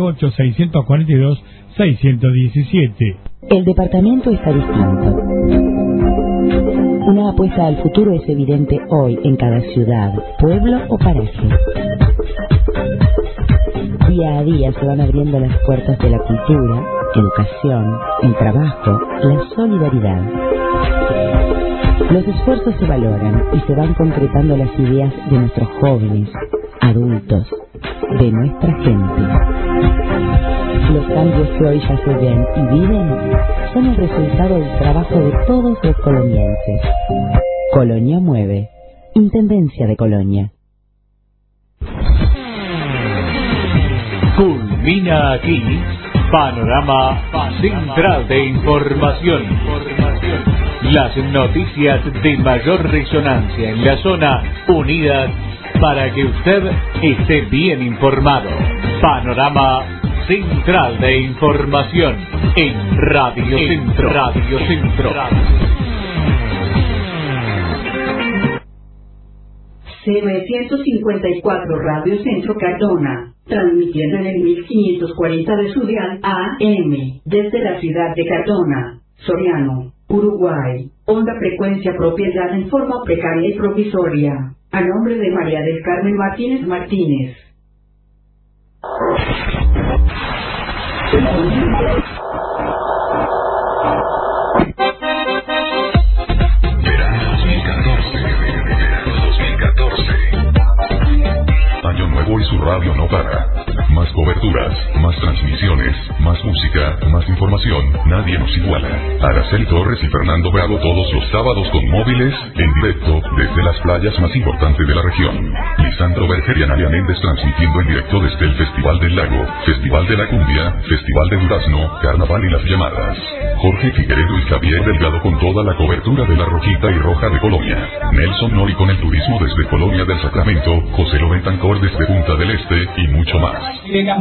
098-642-617. El departamento está distinto. Una apuesta al futuro es evidente hoy en cada ciudad, pueblo o paraje. Día a día se van abriendo las puertas de la cultura, educación, el trabajo, la solidaridad. Los esfuerzos se valoran y se van concretando las ideas de nuestros jóvenes, adultos, de nuestra gente. Los cambios que hoy ya se ven y viven son el resultado del trabajo de todos los colonienses. Colonia Mueve, Intendencia de Colonia. Culmina aquí Panorama Central de Información. Las noticias de mayor resonancia en la zona, unidas para que usted esté bien informado. Panorama Central de Información en Radio Centro. Radio Centro. C954 Radio Centro Cardona, transmitiendo en el 1540 de su dial AM, desde la ciudad de Cardona, Soriano, Uruguay. Onda frecuencia propiedad en forma precaria y provisoria. A nombre de María del Carmen Martínez Martínez. Verano 2014. Año nuevo y su radio no para. Más coberturas, más transmisiones, más música, más información. Nadie nos iguala. Araceli Torres y Fernando Bravo todos los sábados con móviles en directo desde las playas más importantes de la región. Lisandro Berger y Analia Méndez transmitiendo en directo desde el Festival del Lago, Festival de la Cumbia, Festival de Durazno, Carnaval y las llamadas. Jorge Figueredo y Javier Delgado con toda la cobertura de la Rojita y Roja de Colonia. Nelson Nori con el turismo desde Colonia del Sacramento, José Lo Bentancor desde Punta del Este y mucho más.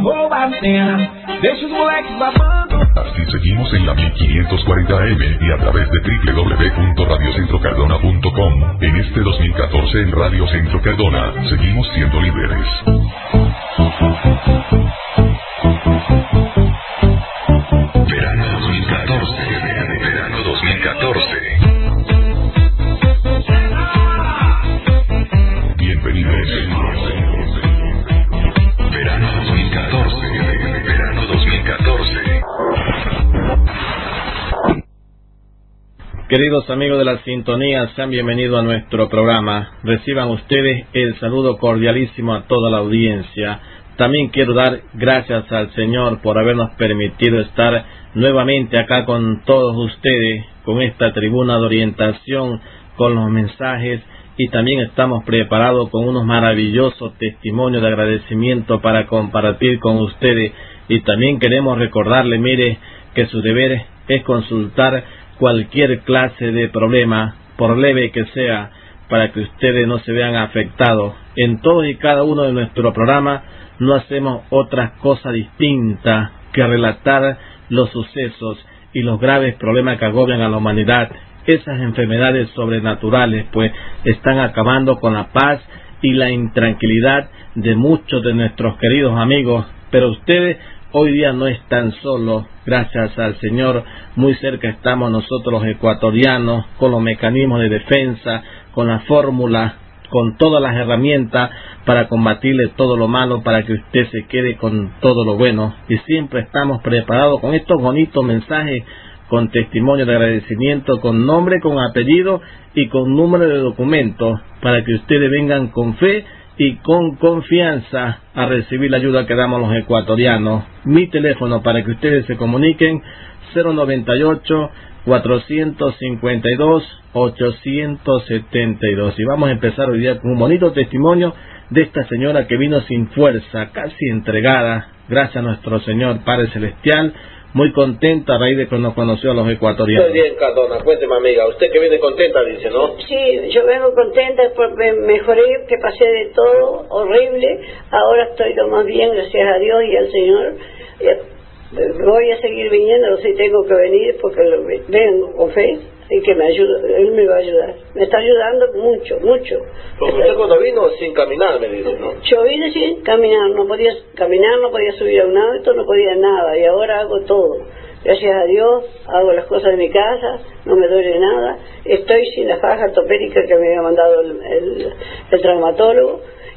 Así seguimos en la 1540 AM y a través de www.radiocentrocardona.com. En este 2014 en Radio Centro Cardona seguimos siendo líderes. Verano 2014. Verano 2014. Bienvenidos. Verano 2014. Verano 2014. Queridos amigos de la sintonía, sean bienvenidos a nuestro programa. Reciban ustedes el saludo cordialísimo a toda la audiencia. También quiero dar gracias al Señor por habernos permitido estar nuevamente acá con todos ustedes, con esta tribuna de orientación, con los mensajes, y también estamos preparados con unos maravillosos testimonios de agradecimiento para compartir con ustedes. Y también queremos recordarle, mire, que su deber es consultar cualquier clase de problema, por leve que sea, para que ustedes no se vean afectados. En todos y cada uno de nuestros programas no hacemos otras cosas distintas que relatar los sucesos y los graves problemas que agobian a la humanidad. Esas enfermedades sobrenaturales pues están acabando con la paz y la intranquilidad de muchos de nuestros queridos amigos, pero ustedes hoy día no están solos, gracias al Señor. Muy cerca estamos nosotros los ecuatorianos, con los mecanismos de defensa, con la fórmula, con todas las herramientas para combatirle todo lo malo, para que usted se quede con todo lo bueno. Y siempre estamos preparados con estos bonitos mensajes, con testimonio de agradecimiento, con nombre, con apellido y con número de documento, para que ustedes vengan con fe y con confianza a recibir la ayuda que damos los ecuatorianos. Mi teléfono para que ustedes se comuniquen, 098-452-872. Y vamos a empezar hoy día con un bonito testimonio de esta señora que vino sin fuerza, casi entregada, gracias a nuestro Señor Padre Celestial, muy contenta a raíz de que nos conoció a los ecuatorianos. Estoy bien, Cardona, cuénteme, amiga, usted que viene contenta, dice, ¿no? Sí, yo vengo contenta porque mejoré, que pasé de todo, horrible, ahora estoy lo más bien, gracias a Dios y al Señor. Voy a seguir viniendo, si tengo que venir, porque vengo con fe y que me ayuda, Él me va a ayudar. Me está ayudando mucho, mucho. Porque usted cuando vino sin caminar, me dice, ¿no? Yo vine sin caminar, no podía caminar, no podía subir a un auto, no podía nada, y ahora hago todo. Gracias a Dios, hago las cosas de mi casa, no me duele nada. Estoy sin la faja ortopédica que me había mandado el traumatólogo,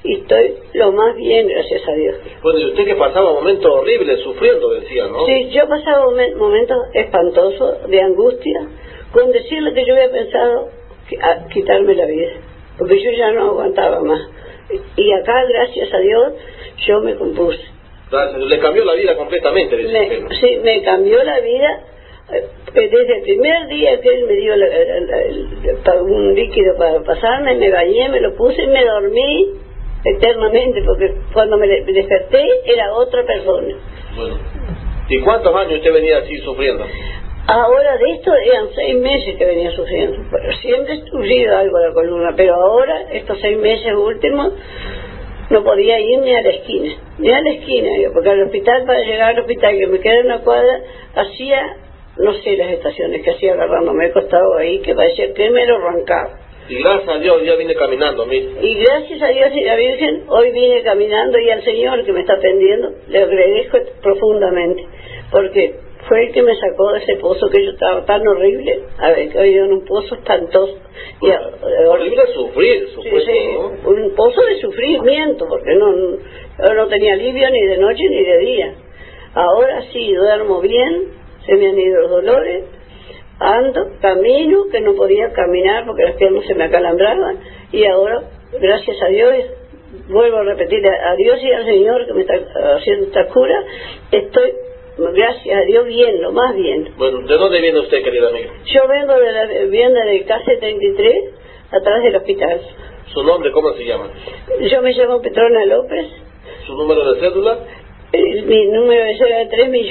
y estoy lo más bien, gracias a Dios. Bueno, y usted que pasaba momentos horribles, sufriendo, decía, ¿no? Sí, yo pasaba momentos espantosos, de angustia, con decirle que yo había pensado quitarme la vida, porque yo ya no aguantaba más. Y acá, gracias a Dios, yo me compuse. Gracias, le cambió la vida completamente, dice usted, ¿no? Sí, me cambió la vida. Desde el primer día que él me dio un líquido para pasarme, me bañé, me lo puse y me dormí eternamente, porque cuando me desperté era otra persona. Bueno, ¿y cuántos años usted venía así sufriendo? Ahora de esto eran 6 meses que venía sufriendo, pero siempre he sufrido algo de la columna, pero ahora, estos 6 meses últimos, no podía ir ni a la esquina, porque al hospital, para llegar al hospital, que me queda en una cuadra, hacía, no sé las estaciones que hacía agarrándome acostado ahí, que parecía que me lo arrancaba. Y gracias a Dios ya vine caminando, y gracias a Dios y a la Virgen, hoy vine caminando, y al Señor que me está atendiendo, le agradezco profundamente, porque fue el que me sacó de ese pozo que yo estaba tan horrible, haber caído en un pozo espantoso. Horrible sufrir, supuesto, sí, ¿no? Un pozo de sufrimiento, porque yo no tenía alivio ni de noche ni de día. Ahora sí, duermo bien, se me han ido los dolores, ando, camino, que no podía caminar porque las piernas se me acalambraban, y ahora, gracias a Dios, vuelvo a repetir, a Dios y al Señor que me está haciendo esta cura, estoy, gracias a Dios, bien, lo más bien. Bueno, ¿de dónde viene usted, querida amiga? Yo vengo de la vivienda del KC33, atrás del hospital. ¿Su nombre cómo se llama? Yo me llamo Petrona López. ¿Su número de cédula? Mi número de cédula es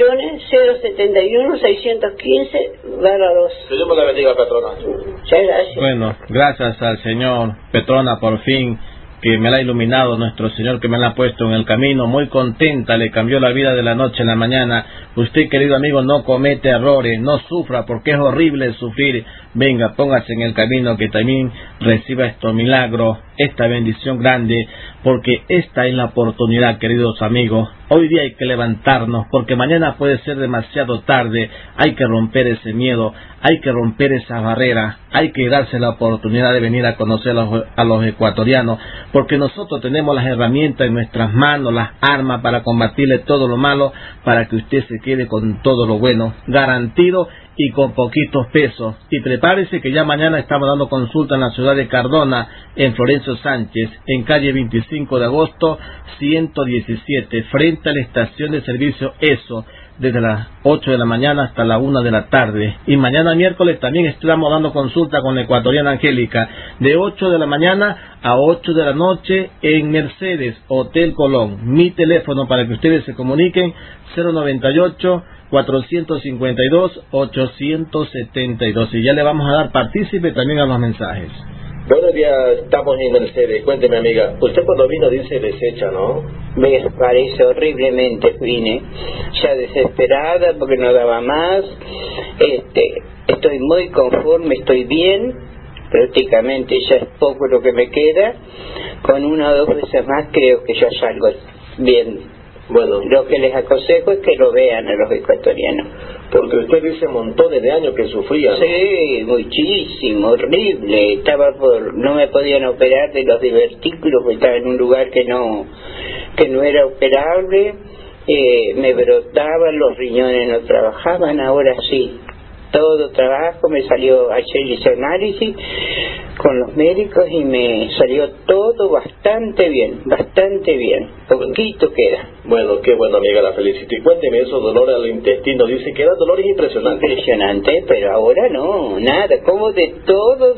3.071.615/2. Que Dios me la bendiga, Petrona. Muchas gracias. Bueno, gracias al señor Petrona, por fin, que me la ha iluminado, nuestro Señor que me la ha puesto en el camino, muy contenta, le cambió la vida de la noche a la mañana. Usted, querido amigo, no comete errores, no sufra, porque es horrible sufrir. Venga, póngase en el camino, que también reciba estos milagros, esta bendición grande, porque esta es la oportunidad, queridos amigos. Hoy día hay que levantarnos, porque mañana puede ser demasiado tarde. Hay que romper ese miedo, hay que romper esa barrera, hay que darse la oportunidad de venir a conocer a los ecuatorianos, porque nosotros tenemos las herramientas en nuestras manos, las armas para combatirle todo lo malo, para que usted se quede con todo lo bueno, garantido y con poquitos pesos. Y prepárese que ya mañana estamos dando consulta en la ciudad de Cardona, en Florencio Sánchez, en calle 25 de agosto 117, frente a la estación de servicio ESO, desde las 8 de la mañana hasta la 1 de la tarde. Y mañana miércoles también estamos dando consulta con la ecuatoriana Angélica, de 8 de la mañana a 8 de la noche en Mercedes, Hotel Colón. Mi teléfono para que ustedes se comuniquen, 098-452-872. Y ya le vamos a dar partícipe también a los mensajes. Buenos días, estamos en Mercedes. Cuénteme, amiga, usted cuando vino dice deshecha, ¿no? Me parece horriblemente, vine ya desesperada porque no daba más. Estoy muy conforme, estoy bien, prácticamente ya es poco lo que me queda. Con 1 o 2 veces más creo que ya salgo bien. Bueno, lo que les aconsejo es que lo vean a los ecuatorianos. Porque usted dice montones de años que sufría, ¿no? Sí, muchísimo, horrible. No me podían operar de los divertículos, porque estaba en un lugar que no era operable. Me brotaban, los riñones no trabajaban, ahora sí. Todo trabajo, me salió, ayer hice análisis con los médicos y me salió todo bastante bien, poquito queda. Bueno, qué bueno, amiga, la felicito. Y cuénteme esos dolores al intestino, dice que eran dolores impresionantes. Impresionante, pero ahora no, nada, como de todo.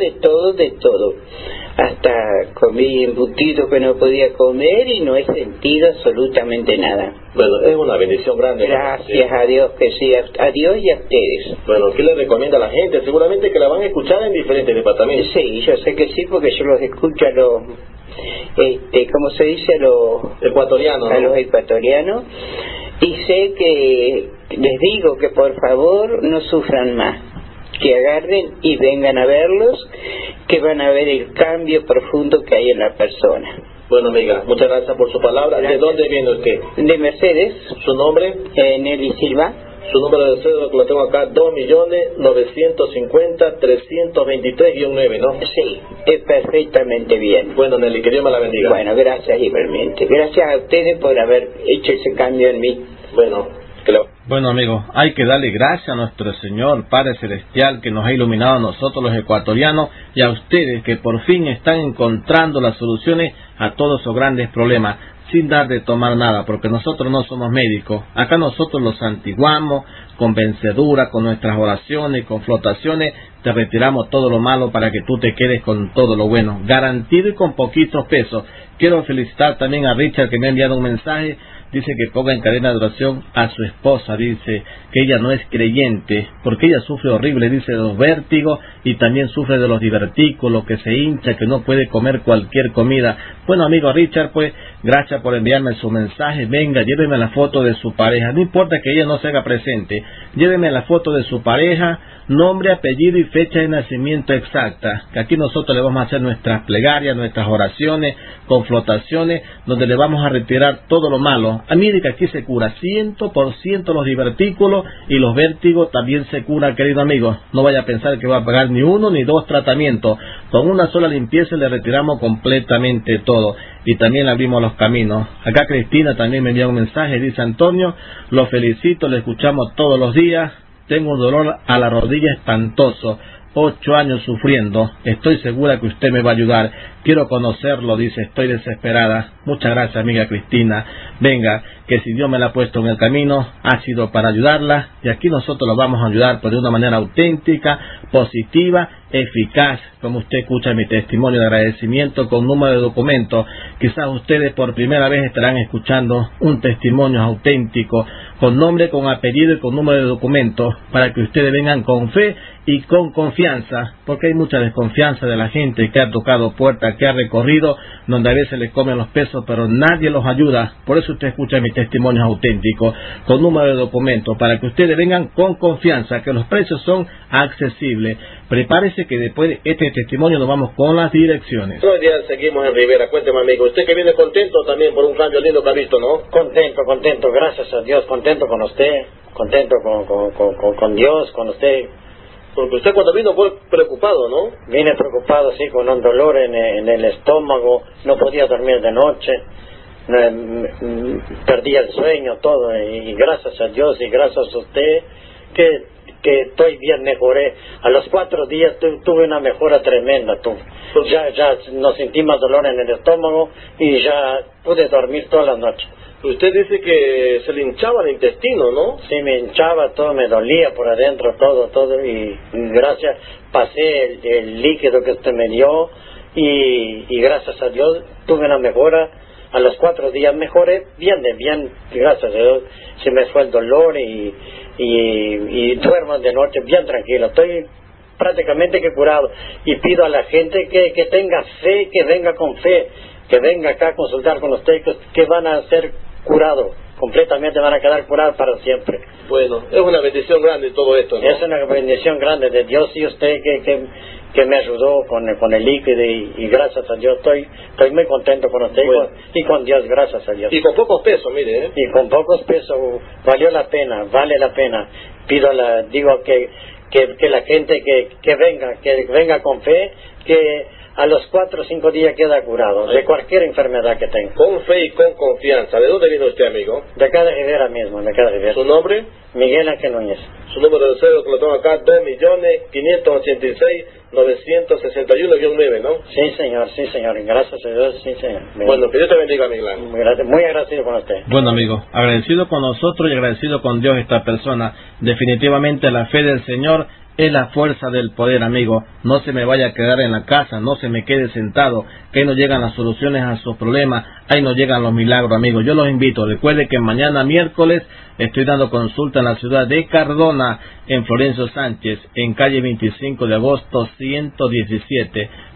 Hasta comí embutidos que no podía comer y no he sentido absolutamente nada. Bueno, es una bendición grande. Gracias a Dios que sí, a Dios y a ustedes. Bueno, ¿qué le recomienda a la gente? Seguramente que la van a escuchar en diferentes departamentos. Sí, yo sé que sí, porque yo los escucho a los, ¿cómo se dice? A los ecuatorianos, ¿no? A los ecuatorianos, y sé que les digo que por favor no sufran más, que agarren y vengan a verlos, que van a ver el cambio profundo que hay en la persona. Bueno, amiga, muchas gracias por su palabra. Gracias. ¿De dónde viene usted? De Mercedes. ¿Su nombre? Nelly Silva. Su número de cédula que lo tengo acá, 2.950.323-9, ¿no? Sí, es perfectamente bien. Bueno, Nelly, que Dios me la bendiga. Bueno, gracias igualmente. Gracias a ustedes por haber hecho ese cambio en mí. Bueno, amigos, hay que darle gracias a nuestro Señor Padre Celestial que nos ha iluminado a nosotros los ecuatorianos y a ustedes que por fin están encontrando las soluciones a todos esos grandes problemas sin dar de tomar nada, porque nosotros no somos médicos. Acá nosotros los santiguamos con vencedura, con nuestras oraciones, con flotaciones, te retiramos todo lo malo para que tú te quedes con todo lo bueno, garantido y con poquitos pesos. Quiero felicitar también a Richard que me ha enviado un mensaje. Dice que ponga en cadena de oración a su esposa, dice que ella no es creyente, porque ella sufre horrible, dice, de los vértigos y también sufre de los divertículos, que se hincha, que no puede comer cualquier comida. Bueno, amigo Richard, pues, gracias por enviarme su mensaje. Venga, lléveme la foto de su pareja, no importa que ella no se haga presente, lléveme la foto de su pareja, nombre, apellido y fecha de nacimiento exacta, que aquí nosotros le vamos a hacer nuestras plegarias, nuestras oraciones, con flotaciones, donde le vamos a retirar todo lo malo. A mí que aquí se cura 100% los divertículos y los vértigos también se cura, querido amigo. No vaya a pensar que va a pagar ni uno ni dos tratamientos. Con una sola limpieza le retiramos completamente todo. Y también le abrimos los caminos. Acá Cristina también me envía un mensaje, dice Antonio, lo felicito, lo escuchamos todos los días. Tengo un dolor a la rodilla espantoso, 8 años sufriendo, estoy segura que usted me va a ayudar, quiero conocerlo, dice, estoy desesperada. Muchas gracias, amiga Cristina. Venga, que si Dios me la ha puesto en el camino, ha sido para ayudarla, y aquí nosotros lo vamos a ayudar pues de una manera auténtica, positiva, eficaz, como usted escucha mi testimonio de agradecimiento con número de documento. Quizás ustedes por primera vez estarán escuchando un testimonio auténtico, con nombre, con apellido y con número de documento, para que ustedes vengan con fe y con confianza, porque hay mucha desconfianza de la gente que ha tocado puertas, que ha recorrido, donde a veces les comen los pesos, pero nadie los ayuda. Por eso usted escucha mis testimonios auténticos, con número de documento, para que ustedes vengan con confianza, que los precios son accesibles. Prepárese que después de este testimonio nos vamos con las direcciones. Hoy día seguimos en Rivera. Cuénteme, amigo, usted que viene contento también por un cambio lindo que ha visto, ¿no? Contento, gracias a Dios, contento con usted, contento con Dios, con usted. Porque usted cuando vino fue preocupado, ¿no? Vine preocupado, sí, con un dolor en el estómago, no podía dormir de noche, perdía el sueño, todo, y gracias a Dios y gracias a usted que estoy bien, mejoré. A los 4 días tuve una mejora tremenda, ya no sentí más dolor en el estómago y ya pude dormir toda la noche. Usted dice que se le hinchaba el intestino, ¿no? Sí, me hinchaba, todo me dolía por adentro, todo, y gracias, pasé el líquido que usted me dio, y gracias a Dios tuve una mejora. A los 4 días mejoré bien, gracias a Dios, se me fue el dolor y duermo de noche bien tranquilo, estoy prácticamente que curado, y pido a la gente que tenga fe, que venga con fe, que venga acá a consultar con usted, que van a ser curados, completamente van a quedar curados para siempre. Bueno, es una bendición grande todo esto, ¿no? Es una bendición grande de Dios y usted que me ayudó con el líquido y gracias a Dios estoy muy contento con usted, bueno, y con Dios, gracias a Dios. Y con pocos pesos, mire, Y con pocos pesos vale la pena. Digo que la gente que venga con fe, que a los 4 o 5 días queda curado de cualquier enfermedad que tenga. Con fe y con confianza. ¿De dónde viene usted, amigo? De acá de Rivera mismo, de acá de Rivera. ¿Su nombre? Miguel Ángel Núñez. Su número de cédula que lo tengo acá, 2.586.961-9, ¿no? Sí, señor, gracias a Dios, sí, señor. Bueno, que Dios te bendiga, Miguel. Muy agradecido con usted. Bueno, amigo, agradecido con nosotros y agradecido con Dios esta persona. Definitivamente la fe del Señor es la fuerza del poder, amigo. No se me vaya a quedar en la casa, no se me quede sentado, que ahí no llegan las soluciones a sus problemas, ahí no llegan los milagros, amigo. Yo los invito, recuerde que mañana miércoles estoy dando consulta en la ciudad de Cardona, en Florencio Sánchez, en calle 25 de agosto 117,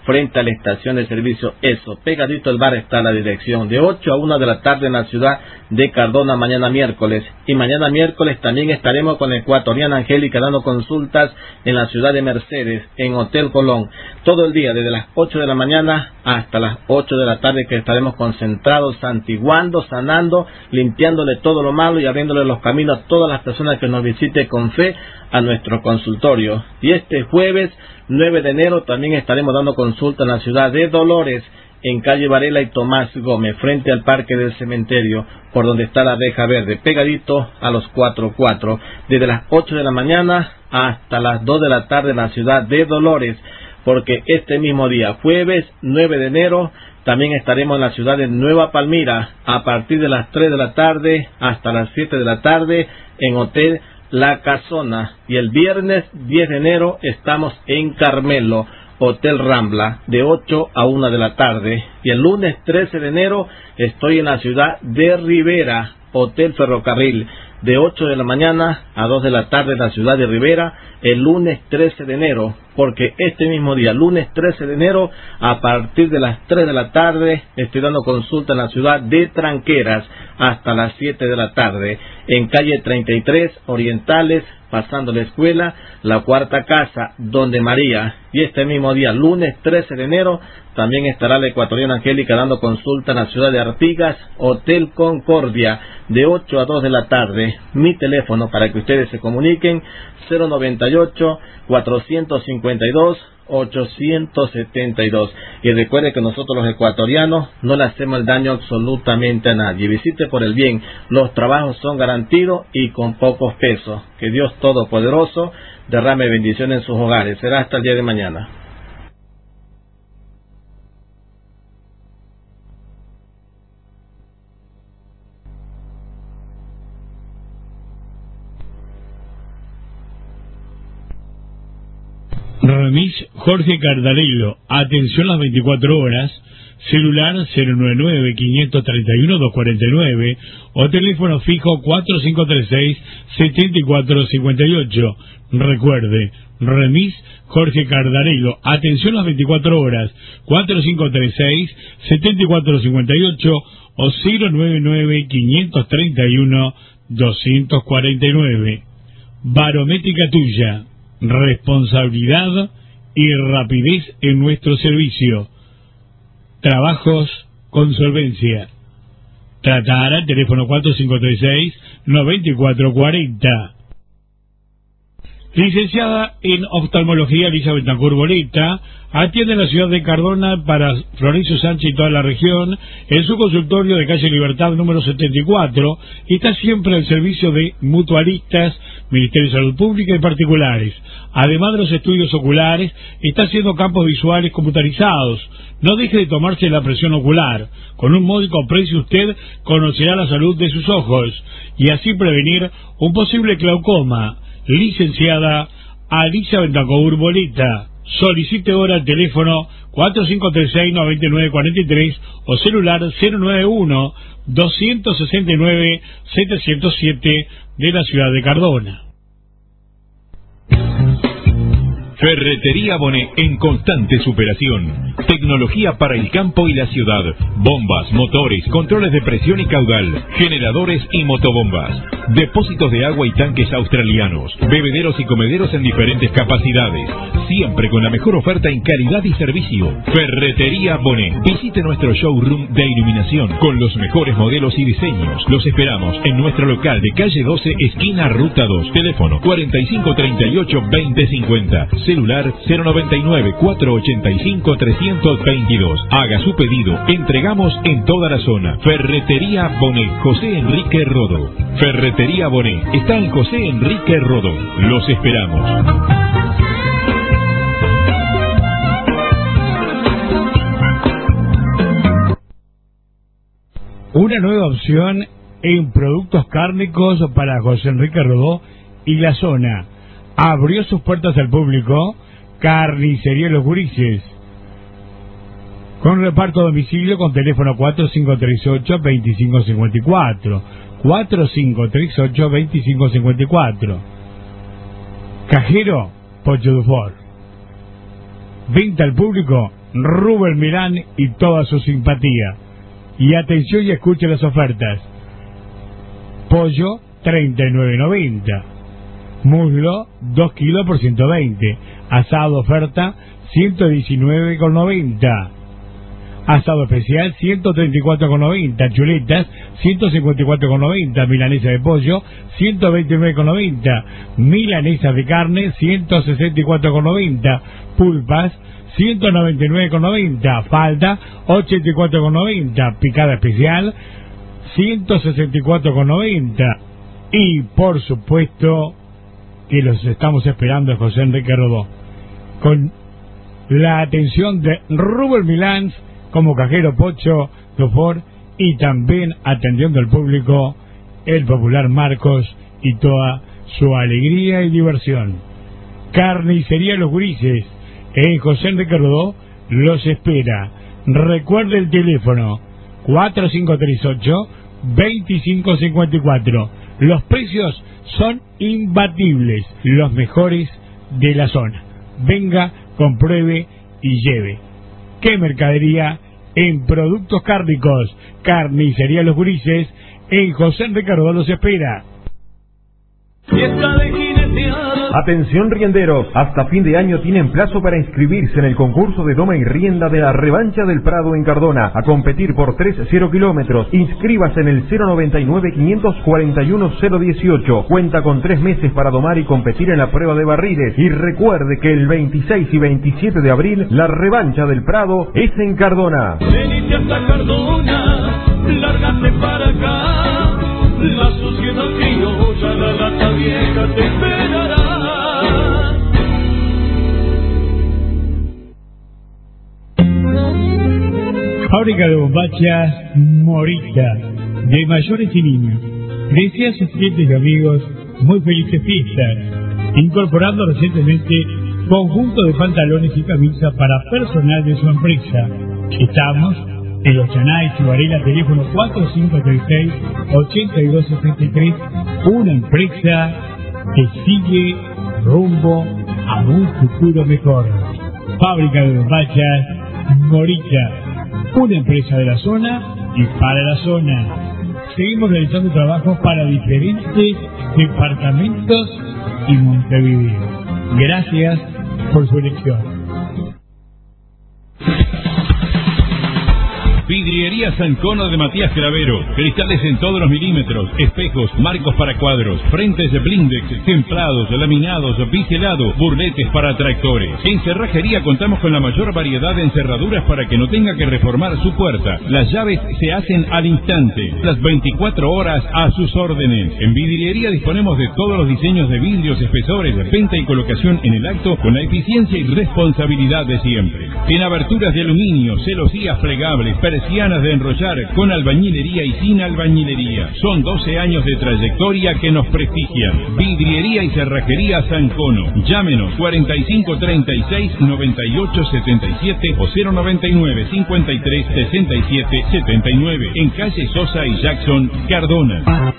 frente a la estación de servicio ESO. Pegadito al bar está la dirección, de 8 a 1 de la tarde en la ciudad de Cardona mañana miércoles. Y mañana miércoles también estaremos con la ecuatoriana Angélica dando consultas en la ciudad de Mercedes, en Hotel Colón. Todo el día, desde las 8 de la mañana hasta las 8 de la tarde, que estaremos concentrados, santiguando, sanando, limpiándole todo lo malo y abriéndole los caminos a todas las personas que nos visiten con fe a nuestro consultorio. Y este jueves 9 de enero también estaremos dando consulta en la ciudad de Dolores, en calle Varela y Tomás Gómez, frente al Parque del Cementerio, por donde está la reja verde, pegadito a los 4-4, desde las 8 de la mañana hasta las 2 de la tarde en la ciudad de Dolores, porque este mismo día, jueves 9 de enero, también estaremos en la ciudad de Nueva Palmira, a partir de las 3 de la tarde hasta las 7 de la tarde, en Hotel La Casona. Y el viernes 10 de enero estamos en Carmelo, Hotel Rambla, de 8 a 1 de la tarde. Y el lunes 13 de enero estoy en la ciudad de Rivera, Hotel Ferrocarril, de 8 de la mañana a 2 de la tarde en la ciudad de Rivera, el lunes 13 de enero, porque este mismo día, lunes 13 de enero, a partir de las 3 de la tarde, estoy dando consulta en la ciudad de Tranqueras hasta las 7 de la tarde, en calle 33, Orientales, pasando la escuela, la Cuarta Casa, Donde María. Y este mismo día, lunes 13 de enero, también estará la ecuatoriana Angélica dando consulta en la ciudad de Artigas, Hotel Concordia, de 8 a 2 de la tarde. Mi teléfono para que ustedes se comuniquen, 098-452-872. Y recuerde que nosotros los ecuatorianos no le hacemos el daño absolutamente a nadie. Visite por el bien. Los trabajos son garantidos y con pocos pesos. Que Dios Todopoderoso derrame bendiciones en sus hogares. Será hasta el día de mañana. Remis Jorge Cardarello, atención las 24 horas, celular 099-531-249 o teléfono fijo 4536-7458. Recuerde, Remis Jorge Cardarello, atención las 24 horas, 4536-7458 o 099-531-249. Barométrica Tuya, responsabilidad y rapidez en nuestro servicio. Trabajos con solvencia. Tratar al teléfono 4536-9440. Licenciada en oftalmología Elizabeth Betancourt Boleta, atiende en la ciudad de Cardona para Florencio Sánchez y toda la región en su consultorio de calle Libertad número 74 y está siempre al servicio de mutualistas, Ministerio de Salud Pública y particulares. Además de los estudios oculares, está haciendo campos visuales computarizados. No deje de tomarse la presión ocular. Con un módico precio usted conocerá la salud de sus ojos y así prevenir un posible glaucoma. Licenciada Alicia Betancourt Boleta. Solicite ahora el teléfono 4536-9943 o celular 091-269-707 de la ciudad de Cardona. Ferretería Bonet en constante superación. Tecnología para el campo y la ciudad. Bombas, motores, controles de presión y caudal, generadores y motobombas. Depósitos de agua y tanques australianos. Bebederos y comederos en diferentes capacidades. Siempre con la mejor oferta en calidad y servicio. Ferretería Bonet. Visite nuestro showroom de iluminación con los mejores modelos y diseños. Los esperamos en nuestro local de calle 12, esquina Ruta 2. Teléfono 4538-2050. Celular 099-485-322. Haga su pedido. Entregamos en toda la zona. Ferretería Bonet. José Enrique Rodo. Ferretería Bonet. Está en José Enrique Rodo. Los esperamos. Una nueva opción en productos cárnicos para José Enrique Rodó y la zona. Abrió sus puertas al público Carnicería Los Gurises, con reparto a domicilio con teléfono 4538-2554, 4538-2554. Cajero Pocho Dufour. Venta al público Rubén Milán y toda su simpatía. Y atención y escuche las ofertas. Pollo 39.90, muslo 2 kilos por 120, asado oferta 119.90, asado especial 134.90, chuletas 154.90, milanesa de pollo 129.90, milanesa de carne 164.90, pulpas 199.90, falda 84.90, picada especial 164.90. Y por supuesto que los estamos esperando a José Enrique Rodó, con la atención de Rubén Milán como cajero Pocho Dufour, y también atendiendo al público el popular Marcos y toda su alegría y diversión. Carnicería Los Gurises en José Enrique Rodó los espera. Recuerde el teléfono 4538-2554. Los precios son imbatibles, los mejores de la zona. Venga, compruebe y lleve. ¿Qué mercadería en productos cárnicos? Carnicería Los Gurises en José Enrique Rodó los espera. Atención rienderos, hasta fin de año tienen plazo para inscribirse en el concurso de doma y rienda de la Revancha del Prado en Cardona, a competir por 3-0 kilómetros. Inscríbase en el 099-541-018. Cuenta con 3 meses para domar y competir en la prueba de barriles. Y recuerde que el 26 y 27 de abril, la Revancha del Prado es en Cardona. Venite hasta Cardona, lárgate para acá. La sociedad criolla, la lata vieja te esperará. Fábrica de bombachas Morita, de mayores y niños. Desea a sus clientes y amigos muy felices fiestas, incorporando recientemente conjunto de pantalones y camisas para personal de su empresa. Estamos en Los Chanay, Varela, teléfono 4536-8263, una empresa que sigue rumbo a un futuro mejor. Fábrica de bombachas Morita, una empresa de la zona y para la zona. Seguimos realizando trabajos para diferentes departamentos y Montevideo. Gracias por su elección. Vidriería Sancono de Matías Cravero. Cristales en todos los milímetros, espejos, marcos para cuadros, frentes de blindex, templados, laminados, biselado, burletes para tractores. En cerrajería contamos con la mayor variedad de encerraduras para que no tenga que reformar su puerta. Las llaves se hacen al instante, las 24 horas a sus órdenes. En vidriería disponemos de todos los diseños de vidrios, espesores, venta y colocación en el acto con la eficiencia y responsabilidad de siempre. En aberturas de aluminio, celosías plegables, persianas de enrollar, con albañilería y sin albañilería. Son 12 años de trayectoria que nos prestigian. Vidriería y cerrajería Sancono. Llámenos 4536-9877 o 099-536779 en calle Sosa y Jackson, Cardona.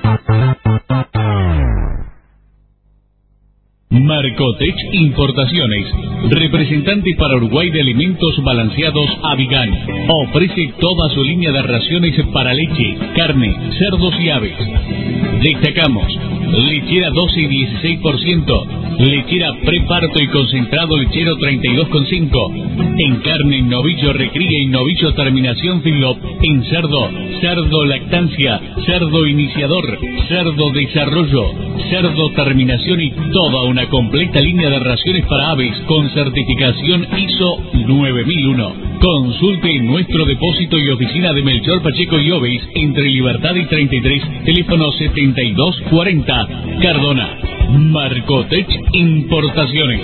Marcotech Importaciones, representante para Uruguay de alimentos balanceados Avigan. Ofrece toda su línea de raciones para leche, carne, cerdos y aves. Destacamos lechera 12 y 16%, lechera preparto y concentrado lechero 32,5%. En carne, novillo recría y novillo terminación feedlot. En cerdo, cerdo lactancia, cerdo iniciador, cerdo desarrollo, cerdo terminación y toda una completa línea de raciones para aves con certificación ISO 9001. Consulte nuestro depósito y oficina de Melchor Pacheco y Oveis entre Libertad y 33, teléfono 7240, Cardona. Marcotech Importaciones.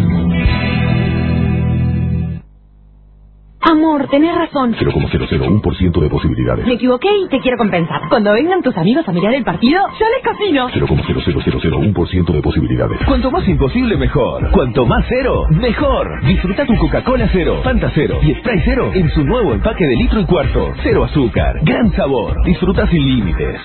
Amor, tenés razón. 0,001% de posibilidades. Me equivoqué y te quiero compensar. Cuando vengan tus amigos a mirar el partido, yo les cocino. 0,00001% de posibilidades. Cuanto más imposible, mejor. Cuanto más cero, mejor. Disfruta tu Coca-Cola cero, Fanta cero y Sprite cero en su nuevo empaque de 1,25 litros. Cero azúcar, gran sabor. Disfruta sin límites.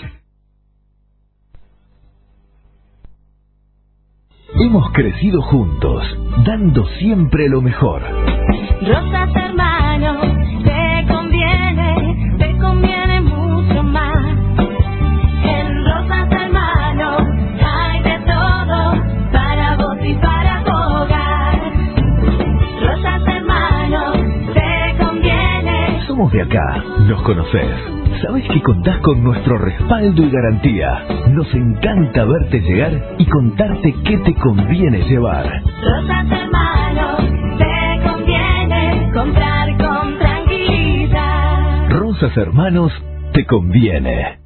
Hemos crecido juntos, dando siempre lo mejor. Rosas Hermanos, te conviene mucho más. En Rosas Hermanos hay de todo para vos y para tu hogar. Rosas Hermanos, te conviene. Somos de acá, nos conocés. Sabés que contás con nuestro respaldo y garantía. Nos encanta verte llegar y contarte qué te conviene llevar. Rosas Hermanos, te conviene comprar con tranquilidad. Rosas Hermanos, te conviene.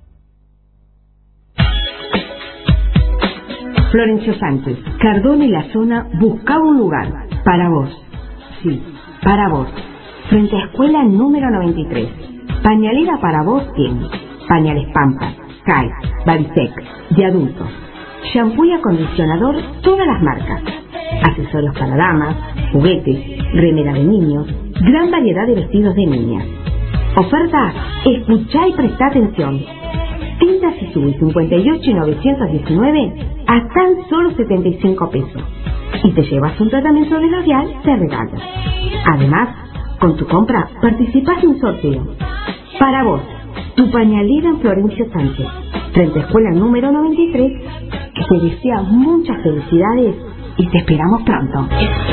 Florencio Sánchez, Cardona y la zona buscaba un lugar para vos. Sí, para vos. Frente a escuela número 93. Pañalera para vos tiene pañales Pampa, Kai, Barisec, de adultos, shampoo y acondicionador, todas las marcas, accesorios para damas, juguetes, remera de niños, gran variedad de vestidos de niñas. Oferta, escuchá y prestá atención. Tinta Sisui 58 y 919 a tan solo 75 pesos. Y te llevas un tratamiento de labial de regalo. Además, con tu compra participás de un sorteo. Para vos, tu pañalera en Florencio Sánchez, frente a escuela número 93, que te desea muchas felicidades y te esperamos pronto.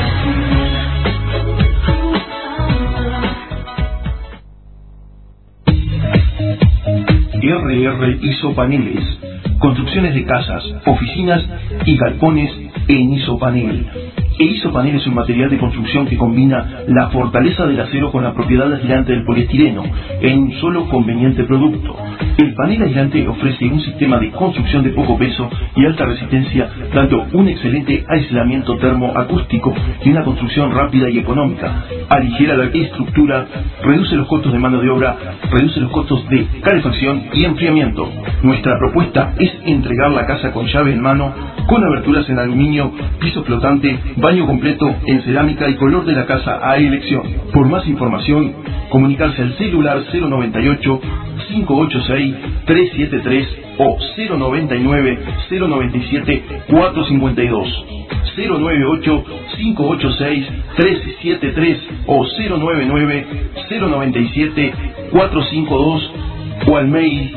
RR Isopaneles, construcciones de casas, oficinas y galpones en Isopanel. Isopanel es un material de construcción que combina la fortaleza del acero con la propiedad aislante del poliestireno en un solo conveniente producto. El panel aislante ofrece un sistema de construcción de poco peso y alta resistencia, dando un excelente aislamiento termoacústico y una construcción rápida y económica. Aligera la estructura, reduce los costos de mano de obra, reduce los costos de calefacción y enfriamiento. Nuestra propuesta es entregar la casa con llave en mano, con aberturas en aluminio, piso flotante, baño completo en cerámica y color de la casa a elección. Por más información, comunicarse al celular 098 586 373 o 099 097 452. 098 586 373 o 099 097 452 o al mail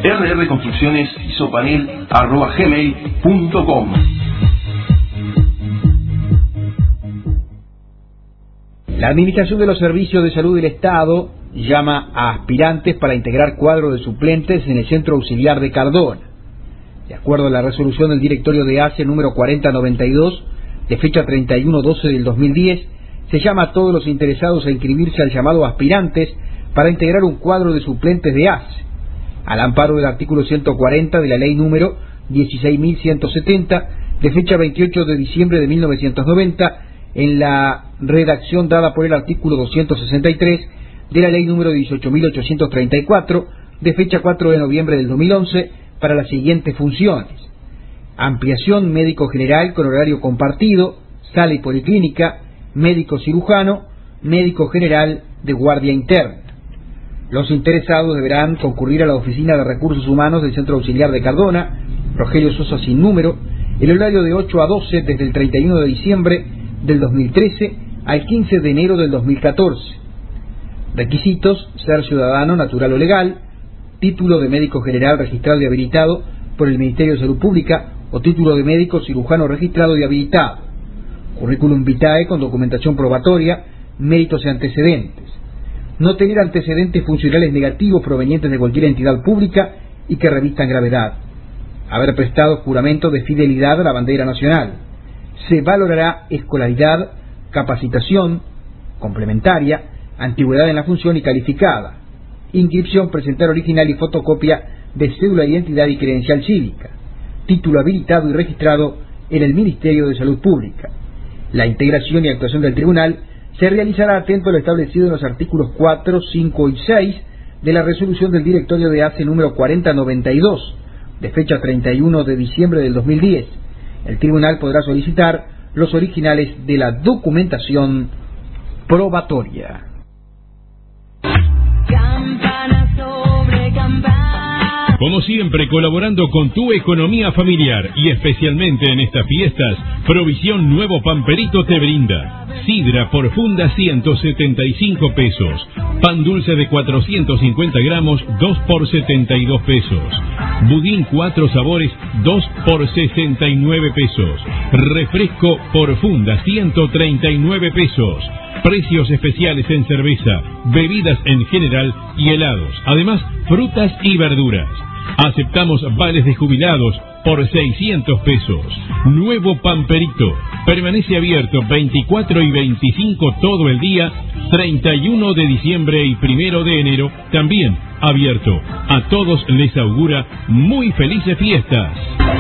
rrconstruccionesisopanel@gmail.com. La Administración de los Servicios de Salud del Estado llama a aspirantes para integrar cuadro de suplentes en el Centro Auxiliar de Cardona. De acuerdo a la resolución del directorio de ACE número 4092, de fecha 31/12 del 2010, se llama a todos los interesados a inscribirse al llamado aspirantes para integrar un cuadro de suplentes de ACE, al amparo del artículo 140 de la ley número 16.170, de fecha 28 de diciembre de 1990, en la redacción dada por el artículo 263 de la ley número 18.834, de fecha 4 de noviembre del 2011, para las siguientes funciones: ampliación médico general con horario compartido, sala y policlínica, médico cirujano, médico general de guardia interna. Los interesados deberán concurrir a la Oficina de Recursos Humanos del Centro Auxiliar de Cardona, Rogelio Sosa sin número, el horario de 8 a 12 desde el 31 de diciembre del 2013 al 15 de enero del 2014. Requisitos: ser ciudadano natural o legal, título de médico general registrado y habilitado por el Ministerio de Salud Pública o título de médico cirujano registrado y habilitado, currículum vitae con documentación probatoria, méritos y antecedentes, no tener antecedentes funcionales negativos provenientes de cualquier entidad pública y que revistan gravedad, haber prestado juramento de fidelidad a la bandera nacional. Se valorará escolaridad, capacitación complementaria, antigüedad en la función y calificada. Inscripción: presentar original y fotocopia de cédula de identidad y credencial cívica. Título habilitado y registrado en el Ministerio de Salud Pública. La integración y actuación del tribunal se realizará atento a lo establecido en los artículos 4, 5 y 6 de la resolución del directorio de ACE número 4092, de fecha 31 de diciembre del 2010. El tribunal podrá solicitar los originales de la documentación probatoria. Campana sobre campana, Como siempre, colaborando con tu economía familiar y especialmente en estas fiestas, Provisión Nuevo Pamperito te brinda sidra por funda 175 pesos, pan dulce de 450 gramos 2 por 72 pesos, budín 4 sabores 2 por 69 pesos, refresco por funda 139 pesos. Precios especiales en cerveza, bebidas en general y helados. Además, frutas y verduras. Aceptamos vales de jubilados por 600 pesos. Nuevo Pamperito. Permanece abierto 24 y 25 todo el día, 31 de diciembre y 1 de enero también abierto. A todos les augura muy felices fiestas.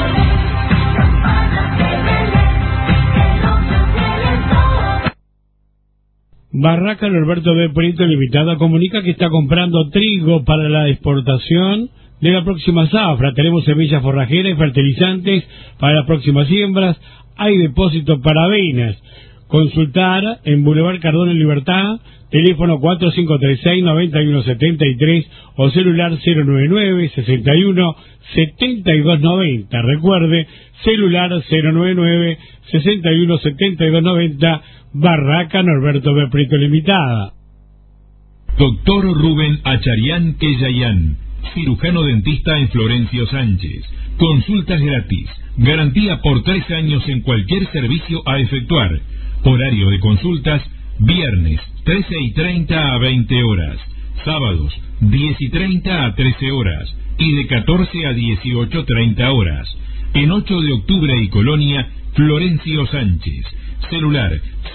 Barraca Norberto B. Prieto Limitada comunica que está comprando trigo para la exportación de la próxima zafra. Tenemos semillas forrajeras y fertilizantes para las próximas siembras. Hay depósitos para avenas. Consultar en Boulevard Cardona en Libertad, teléfono 4536-9173 o celular 099-61-7290. Recuerde, celular 099-61-7290. Barraca Norberto B. Prieto Limitada. Doctor Rubén Acharián Queyayán, cirujano dentista en Florencio Sánchez. Consultas gratis. Garantía por 3 años en cualquier servicio a efectuar. Horario de consultas: viernes 13:30 a 20 horas, sábados 10:30 a 13 horas y de 14 a 18:30 horas. En 8 de octubre y Colonia, Florencio Sánchez. Celular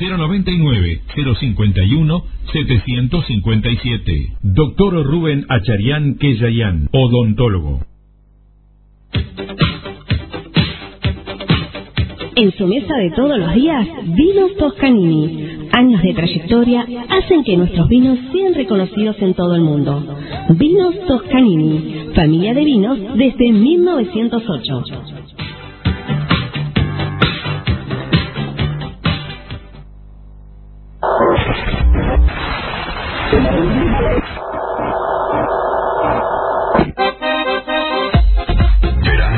099-051-757. Doctor Rubén Acharián Queyayán, odontólogo. En su mesa de todos los días, Vinos Toscanini. Años de trayectoria hacen que nuestros vinos sean reconocidos en todo el mundo. Vinos Toscanini, familia de vinos desde 1908. Verano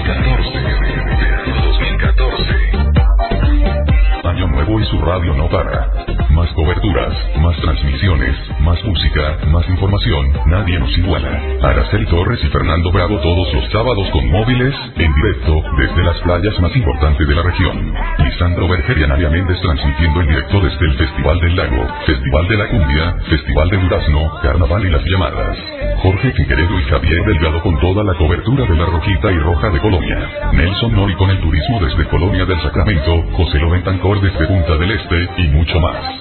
2014. Año nuevo y su radio no para. Más coberturas, más transmisiones, más música, más información. Nadie nos iguala. Araceli Torres y Fernando Bravo todos los sábados con móviles, en directo, desde las playas más importantes de la región. Lisandro Berger y Analia Méndez transmitiendo en directo desde el Festival del Lago, Festival de la Cumbia, Festival de Durazno, Carnaval y las llamadas. Jorge Figueredo y Javier Delgado con toda la cobertura de la Rojita y Roja de Colonia. Nelson Nori con el turismo desde Colonia del Sacramento, José Loventancor desde Punta del Este y mucho más.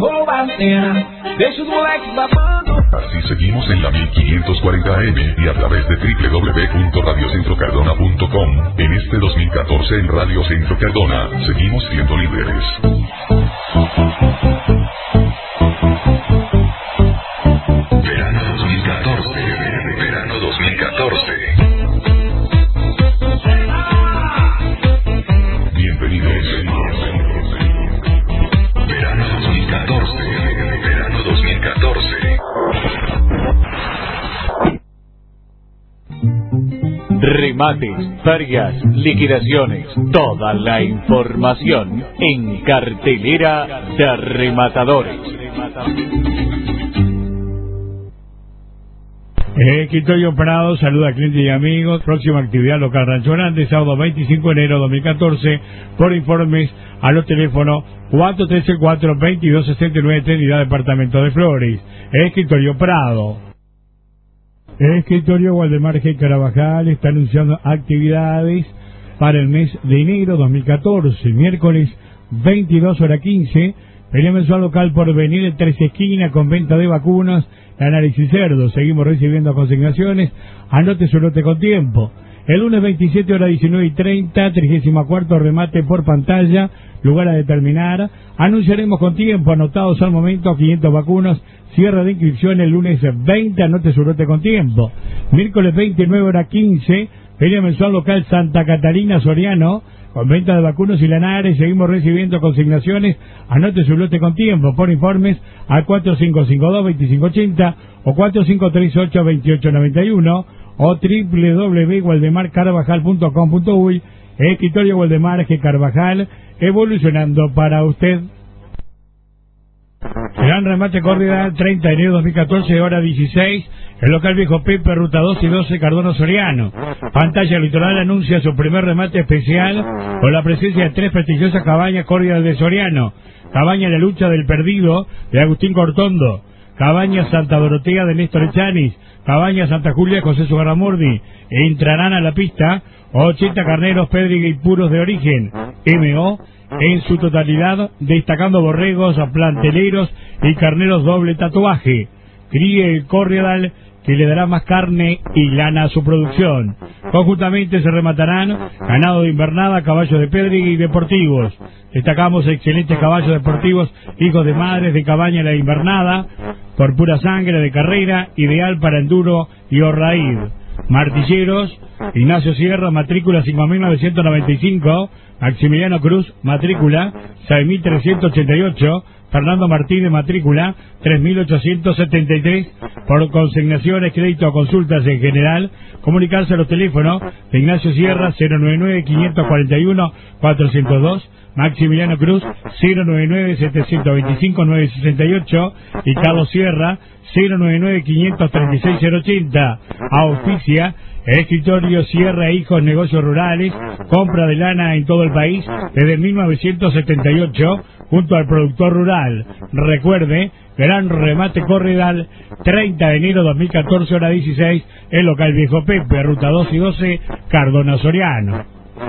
Así seguimos en la 1540 AM y a través de www.radiocentrocardona.com. En este 2014 en Radio Centro Cardona seguimos siendo líderes. Verano 2014. Verano 2014. Bienvenidos. Verano 2014. Verano 2014. Remates, ferias, liquidaciones, toda la información en Cartelera de Rematadores. Escritorio Prado saluda a clientes y amigos. Próxima actividad local Rancho Grande, sábado 25 de enero de 2014. Por informes a los teléfonos 434-2269, Trinidad, Departamento de Flores. Escritorio Prado. Escritorio Waldemar G. Carabajal está anunciando actividades para el mes de enero 2014. Miércoles 22:15. Pelea mensual local por venir en Tres Esquinas con venta de vacunas, análisis cerdo. Seguimos recibiendo consignaciones. Anote su lote con tiempo. El lunes 27 horas 19:30, 34º remate por pantalla, lugar a determinar. Anunciaremos con tiempo, anotados al momento 500 vacunas. Cierre de inscripción el lunes 20, anote su lote con tiempo. Miércoles 29 horas 15, feria mensual local Santa Catalina Soriano, con venta de vacunos y lanares. Seguimos recibiendo consignaciones. Anote su lote con tiempo. Por informes al 4552-2580 o 4538-2891 o www.waldemarcarvajal.com.uy. Escritorio Waldemar G. Carvajal, evolucionando para usted. Gran remate Córdoba, 30 de enero de 2014, hora 16, el local Viejo Pepe, ruta 2 y 12, Cardona Soriano. Pantalla Litoral anuncia su primer remate especial con la presencia de 3 prestigiosas cabañas Córdoba de Soriano. Cabaña La Lucha del Perdido, de Agustín Cortondo. Cabaña Santa Dorotea, de Néstor Echanis. Cabaña Santa Julia, de José Sugarramurdi. Entrarán a la pista 80 carneros Pedriga y puros de origen, MO, en su totalidad, destacando borregos, planteleros y carneros doble tatuaje. Críe el corriedal que le dará más carne y lana a su producción. Conjuntamente se rematarán ganado de invernada, caballos de Pedriga y deportivos. Destacamos excelentes caballos deportivos, hijos de madres de cabaña la invernada, por pura sangre de carrera, ideal para enduro y horraíd. Martilleros, Ignacio Sierra, matrícula 5.995, Maximiliano Cruz, matrícula 6.388, Fernando Martínez, matrícula 3.873, por consignaciones, crédito o consultas en general, comunicarse a los teléfonos de Ignacio Sierra 099-541-402, Maximiliano Cruz 099-725-968 y Carlos Sierra 099-536-080. Auspicia Escritorio Sierra Hijos Negocios Rurales, compra de lana en todo el país desde 1978 junto al productor rural. Recuerde, gran remate Corredal, 30 de enero 2014, hora 16, el local Viejo Pepe, ruta 2 y 12, Cardona Soriano.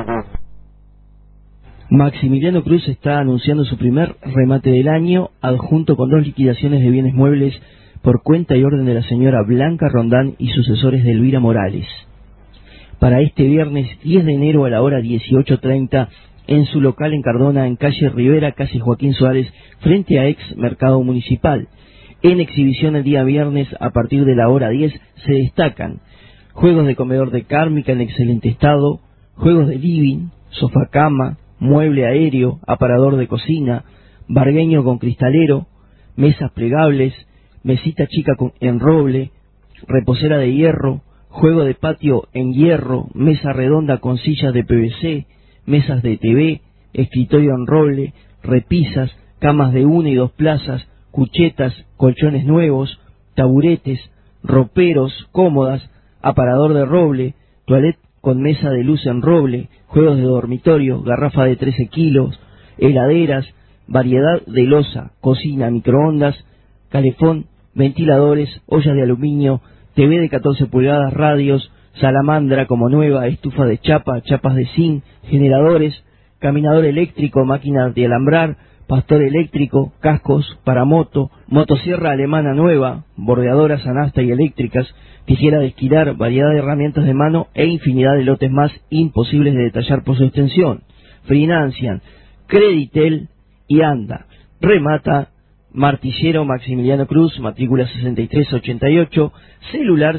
Maximiliano Cruz está anunciando su primer remate del año, adjunto con 2 liquidaciones de bienes muebles por cuenta y orden de la señora Blanca Rondán y sucesores de Elvira Morales. Para este viernes 10 de enero a la hora 18:30, en su local en Cardona, en calle Rivera, casi Joaquín Suárez, frente a ex Mercado Municipal. En exhibición el día viernes, a partir de la hora 10, se destacan juegos de comedor de cármica en excelente estado, juegos de living, sofá cama, mueble aéreo, aparador de cocina, bargueño con cristalero, mesas plegables, mesita chica en roble, reposera de hierro, juego de patio en hierro, mesa redonda con sillas de PVC, mesas de TV, escritorio en roble, repisas, camas de 1 y 2 plazas, cuchetas, colchones nuevos, taburetes, roperos, cómodas, aparador de roble, toilette con mesa de luz en roble, juegos de dormitorio, garrafa de 13 kilos, heladeras, variedad de loza, cocina, microondas, calefón, ventiladores, ollas de aluminio, TV de 14 pulgadas, radios, salamandra como nueva, estufa de chapa, chapas de zinc, generadores, caminador eléctrico, máquinas de alambrar, pastor eléctrico, cascos para moto, motosierra alemana nueva, bordeadoras anasta y eléctricas, tijera de esquilar, variedad de herramientas de mano e infinidad de lotes más imposibles de detallar por su extensión. Financian Creditel y Anda. Remata Martillero Maximiliano Cruz, matrícula 6388, celular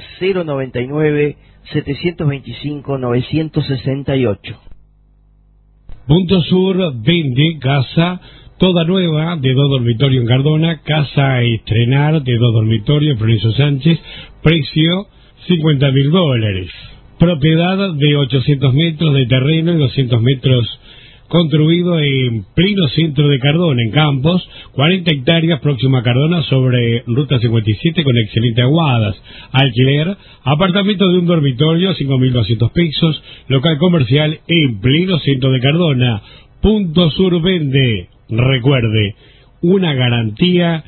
099-725-968. Punto Sur vende casa toda nueva de 2 dormitorios en Cardona, casa a estrenar de 2 dormitorios en Florencio Sánchez, precio $50.000. Propiedad de 800 metros de terreno y 200 metros construido en pleno centro de Cardona, en Campos, 40 hectáreas próxima a Cardona sobre Ruta 57 con excelentes aguadas. Alquiler, apartamento de 1 dormitorio, 5.200 pesos, local comercial en pleno centro de Cardona. Punto Sur vende. Recuerde, una garantía.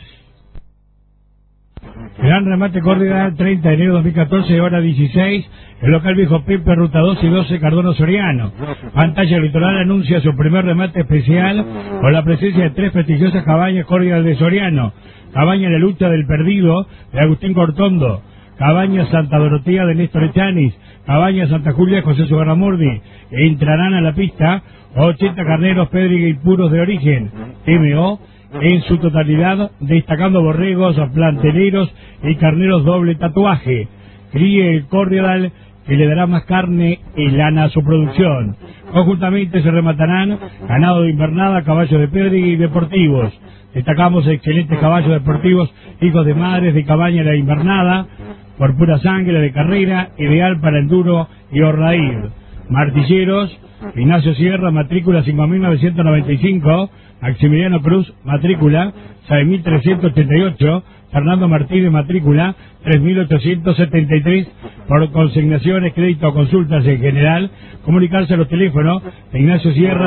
Gran remate Córdoba, 30 de enero de 2014, hora 16, el local Viejo Pepe, ruta 2 y 12, Cardona Soriano. Pantalla Litoral anuncia su primer remate especial con la presencia de 3 prestigiosas cabañas Córdoba de Soriano. Cabaña La Lucha del Perdido, de Agustín Cortondo. Cabaña Santa Dorotea, de Néstor Echanis. Cabaña Santa Julia, de José Sugarramurdi. Entrarán a la pista 80 carneros Pedriga y puros de origen, MO, en su totalidad, destacando borregos, planteleros y carneros doble tatuaje. Críe el cordial que le dará más carne y lana a su producción. Conjuntamente se rematarán ganado de invernada, caballos de Pedriga y deportivos. Destacamos excelentes caballos deportivos, hijos de madres de cabaña la invernada, por pura sangre de carrera, ideal para enduro y off-road. Martilleros, Ignacio Sierra, matrícula 5.995, Maximiliano Cruz, matrícula 6.388, Fernando Martínez, matrícula 3.873, por consignaciones, crédito o consultas en general, comunicarse a los teléfonos de Ignacio Sierra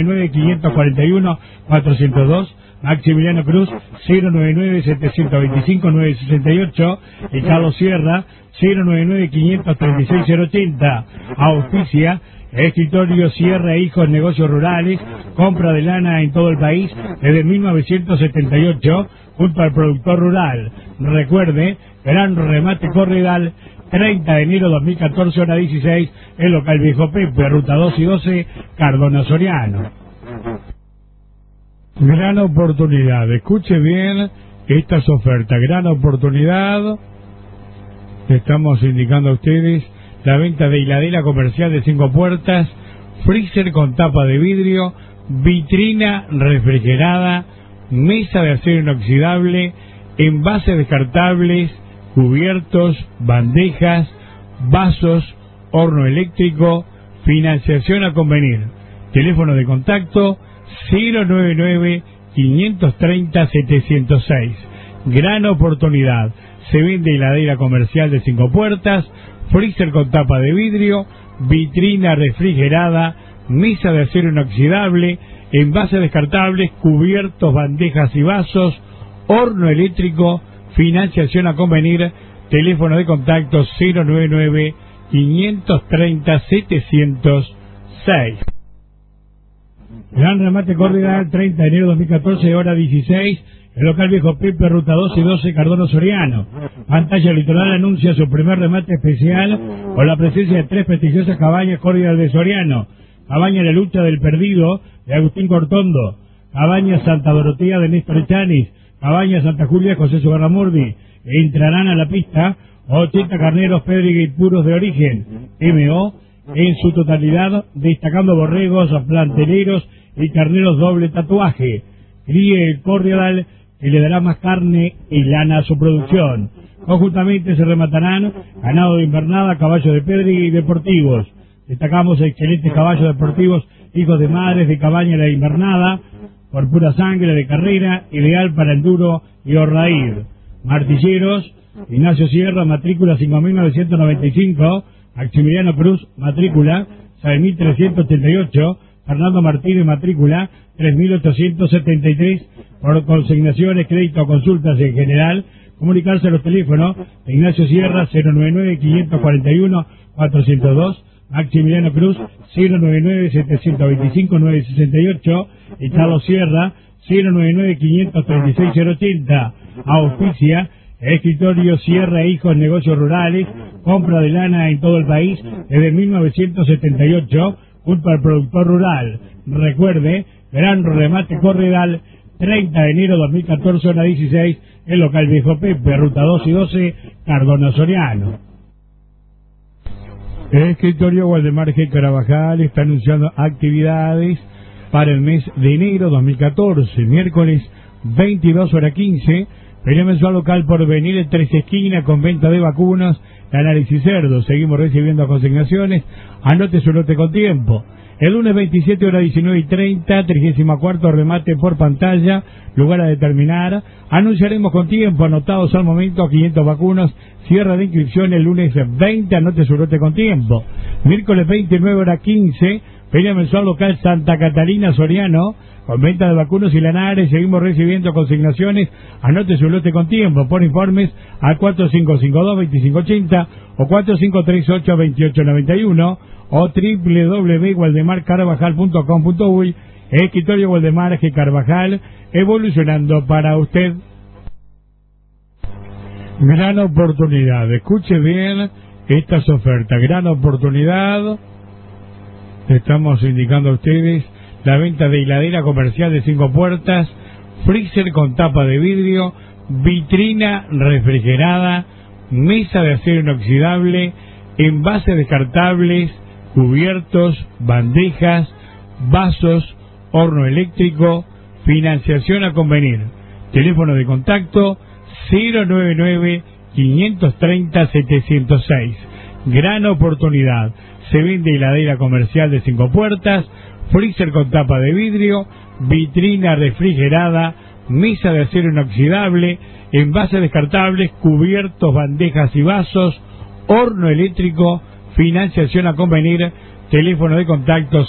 099-541-402, Maximiliano Cruz 099-725-968 y Carlos Sierra 099-536-080. Auspicia Escritorio Sierra e Hijos, Negocios Rurales, compra de lana en todo el país desde 1978 junto al productor rural. Recuerde, gran remate Corredal, 30 de enero 2014, hora 16, el local Viejo Pepe, ruta 2 y 12, Cardona Soriano. Gran oportunidad, escuche bien estas ofertas, gran oportunidad. Estamos indicando a ustedes la venta de heladera comercial de 5 puertas, freezer con tapa de vidrio, vitrina refrigerada, mesa de acero inoxidable, envases descartables, cubiertos, bandejas, vasos, horno eléctrico, financiación a convenir. Teléfono de contacto 099-530-706. Gran oportunidad. Se vende heladera comercial de 5 puertas, freezer con tapa de vidrio, vitrina refrigerada, mesa de acero inoxidable, envases descartables, cubiertos, bandejas y vasos, horno eléctrico, financiación a convenir. Teléfono de contacto 099-530-706. Gran remate Corredal, 30 de enero 2014, hora 16, el local Viejo Pepe, ruta 2 y 12, Cardona Soriano. Pantalla Litoral anuncia su primer remate especial con la presencia de 3 prestigiosas cabañas Corredal de Soriano. Cabaña La Lucha del Perdido, de Agustín Cortondo. Cabaña Santa Dorotea, de Néstor Chanis. Cabaña Santa Julia, de José Sugarramurdi. Entrarán a la pista 80 carneros Pedrigate puros de origen, MO, en su totalidad, destacando borregos, planteleros y carneros doble tatuaje. Críe el Corredal y le dará más carne y lana a su producción. Conjuntamente se rematarán ganado de invernada, caballos de Pedrigue y deportivos. Destacamos excelentes caballos deportivos, hijos de madres de cabaña de invernada, por pura sangre de carrera, ideal para enduro y off-road. Martilleros, Ignacio Sierra, matrícula 5.995, Maximiliano Cruz, matrícula 6.388, Fernando Martínez, matrícula 3.873, por consignaciones, crédito o consultas en general, comunicarse a los teléfonos de Ignacio Sierra 099-541-402, Maximiliano Cruz 099-725-968 y Carlos Sierra 099-536-080. Auspicia Escritorio Sierra e Hijos, Negocios Rurales, compra de lana en todo el país desde 1978 junto al productor rural. Recuerde, gran remate Corredal, 30 de enero 2014, hora 16, el local Viejo Pepe, ruta 2 y 12, Cardona Soriano. El escritorio Waldemar G. Carabajal está anunciando actividades para el mes de enero 2014, miércoles 22 hora 15, feria mensual local por venir en 3 esquinas con venta de vacunas, análisis cerdo. Seguimos recibiendo consignaciones, anote su lote con tiempo. El lunes 27 hora 19:30, 34º remate por pantalla, lugar a determinar. Anunciaremos con tiempo, anotados al momento 500 vacunos, cierre de inscripción el lunes 20, anote su lote con tiempo. Miércoles 29 hora 15, feria mensual local Santa Catalina Soriano, con venta de vacunos y lanares. Seguimos recibiendo consignaciones, anote su lote con tiempo. Por informes al 4552-2580 o 4538-2891 o www.waldemarcarvajal.com.uy. Escritorio Waldemar G. Carvajal, evolucionando para usted. Gran oportunidad, escuche bien estas ofertas, gran oportunidad. Estamos indicando a ustedes la venta de heladera comercial de 5 puertas, freezer con tapa de vidrio, vitrina refrigerada, mesa de acero inoxidable, envases descartables, cubiertos, bandejas, vasos, horno eléctrico, financiación a convenir. Teléfono de contacto 530-706. Gran oportunidad. Se vende heladera comercial de 5 puertas, freezer con tapa de vidrio, vitrina refrigerada, mesa de acero inoxidable, envases descartables, cubiertos, bandejas y vasos, horno eléctrico, financiación a convenir, teléfono de contacto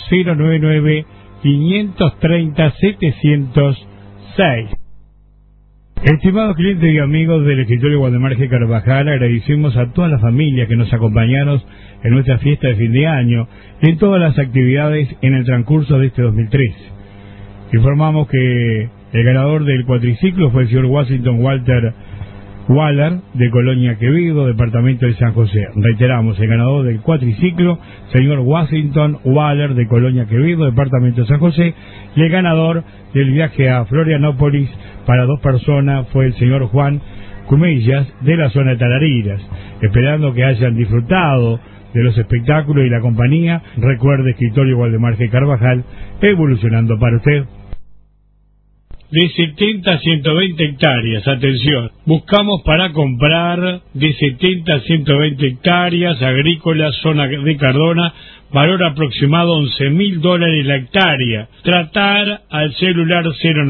099-530-706. Estimados clientes y amigos del escritorio Waldemar G. Carvajal, agradecemos a todas las familias que nos acompañaron en nuestra fiesta de fin de año y en todas las actividades en el transcurso de este 2003. Informamos que el ganador del cuatriciclo fue el señor Washington Walter Waller, de Colonia Quevedo, departamento de San José. Reiteramos, el ganador del cuatriciclo, señor Washington Waller, de Colonia Quevedo, departamento de San José, y el ganador del viaje a Florianópolis para 2 personas fue el señor Juan Cumellas, de la zona de Tarariras. Esperando que hayan disfrutado de los espectáculos y la compañía. Recuerde, escritorio Waldemar G. Carvajal, evolucionando para usted. De 70 a 120 hectáreas, atención, buscamos para comprar de 70 a 120 hectáreas agrícolas, zona de Cardona, valor aproximado $11.000 la hectárea. Tratar al celular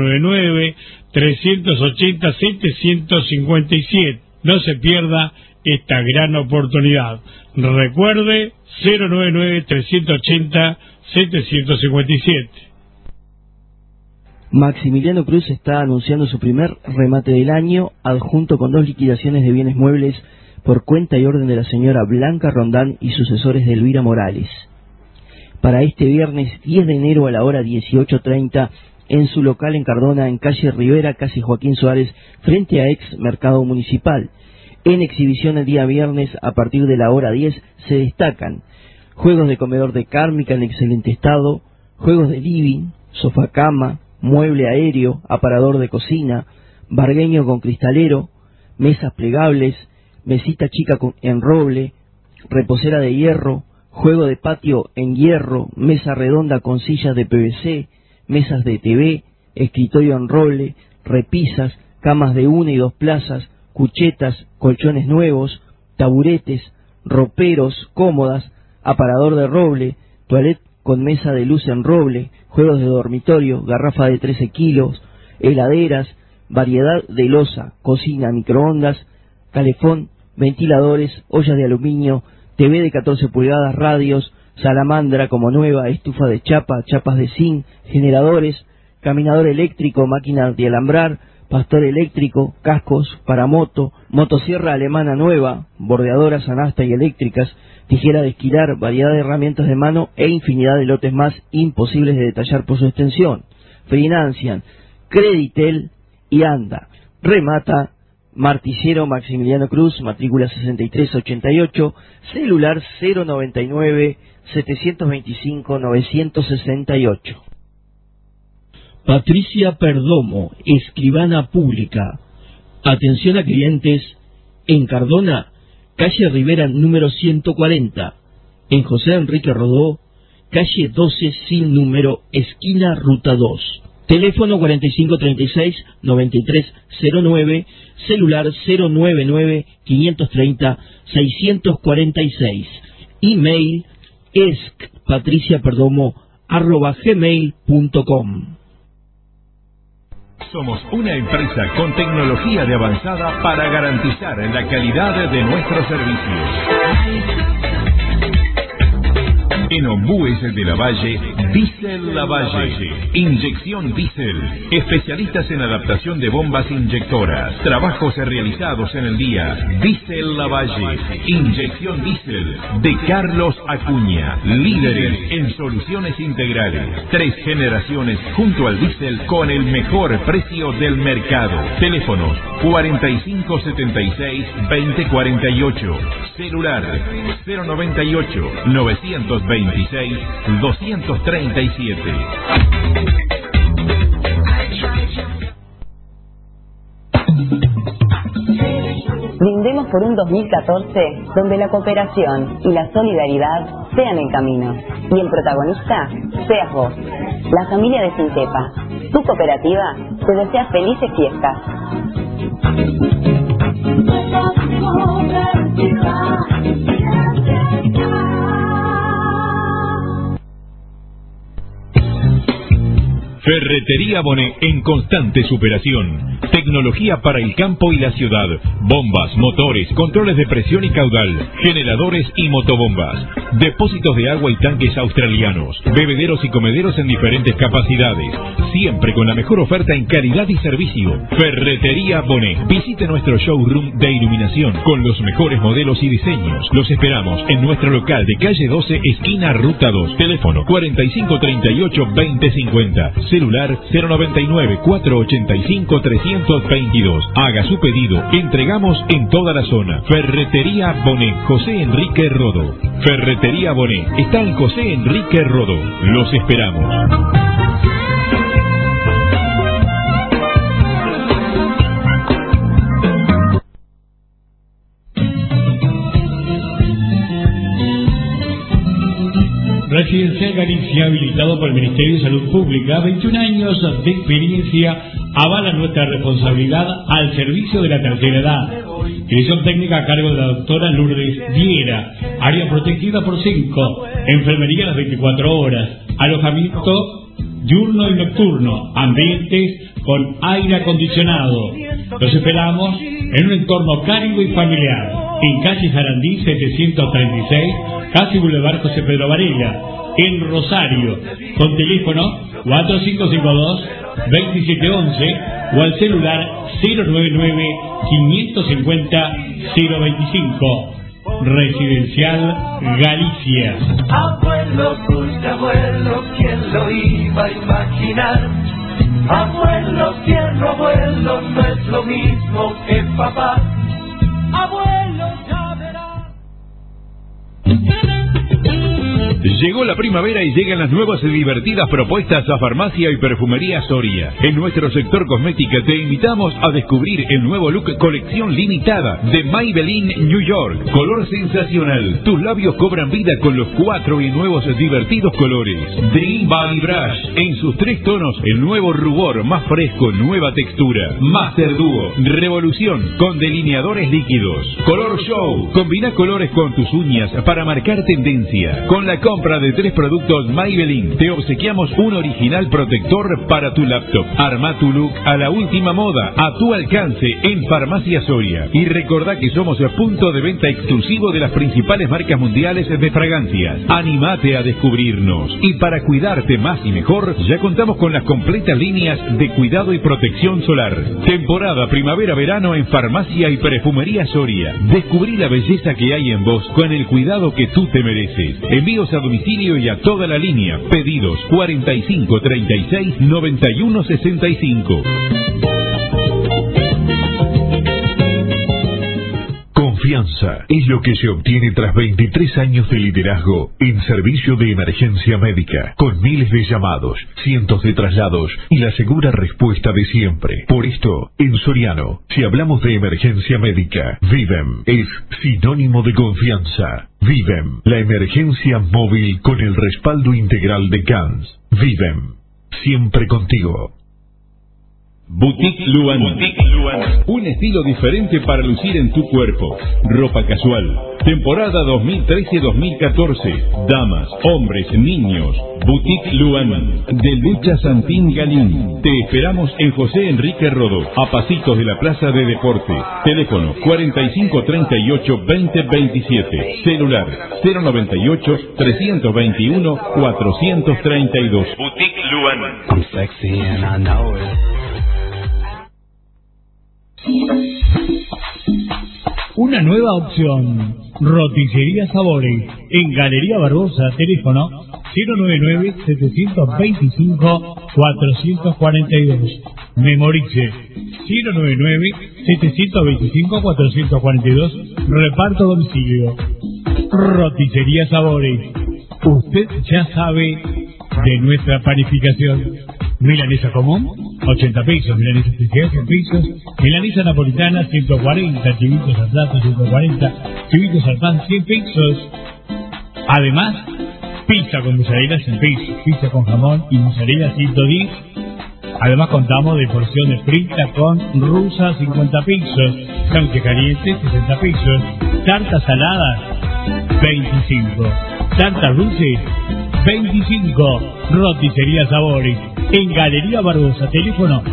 099-380-757. No se pierda esta gran oportunidad. Recuerde, 099-380-757. Maximiliano Cruz está anunciando su primer remate del año, adjunto con 2 liquidaciones de bienes muebles por cuenta y orden de la señora Blanca Rondán y sucesores de Elvira Morales. Para este viernes 10 de enero a la hora 18:30, en su local en Cardona, en calle Rivera, casi Joaquín Suárez, frente a ex Mercado Municipal. En exhibición el día viernes, a partir de la hora 10, se destacan juegos de comedor de cármica en excelente estado, juegos de living, sofá-cama, mueble aéreo, aparador de cocina, vargueño con cristalero, mesas plegables, mesita chica en roble, reposera de hierro, juego de patio en hierro, mesa redonda con sillas de PVC, mesas de TV, escritorio en roble, repisas, camas de 1 y 2 plazas, cuchetas, colchones nuevos, taburetes, roperos, cómodas, aparador de roble, toilet con mesa de luz en roble, juegos de dormitorio, garrafa de 13 kilos, heladeras, variedad de loza, cocina, microondas, calefón, ventiladores, ollas de aluminio, TV de 14 pulgadas, radios, salamandra como nueva, estufa de chapa, chapas de zinc, generadores, caminador eléctrico, máquina de alambrar, pastor eléctrico, cascos para moto, motosierra alemana nueva, bordeadoras anasta y eléctricas, tijera de esquilar, variedad de herramientas de mano e infinidad de lotes más imposibles de detallar por su extensión. Financian Creditel y Anda. Remata Martillero Maximiliano Cruz, matrícula 6388, celular 099-725-968. Patricia Perdomo, escribana pública. Atención a clientes en Cardona, calle Rivera número 140, en José Enrique Rodó, calle 12 sin número, esquina Ruta 2. Teléfono 4536-9309, celular 099-530-646. Email patriciaperdomo@gmail.com. Somos una empresa con tecnología de avanzada para garantizar la calidad de nuestros servicios. En Ombúes de Lavalle, Diesel Lavalle. Inyección Diesel. Especialistas en adaptación de bombas inyectoras. Trabajos realizados en el día. Diesel Lavalle. Inyección Diesel. De Carlos Acuña. Líderes en soluciones integrales. 3 generaciones junto al diésel con el mejor precio del mercado. Teléfonos 4576-2048. Celular 098-926-237. Brindemos por un 2014 donde la cooperación y la solidaridad sean el camino y el protagonista seas vos. La familia de Sintepa, tu cooperativa, te desea felices fiestas. Ferretería Bonet en constante superación. Tecnología para el campo y la ciudad. Bombas, motores, controles de presión y caudal, generadores y motobombas. Depósitos de agua y tanques australianos. Bebederos y comederos en diferentes capacidades. Siempre con la mejor oferta en calidad y servicio. Ferretería Bonet. Visite nuestro showroom de iluminación con los mejores modelos y diseños. Los esperamos en nuestro local de calle 12, esquina Ruta 2. Teléfono 4538-2050. Celular 099-485-322. Haga su pedido. Entregamos en toda la zona. Ferretería Bonet. José Enrique Rodó. Ferretería Bonet. Está en José Enrique Rodó. Los esperamos. Residencial Galicia, habilitado por el Ministerio de Salud Pública, 21 años de experiencia avalan nuestra responsabilidad al servicio de la tercera edad. Dirección técnica a cargo de la doctora Lourdes Viera. Área protegida por 5. Enfermería las 24 horas. Alojamiento diurno y nocturno. Ambientes con aire acondicionado. Los esperamos en un entorno cálido y familiar. En calle Sarandí 736, casi Boulevard José Pedro Varela, en Rosario, con teléfono 4552-2711 o al celular 099-550-025. Residencial Galicia. Abuelo, tus abuelos, ¿quién lo iba a imaginar? Abuelo, tierno abuelo, no es lo mismo que papá. Abuelo, ya verás. Llegó la primavera y llegan las nuevas y divertidas propuestas a Farmacia y Perfumería Soria. En nuestro sector cosmética te invitamos a descubrir el nuevo look colección limitada de Maybelline New York. Color sensacional. Tus labios cobran vida con los 4 y nuevos divertidos colores. Dream Body Brush en sus 3 tonos. El nuevo rubor más fresco, nueva textura. Master Duo. Revolución con delineadores líquidos. Color Show. Combina colores con tus uñas para marcar tendencia. Con la compra de 3 productos Maybelline te obsequiamos un original protector para tu laptop. Arma tu look a la última moda, a tu alcance en Farmacia Soria. Y recordá que somos el punto de venta exclusivo de las principales marcas mundiales de fragancias. Anímate a descubrirnos. Y para cuidarte más y mejor, ya contamos con las completas líneas de cuidado y protección solar. Temporada primavera-verano en Farmacia y Perfumería Soria. Descubrí la belleza que hay en vos con el cuidado que tú te mereces. Envíos a domicilio y a toda la línea. Pedidos 45 36 91 65. Confianza es lo que se obtiene tras 23 años de liderazgo en servicio de emergencia médica, con miles de llamados, cientos de traslados y la segura respuesta de siempre. Por esto, en Soriano, si hablamos de emergencia médica, Vivem es sinónimo de confianza. Vivem, la emergencia móvil con el respaldo integral de CANS. Vivem, siempre contigo. Boutique Luan. Un estilo diferente para lucir en tu cuerpo. Ropa casual. Temporada 2013-2014. Damas, hombres, niños. Boutique Luan. De Lucha Santín Galín. Te esperamos en José Enrique Rodó, a pasitos de la Plaza de Deporte. Teléfono 4538-2027. Celular 098-321-432. Boutique Luan. I'm sexy and I know it. Una nueva opción. Roticería Sabores. En Galería Barbosa. Teléfono 099-725-442. Memorice 099-725-442. Reparto domicilio. Roticería Sabores. Usted ya sabe de nuestra panificación. Milanesa común, 80 pesos. Milanesa especial, 100 pesos. Milanesa napolitana, 140. Chivitos al plato, 140. Chivitos al pan, 100 pesos. Además, pizza con mozzarella, 100 pesos. Pizza con jamón y mozzarella, 110. Además, contamos de porciones fritas con rusa, 50 pesos. Sándwich caliente, 60 pesos. Tartas saladas, 25. Tartas dulces, 25. Roticería Sabores. En Galería Barbosa. Teléfono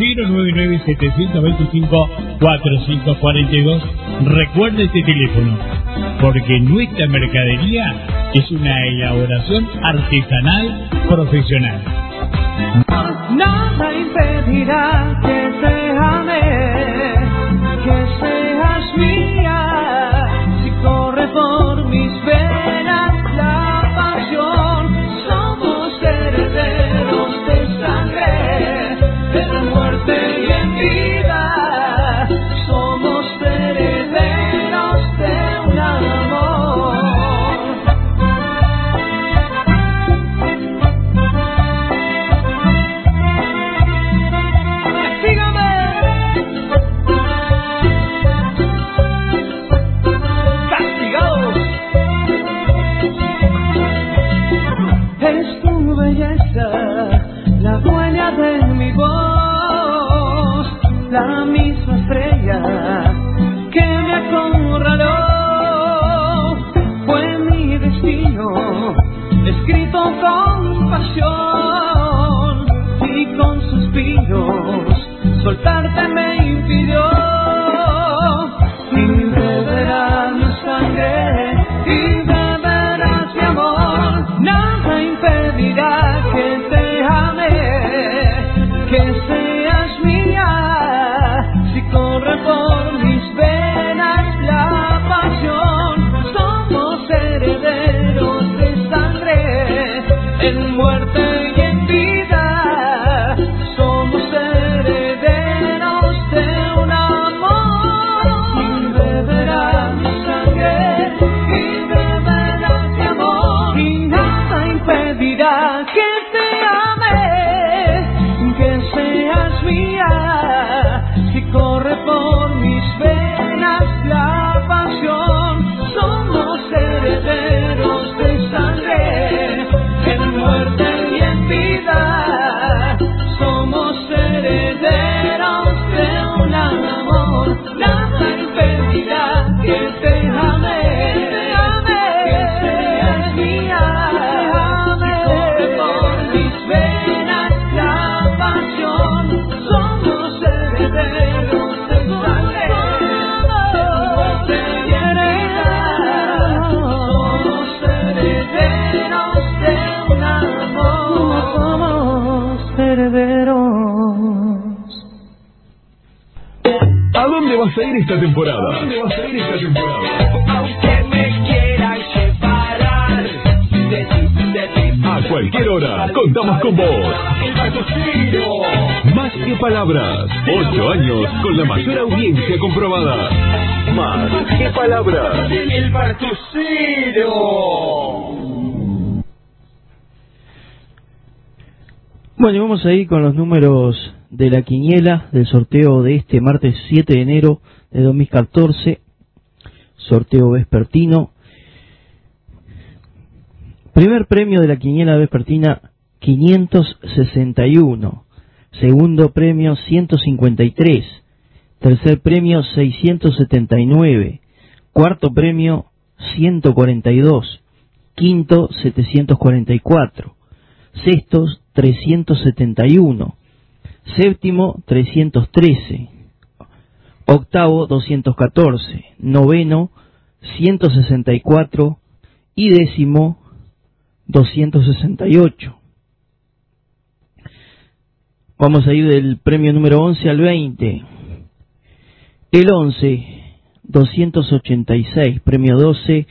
099-725-4542. Recuerde este teléfono, porque nuestra mercadería es una elaboración artesanal profesional. Nada impedirá que te ame, que seas mía, si corre por mis venas la pasión. Somos herederos de sangre, en muerte y en vida. Somos herederos de un amor. La dueña de mi voz, la misma estrella que me acorraló, fue mi destino, escrito con pasión y con suspiros, soltarte me impidió, y beberás mi sangre, y beberás mi amor, nada impedirá que te ame, que seas mía, si corre por mis venas la pasión. Somos herederos de sangre, en muerte y en vida. Somos herederos de un amor. Y beberás mi sangre, y beberás mi amor, y nada impedirá que te ame, que seas mía, si corre por mis venas la pasión. Somos herederos de sangre, en muerte y en vida. Somos herederos de un amor, nada impedirá que te ame, que seas mía, si corre por mis venas la pasión. Somos herederos de sangre, muerte y herida. Somos herederos de un amor. Somos herederos. ¿A dónde vas a ir esta temporada? Aunque me quieran separar de ti. A cualquier hora, contamos con vos. Más que palabras. 8 años con la mayor audiencia comprobada. Más que palabras. El Bartocero. Bueno, y vamos a ir con los números de la quiniela del sorteo de este martes 7 de enero de 2014, sorteo vespertino. Primer premio de la quiniela vespertina, 561. Segundo premio, 153. Tercer premio, 679. Cuarto premio, 142. Quinto, 744. Sextos, 371. Séptimo, 313. Octavo, 214. Noveno, 164. Y décimo, 268. Vamos a ir del premio número 11 al 20. El 11, 286. Premio 12,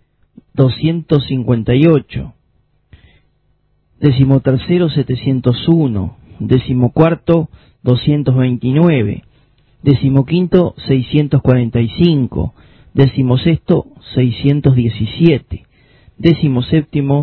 258. Décimo tercero, 701. Décimo cuarto, 229. Décimo quinto, 645. Décimo sexto, 617. Décimo séptimo,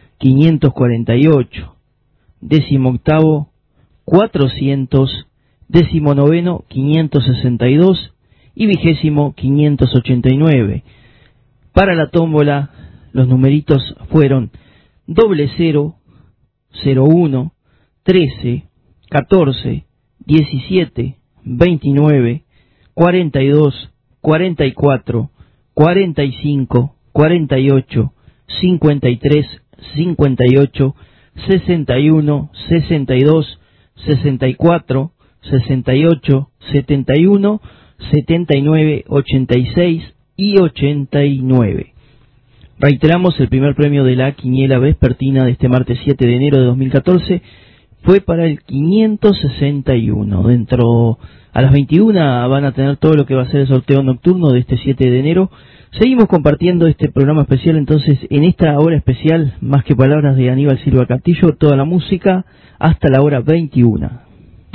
548. Décimo octavo, 400. Décimo noveno, 562. Y vigésimo, 589. Para la tómbola, los numeritos fueron 00, 01, 13, 14, 17, 29, 42, 44, 45 48 53 58 61 62 64 68 71 79 86 y 89. Reiteramos, el primer premio de la quiniela vespertina de este martes 7 de enero de 2014 fue para el 561. Dentro a las 21 van a tener todo lo que va a ser el sorteo nocturno de este 7 de enero. Seguimos compartiendo este programa especial, entonces en esta hora especial, más que palabras de Aníbal Silva Castillo, toda la música hasta la hora 21.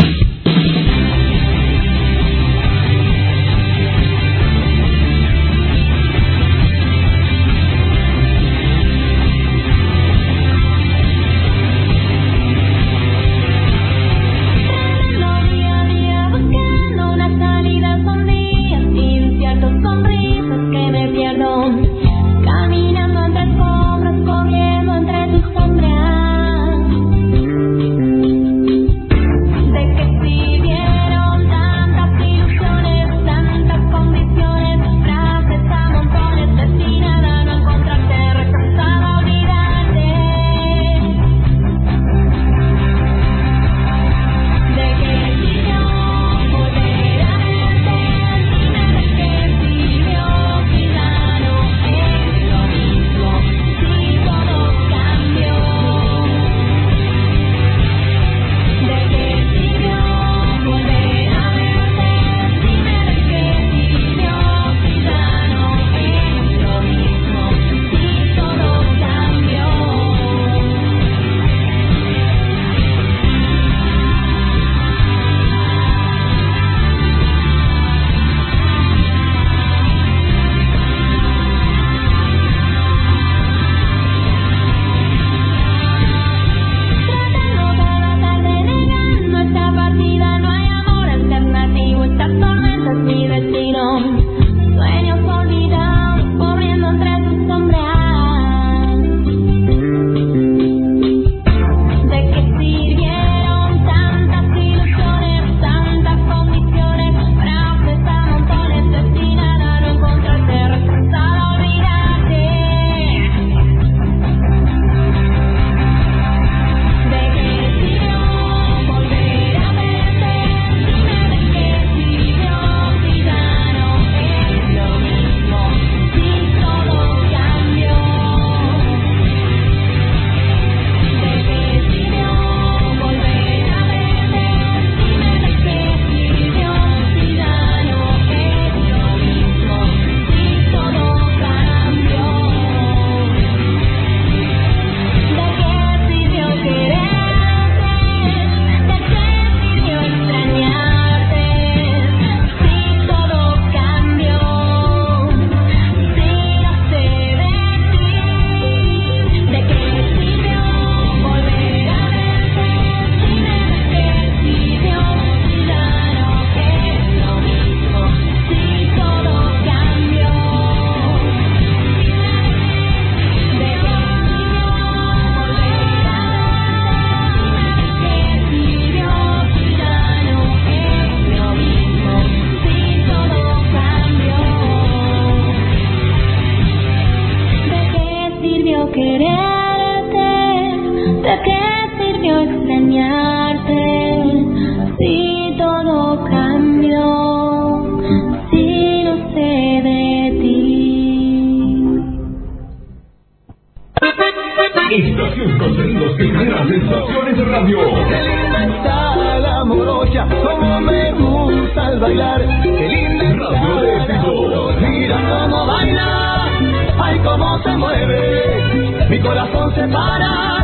Estación con sonidos que generan sensaciones de radio. Qué linda está la morocha, como me gusta el bailar. Qué linda está la morocha, mira cómo baila, ay cómo se mueve, mi corazón se para.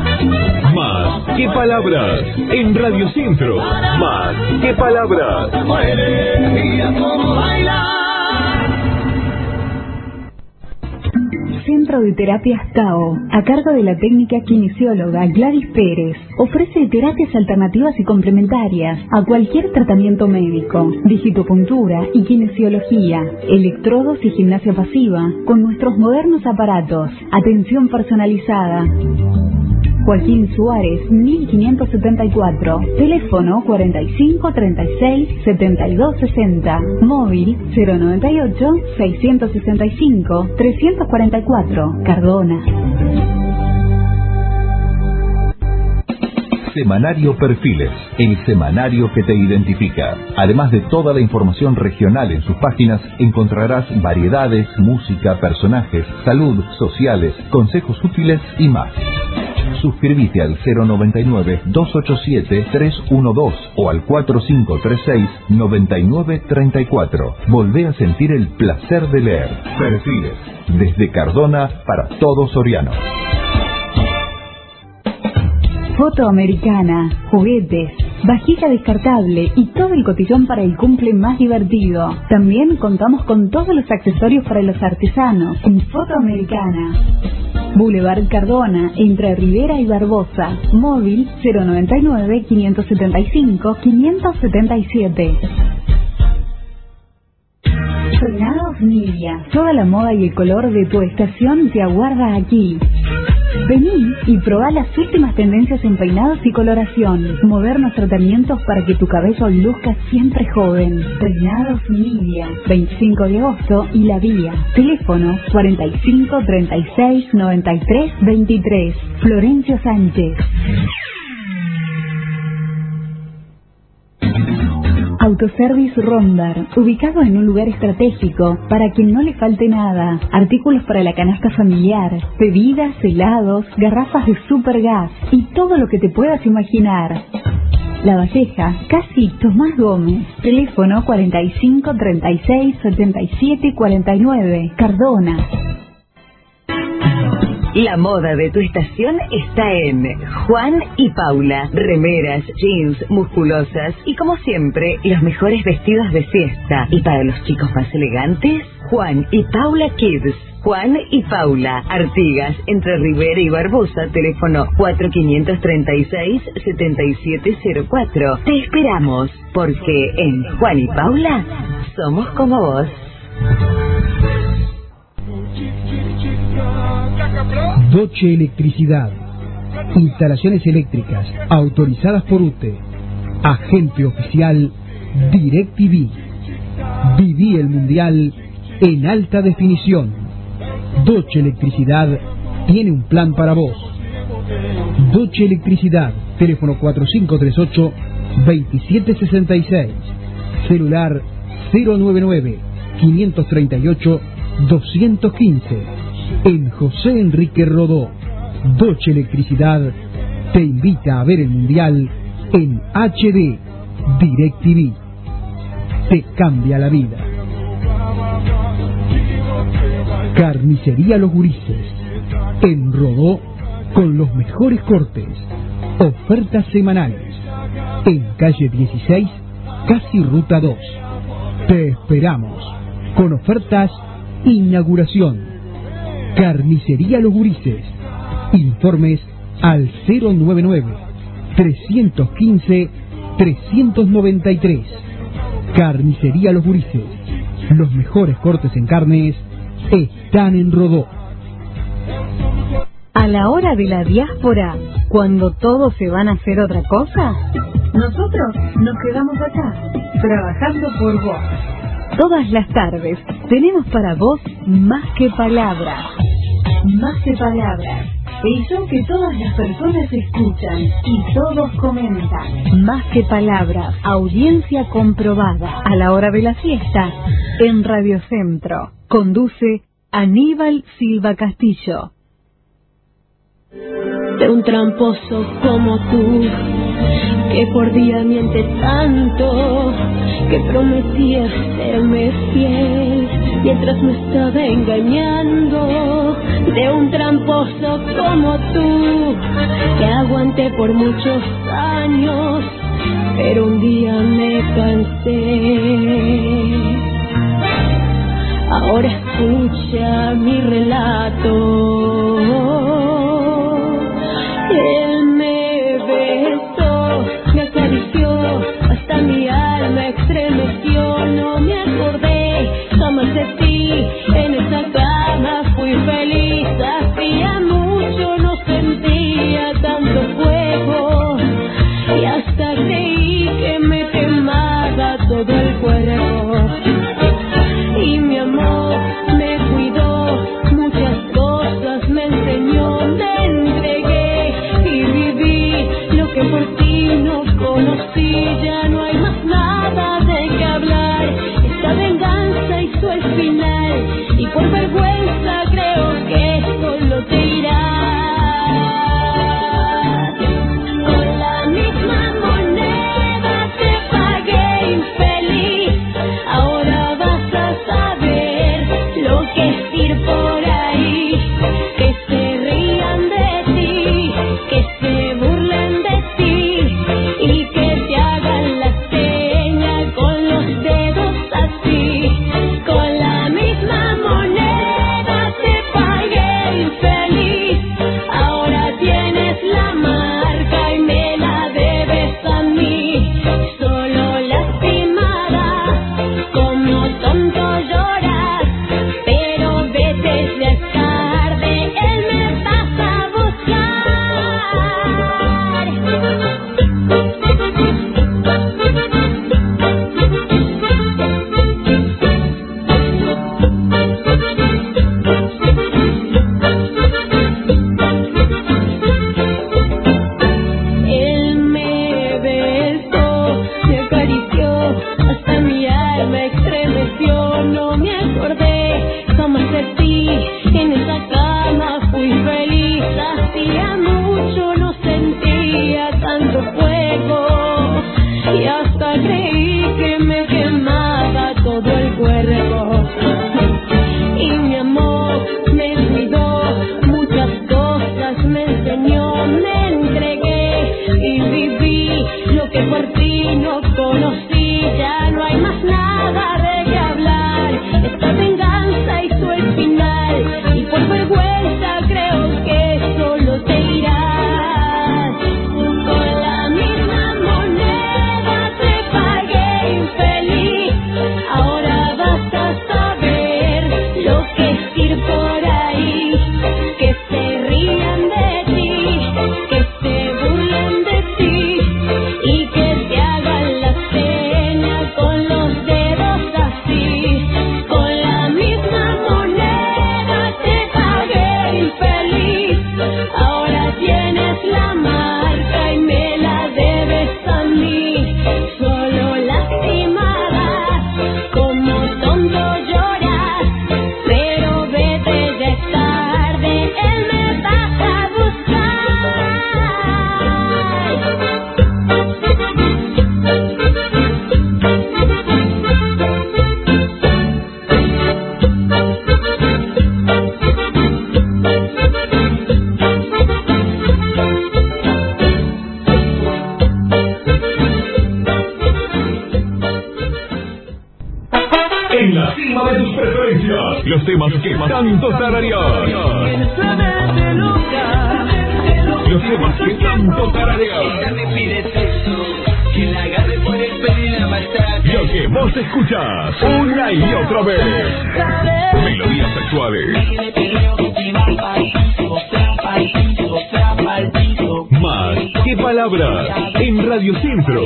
Más que palabras en Radio Centro. Más que palabras. Se mueve, mira cómo baila. Centro de Terapias Tao, a cargo de la técnica kinesióloga Gladys Pérez, ofrece terapias alternativas y complementarias a cualquier tratamiento médico, digitopuntura y kinesiología, electrodos y gimnasia pasiva, con nuestros modernos aparatos, atención personalizada. Joaquín Suárez, 1574. Teléfono 45 36 72 60. Móvil 098 665 344. Cardona. Semanario Perfiles, el semanario que te identifica. Además de toda la información regional en sus páginas, encontrarás variedades, música, personajes, salud, sociales, consejos útiles y más. Suscríbete al 099-287-312 o al 4536-9934. Volvé a sentir el placer de leer. Perfiles, desde Cardona para todo Soriano. Foto americana, juguetes, vajilla descartable y todo el cotillón para el cumple más divertido. También contamos con todos los accesorios para los artesanos en Foto Americana. Boulevard Cardona, entre Rivera y Barbosa. Móvil 099-575-577. Peinados Nidia. Toda la moda y el color de tu estación te aguarda aquí. Vení y probá las últimas tendencias en peinados y coloración. Modernos tratamientos para que tu cabello luzca siempre joven. Peinados Nidia. 25 de agosto y La Vía. Teléfono 45 36 93 23. Florencio Sánchez. Autoservice Rondar, ubicado en un lugar estratégico para que no le falte nada. Artículos para la canasta familiar, bebidas, helados, garrafas de Supergas y todo lo que te puedas imaginar. La Valleja, casi Tomás Gómez. Teléfono 45 36 77 49. Cardona. La moda de tu estación está en Juan y Paula. Remeras, jeans, musculosas y como siempre, los mejores vestidos de fiesta. Y para los chicos más elegantes, Juan y Paula Kids. Juan y Paula, Artigas, entre Rivera y Barbosa, teléfono 4536-7704. Te esperamos, porque en Juan y Paula somos como vos. Doche Electricidad. Instalaciones eléctricas autorizadas por UTE. Agente oficial DirecTV. Viví el Mundial en alta definición. Doche Electricidad tiene un plan para vos. Doche Electricidad. Teléfono 4538-2766. Celular 099-538-215. En José Enrique Rodó. Doche Electricidad te invita a ver el Mundial en HD. DirecTV. Te cambia la vida. Carnicería Los Gurises. En Rodó, con los mejores cortes. Ofertas semanales. En calle 16, casi ruta 2. Te esperamos. Con ofertas inauguración. Carnicería Los Gurises. Informes al 099-315-393. Carnicería Los Gurises. Los mejores cortes en carnes están en Rodó. A la hora de la diáspora, cuando todos se van a hacer otra cosa, nosotros nos quedamos acá, trabajando por vos. Todas las tardes tenemos para vos Más que Palabras. Más que Palabras. El show que todas las personas escuchan y todos comentan. Más que Palabras. Audiencia comprobada. A la hora de la fiesta, en Radio Centro. Conduce Aníbal Silva Castillo. De un tramposo como tú, que por día miente tanto, que prometía serme fiel mientras me estaba engañando. De un tramposo como tú, que aguanté por muchos años, pero un día me cansé. Ahora escucha mi relato. Él me besó, me acarició, hasta mi alma estremeció. No me acordé jamás de ti, en esa cama fui feliz. Hacía mucho no sentía tan Los temas que tanto tarareas. Los temas que tanto tarareas. Lo que vos escuchás una y otra vez. Melodías sexuales. Más que palabras en Radio Centro.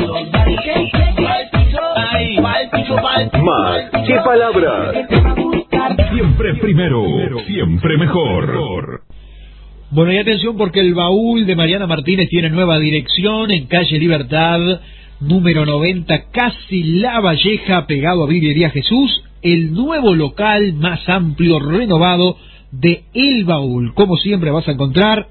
Más que palabras. Siempre primero, siempre mejor. Bueno, y atención porque el baúl de Mariana Martínez tiene nueva dirección en calle Libertad, número 90, casi La Valleja, pegado a Vidriería Jesús, el nuevo local más amplio, renovado de El Baúl. Como siempre vas a encontrar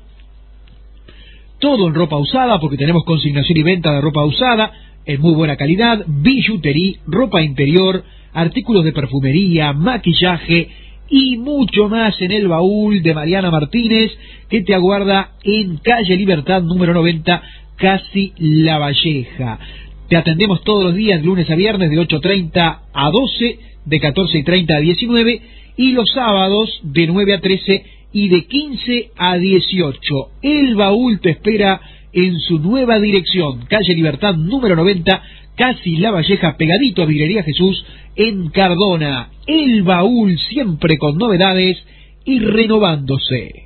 todo en ropa usada, porque tenemos consignación y venta de ropa usada en muy buena calidad, billutería, ropa interior, artículos de perfumería, maquillaje y mucho más en El Baúl de Mariana Martínez, que te aguarda en calle Libertad número 90, casi La Valleja. Te atendemos todos los días, lunes a viernes, de 8:30 a 12, de 14:30 a 19, y los sábados de 9 a 13 y de 15 a 18. El Baúl te espera en su nueva dirección, calle Libertad número 90, casi La Valleja, pegadito a Vidriería Jesús, en Cardona. El Baúl, siempre con novedades y renovándose.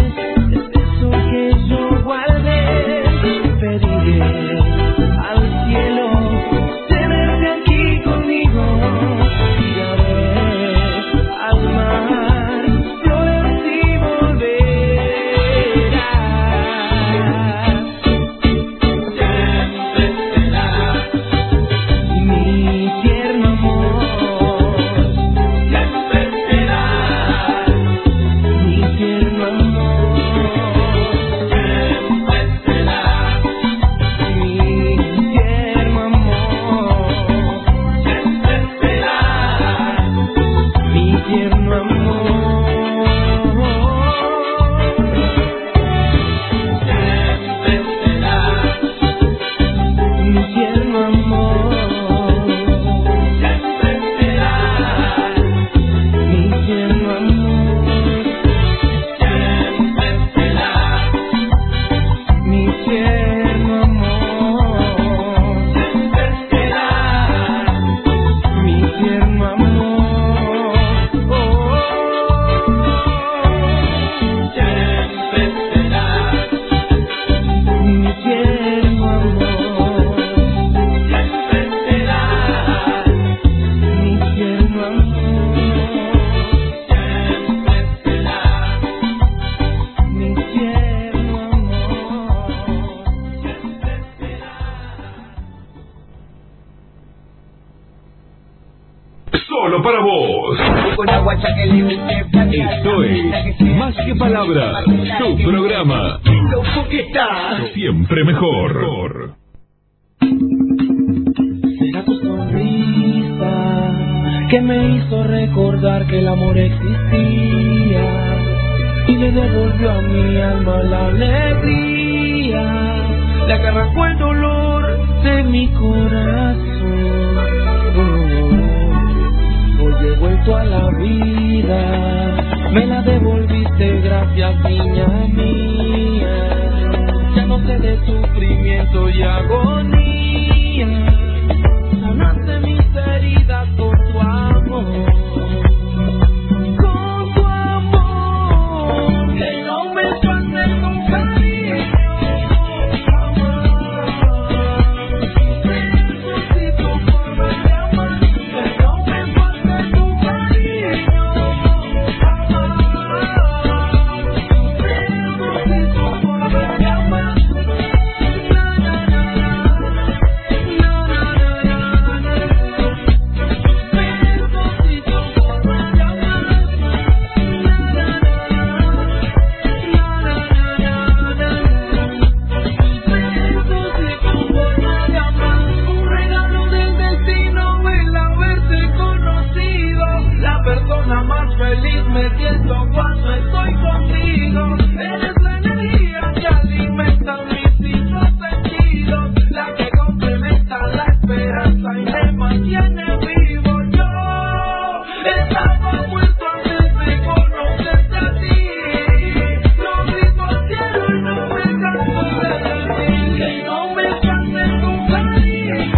Al solo para vos. Esto es Más que Palabras, tu programa. Siempre mejor. Será tu sonrisa que me hizo recordar que el amor existía y le devolvió a mi alma la alegría, le arrancó el dolor de mi corazón. Hoy he vuelto a la vida, me la devolviste, gracias niña mía. Ya no sé de sufrimiento y agonía, sanaste mis heridas con tu amor. Con tu amor, que no me faltes con cariño. Necesito forma de amar, que no me faltes tu cariño. Necesito forma de amar. Más feliz me siento cuando estoy contigo. Eres la energía que alimenta mis cinco sentidos, la que complementa la esperanza y me mantiene vivo. Yo estaba muerto antes de conocerte a ti, lo grito al cielo y no me canso de decir que no me canses tu cariño.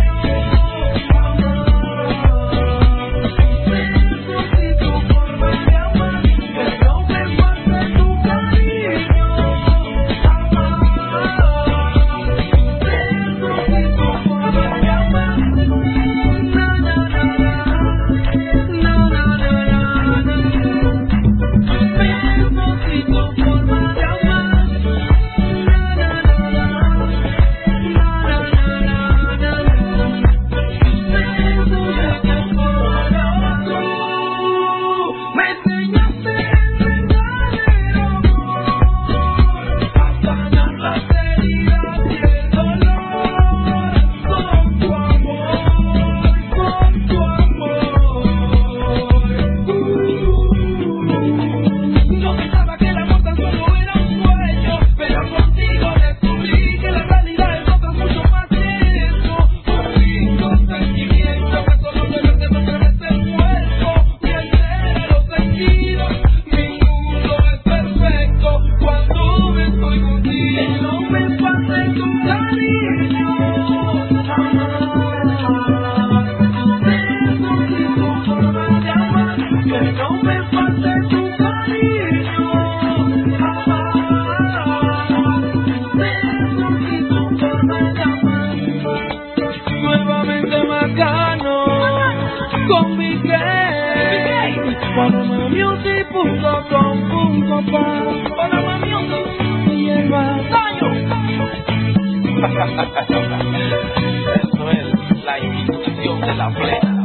Eso es la institución de la plena.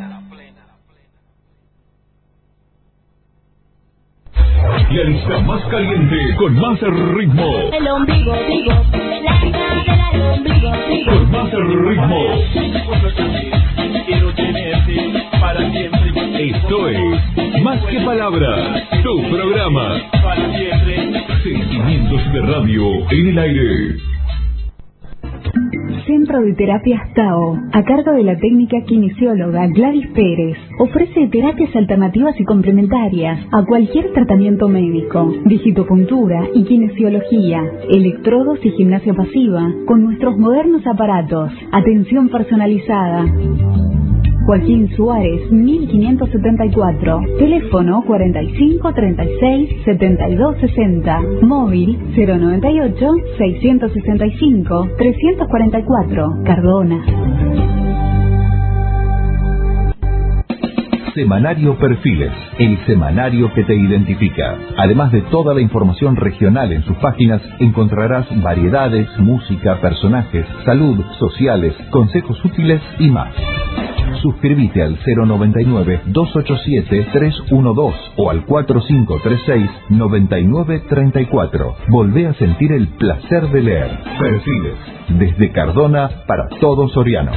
La lista más caliente con más ritmo. El ombligo, digo, la lista del ombligo, digo. Con más ritmo. Quiero tenerte para siempre. Esto es Más que Palabras, tu programa. Para siempre. Sentimientos de radio en el aire. Centro de Terapias Tao, a cargo de la técnica kinesióloga Gladys Pérez, ofrece terapias alternativas y complementarias a cualquier tratamiento médico, digitopuntura y kinesiología, electrodos y gimnasia pasiva, con nuestros modernos aparatos, atención personalizada. Joaquín Suárez, 1574, teléfono 45 36 72 60, móvil 098 665 344, Cardona. Semanario Perfiles, el semanario que te identifica. Además de toda la información regional en sus páginas, encontrarás variedades, música, personajes, salud, sociales, consejos útiles y más. suscribite al 099-287-312 o al 4536-9934. Volvé a sentir el placer de leer. Perfiles, desde Cardona para todo Soriano.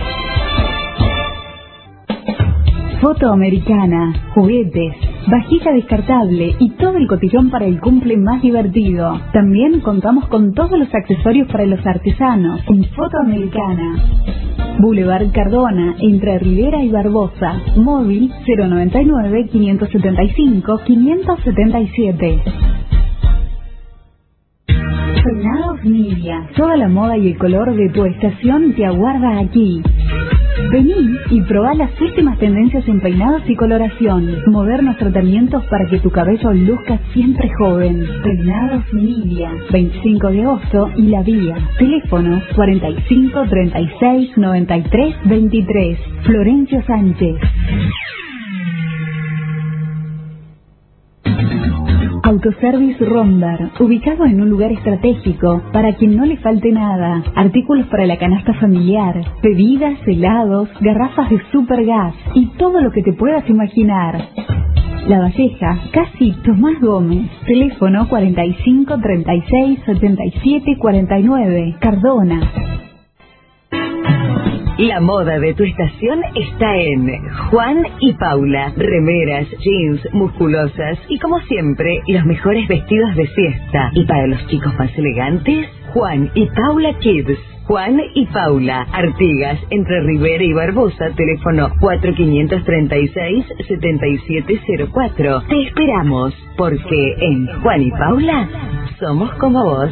Foto americana, juguetes, vajilla descartable y todo el cotillón para el cumple más divertido. También contamos con todos los accesorios para los artesanos en Foto Americana. Boulevard Cardona, entre Rivera y Barbosa. Móvil 099-575-577. Peinados Nidia. Toda la moda y el color de tu estación te aguarda aquí. Vení y probá las últimas tendencias en peinados y coloración. Modernos tratamientos para que tu cabello luzca siempre joven. Peinados Nidia. 25 de agosto y La Vía. Teléfono 45 36 93 23. Florencio Sánchez. Autoservice Rondar, ubicado en un lugar estratégico para quien no le falte nada. Artículos para la canasta familiar, bebidas, helados, garrafas de Supergas y todo lo que te puedas imaginar. La Valleja, casi Tomás Gómez. Teléfono 45 36 77 49. Cardona. La moda de tu estación está en Juan y Paula. Remeras, jeans, musculosas y como siempre, los mejores vestidos de fiesta. Y para los chicos más elegantes, Juan y Paula Kids. Juan y Paula, Artigas, entre Rivera y Barbosa, teléfono 4536-7704. Te esperamos, porque en Juan y Paula somos como vos.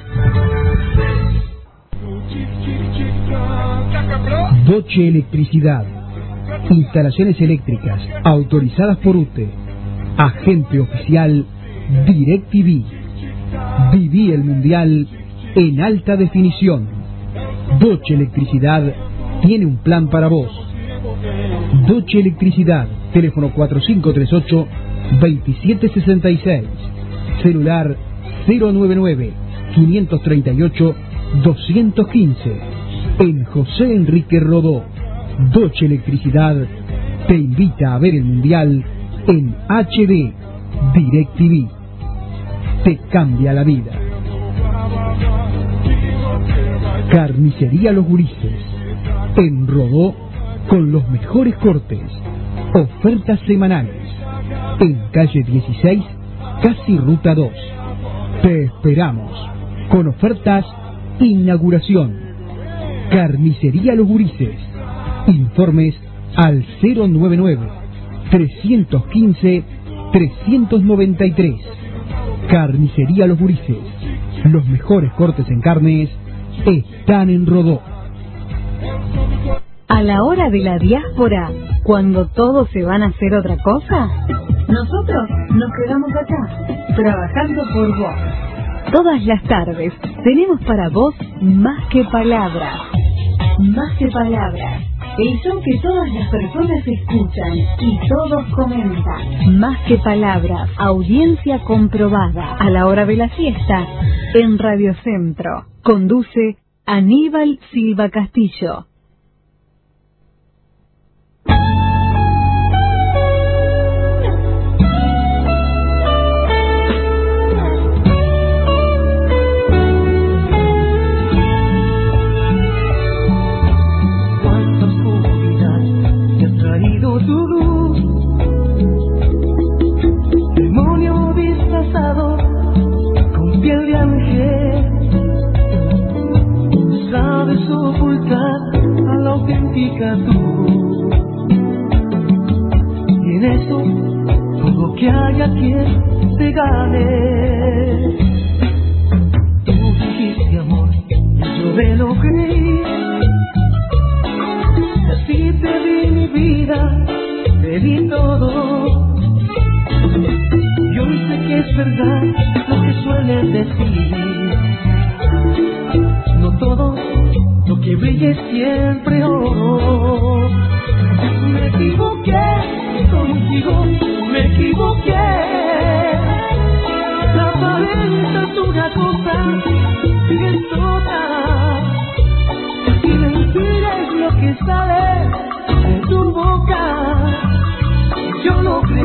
Doche Electricidad. Instalaciones eléctricas autorizadas por UTE. Agente oficial DirecTV. Viví el Mundial en alta definición. Doche Electricidad tiene un plan para vos. Doche Electricidad. Teléfono 4538-2766. Celular 099-538-215. En José Enrique Rodó. Doche Electricidad te invita a ver el Mundial en HD. DirecTV. Te cambia la vida. Carnicería Los Gurises. En Rodó con los mejores cortes. Ofertas semanales. En calle 16, casi ruta 2. Te esperamos con ofertas inauguración. Carnicería Los Gurises. Informes al 099-315-393. Carnicería Los Gurises. Los mejores cortes en carnes están en Rodó. A la hora de la diáspora, cuando todos se van a hacer otra cosa, nosotros nos quedamos acá, trabajando por vos. Todas las tardes tenemos para vos Más que Palabras. Más que Palabras. El show que todas las personas escuchan y todos comentan. Más que Palabras. Audiencia comprobada. A la hora de la siesta en Radio Centro. Conduce Aníbal Silva Castillo. Tu luz, demonio disfrazado con piel de ángel, sabes ocultar a la auténtica tú, y en eso todo que haya quien te gane. Tú dijiste amor, y yo me lo creí. Así te di mi vida, te di todo. Y hoy sé que es verdad lo que suelen decir. No todo lo que brille es siempre oro. Me equivoqué contigo, me equivoqué. La apariencia es una cosa y es otra. Y mentira es lo que sale de tu voz.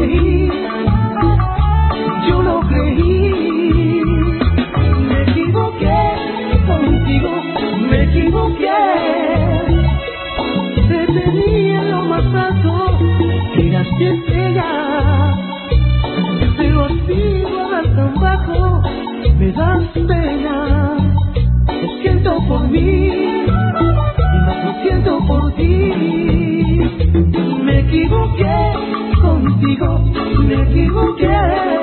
creí, yo lo creí. Me equivoqué contigo, me equivoqué. Te tenía en lo más alto, eras mi estrella, pero así vas tan bajo, me das pena. Lo siento por mí y más lo siento por ti. Me equivoqué contigo, me equivoqué.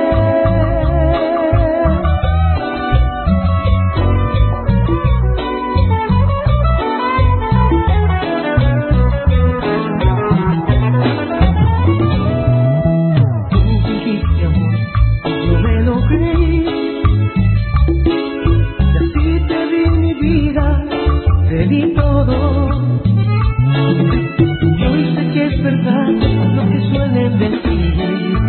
Te di todo, y hoy sé que es verdad lo que suelen decir.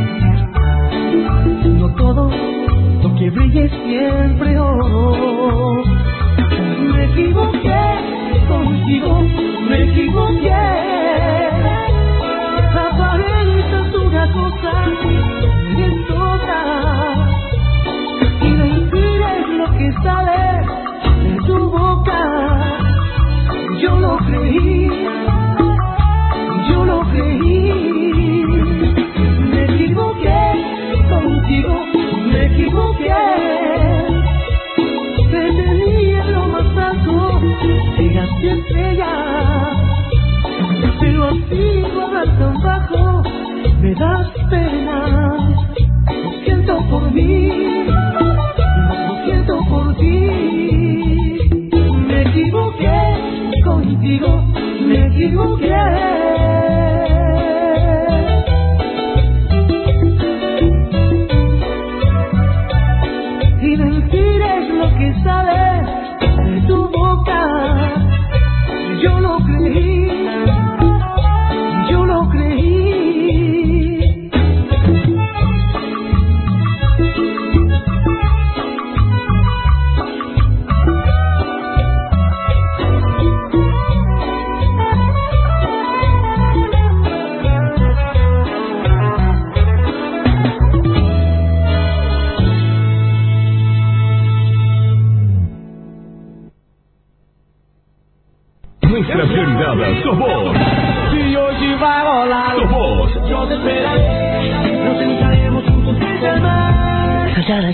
No todo lo que brille es siempre oro. Me equivoqué contigo, me equivoqué. Aparentas una cosa, eres otra, y mentira es lo que sale de tu boca. Yo lo creí, yo lo creí. Me equivoqué contigo, me equivoqué. Te tenía en lo más alto, eras mi estrella, pero así vas tan bajo, me das pena. Lo siento por mí, lo siento por ti. Me equivoqué contigo, me equivoqué. Y mentir es lo que sale de tu boca. Yo lo creí, yo lo creí. Nuestra prioridad sos vos. Si hoy va a volar, Sos vos. yo te esperaré. Nos sentaremos juntos en el mar.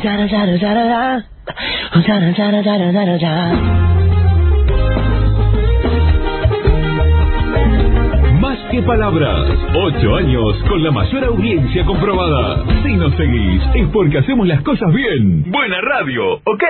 Más que palabras, 8 años con la mayor audiencia comprobada. Si nos seguís es porque hacemos las cosas bien. Buena radio, ¿ok?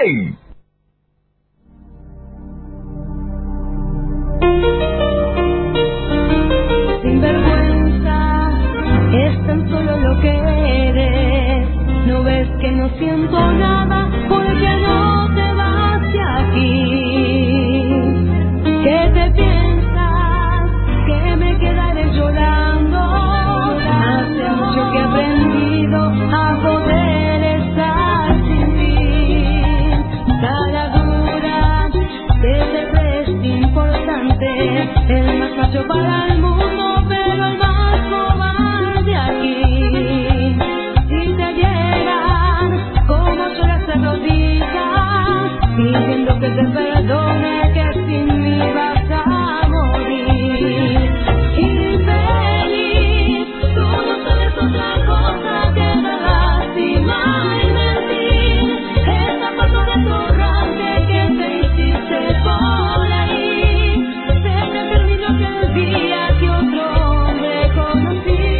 Sinvergüenza, es tan solo lo que eres. No ves que no siento nada porque no te vas de aquí. ¿Qué te piensas? Que me quedaré llorando. Hace mucho que he aprendido a poder estar sin ti. Cara dura, que te crees importante, el más macho para el mundo, pero el más cobarde aquí. Si te llegan, como lloras de rodillas, pidiendo que te perdone, que sin mí vas a morir. Infeliz, tú no sabes otra cosa que me lastima y mentir. Esa foto de tu rante que te hiciste por ahí, se me terminó que el día que otro hombre conocí.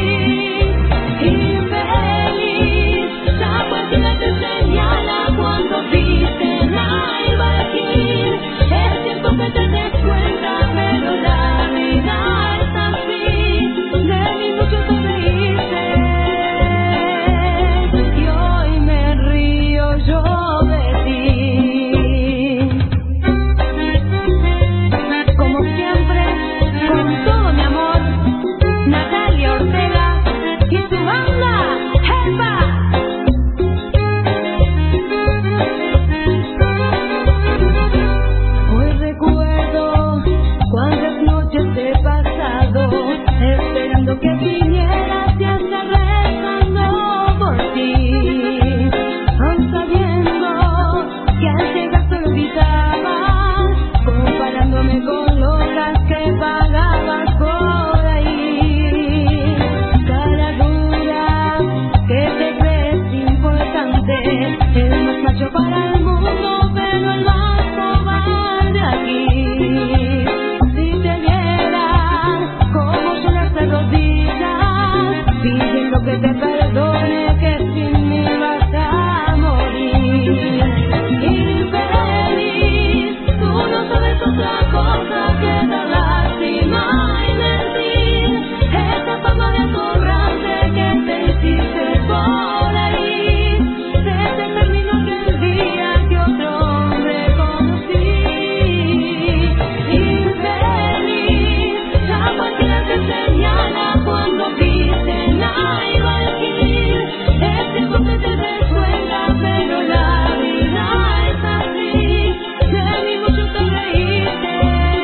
Infeliz, la poesía te señala cuando dicen ay va a ir. Es tiempo que te des cuenta, pero la vida es así. De mí mucho te reíste y hoy me río yo de ti. Como siempre, con todo mi amor, Natalia Ortega y su banda, ¡Epa! Hoy recuerdo cuántas noches he pasado esperando que vinieras y hasta para el mundo, pero el vaso va de aquí. Si te vieran como lloras de rodillas, pidiendo que te perdone, que sin mí vas a morir. Infeliz, tú no sabes otra cosa que dar lástima y mentir. Esa fama de atorrante que te hiciste por ahí, se terminó aquel día que otro hombre conocí. Infeliz, ya cualquiera te señala cuando dicen ay Valkyrie. Es tiempo que te des cuenta, pero la vida es así. De mí mucho te reíste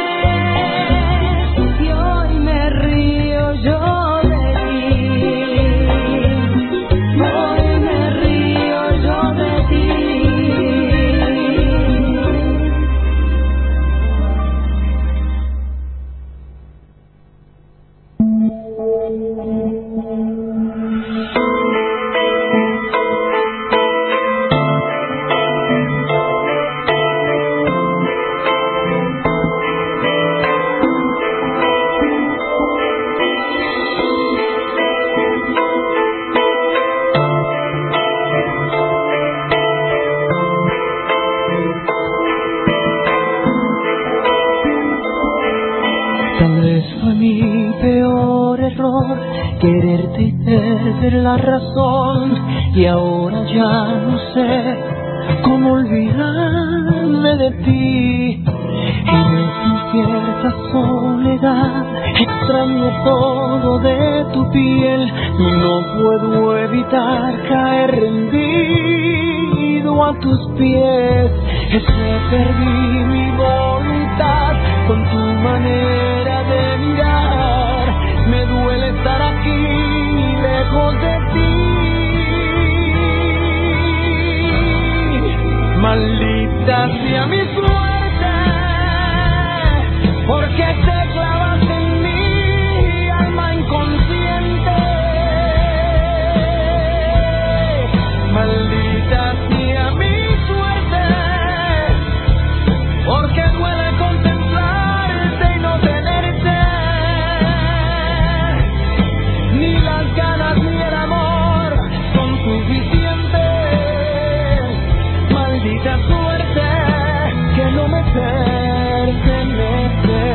y hoy me río yo de ti. Hoy me río yo de ti. Tal vez fue mi peor error quererte y perder la razón, y ahora ya no sé cómo olvidarme de ti. En cierta soledad extraño todo de tu piel y no puedo evitar caer rendido a tus pies. Es que perdí mi voluntad con tu manera de mirar. Me duele estar aquí lejos de ti. Maldita sea mi suerte, porque te clavaste en mi alma inconsciente. Maldita sea mi suerte, porque duele contemplarte y no tenerte. Ni las ganas ni el amor son suficientes. Maldita suerte que no me pertenece.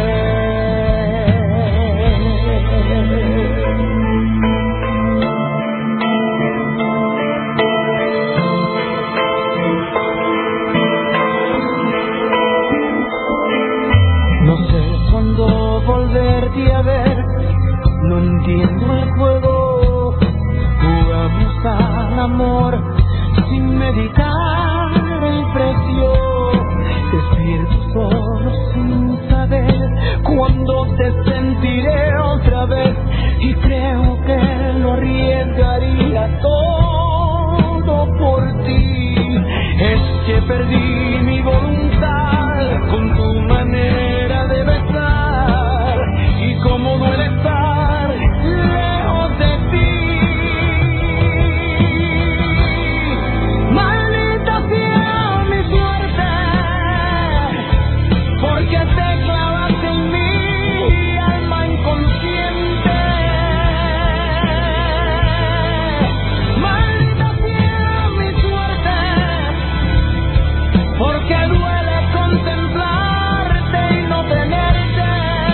No sé cuándo volverte a ver, no entiendo el juego. Jugamos al amor sin meditar el precio. Despierto solo sin saber cuándo te sentiré otra vez, y creo que lo arriesgaría todo por ti. Es que perdí mi voluntad con tu manera de besar, y cómo duele estar lejos de ti. Maldita sea mi suerte, porque te clavaste en mi alma inconsciente. Maldita sea mi suerte, porque duele contemplarte y no tenerte.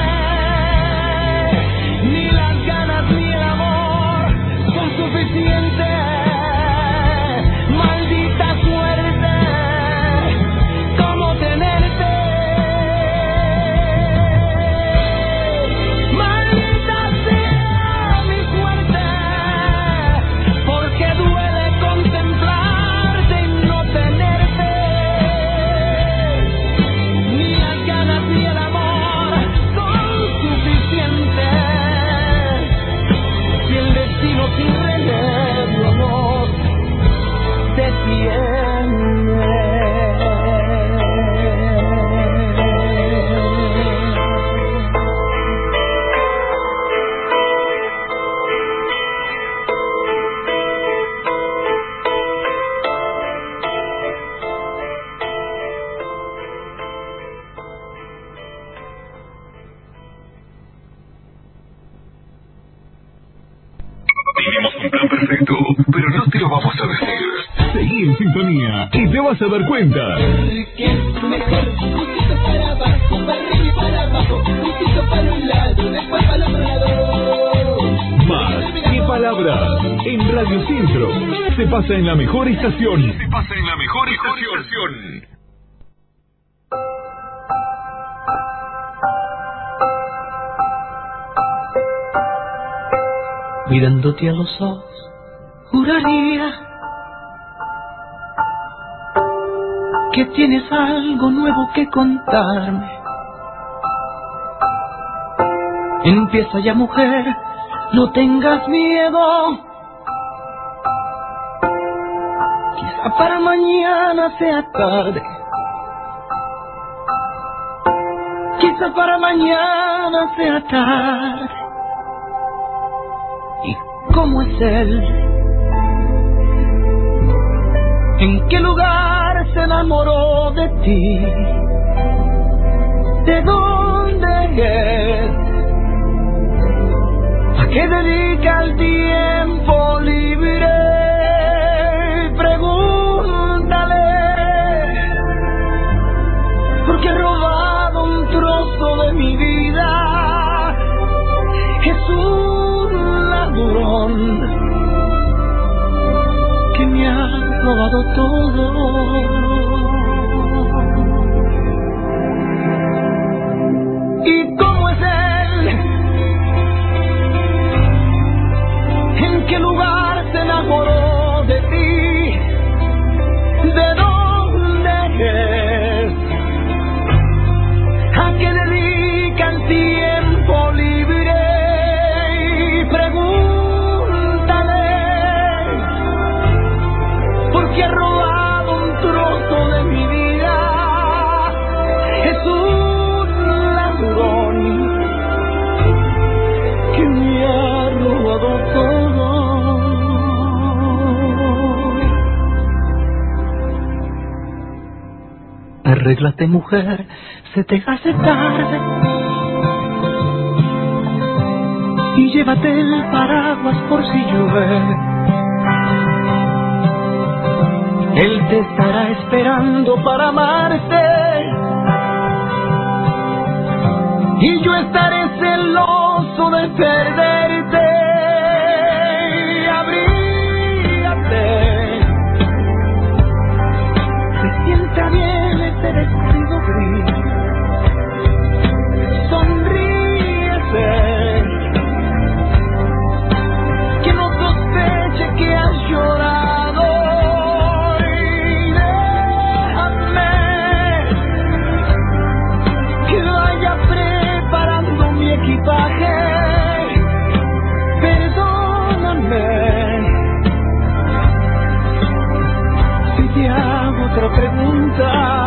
Ni las ganas ni el amor son suficientes. Maldita suerte, como tenerte. Maldita sea mi suerte, porque duele contemplarte y no tenerte. Ni las ganas ni el amor son suficientes. Si el destino sin remedio secreto, pero no te lo vamos a decir. Seguí en sintonía y te vas a dar cuenta. Porque es mejor, puntito para abajo, para arriba y para abajo, puntito para un lado, después para el otro lado. Más que palabras. En Radio Centro se pasa en la mejor estación. Mirándote a los ojos, juraría que tienes algo nuevo que contarme. Empieza ya, mujer, no tengas miedo. Quizá para mañana sea tarde. Quizá para mañana sea tarde. ¿Y cómo es él? ¿En qué lugar se enamoró de ti? ¿De dónde es? ¿A qué dedica el tiempo libre? Pregúntale, porque he robado un trozo de mi vida. Es un ladrón que me ha robado todo. ¿Y cómo es él? ¿En qué lugar se enamoró de ti? ¿De dónde es? ¿A qué dedica el tiempo libre? Pregúntale, porque he robado un trozo de mi vida. Es un ladrón que me ha robado todo. Arréglate, mujer, se te hace tarde, y llévate el paraguas por si llueve. Él te estará esperando para amarte, y yo estaré celoso de perderte. Abrígate, se sienta bien ese vestido gris. Sonríese, que no sospeche que has llorado. Y déjame que vaya preparando mi equipaje. Perdóname si te hago otra pregunta.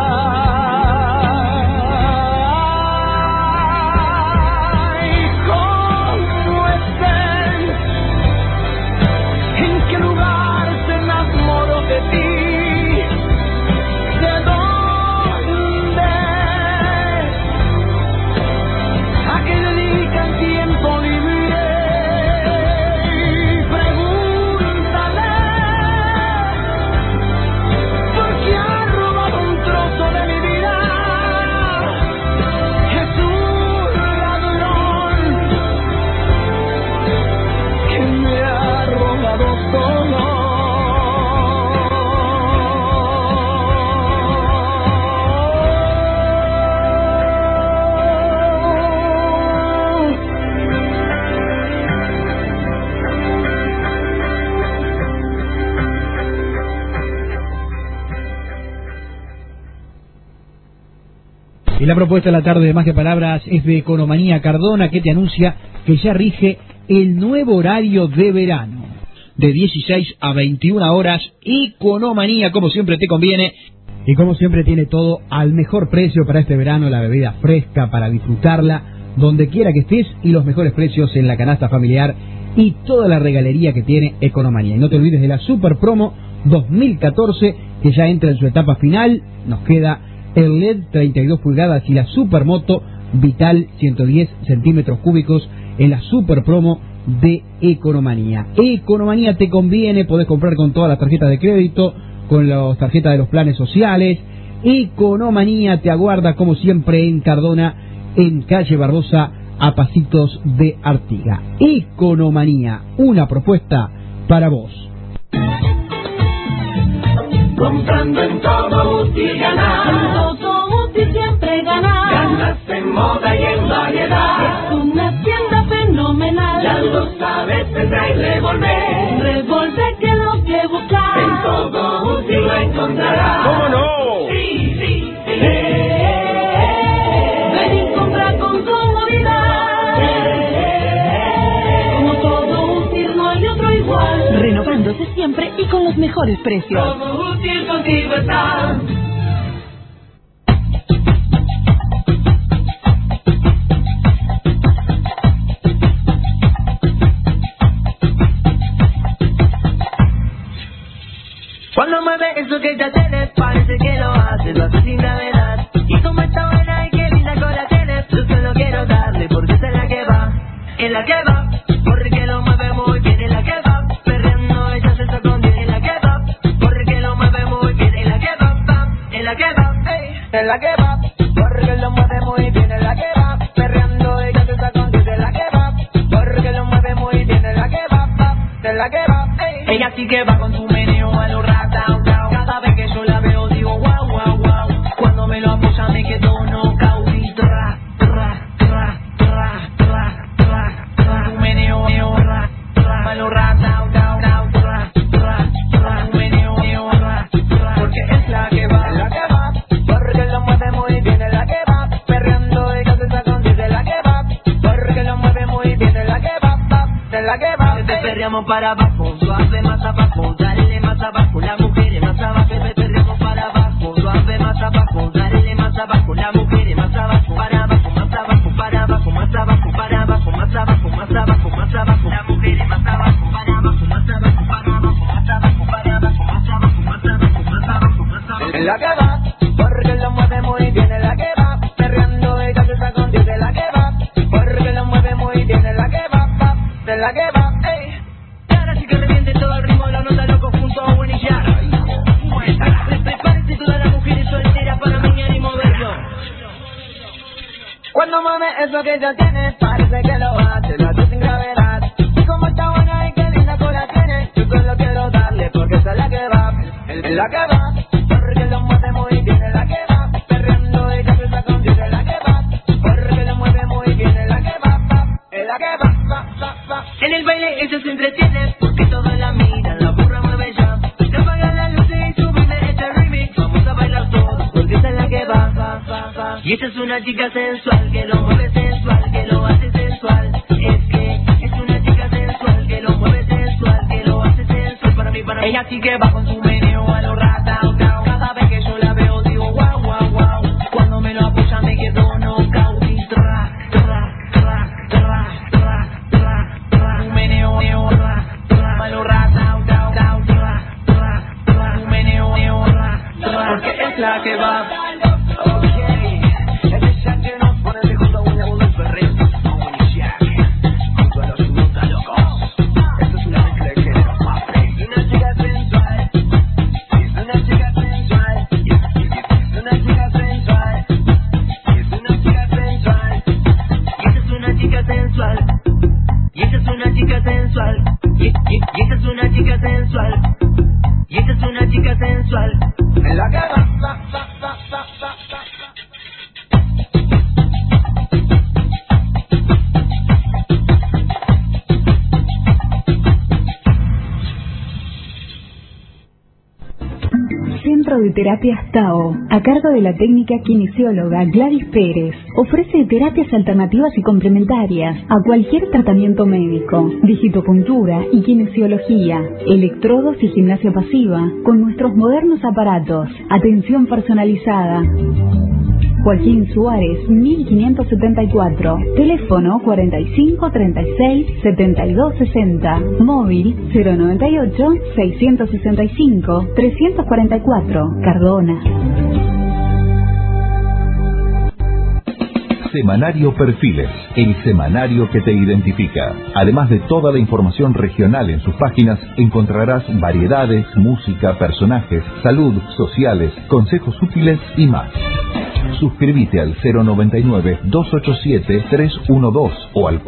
Y la propuesta de la tarde de Más que Palabras es de Economanía Cardona, que te anuncia que ya rige el nuevo horario de verano. De 16 a 21 horas, Economanía, como siempre te conviene. Y como siempre tiene todo al mejor precio para este verano, la bebida fresca para disfrutarla donde quiera que estés y los mejores precios en la canasta familiar y toda la regalería que tiene Economanía. Y no te olvides de la Super Promo 2014 que ya entra en su etapa final. Nos queda el LED 32 pulgadas y la Supermoto Vital 110 centímetros cúbicos en la Super Promo de Economanía. Economanía te conviene, podés comprar con todas las tarjetas de crédito, con las tarjetas de los planes sociales. Economanía te aguarda como siempre en Cardona, en calle Barbosa, a pasitos de Artigas. Economanía, una propuesta para vos. Comprando en todo útil ganar. En todo útil siempre ganar. Ganas en moda y en variedad. Es una tienda fenomenal. Ya lo sabes, tendrá y revolver. Revolver que es lo que buscas. En todo útil lo encontrarás. ¿Cómo no? Sí, sí, sí. Ven y compra con comodidad. Como todo útil no hay otro igual. Renovándose siempre y con los mejores precios. Todo útil contigo está. Cuando mueve eso que ya tienes, parece que lo hace sin gravedad. Y como está buena y qué linda cola tienes, yo solo quiero darle porque es en la que va, en la que va, porque lo mueve muy bien, en la que va, perreando ella se está con en la que va, porque lo mueve muy bien, en la que va, en la que va, en la que va, porque lo mueve muy bien, en la que va, perreando ella se está con en la que va, porque lo mueve muy bien, en la que va, en la que va, ella sí que va con su meneo a los cada vez que yo la veo digo wow, wow, wow. Cuando me lo apoya me quedo knockout y tra, tra, tra, tra, tra, tra, tra. Un meneo, ra, tra, me lo rata, tra, tra, tra, tra. Un meneo, ra, tra. Porque es la que va, porque lo mueve muy bien, es la que va, perreando y que se está con es la que va, porque lo mueve muy bien, es la que va, es la que va. Te perreamos para abajo, suave más abajo, dale más abajo, la mujer más abajo, te perreamos para abajo, suave más abajo, dale más abajo, la mujer más abajo, para abajo, más abajo, para abajo, más abajo, para abajo, más abajo, más abajo, más abajo, la mujer más abajo, para abajo, más abajo, para abajo, más abajo, para abajo, más abajo, más abajo, más abajo, más abajo. En la que va, porque lo mueve muy bien, en la que va, perreando ella se está con en la que va, porque lo mueve muy bien, en la que va, en la que va, ahora sí que reviente todo el ritmo de la nota loco junto a Winnie Yara. Prepárate todas las mujeres solteras para mañana y moverlo. Cuando mueve eso que ya tienes, parece que lo hace, lo hace sin gravedad. Y como está buena y qué linda cola tiene, yo solo quiero darle porque esa es la que va, es la que va, porque lo mueve muy bien, es la que va, perreando ella se está con es la que va, porque lo mueve muy bien, es la que va, es la que va. En el baile ella se entretiene, porque toda la mira, la burra mueve ya. Se apagan las luces y subime este remix, vamos a bailar todos, porque esa es la que va. Y esta es una chica sensual, que lo mueve sensual, que lo hace sensual. Es que es una chica sensual, que lo mueve sensual, que lo hace sensual. Para mí, para ella sí que va con su meneo a lo rata. Cada vez que yo la veo digo wow, wow, wow. Cuando me lo apoya me quedo knockout y tra, tra, tra, tra, tra, tra, tra. Un meneo, ra, tra, me lo rata, tra, tra, tra, tra. Un meneo, ra, tra, porque es la que va. Centro de Terapias Tao, a cargo de la técnica kinesióloga Gladys Pérez, ofrece terapias alternativas y complementarias a cualquier tratamiento médico, digitopuntura y kinesiología, electrodos y gimnasia pasiva, con nuestros modernos aparatos, atención personalizada. Joaquín Suárez, 1574, teléfono 45 36 72 60, móvil 098 665 344, Cardona. Semanario Perfiles, el semanario que te identifica. Además de toda la información regional en sus páginas, encontrarás variedades, música, personajes, salud, sociales, consejos útiles y más. Suscríbete al 099-287-312 o al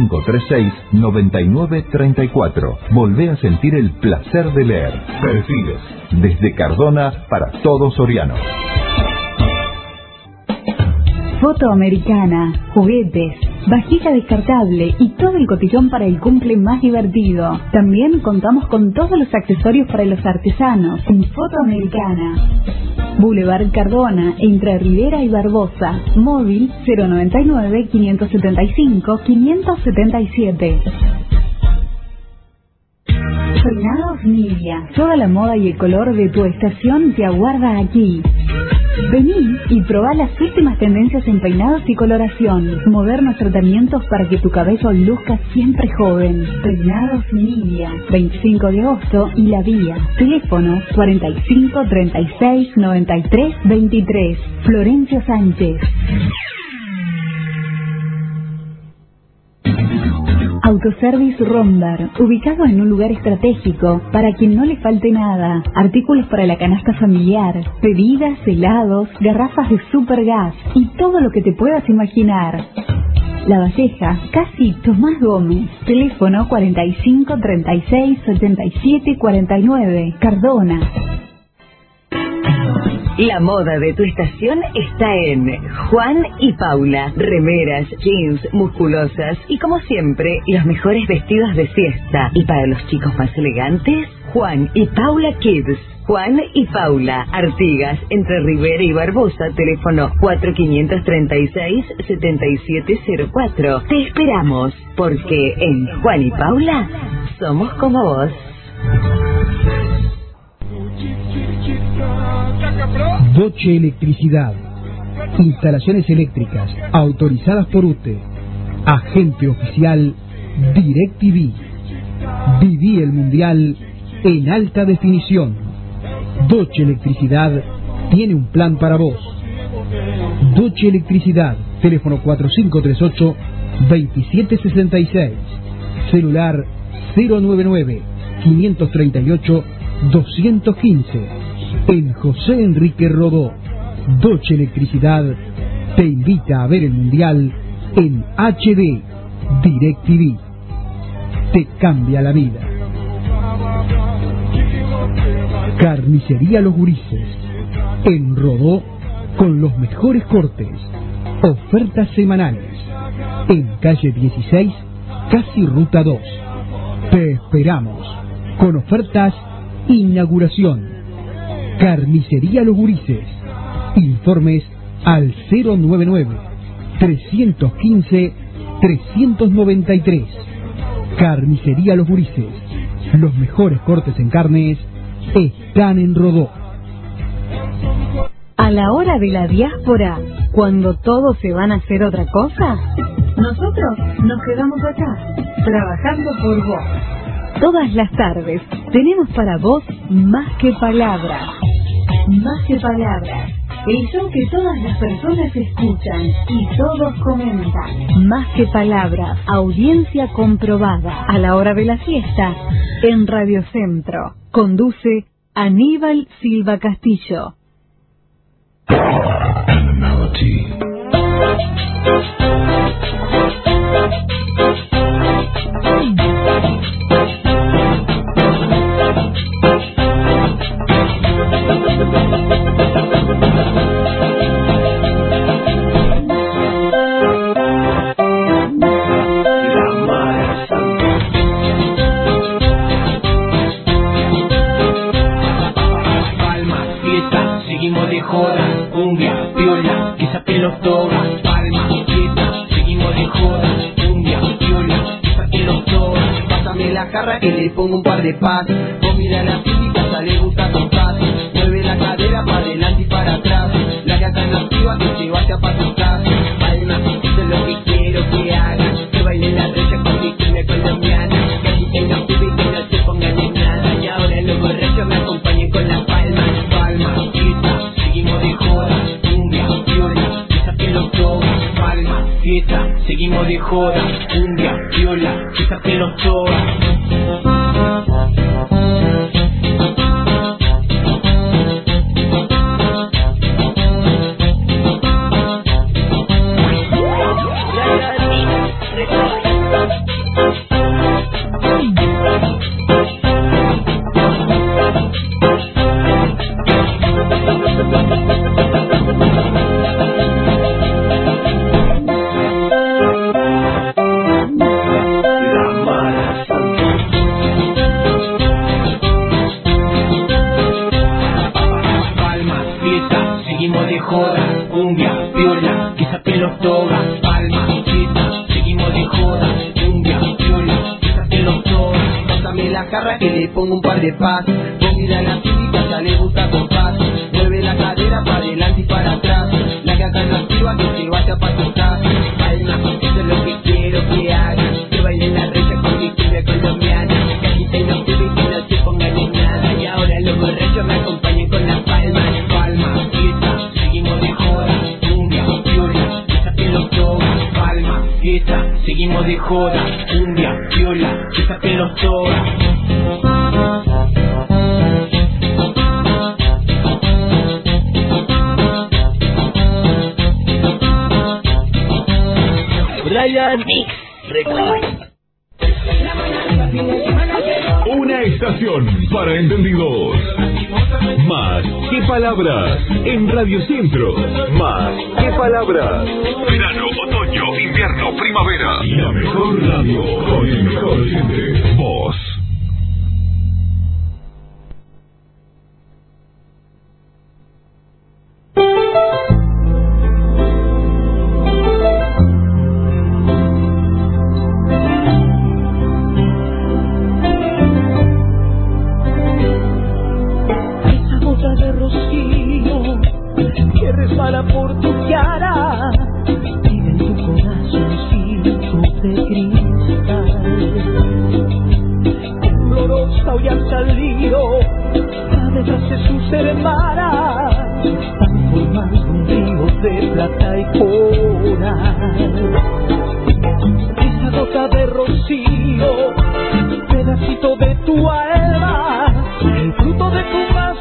4536-9934. Volvé a sentir el placer de leer. Perfiles, desde Cardona para todo Soriano. Foto americana, juguetes, vajilla descartable y todo el cotillón para el cumple más divertido. También contamos con todos los accesorios para los artesanos en Foto Americana. Boulevard Cardona, entre Rivera y Barbosa. Móvil 099-575-577. Peinados Nidia. Toda la moda y el color de tu estación te aguarda aquí. Vení y probá las últimas tendencias en peinados y coloración. Modernos tratamientos para que tu cabello luzca siempre joven. Peinados Nidia. 25 de agosto y La Vía. Teléfono 45 36 93 23. Florencio Sánchez. Autoservice Rondar, ubicado en un lugar estratégico para quien no le falte nada. Artículos para la canasta familiar, bebidas, helados, garrafas de Supergas y todo lo que te puedas imaginar. La Valleja, casi Tomás Gómez. Teléfono 45 36 87 49. Cardona. La moda de tu estación está en Juan y Paula. Remeras, jeans, musculosas y como siempre, los mejores vestidos de fiesta. Y para los chicos más elegantes, Juan y Paula Kids. Juan y Paula, Artigas, entre Rivera y Barbosa, teléfono 4536-7704. Te esperamos, porque en Juan y Paula somos como vos. Doche Electricidad. Instalaciones eléctricas autorizadas por UTE. Agente oficial DirecTV. Viví el Mundial en alta definición. Doche Electricidad tiene un plan para vos. Doche Electricidad. Teléfono 4538-2766. Celular 099-538-215. En José Enrique Rodó. Doche Electricidad te invita a ver el Mundial en HD. DirecTV. Te cambia la vida. Carnicería Los Gurises. En Rodó, con los mejores cortes. Ofertas semanales. En calle 16, casi ruta 2. Te esperamos. Con ofertas inauguración. Carnicería Los Gurises. Informes al 099-315-393. Carnicería Los Gurises. Los mejores cortes en carnes están en Rodó. A la hora de la diáspora, cuando todos se van a hacer otra cosa, nosotros nos quedamos acá, trabajando por vos. Todas las tardes tenemos para vos Más que Palabras. Más que Palabras. El show que todas las personas escuchan y todos comentan. Más que Palabras. Audiencia comprobada. A la hora de la fiesta, en Radio Centro. Conduce Aníbal Silva Castillo. Seguimos de joda, cumbia, piola, que saquen los togas, palma, quieta, seguimos de joda, cumbia, piola, que saquen los togas. Pásame la jarra que le pongo un par de patas, vos mira la física, sale gusta tocar, mueve la cadera para adelante y para atrás, la gata en activa que te vaya pa' tu casa, palma, eso es lo que quiero que hagas, que baile la recha con mi cumbia colombiana, que así tengan pibe y que no se pongan en nada, y ahora los borrachos me acompañen con las palmas, palma, seguimos de joda, cumbia, piola, que saquen los togas, palma, joda, cumbia, viola, esa pelotoda. Que le pongo un par de paz, vos mira la típica, ya le gusta compás. Mueve la cadera para adelante y para atrás. La que acá no activa, que se vaya para tu casa. Alma, eso es lo que quiero que hagas. Que bailen la recha con mi cumbia colombiana. Que agiten los pibes y que no se pongan en nada. Y ahora los borrachos me acompañen con las palmas. Palma, fiesta, seguimos de joda. Cumbia, viola, esa pelotoga. Palma, fiesta, seguimos de joda. Cumbia, viola, esa pelotoga. Brian Mix Record. Una estación para entendidos. Más que palabras en Radio Centro. Más que palabras. Verano, otoño, invierno, primavera. Y la mejor radio con el mejor oyente. Vos. Por tu cara, vive en tu corazoncito de cristal. Temblorosa hoy han salido aves de sus hermanas, están formando un río de plata y coral. Esa gota de rocío, un pedacito de tu alma, el fruto de tu más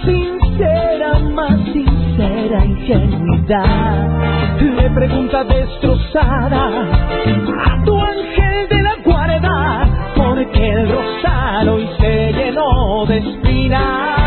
sincera ingenuidad. Le pregunta destrozada a tu ángel de la guarda, porque el rosal hoy se llenó de espinas.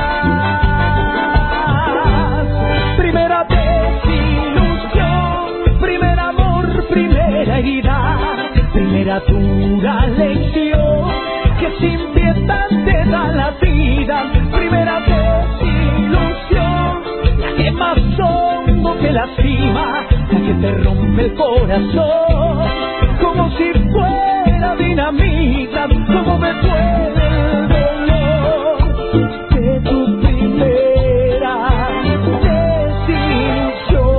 Primera desilusión, primer amor, primera herida, primera dura lección que sin piedad te da la vida. Primera desilusión, la que más hondo te lastima, la que te rompe el corazón como si fuera dinamita. Como me duele el dolor de tu primera desilusión.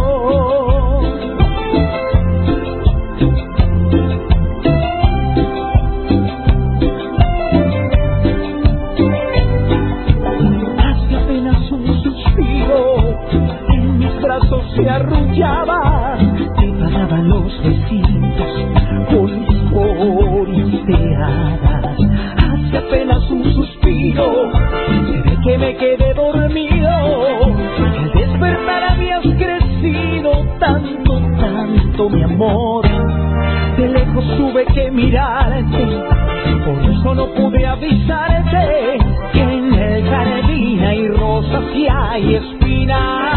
Hace apenas un suspiro en mis brazos se arrullaba, te pagaban los besitos con historias de hadas. Hace apenas un suspiro, se ve que me quedé dormido. Al despertar habías crecido tanto, tanto mi amor. De lejos tuve que mirarte, por eso no pude avisarte que en el jardín hay rosas y hay espinas.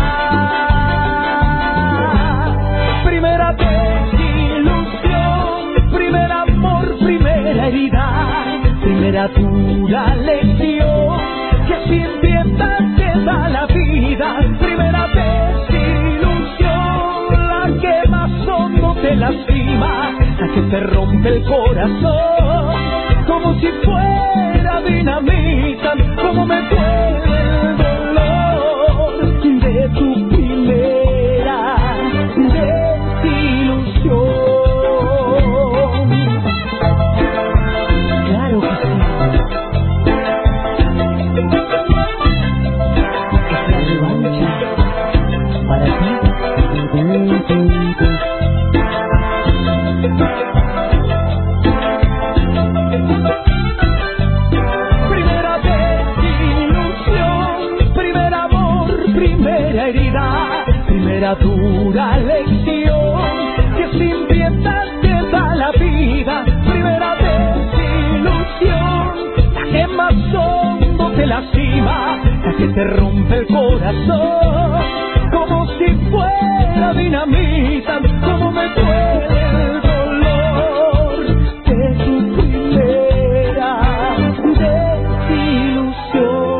Primera desilusión, primer amor, primera herida, primera dura lección que sin piedad te da la vida. Primera desilusión, la que más hondo te lastima, la que te rompe el corazón como si fuera dinamita. Como me duele el dolor de tu primera desilusión. Claro que sí. Es la revancha para ti. herida, primera dura lección que sin piedad te da la vida, primera desilusión, la que más hondo te lastima, la que te rompe el corazón, como si fuera dinamita, como me duele el dolor de tu primera desilusión.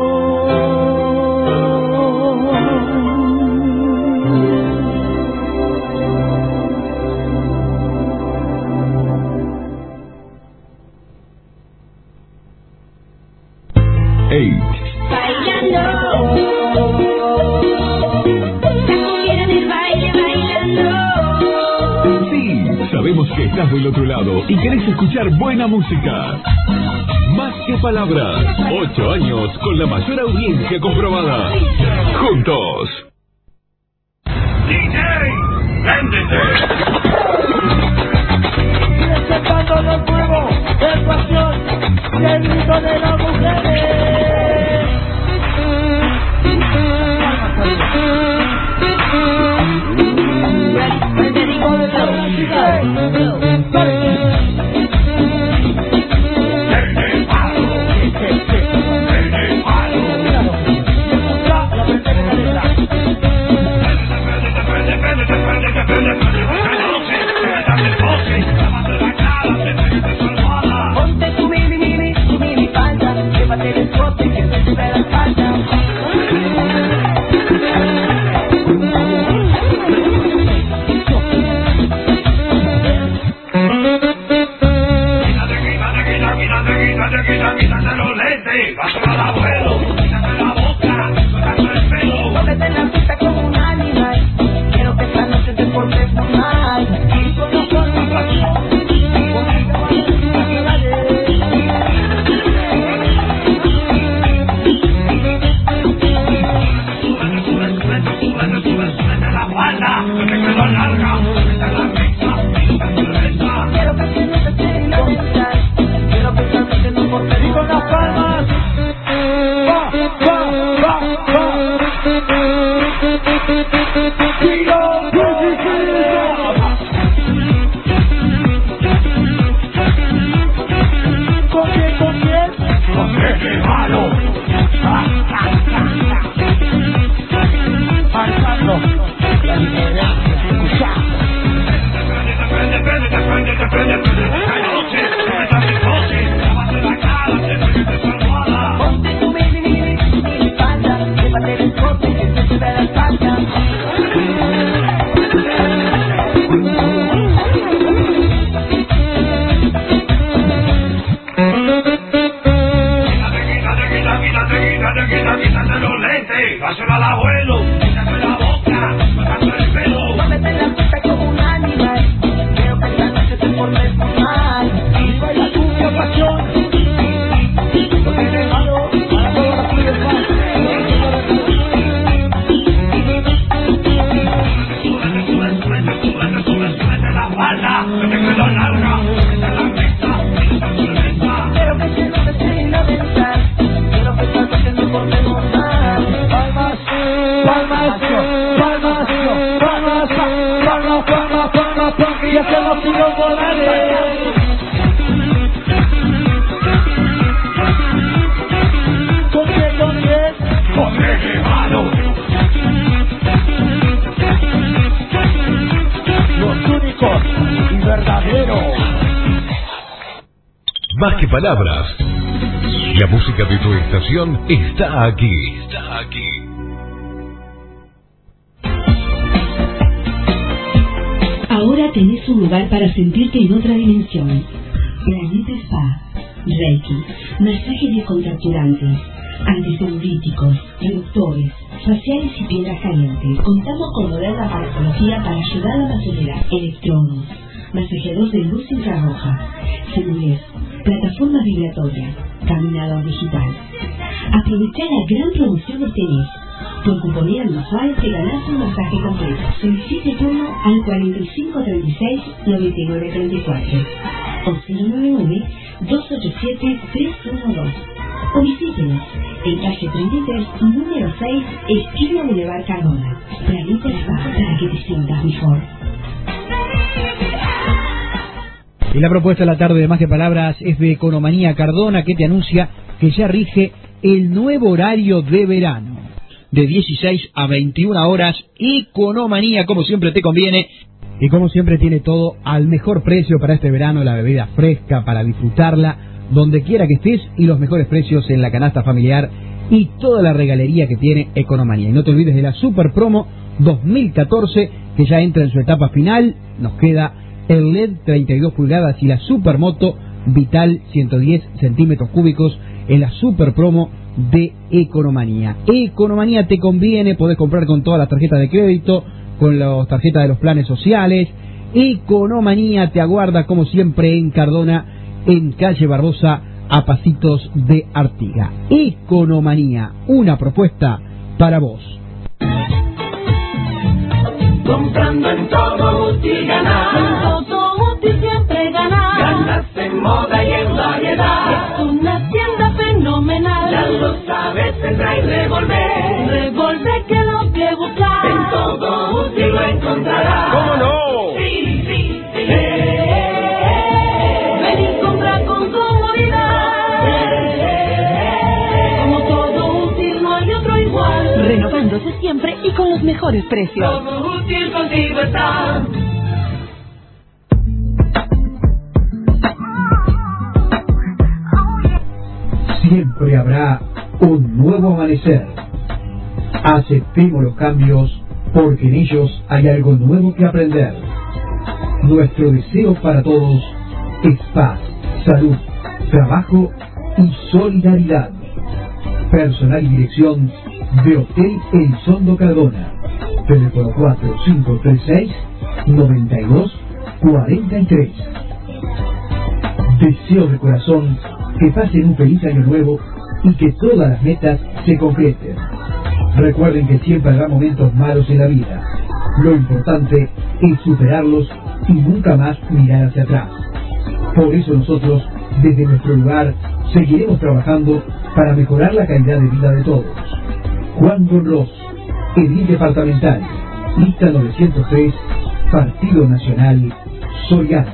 Sabemos que estás del otro lado y querés escuchar buena música. Más que palabras, 8 años con la mayor audiencia comprobada. Juntos. DJ, véndete. Sigue sacando el fuego, el pasión y el grito de las mujeres. Ponte tu mini falda, llévate el escote que se sube la espalda. Quítate los lentes, pásalo al abuelo, quítate la boca, suéltate el pelo. Muévete en la pista como un animal, quiero que esta noche te portes muy mal. Y con la forma pasión, Súbete la falda, que te quedo larga, súbete la mesa, quiero que te notes y lo pensar. Quiero que esta noche no portes y con las palmas. quítate los lentes, pásalo al abuelo, quítate la boca, suéltate el pelo. Muévete en la pista como un animal, quiero que esta noche te portes muy mal. Y baila tu pasión, no tiene malo para todas las fiestas. Súbete la falda, que te quedo larga, súbete la mesa, quiero que te notes y lo pensar. Quiero que esta noche no portemos mal. Palmas, palmas, palmas, palmas, palmas, palmas, palmas, porque ya se los tiró Morales. ¿Con qué, con qué? con reggae malo. Los únicos y verdaderos. Más que palabras, la música de tu estación está aquí. Está aquí. Ahora tenés un lugar para sentirte en otra dimensión. Planeta Spa, Reiki, masajes descontracturantes, anticelulíticos, reductores, faciales y piedras calientes. Contamos con moderna farmacología para ayudar a acelerar electrodos, masajeador de luz infrarroja, celulés, plataforma vibratoria, caminador digital. Aprovechá la gran promoción de este mes. Por cuponía mensual te ganás un masaje completo. Solicite turno al 4536-9934 o 091-287-312. O visítenos en calle 33, número 6, esquina Boulevard Cardona. Planeta Spa, para que te sientas mejor. Y la propuesta de la tarde de Más que Palabras es de Economanía Cardona, que te anuncia que ya rige el nuevo horario de verano. De 16 a 21 horas, Economanía, como siempre te conviene. Y como siempre tiene todo al mejor precio para este verano, la bebida fresca para disfrutarla donde quiera que estés y los mejores precios en la canasta familiar y toda la regalería que tiene Economanía. Y no te olvides de la Super Promo 2014 que ya entra en su etapa final. Nos queda el LED 32 pulgadas y la Supermoto Vital 110 centímetros cúbicos en la Super Promo de Economanía. Economanía te conviene, podés comprar con todas las tarjetas de crédito, con las tarjetas de los planes sociales. Economanía te aguarda como siempre en Cardona, en calle Barbosa, a pasitos de Artigas. Economanía, una propuesta para vos. Comprando en todo útil ganar. En todo útil siempre ganar. Ganas en moda y en variedad. Es una tienda fenomenal. Ya lo sabes, entra y revolver. Revolver que lo que buscas. En todo útil lo encontrarás. ¿Cómo no? Sí, sí, sí. Ven y compra con comodidad. Como todo útil no hay otro igual. Renovándose siempre y con los mejores precios. Todo útil contigo está. Siempre habrá un nuevo amanecer. Aceptemos los cambios porque en ellos hay algo nuevo que aprender. Nuestro deseo para todos es paz, salud, trabajo y solidaridad. Personal y dirección de Hotel Elizondo Cardona. Teléfono 4536-9243. Deseo de corazón que pasen un feliz año nuevo y que todas las metas se concreten. Recuerden que siempre habrá momentos malos en la vida. Lo importante es superarlos y nunca más mirar hacia atrás. Por eso nosotros, desde nuestro lugar, seguiremos trabajando para mejorar la calidad de vida de todos. Juan Gonros, edil departamental, lista 903, Partido Nacional, Soriano.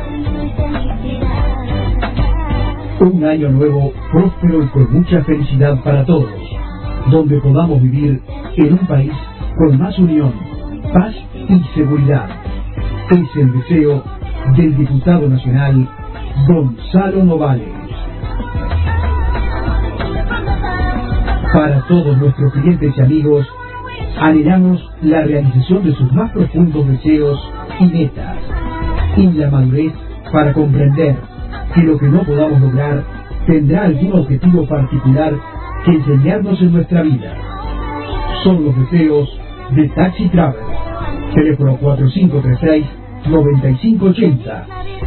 Un año nuevo, próspero y con mucha felicidad para todos, donde podamos vivir en un país con más unión, paz y seguridad. Es el deseo del diputado nacional Gonzalo Novales. Para todos nuestros clientes y amigos, anhelamos la realización de sus más profundos deseos y metas, y la madurez para comprender que lo que no podamos lograr tendrá algún objetivo particular que enseñarnos en nuestra vida. Son los deseos de Taxi Travel. Teléfono 4536-9580,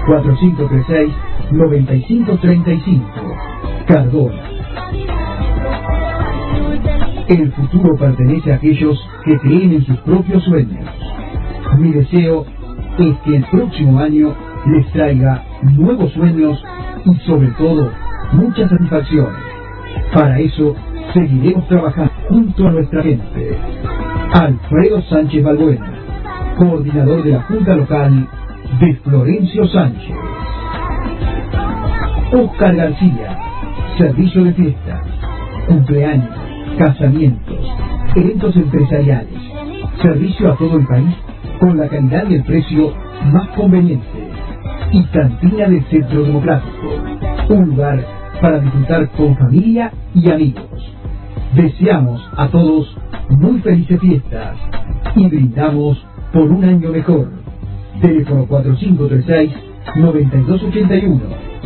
4536-9535. Cardona. El futuro pertenece a aquellos que creen en sus propios sueños. Mi deseo es que el próximo año les traiga nuevos sueños y sobre todo muchas satisfacciones. Para eso seguiremos trabajando junto a nuestra gente. Alfredo Sánchez Balbuena, coordinador de la Junta Local de Florencio Sánchez. Oscar García, servicio de fiesta, cumpleaños, casamientos, eventos empresariales, servicio a todo el país con la calidad y el precio más conveniente. Y Cantina del Centro Democrático, un lugar para disfrutar con familia y amigos. Deseamos a todos muy felices fiestas y brindamos por un año mejor. Teléfono 4536-9281,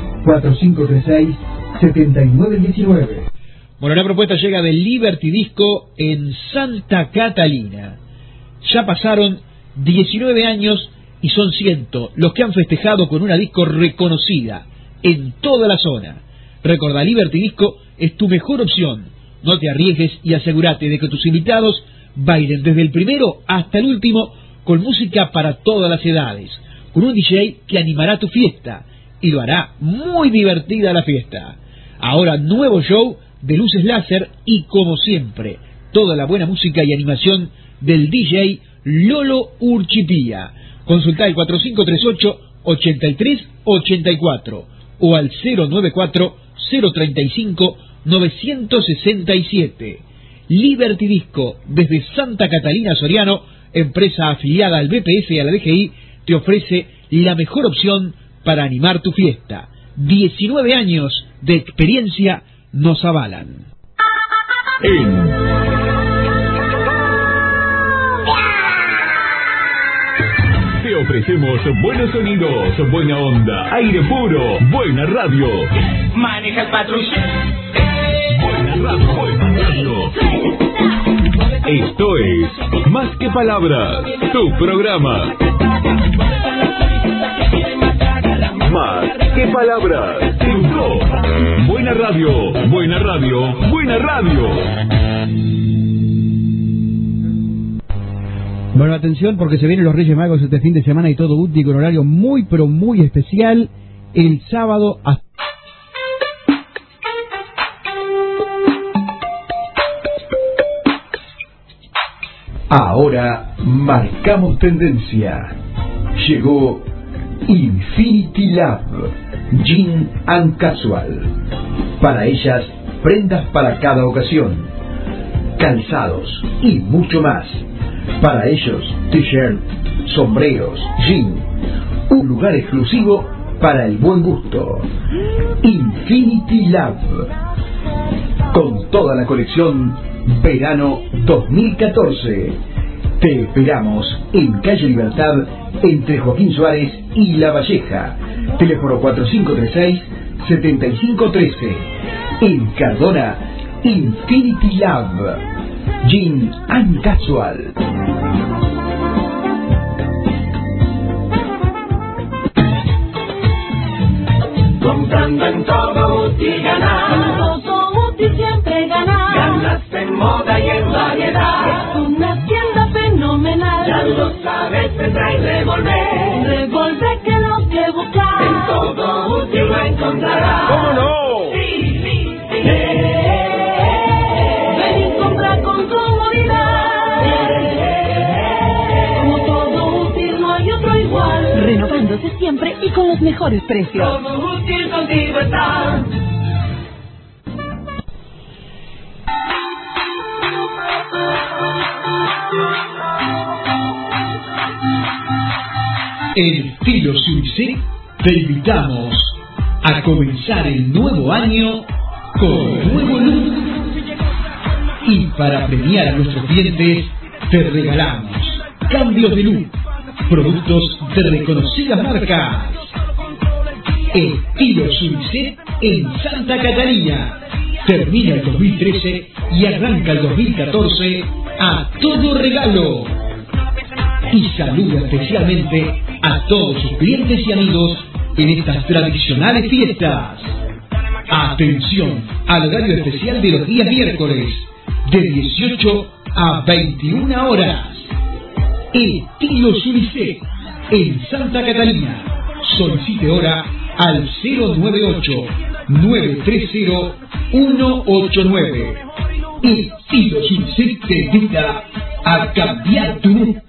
4536-7919. Bueno, la propuesta llega del Liberty Disco en Santa Catalina. Ya pasaron 19 años y son 100 los que han festejado con una disco reconocida en toda la zona. Recordá, Liberty Disco es tu mejor opción. No te arriesgues y asegúrate de que tus invitados bailen desde el primero hasta el último con música para todas las edades, con un DJ que animará tu fiesta y lo hará muy divertida la fiesta. Ahora nuevo show de luces láser y como siempre, toda la buena música y animación del DJ Lolo Urchipía. Consultá el 4538-8384 o al 094-035-967. Liberty Disco, desde Santa Catalina Soriano, empresa afiliada al BPS y a la DGI, te ofrece la mejor opción para animar tu fiesta. 19 años de experiencia nos avalan. Te ofrecemos buenos sonidos, buena onda, aire puro, buena radio. Maneja el patrullero. Buena radio. Esto es Más que Palabras, tu programa. Más que Palabras, tu blog. Buena radio, buena radio, buena radio. Bueno, atención porque se vienen los Reyes Magos este fin de semana y todo útil con horario muy pero muy especial el sábado hasta... Ahora marcamos tendencia. Llegó Infinity Lab Jean and Casual. Para ellas, prendas para cada ocasión, calzados y mucho más. Para ellos, t-shirt, sombreros, jean. Un lugar exclusivo para el buen gusto. Infinity Lab. Con toda la colección Verano 2014. Te esperamos en Calle Libertad, entre Joaquín Suárez y La Valleja. Teléfono 4536-7513. En Cardona, Infinity Lab Jean and Casual. Comprando en todo útil ganar. En todo útil siempre ganar. Ganas en moda y en variedad. Es una tienda fenomenal. Ya lo sabes, vendrá y revolver. Revolver que lo que buscar. En todo útil lo encontrarás. ¿Cómo no? Sí, sí, sí. Ven y compra con comodidad. Como todo útil no hay otro igual. Renovándose siempre y con los mejores precios. Todo útil contigo está. En Estilo Suicet te invitamos a comenzar el nuevo año con nuevo look. Y para premiar a nuestros clientes te regalamos cambios de look, productos de reconocidas marcas. Estilo Suicet en Santa Catalina. Termina el 2013 y arranca el 2014 a todo regalo. Y saluda especialmente a todos sus clientes y amigos en estas tradicionales fiestas. Atención al horario especial de los días miércoles, de 18 a 21 horas. Estilo Suicet en Santa Catalina. Solicite hora al 098-930-189. Estilo Suicet te invita a cambiar tu look.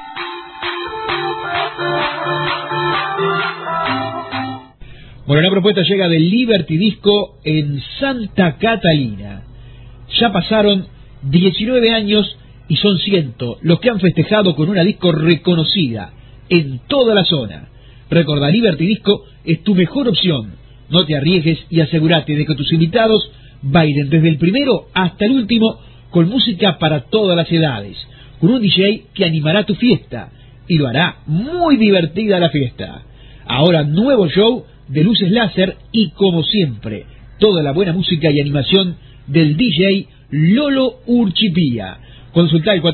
Bueno, la propuesta llega del Liberty Disco en Santa Catalina. Ya pasaron 19 años y son 100 los que han festejado con una disco reconocida en toda la zona. Recordá, Liberty Disco es tu mejor opción. No te arriesgues y asegúrate de que tus invitados bailen desde el primero hasta el último con música para todas las edades, con un DJ que animará tu fiesta y lo hará muy divertida la fiesta. Ahora nuevo show de luces láser y como siempre, toda la buena música y animación del DJ Lolo Urchipía. Consultá el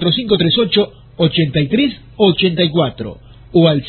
4538-8384 o al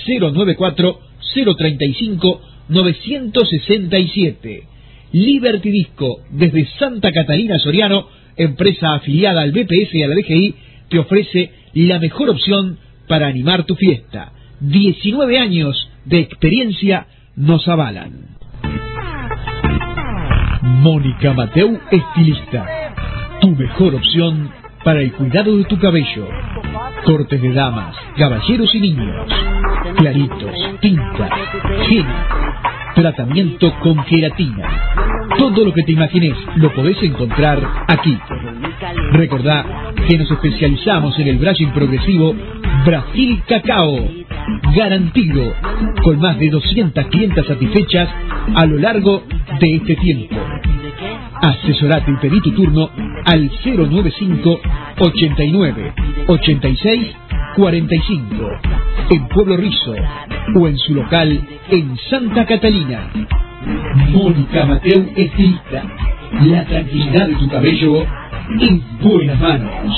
094-035-967. Liberty Disco, desde Santa Catalina Soriano, empresa afiliada al BPS y a la DGI, te ofrece la mejor opción para animar tu fiesta. 19 años de experiencia nos avalan. Mónica Mateu Estilista, tu mejor opción para el cuidado de tu cabello. Cortes de damas, caballeros y niños, claritos, tinta, gel, tratamiento con queratina. Todo lo que te imagines lo podés encontrar aquí. Recordá que nos especializamos en el brushing progresivo Brasil Cacao, garantido, con más de 200 clientas satisfechas a lo largo de este tiempo. Asesorate y pedí tu turno al 095 89 86 45 en Pueblo Rizo o en su local en Santa Catalina. Mónica Mateu Estilista, la tranquilidad de tu cabello en buenas manos.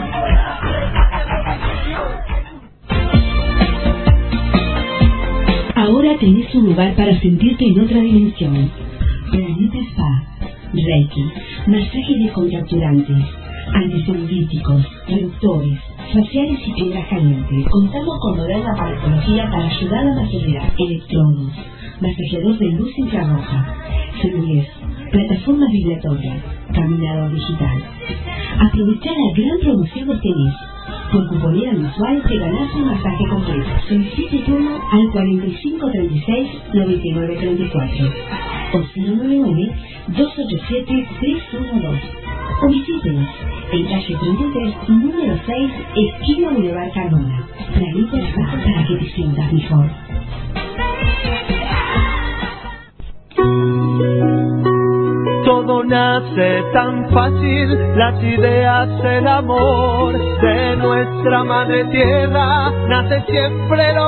Ahora tenés un lugar para sentirte en otra dimensión. Planeta Spa, Reiki, masajes descontracturantes, anticelulíticos, reductores, faciales y piedras calientes. Contamos con moderna aparatología para ayudar a acelerar electrodos, masajeador de luz infrarroja, celulés, plataformas vibratorias, caminador digital. Aprovechá la gran promoción de este mes. Por cuponera mensual te ganás un masaje completo. Solicite turno al 4536-9934 o 099-287-312 o visítenos en calle 33, número 6, esquina Boulevard Cardona. Planeta Spa, para que te sientas mejor. Todo nace tan fácil, las ideas, el amor de nuestra madre tierra, nace siempre lo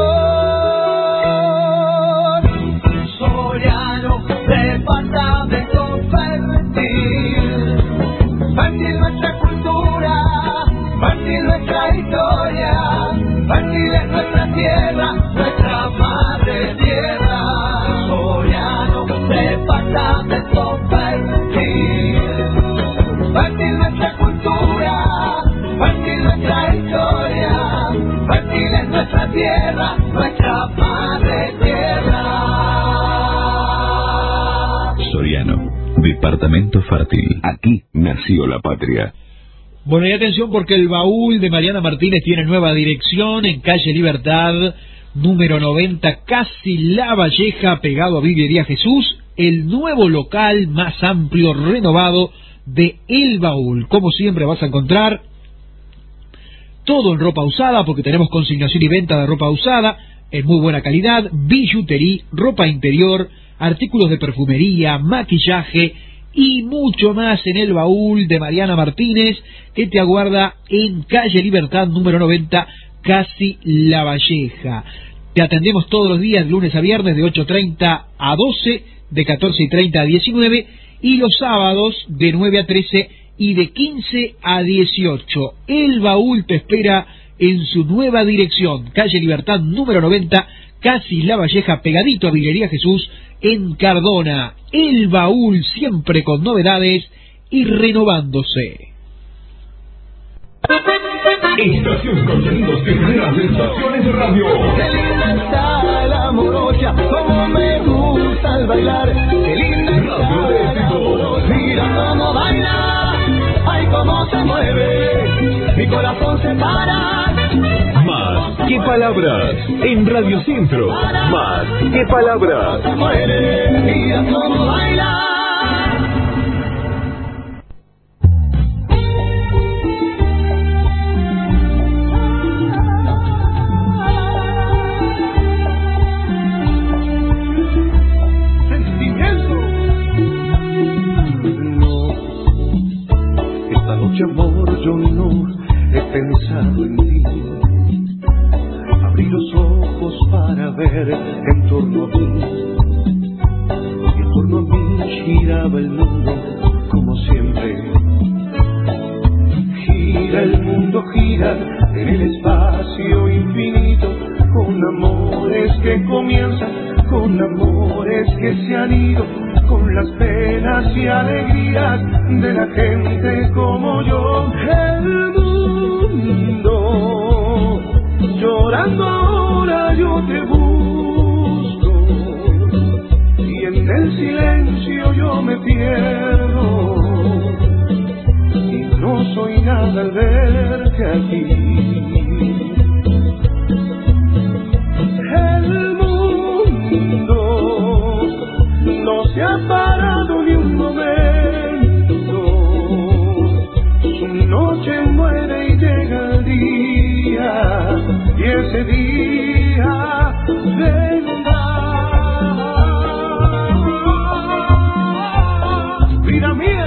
mejor. Soriano, departamento fértil, fértil nuestra cultura, fértil nuestra historia, fértil es nuestra tierra, nuestra madre tierra. Soriano, departamento fértil nuestra cultura, fértil nuestra historia, fértil es nuestra tierra, nuestra madre tierra. Soriano, departamento fértil. Aquí nació la patria. Bueno, y atención porque el baúl de Mariana Martínez tiene nueva dirección en calle Libertad, número 90, casi La Valleja, pegado a Vidriería Jesús, el nuevo local más amplio, renovado de El Baúl. Como siempre vas a encontrar todo en ropa usada, porque tenemos consignación y venta de ropa usada en muy buena calidad, billutería, ropa interior, artículos de perfumería, maquillaje y mucho más en El Baúl de Mariana Martínez, que te aguarda en calle Libertad número 90, casi La Valleja. Te atendemos todos los días, lunes a viernes, de 8:30 a 12, de 14:30 a 19, y los sábados de 9 a 13 y de 15 a 18. El Baúl te espera en su nueva dirección, calle Libertad número 90, casi La Valleja, pegadito a Vidriería Jesús, en Cardona. El Baúl, siempre con novedades y renovándose. Estación con sonidos que generan sensaciones de radio. Qué linda está la morocha, como me gusta el bailar. Qué linda está la morocha, mira cómo baila, ay cómo se mueve, mi corazón se para. Más que palabras en Radio Centro. Más que palabras. Se muere, mira cómo baila. Amor, yo no he pensado en ti. Abrí los ojos para ver en torno a mí, y en torno a mí giraba el mundo como siempre. Gira el mundo, gira en el espacio infinito, con amores que comienzan, con amores que se han ido, con las penas y alegrías de la gente como yo. El mundo llorando ahora yo te busco, y en el silencio yo me pido. nada al verte aquí. El mundo no se ha parado ni un momento. Su noche muere y llega el día, y ese día vendrá. Vida mía,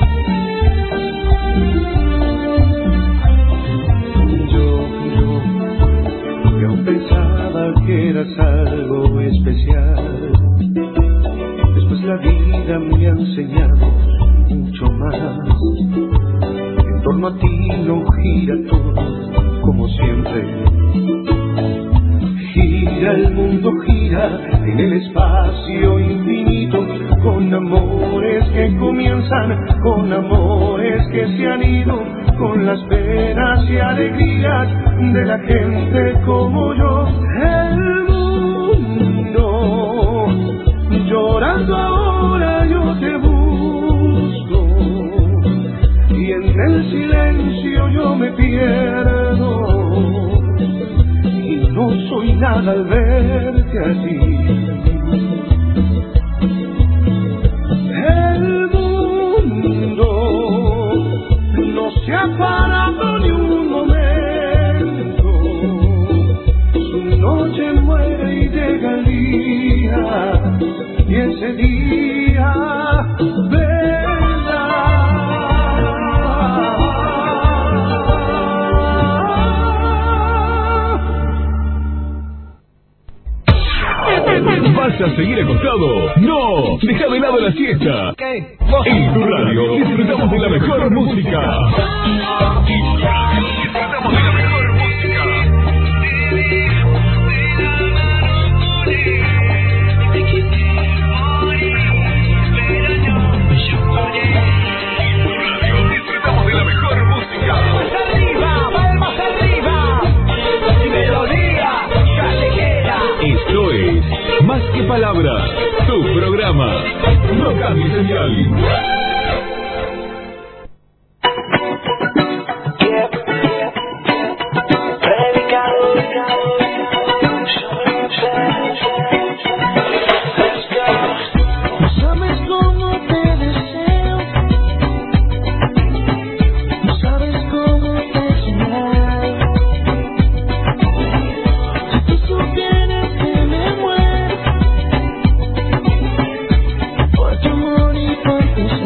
yo pensaba que eras algo especial. Después la vida me ha enseñado mucho más. En torno a ti no gira todo como siempre. Gira el mundo, gira en el espacio infinito, con amores que comienzan, con amores que se han ido, con las penas y alegrías de la gente como yo. El mundo llorando ahora yo te busco, y en el silencio yo me pierdo, y no soy nada al verte así. El mundo no se ha parado ni un momento. Su noche muere y llega el día, y ese día vendrá. ¿Vas a seguir acostado? ¡No! ¡Deja de lado la siesta! ¿Qué? En tu radio disfrutamos de la mejor música. Disfrutamos de la mejor música. Disfrutamos de la mejor música. ¡Arriba! ¡Palmas arriba! ¡Melodía callejera! Esto es Más que Palabras, tu programa. No cambies el dial. Por tu amor y por tus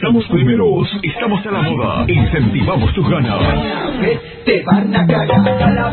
Estamos primeros, estamos a la moda, incentivamos tus ganas. Te van a cagar la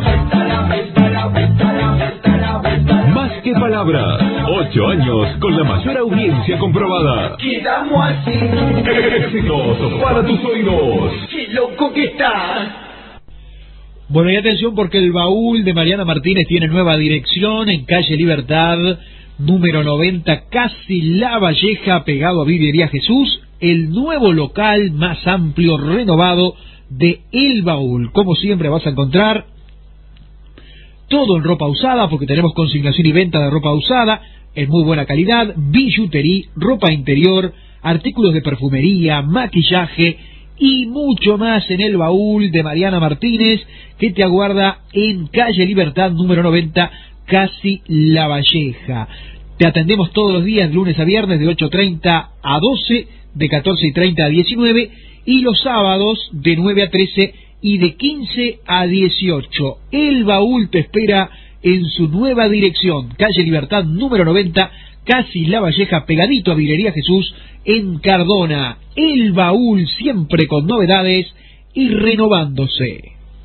vuelta. Más que palabras, 8 años con la mayor audiencia comprobada. Quedamos así. Éxitos para tus oídos. ¡Qué loco que estás! Bueno, y atención porque el baúl de Mariana Martínez tiene nueva dirección en calle Libertad, número 90, casi La Valleja, pegado a Vidriería Jesús, el nuevo local más amplio, renovado de El Baúl. Como siempre vas a encontrar todo en ropa usada, porque tenemos consignación y venta de ropa usada en muy buena calidad, billutería, ropa interior, artículos de perfumería, maquillaje y mucho más en El Baúl de Mariana Martínez, que te aguarda en calle Libertad número 90, casi La Valleja. Te atendemos todos los días, lunes a viernes, de 8:30 a 12, de 14:30 a 19, y los sábados de 9 a 13 y de 15 a 18. El Baúl te espera en su nueva dirección, calle Libertad número 90, casi La Valleja, pegadito a Vidriería Jesús, en Cardona. El Baúl, siempre con novedades y renovándose.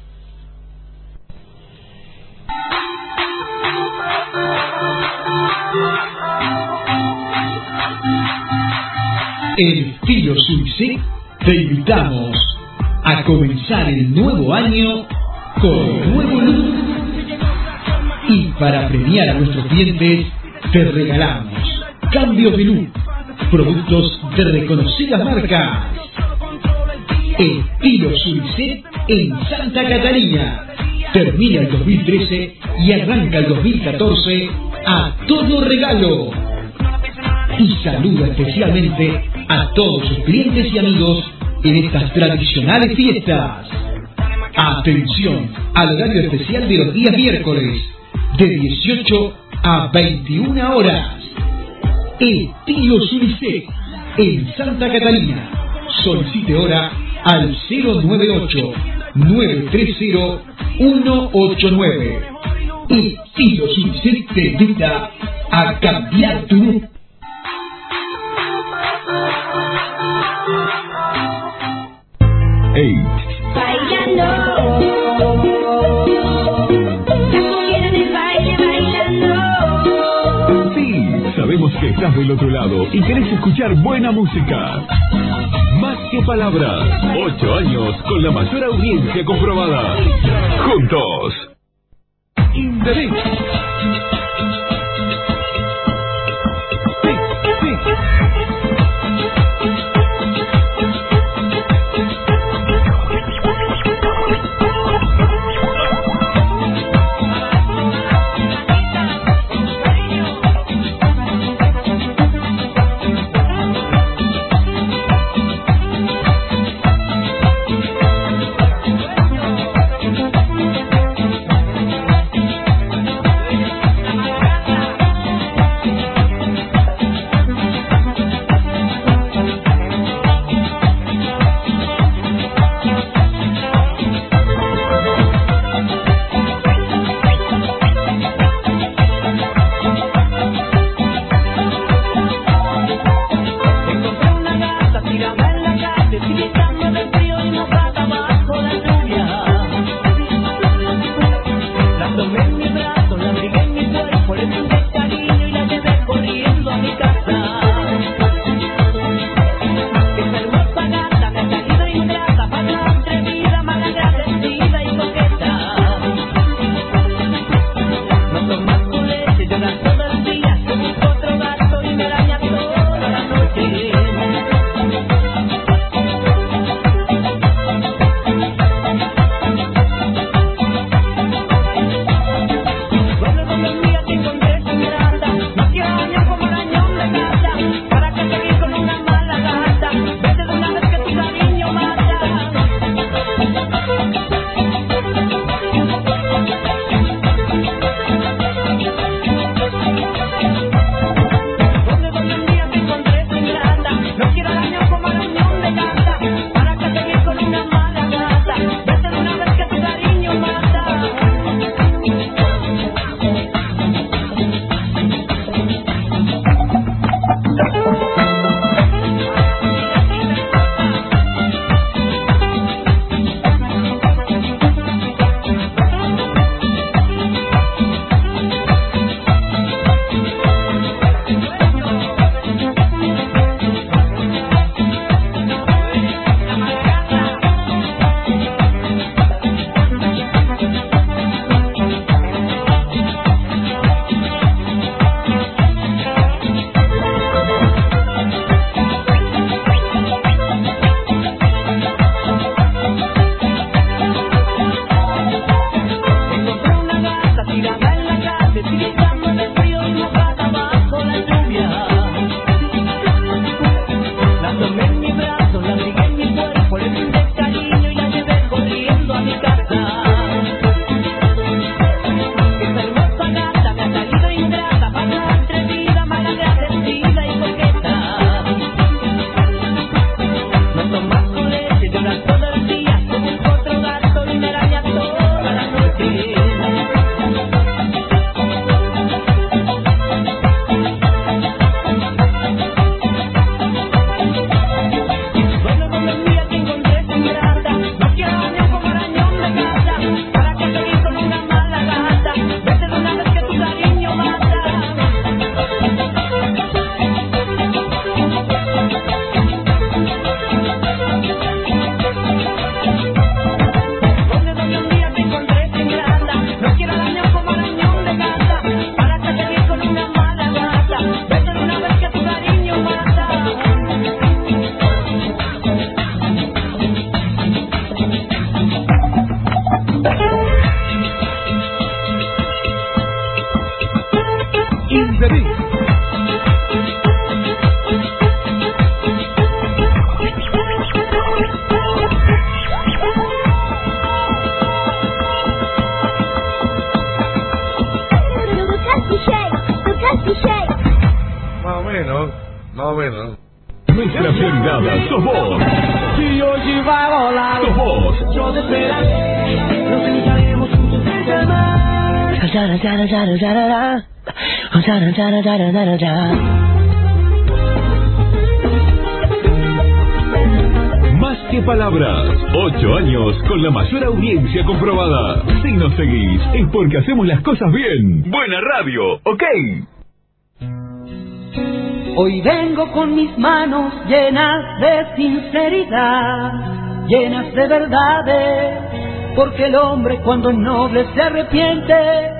En Estilo Suisse te invitamos a comenzar el nuevo año con nuevo look. Y para premiar a nuestros clientes te regalamos cambios de look, productos de reconocidas marcas. Estilo Suisse en Santa Catalina. Termina el 2013 y arranca el 2014 a todo regalo. Y saluda especialmente a todos sus clientes y amigos en estas tradicionales fiestas. Atención al horario especial de los días miércoles, de 18 a 21 horas. Estilo Suisse en Santa Catalina. Solicite hora al 098-930-189. Estilo Suisse te invita a cambiar tu look. Hey. Bailando, las mujeres del baile bailando. Sí, sabemos que estás del otro lado y querés escuchar buena música. Más que palabras, 8 años con la mayor audiencia comprobada. Juntos. In the mix. menos, más o menos. Nuestra prioridad sos vos. Si hoy va a volar, Sos vos. yo te esperaré. Nos dedicaremos juntos frente al mar. Más que palabras, 8 años con la mayor audiencia comprobada. Si nos seguís, es porque hacemos las cosas bien. Buena radio, ¿ok? Hoy vengo con mis manos llenas de sinceridad, llenas de verdades, porque el hombre cuando es noble se arrepiente.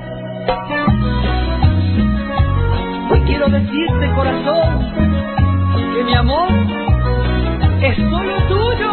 Hoy quiero decirte, corazón, que mi amor es solo tuyo.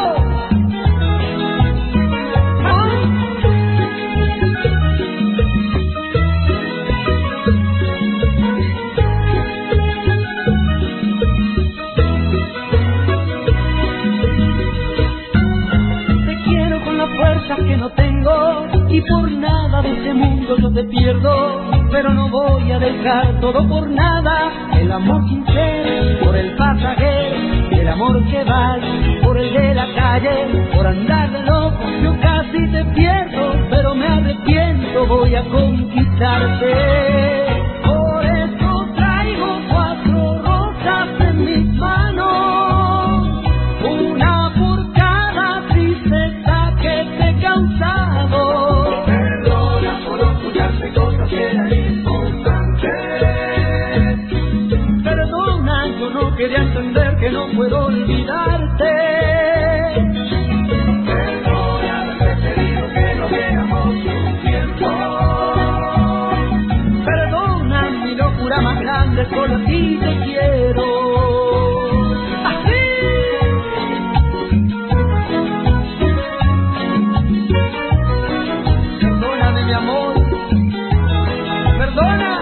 Te quiero con la fuerza que no tengo y por nada de este mundo yo te pierdo, pero no voy a dejar todo por nada. El amor sincero por el pasajero, el amor que vale por el de la calle, por andar de loco yo casi te pierdo, pero me arrepiento, voy a conquistarte. Por eso traigo 4 rosas en mis manos, una por cada tristeza que te he causado. Perdona por ocultarte cosas que eran importantes. Perdona, yo no quería entender que no puedo olvidarte. Perdona, haber preferido que no viéramos un tiempo. Perdona, mi locura más grande, solo a ti te quiero. Así. Perdóname, mi amor. Perdona.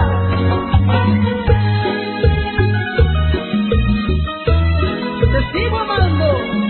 Te sigo amando.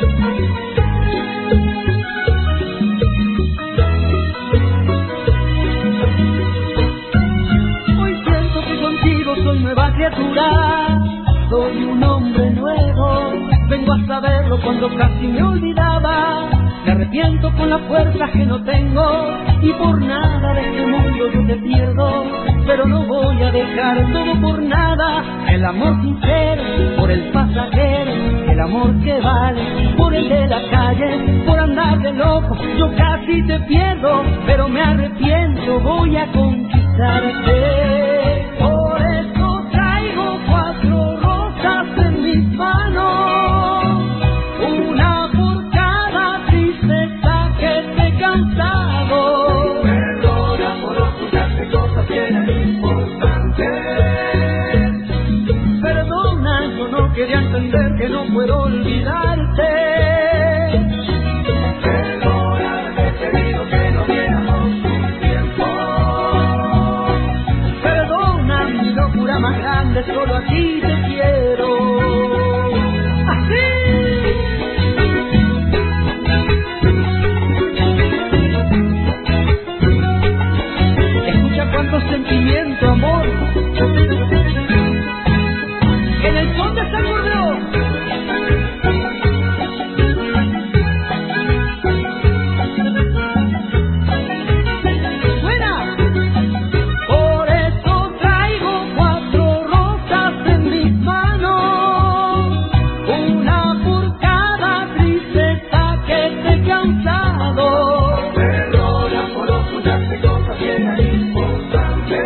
Hoy siento que contigo soy nueva criatura, soy un hombre nuevo. Vengo a saberlo cuando casi me olvidaba. Me arrepiento con la fuerza que no tengo y por nada de este mundo yo te pierdo, pero no voy a dejar todo por nada. El amor sincero por el pasajero, el amor que vale por el de la calle, por andar de loco yo casi te pierdo, pero me arrepiento, voy a conquistarte. Por eso traigo 4 rosas en mis manos, una por cada tristeza que te he cansado. Perdona por ocultarte cosas que eran importantes. Perdona, yo no quería entender que no puedo olvidarte. Perdona, haber preferido que no viéramos un tiempo. Perdona, mi locura más grande, solo a ti te quiero. Así. Escucha cuánto sentimiento, amor, en el son de San Gordeón. Suena. Por eso traigo 4 rosas en mis manos, una por cada tristeza que te he causado. Perdona por ocultarte cosas que eran importantes.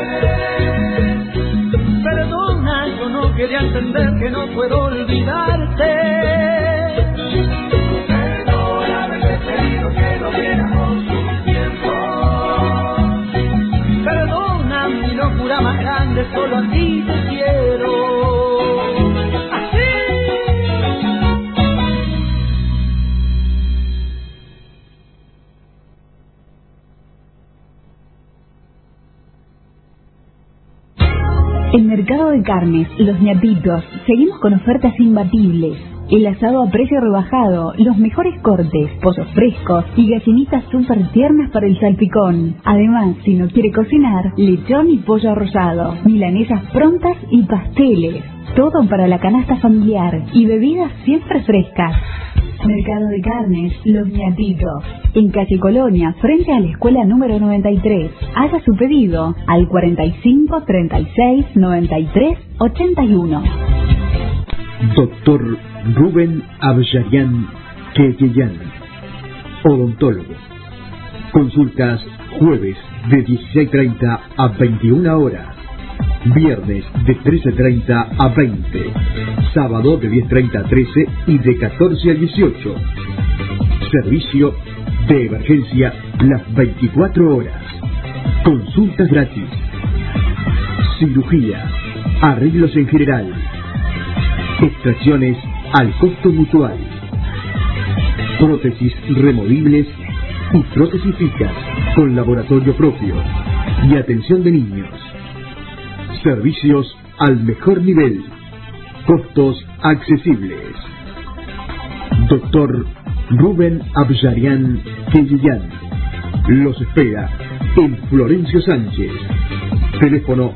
Perdona, yo no quería entender que no puedo olvidarte. Perdona, haber preferido que no viéramos un tiempo. Perdona, mi locura más grande, solo a ti te quiero. Así. En Mercado de Carnes, Los Ñatitos, seguimos con ofertas imbatibles. El asado a precio rebajado, los mejores cortes, pollos frescos y gallinitas súper tiernas para el salpicón. Además, si no quiere cocinar, lechón y pollo arrollado, milanesas prontas y pasteles. Todo para la canasta familiar y bebidas siempre frescas. Mercado de Carnes Los Ñatitos, en calle Colonia, frente a la escuela número 93. Haga su pedido al 45 36 93 81. Doctor Rubén Abjarian Keyeyan, odontólogo. Consultas jueves de 16:30 a 21 horas. Viernes de 13:30 a 20, sábado de 10:30 a 13 y de 14 a 18. Servicio de emergencia las 24 horas. Consultas gratis. Cirugía, arreglos en general, extracciones al costo mutual, prótesis removibles y prótesis fijas con laboratorio propio y atención de niños. Servicios al mejor nivel. Costos accesibles. Doctor Rubén Abjarian Keyeyan los espera en Florencio Sánchez. Teléfono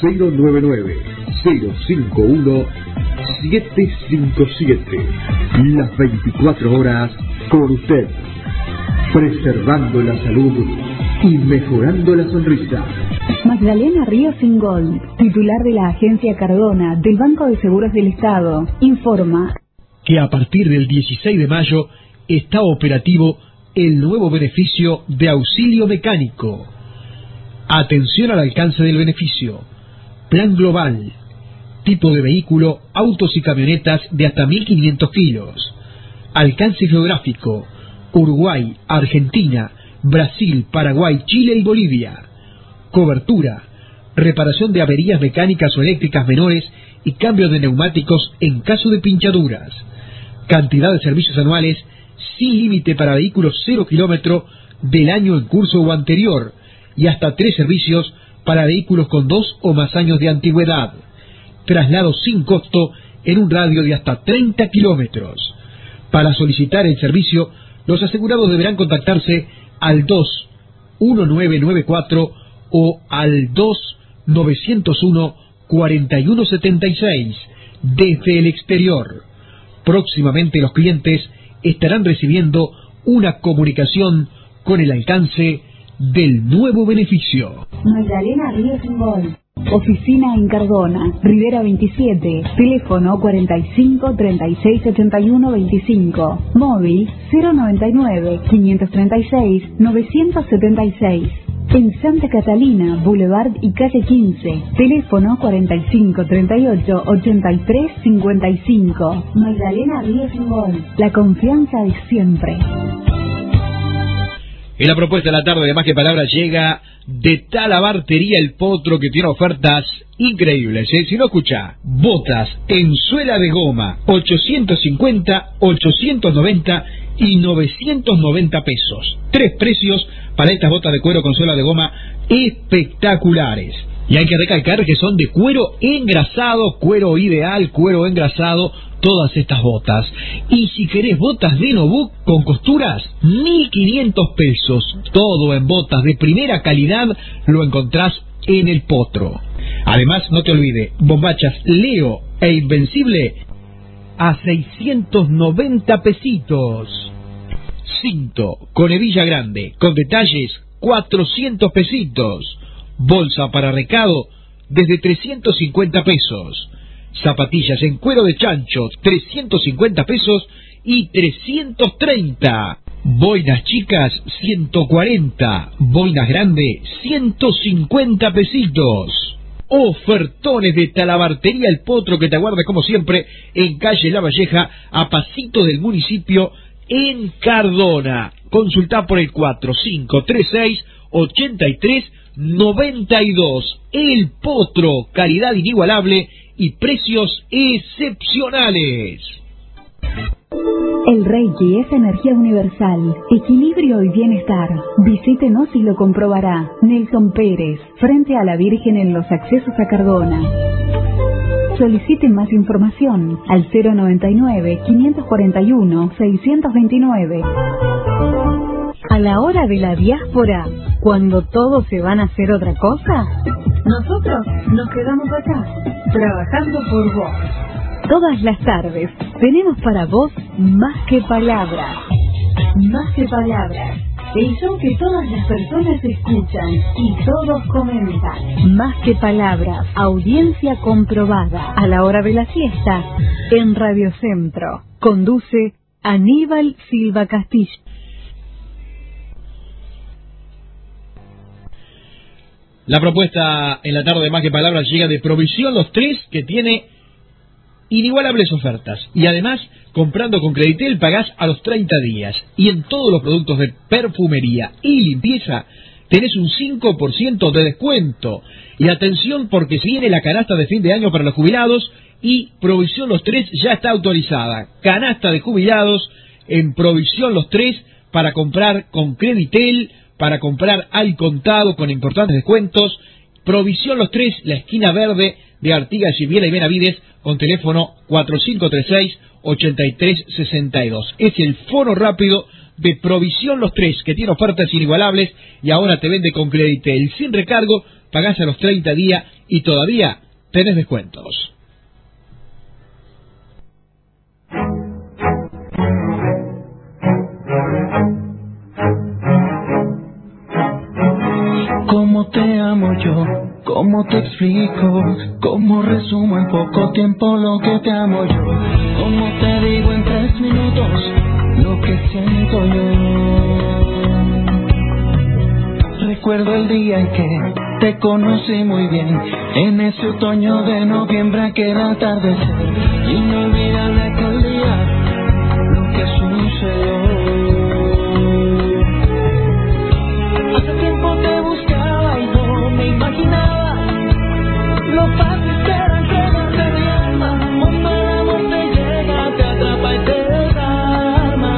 099-051-757. Las 24 horas con usted. Preservando la salud y mejorando la sonrisa. Magdalena Ríos Ingol, titular de la Agencia Cardona del Banco de Seguros del Estado, informa que a partir del 16 de mayo está operativo el nuevo beneficio de auxilio mecánico. Atención al alcance del beneficio. Plan global. Tipo de vehículo, autos y camionetas de hasta 1.500 kilos. Alcance geográfico. Uruguay, Argentina, Brasil, Paraguay, Chile y Bolivia. Cobertura, reparación de averías mecánicas o eléctricas menores y cambio de neumáticos en caso de pinchaduras. Cantidad de servicios anuales sin límite para vehículos 0 kilómetro del año en curso o anterior y hasta 3 servicios para vehículos con 2 o más años de antigüedad. Traslado sin costo en un radio de hasta 30 kilómetros. Para solicitar el servicio, los asegurados deberán contactarse al 21994 o al 2901-4176 desde el exterior. Próximamente los clientes estarán recibiendo una comunicación con el alcance del nuevo beneficio. Magdalena Ríos Ingol, oficina en Cardona, Rivera 27, teléfono 45 36 81 25, móvil 099 536 976. En Santa Catalina, Boulevard y calle 15, teléfono 45 38 83 55. Magdalena Ríos Ingol, la confianza de siempre. En la propuesta de la tarde de Más que Palabras llega de Talabartería El Potro, que tiene ofertas increíbles, ¿eh? Si no escucha, botas en suela de goma, 850, 890 y 990 pesos. 3 precios para estas botas de cuero con suela de goma espectaculares. Y hay que recalcar que son de cuero engrasado, cuero ideal, cuero engrasado, todas estas botas. Y si querés botas de Nobuc con costuras, 1.500 pesos. Todo en botas de primera calidad lo encontrás en El Potro. Además, no te olvides, bombachas Leo e Invencible a 690 pesitos. Cinto con hebilla grande, con detalles, 400 pesitos. Bolsa para recado, desde 350 pesos. Zapatillas en cuero de chancho, 350 pesos y 330. Boinas chicas, 140. Boinas grandes, 150 pesitos. Ofertones de Talabartería El Potro, que te aguarda como siempre en calle La Valleja, a pasito del municipio, en Cardona. Consultá por el 4536-8392. El Potro, calidad inigualable y precios excepcionales. El Reiki es energía universal, equilibrio y bienestar. Visítenos y lo comprobará. Nelson Pérez, frente a la Virgen en los accesos a Cardona. Solicite más información al 099-541-629. A la hora de la diáspora, cuando todos se van a hacer otra cosa, nosotros nos quedamos acá, trabajando por vos. Todas las tardes tenemos para vos Más que Palabras. Más que Palabras. El show que todas las personas escuchan y todos comentan. Más que Palabras. Audiencia comprobada. A la hora de la siesta en Radio Centro. Conduce Aníbal Silva Castillo. La propuesta en la tarde de Más que Palabras llega de Provisión Los Tres, que tiene inigualables ofertas. Y además, comprando con Creditel pagás a los 30 días. Y en todos los productos de perfumería y limpieza tenés un 5% de descuento. Y atención, porque se viene la canasta de fin de año para los jubilados y Provisión Los Tres ya está autorizada. Canasta de jubilados en Provisión Los Tres para comprar con Creditel, para comprar al contado con importantes descuentos. Provisión Los Tres, la esquina verde de Artigas, Giviera y Benavides, con teléfono 4536-8362. Es el fono rápido de Provisión Los Tres, que tiene ofertas inigualables y ahora te vende con Creditel. Sin recargo, pagás a los 30 días y todavía tenés descuentos. ¿Cómo te amo yo? ¿Cómo te explico? ¿Cómo resumo en poco tiempo lo que te amo yo? ¿Cómo te digo en 3 minutos lo que siento yo? Recuerdo el día en que te conocí muy bien, en ese otoño de noviembre, aquel atardecer. Inolvidable aquel día, lo que sucedió. Hace tiempo te buscaba y no me imaginaba lo fácil que era entregarte mi alma. Cuando el amor te llega, te atrapa y te desarma.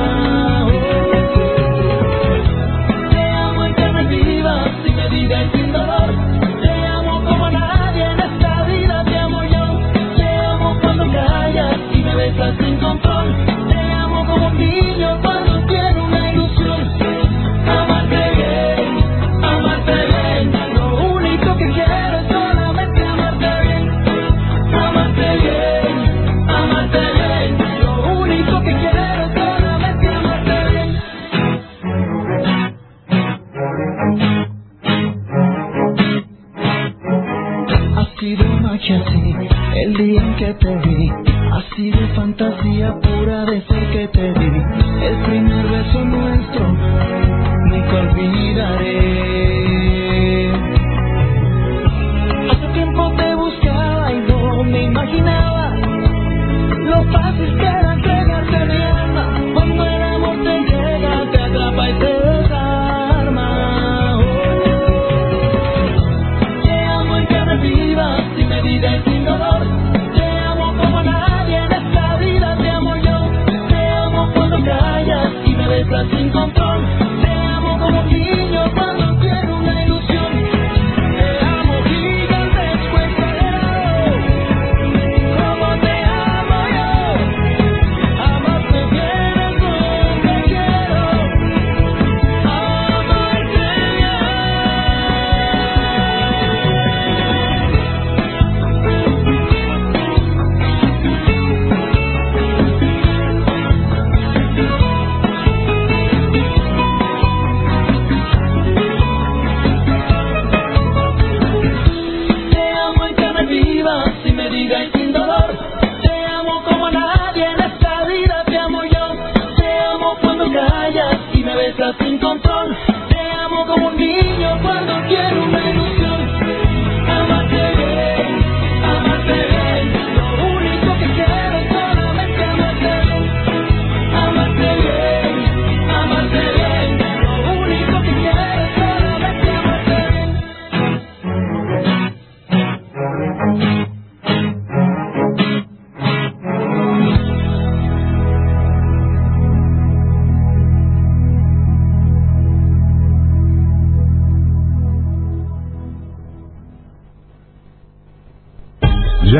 Te amo en carne viva, si me digas sin dolor. Te amo como a nadie en esta vida, te amo yo. Te amo cuando callas y me besas sin control. Te amo como un niño cuando tiene una ilusión. Amarte bien, amarte bien. Lo único que quiero es solamente amarte bien. Amarte bien, amarte bien. Lo único que quiero es solamente amarte bien. Ha sido magia, sí, el día en que te vi. Ha sido fantasía pura de ser que te di. El primer beso nuestro nunca olvidaré. Hace tiempo te buscaba y no me imaginaba lo fácil que era entregarte mi alma. Cuando el amor te llega, te atrapa y te desarma. Te amo en carne viva, sin medida y sin dolor. Te amo como a nadie en esta vida, te amo yo. Te amo cuando callas y me besas sin control. Te amo como un niño cuando tiene una ilusión. Te amo gigantesco, exagerado, como te amo yo. Amarte bien es lo que quiero. Amarte bien. Te amo en carne viva, sin medida y sin dolor. Te amo como a nadie en esta vida, te amo yo. Te amo cuando callas y me besas sin control. Te amo como un niño cuando quiere una ilusión. Amarte bien, amarte bien. Lo único que quiero es solamente amarte bien. Amarte bien, amarte bien. Lo único que quiero es solamente amarte bien.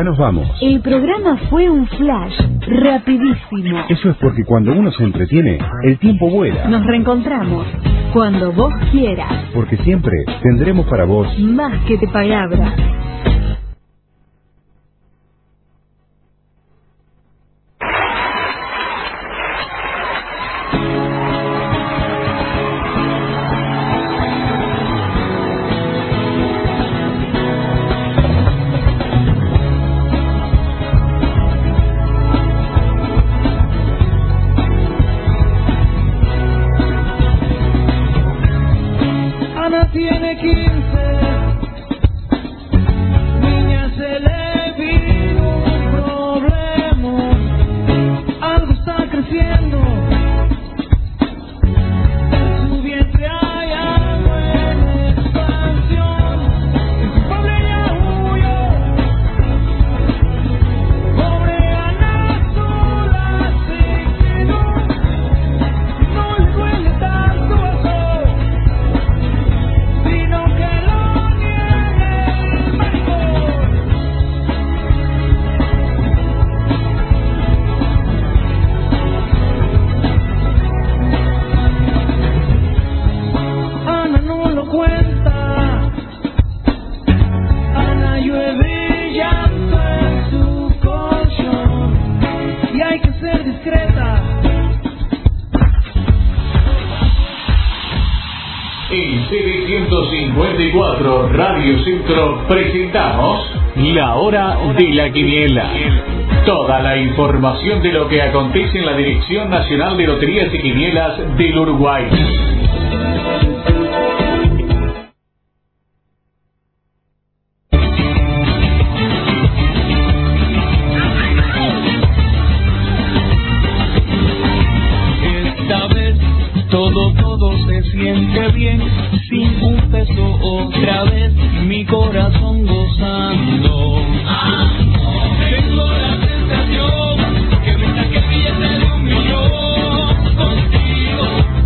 Ya nos vamos. El programa fue un flash, rapidísimo. Eso es porque cuando uno se entretiene, el tiempo vuela. Nos reencontramos cuando vos quieras. Porque siempre tendremos para vos más que de palabras. Tiene 15, niña se le vino un problema, algo está creciendo, en su vientre hay algo en expansión, y su padre ya huyó, pobre Ana sola se quedó, no le duele tanto eso. En CB154 Radio Centro presentamos La Hora de la Quiniela. Toda la información de lo que acontece en la Dirección Nacional de Loterías y Quinielas del Uruguay. Esta vez todo se siente bien, sin un peso otra vez, mi corazón gozando. Tengo la sensación que me saqué billete de 1 millón, contigo.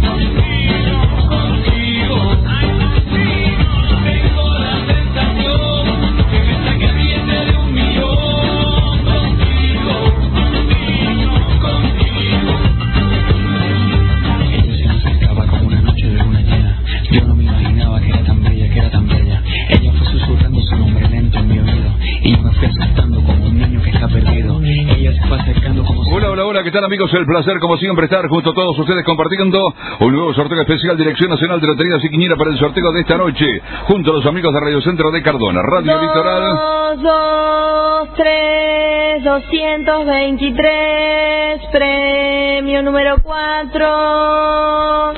Tengo la sensación que me saqué billete de 1 millón, contigo. Ella se me acercaba como una noche de luna llena. Yo no me imaginaba que era tan bella, Ella fue susurrando su nombre lento en mi oído y yo me fui asustando como un niño que está perdido. Ella se fue acercando como... Hola, ¿qué tal, amigos? El placer, como siempre, estar junto a todos ustedes compartiendo un nuevo sorteo especial Dirección Nacional de Loterías y Quinielas para el sorteo de esta noche, junto a los amigos de Radio Centro de Cardona, Radio Litoral. 2, 3, 223, premio número 4.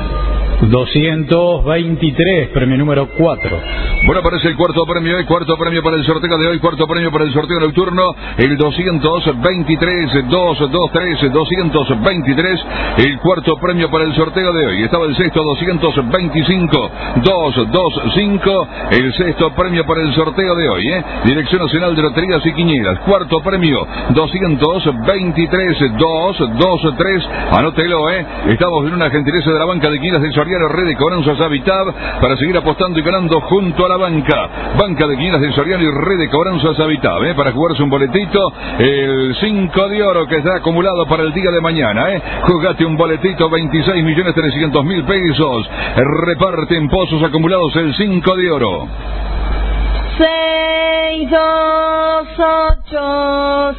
223, premio número 4. Bueno, aparece el cuarto premio para el sorteo de hoy, cuarto premio para el sorteo nocturno, el 223, 223, 223, el cuarto premio para el sorteo de hoy. Estaba el sexto, 225, 225, el sexto premio para el sorteo de hoy, Dirección Nacional de Loterías y Quinielas, cuarto premio, 223, 223, anótelo, estamos en una gentileza de la banca de Quinielas del Soriano, Red de Cobranzas Habitab, para seguir apostando y ganando junto a la banca de Quinielas del Soriano y Red de Cobranzas Habitab, para jugarse un boletito, el 5 de oro que está acumulado para el día de mañana, jugate un boletito, 26.300.000 pesos, reparte en pozos acumulados el 5 de oro. 6, 2, 8,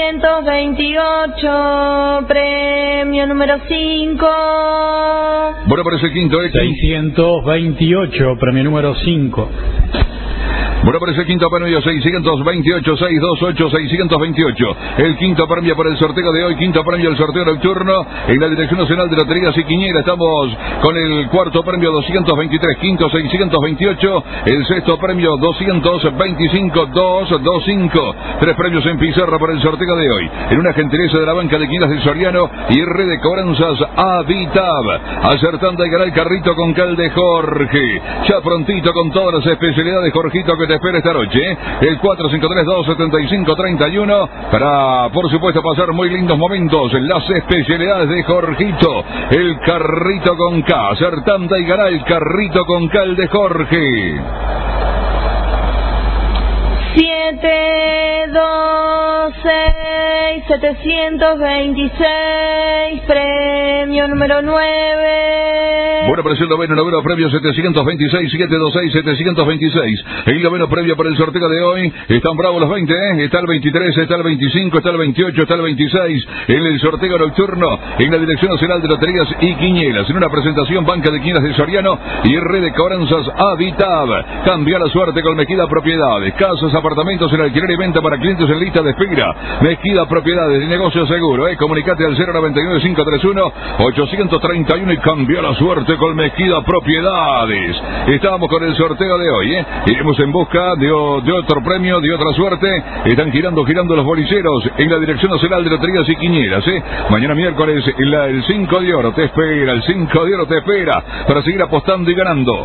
628, premio número 5. Bueno, parece el quinto, 628, premio número 5. Bueno, aparece el quinto premio, 628, 628, 628. El quinto premio para el sorteo de hoy, quinto premio del sorteo nocturno en la Dirección Nacional de Loterías y Quinielas. Estamos con el cuarto premio, 223, quinto, 628. El sexto premio, 225, 225. Tres premios en pizarra para el sorteo de hoy. En una gentileza de la banca de Quinielas del Soriano y Red de Cobranzas Habitab. Acertando y ganar el carrito con Calde Jorge. Ya prontito con todas las especialidades, Jorgito, que te espera esta noche, el 453-275-31, para, por supuesto, pasar muy lindos momentos en las especialidades de Jorgito, el carrito con K, acertando y ganar el carrito con Calde Jorge. 7, 726, premio número 9. Bueno, pero es el noveno premio 726, 726, 726. El noveno premio para el sorteo de hoy. Están bravos los 20, ¿eh? Está el 23, está el 25, está el 28, está el 26. En el sorteo nocturno, en la Dirección Nacional de Loterías y Quinielas. En una presentación, Banca de Quinielas de Soriano y Red de Cobranzas Habitab. Cambia la suerte con Mejida Propiedades. Casas, apartamentos en alquiler y venta para clientes en lista de espera. Mejida Propiedades y negocio seguro, ¿eh? Comunicate al 099-531-831 y cambia la suerte con Mejida Propiedades. Estábamos con el sorteo de hoy, ¿eh? Iremos en busca de otro premio, de otra suerte. Están girando los bolicheros en la Dirección Nacional de Loterías y Quinielas, ¿eh? Mañana miércoles el 5 de oro te espera, el 5 de oro te espera para seguir apostando y ganando.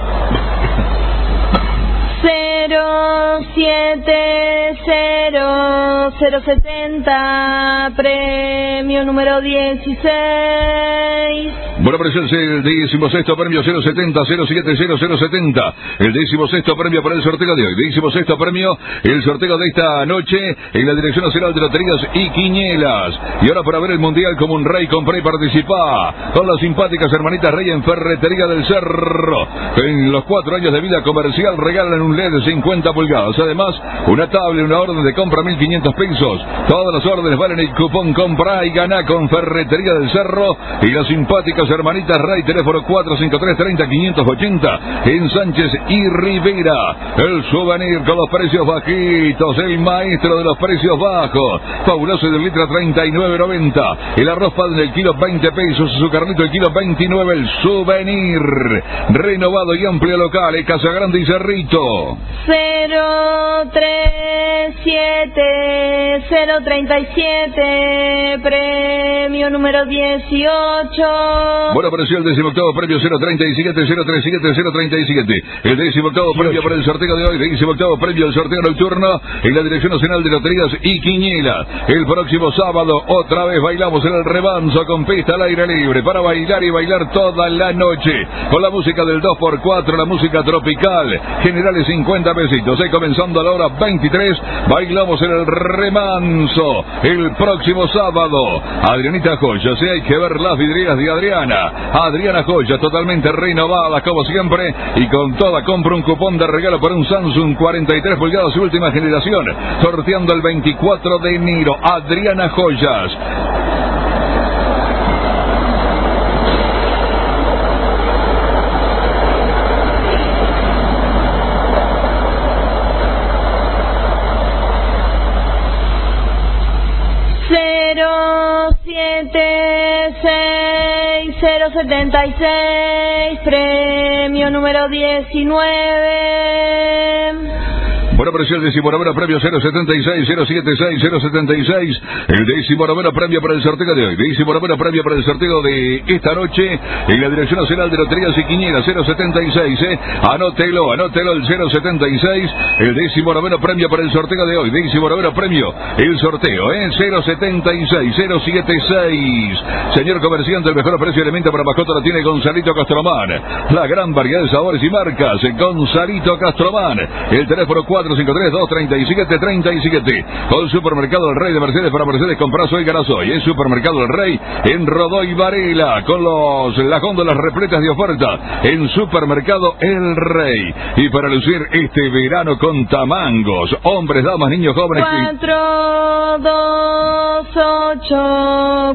070070, premio número 16. Bueno, presencia el 16º premio 070 070070. El 16º premio para el sorteo de hoy. 16º premio, el sorteo de esta noche en la Dirección Nacional de Loterías y Quinielas. Y ahora para ver el Mundial como un rey, compré y participá con las simpáticas hermanitas Rey en Ferretería del Cerro. En los 4 años de vida comercial regalan un LED de 50 pulgadas. Además, una tablet, una orden de compra 1.500 pesos. Todas las órdenes valen el cupón compra y gana con Ferretería del Cerro y las simpáticas hermanitas Ray, teléfono 453-30-580 en Sánchez y Rivera. El souvenir con los precios bajitos, el maestro de los precios bajos. Fabuloso de litro 39.90. El arroz pan del kilo 20 pesos, su carnito el kilo 29. El souvenir renovado y amplio local en Casa Grande y Cerrito. 037, premio número 18. Bueno, apareció el 18º premio 037, 037, 037. El 18º premio para el sorteo de hoy. 18º premio del sorteo nocturno en la Dirección Nacional de Loterías y Quinielas. El próximo sábado otra vez bailamos en el remanso con pista al aire libre para bailar y bailar toda la noche con la música del 2x4, la música tropical. Generales 50 pesitos. Comenzando a la hora 23, bailamos en el remanso el próximo sábado. Adrianita Joyas, hay que ver las vidrieras de Adriana Joyas, totalmente renovadas como siempre y con toda compra un cupón de regalo para un Samsung 43 pulgadas última generación, sorteando el 24 de enero. Adriana Joyas. ...076, 076, premio número 19. Bueno, apareció el 19º premio 076, 076, 076. El 19º premio para el sorteo de hoy. 19º premio para el sorteo de esta noche en la Dirección Nacional de Loterías y Quinielas 076. Anótelo el 076. El 19º premio para el sorteo de hoy. 19º premio, el sorteo, 076, 076. Señor comerciante, el mejor precio de alimento para mascota lo tiene Gonzalito Castromán. La gran variedad de sabores y marcas. Gonzalito Castromán. El teléfono 453-237-37. Con Supermercado El Rey de Mercedes, para Mercedes compras hoy, ganas hoy. Es Supermercado El Rey en Rodó y Varela, con las góndolas repletas de oferta en Supermercado El Rey. Y para lucir este verano con tamangos, hombres, damas, niños, jóvenes. 428,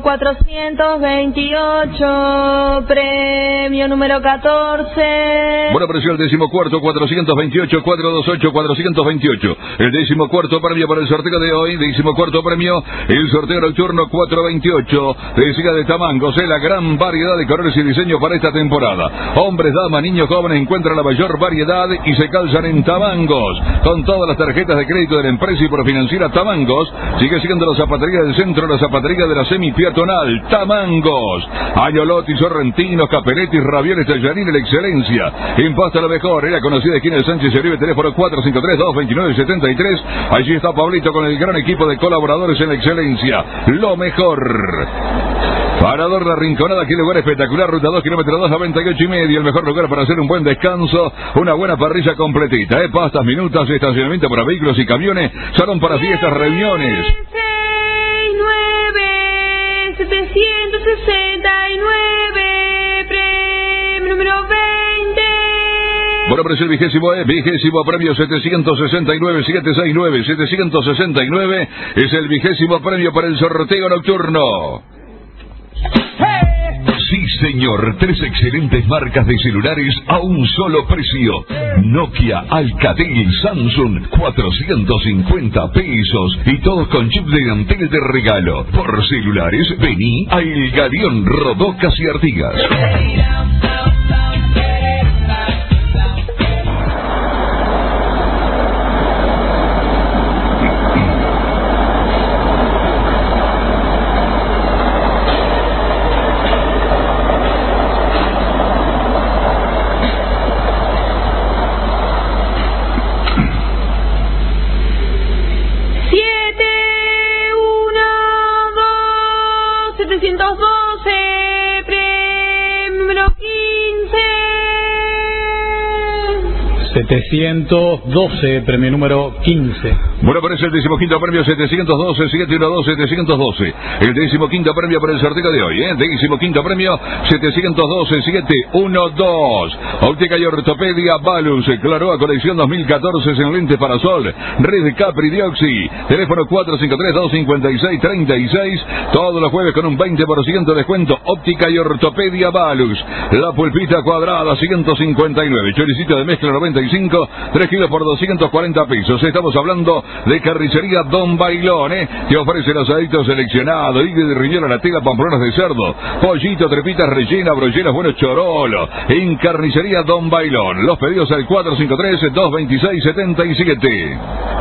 428, premio número 14. Bueno, precio el 14º, 428, 428, 428. El 14º premio para el sorteo de hoy. 14º premio, el sorteo nocturno 428. Decía de tamangos, la gran variedad de colores y diseños para esta temporada. Hombres, damas, niños, jóvenes encuentran la mayor variedad y se calzan en tamangos. Con todas las tarjetas de crédito de la empresa y por financiera Tamangos, sigue siendo la zapatería del centro, la zapatería de la semi-peatonal. Tamangos. Añolotti, sorrentinos, caperetis, ravioles, tallarines, la excelencia. En pasta lo mejor. Era conocida aquí en el Sánchez y Oribe, teléfono 453-229-73. Allí está Pablito con el gran equipo de colaboradores en la excelencia. Lo mejor. Parador La Rinconada, qué lugar espectacular, ruta 2, kilómetro 2, 98,5, el mejor lugar para hacer un buen descanso, una buena parrilla completita, pastas, minutas, estacionamiento para vehículos y camiones, salón para fiestas, reuniones. 769, premio número 20. Bueno, pero es el vigésimo premio 769, es el vigésimo premio para el sorteo nocturno. Sí, señor, 3 excelentes marcas de celulares a un solo precio. Nokia, Alcatel y Samsung, 450 pesos. Y todos con chip de Antel de regalo. Por celulares, vení a El Galeón, Rodocas y Artigas. Premio número 15. 712, premio número 15. Bueno, aparece el 15º premio 712, 712. El 15º premio para el sorteo de hoy, 15º premio 712, 712. Óptica y Ortopedia Balus, Claroa colección 2014 en lentes para sol. Red Capri Dioxi, teléfono 453-256-36. Todos los jueves con un 20% de descuento. Óptica y Ortopedia Balus. La pulpita cuadrada 159. Choricito de mezcla 95, 3 kilos por 240 pesos. Estamos hablando de Carnicería Don Bailón, que ofrece los adictos seleccionados, hígado de riñón a la tela, pamplonas de cerdo, pollito, trepitas rellenas, brolleras, buenos chorolo. En Carnicería Don Bailón. Los pedidos al 453-226-77.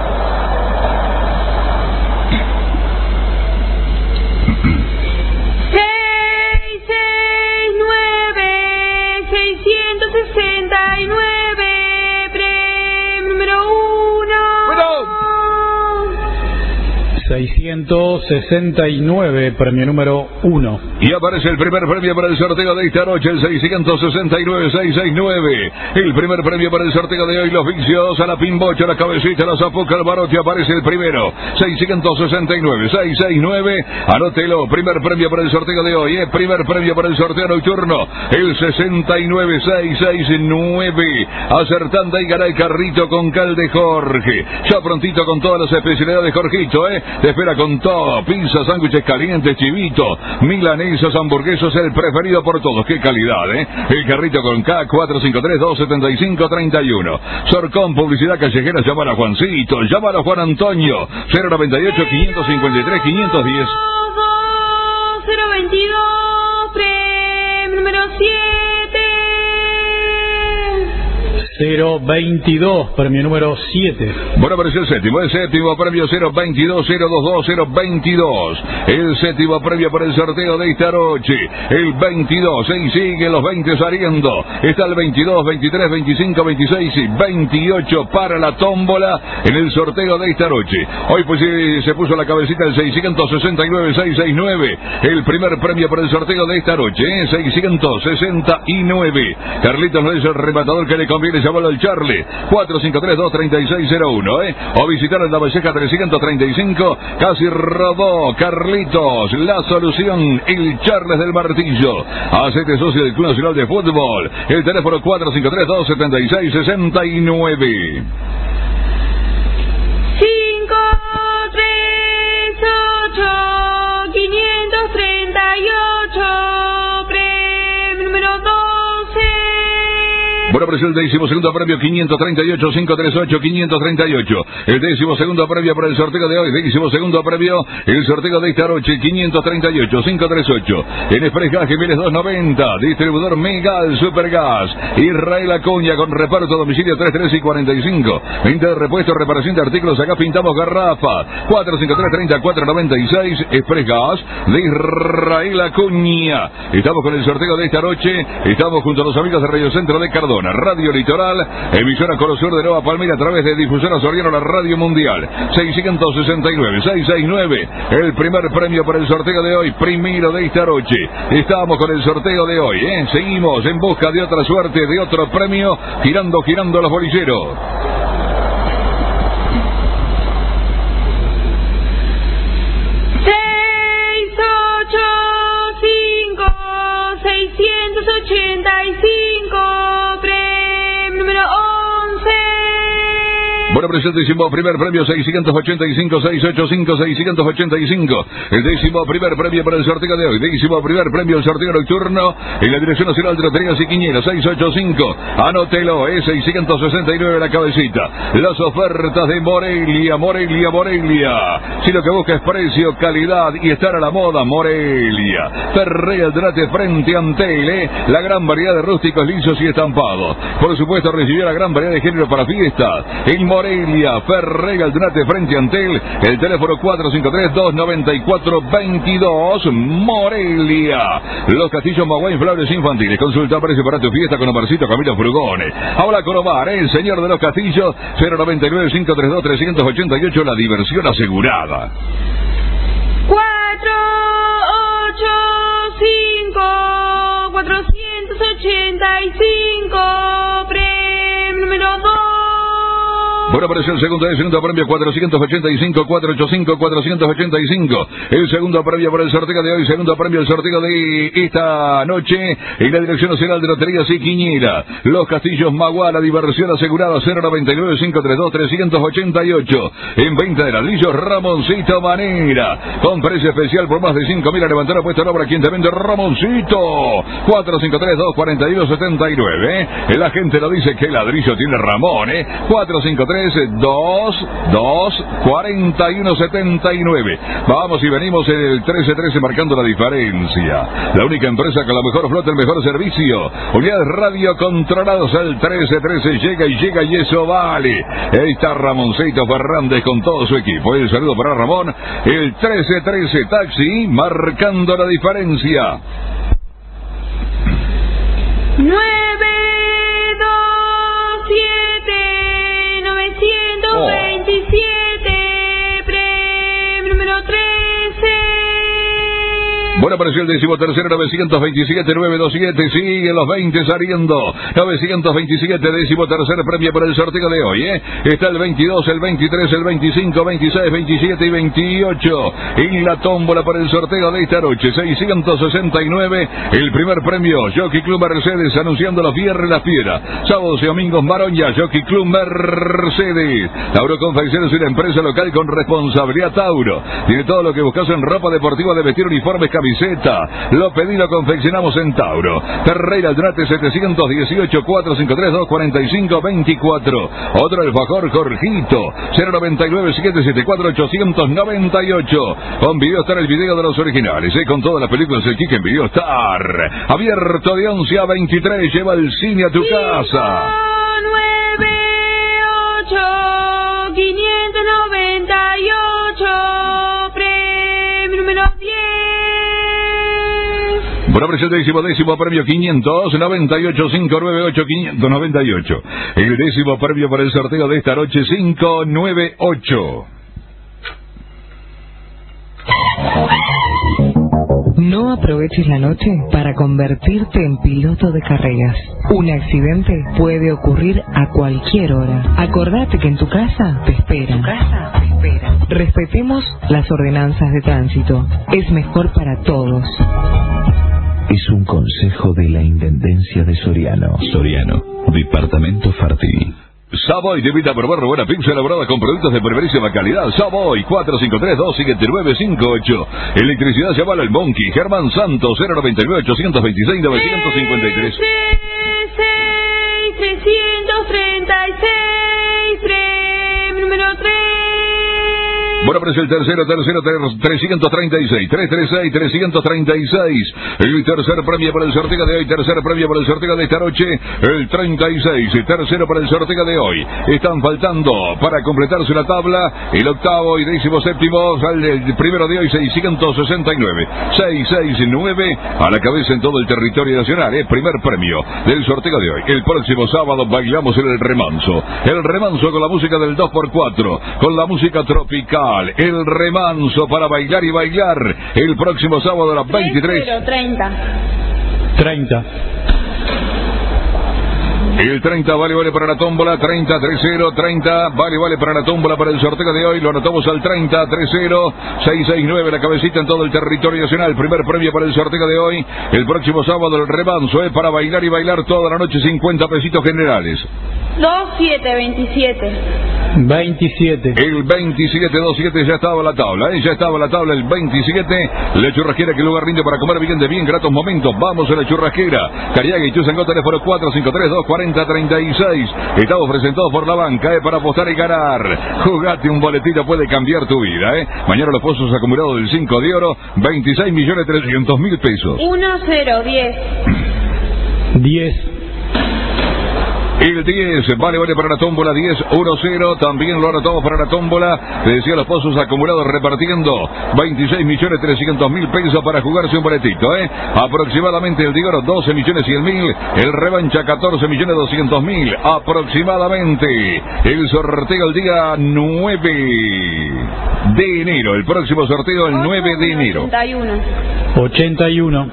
Premio número 669, premio número 1. Y aparece el primer premio para el sorteo de esta noche, el 669. El primer premio para el sorteo de hoy, los vicios a la pimbocha, la cabecita, la zapuca, el barote. Aparece el primero, 669. Anótelo, primer premio para el sorteo de hoy, primer premio para el sorteo nocturno, el 69669. Acertando y gana el carrito con cal de Jorge. Ya prontito con todas las especialidades, Jorgito, Te espera con todo, pizza, sándwiches calientes, chivito, milanesas, hamburguesas, el preferido por todos. ¡Qué calidad, El carrito con K, 453-275-31. Sorcón, publicidad callejera, llamar a Juancito, llamar a Juan Antonio, 098-553-510. 022, premio número 7. 022, premio número 7. Bueno, apareció el séptimo premio 022, 022. El séptimo premio para el sorteo de esta noche, el 22. Y siguen los 20 saliendo. Está el 22, 23, 25, 26 y 28 para la tómbola en el sorteo de esta noche. Hoy pues se puso la cabecita el 669. El primer premio para el sorteo de esta noche, 669. Carlitos no es el rematador que le conviene. Llámalo al Charlie, 453-23601, o visitar en La Valleja 335, casi rodó Carlitos, la solución, el Charles del Martillo. Hacete socio del Club Nacional de Fútbol, el teléfono 453-276-69. 538, 538, premio número 12. Bueno, apareció el 12º premio 538, 538. El 12º premio para el sorteo de hoy, 12º premio, el sorteo de esta noche, 538, 538. En Express Gas Jiménez 290, distribuidor Megal Supergas. Israel Acuña con reparto a domicilio 33 y 45. Venta de repuesto, reparación de artículos, acá pintamos garrafa. 453-3496, Express Gas de Israel Acuña. Estamos con el sorteo de esta noche, estamos junto a los amigos de Radio Centro de Cardona. zona. Radio Litoral, emisora Colo Sur de Nueva Palmira a través de Difusora Soriano, la Radio Mundial. 669. El primer premio para el sorteo de hoy, primero de esta noche. Estamos con el sorteo de hoy, ¿eh? Seguimos en busca de otra suerte, de otro premio, girando los bolilleros. 685, premio número 11. Bueno, presentísimo primer premio 685, 685. El 11º premio para el sorteo de hoy. 11º premio del sorteo nocturno en la Dirección Nacional de Loterías y Quinielas 685. Anótelo, 669 la cabecita. Las ofertas de Morelia. Si lo que busca es precio, calidad y estar a la moda, Morelia. Ferrey Aldrate frente a Antel, la gran variedad de rústicos, lisos y estampados. Por supuesto, recibió la gran variedad de género para fiestas. El Morelia, Ferrey Aldrate frente a Antel, el teléfono 453-294-22, Morelia. Los Castillos Maguay, flores infantiles, consulta precio para tu fiesta con Omarcito Camilo Frugone. Habla con Omar, el señor de los Castillos, 099-532-388, la diversión asegurada. 485, premio número 2. Bueno, apareció el segundo premio, 485. El segundo premio por el sorteo de hoy, segundo premio el sorteo de esta noche en la Dirección Nacional de Loterías y Quinielas. Los Castillos Magua, la diversión asegurada, 099-532-388. En venta de ladrillos, Ramoncito Manera, con precio especial por más de 5.000 a levantar apuesta en obra. ¿Quién te vende? Ramoncito. 453-242-79. La gente lo dice que el ladrillo tiene Ramón, 453-241-79. Vamos y venimos en el 1313 marcando la diferencia. La única empresa con la mejor flota, el mejor servicio. Unidades radio controlados al 1313. Llega y eso vale. Ahí está Ramoncito Fernández con todo su equipo. El saludo para Ramón. El 1313 taxi marcando la diferencia. 927, premio número 13. Bueno, apareció el 13º, 927, siguen los 20 saliendo. 927, 13º premio para el sorteo de hoy, Está el 22, el 23, el 25, 26, 27 y 28. Y la tómbola para el sorteo de esta noche, 669, el primer premio, Jockey Club Mercedes, anunciando los viernes las piedras. Sábados y domingos, Maroña, Jockey Club Mercedes. Tauro Confecciones es una empresa local con responsabilidad Tauro. Tiene todo lo que buscas en ropa deportiva de vestir, uniformes, camiseta. Lo pedí, lo confeccionamos en Tauro. Ferreira Aldrate 718 453 245 24. Otro alfajor Jorgito 099 774 898. Con Videostar, el video de los originales, con todas las películas del Kike en Videostar. Abierto de 11 a 23. Lleva el cine a tu casa. 598, 598, premio número 10. Bueno, presentísimo décimo premio 598 598 598. El décimo premio para el sorteo de esta noche 598. No aproveches la noche para convertirte en piloto de carreras. Un accidente puede ocurrir a cualquier hora. Acordate que en tu casa te esperan. Respetemos las ordenanzas de tránsito. Es mejor para todos. Es un consejo de la Intendencia de Soriano. Soriano, Departamento Farti. Savoy te invita a probar buena pizza elaborada con productos de primerísima calidad. Savoy 453-27958. Electricidad, llamala al Monkey. Germán Santos 099-826-953. 336, premio número 3. Bueno, pero es el tercero, 336, 336. El tercer premio para el sorteo de hoy, tercer premio para el sorteo de esta noche, el 36, tercero para el sorteo de hoy. Están faltando para completarse la tabla, el octavo y 17º, el primero de hoy, 669. 669 a la cabeza en todo el territorio nacional, primer premio del sorteo de hoy. El próximo sábado bailamos en el remanso con la música del 2x4, con la música tropical, el remanso para bailar y bailar el próximo sábado a las 23. 30. El 30 vale para la tómbola, 30 vale para la tómbola para el sorteo de hoy, lo anotamos al 30 669 la cabecita en todo el territorio nacional, primer premio para el sorteo de hoy, el próximo sábado el remanso, para bailar y bailar toda la noche, 50 pesitos generales. 27. El 27, 27 ya estaba la tabla, ya estaba la tabla, el 27, la churrasquera, que lugar rinde para comer bien de bien, gratos momentos, vamos a la churrasquera, Cariaga y Chusangó, teléfono 453-240-36, estamos presentados por la banca, para apostar y ganar, jugate un boletito, puede cambiar tu vida, mañana los pozos acumulados del 5 de oro, 26.300.000 pesos. 10. El 10, vale para la tómbola, 10-1-0, también lo anotamos para la tómbola, le decía los pozos acumulados repartiendo 26.300.000 pesos para jugarse un boletito, aproximadamente el de oro 12.100.000, el revancha 14.200.000, aproximadamente, el sorteo el día 9 de enero, el próximo sorteo el 9 de enero. 81.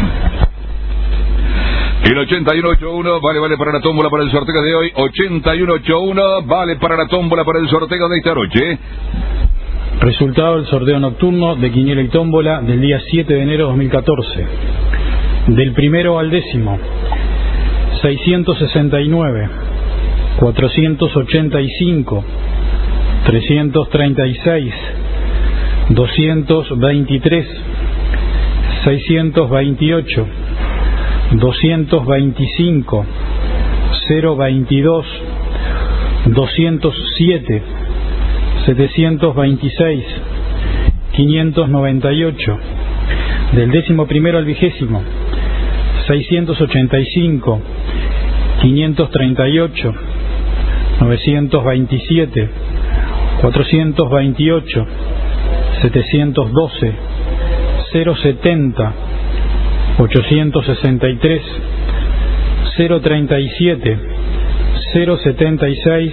El 8181 vale para la tómbola para el sorteo de hoy. 8181 vale para la tómbola para el sorteo de esta noche. Resultado del sorteo nocturno de quiniela y tómbola del día 7 de enero de 2014. Del primero al décimo, 669, 485, 336, 223, 628, 225, 022, 207, 726, 598, del 11º al 20º, 685, 538, 927, 428, 712, 070, 863, 037, 076,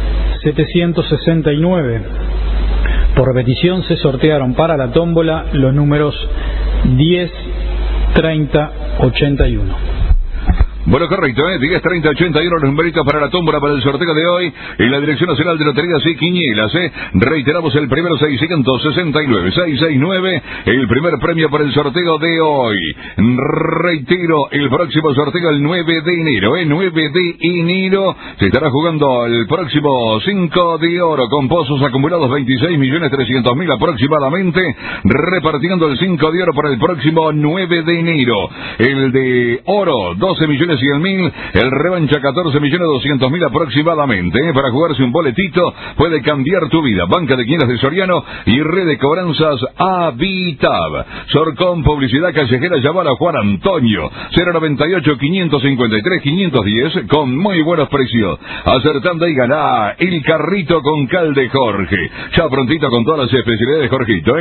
769. Por repetición se sortearon para la tómbola los números 10, 30, 81. Bueno, correcto, 10, 30, 81 los numeritos para la tómbola para el sorteo de hoy en la Dirección Nacional de Loterías y Quinielas, Reiteramos el primero, 669, 669, el primer premio para el sorteo de hoy. Reitero, el próximo sorteo el 9 de enero, 9 de enero, se estará jugando el próximo 5 de oro con pozos acumulados 26.300.000 aproximadamente, repartiendo el 5 de oro para el próximo 9 de enero. El de oro, 12.100.000, el revancha 14.200.000 aproximadamente, para jugarse un boletito, puede cambiar tu vida. Banca de Quinielas de Soriano y Red de Cobranzas Habitab. Sorcom, publicidad callejera, llamar a Juan Antonio, 098 553 510, con muy buenos precios. Acertando y ganá el carrito con Calde Jorge. Ya prontito con todas las especialidades de Jorgito,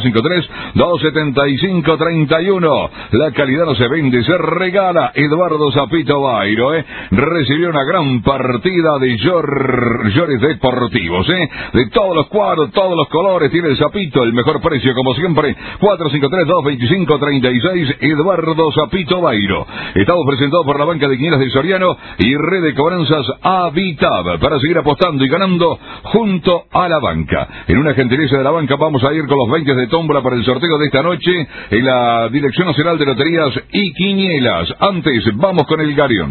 453-275-31. La calidad no se vende, se regala. Eduardo Zapito Bairo, recibió una gran partida de llores deportivos, de todos los cuadros, todos los colores, tiene el Zapito, el mejor precio como siempre, 453-225-36, Eduardo Zapito Bairo. Estamos presentados por la Banca de Quinielas de Soriano y Red de Cobranzas Habitab, para seguir apostando y ganando junto a la banca. En una gentileza de la banca vamos a ir con los 20 de tómbola para el sorteo de esta noche en la Dirección Nacional de Loterías y Quinielas. Antes, vamos con el Garión.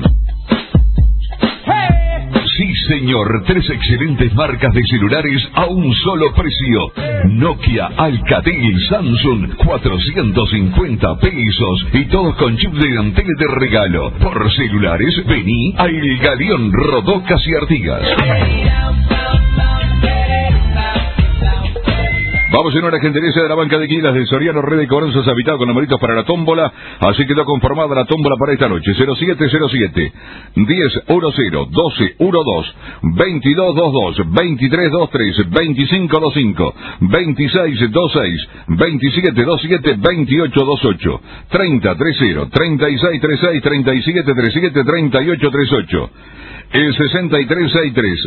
Sí, señor. 3 excelentes marcas de celulares a un solo precio. Nokia, Alcatel, Samsung, 450 pesos. Y todos con chip de Antel de regalo. Por celulares, vení a El Galeón, Rodocas y Artigas. Vamos en una gentileza de la banca de Quilas de Soriano, Red de Cobranzas Habitado con numeritos para la tómbola. Así quedó conformada la tómbola para esta noche. 0707 1010 1212 2222 2323 2525 2626 2727 2828 3030 3636 3737 3838. El 6363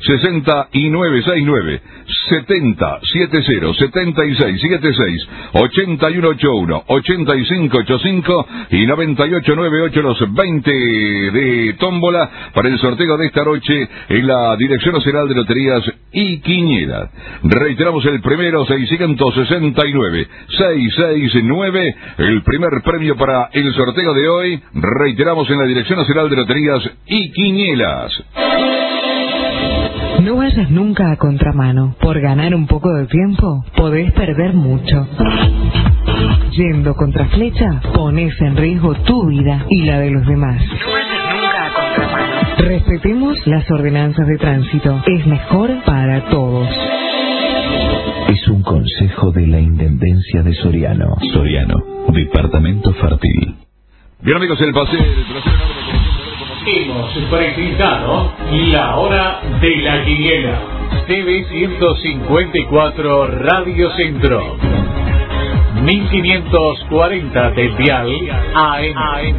6969 7070 7676 8181 8585 y 9898, los 20 de tómbola para el sorteo de esta noche en la Dirección Nacional de Loterías y Quinielas. Reiteramos el primero, 669 669, el primer premio para el sorteo de hoy. Reiteramos en la Dirección Nacional de Loterías y Quinielas. No vayas nunca a contramano. Por ganar un poco de tiempo, podés perder mucho. Yendo contra flecha, pones en riesgo tu vida y la de los demás. No vayas nunca a contramano. Respetemos las ordenanzas de tránsito. Es mejor para todos. Es un consejo de la Intendencia de Soriano. Soriano, departamento fértil. Bien, amigos, el placer Hemos presentado la hora de la quiniela. TV 154 Radio Centro. 1540 de dial AM.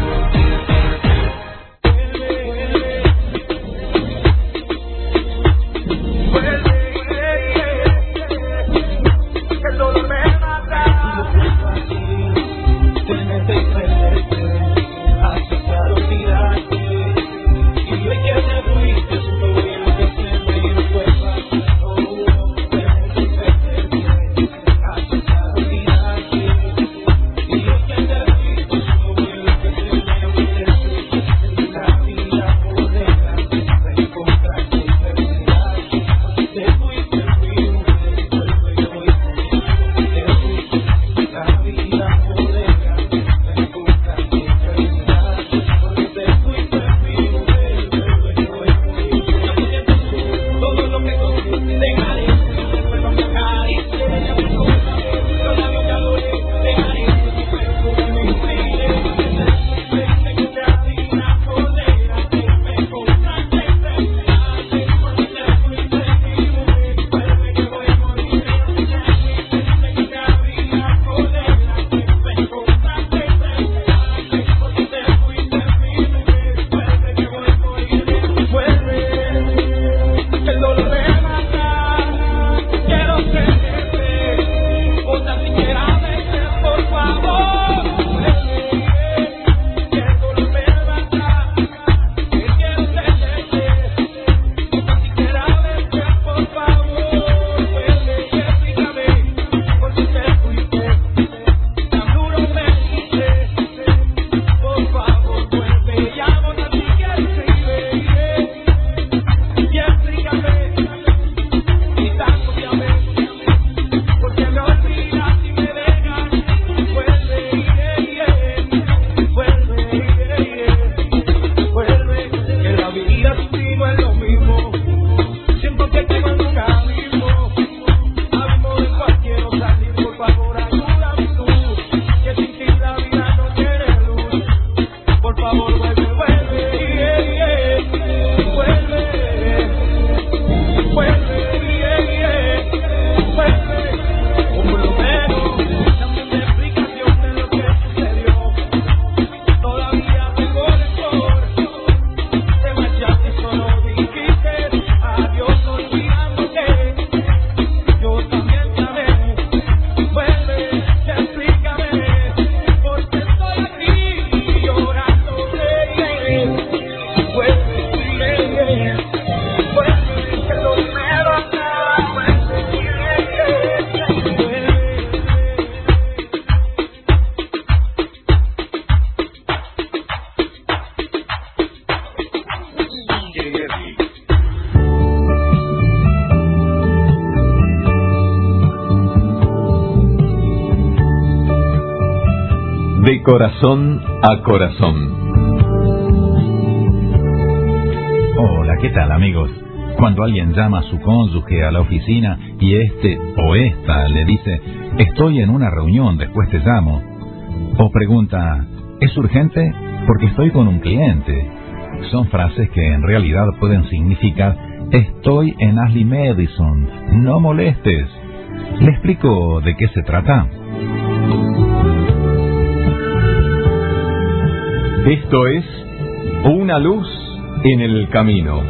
De corazón a corazón. Hola, ¿qué tal, amigos? Cuando alguien llama a su cónyuge a la oficina y este o esta le dice, estoy en una reunión, después te llamo. O pregunta, ¿es urgente? Porque estoy con un cliente. Son frases que en realidad pueden significar, estoy en Ashley Madison, no molestes. ¿Le explico de qué se trata? Esto es Una luz en el camino.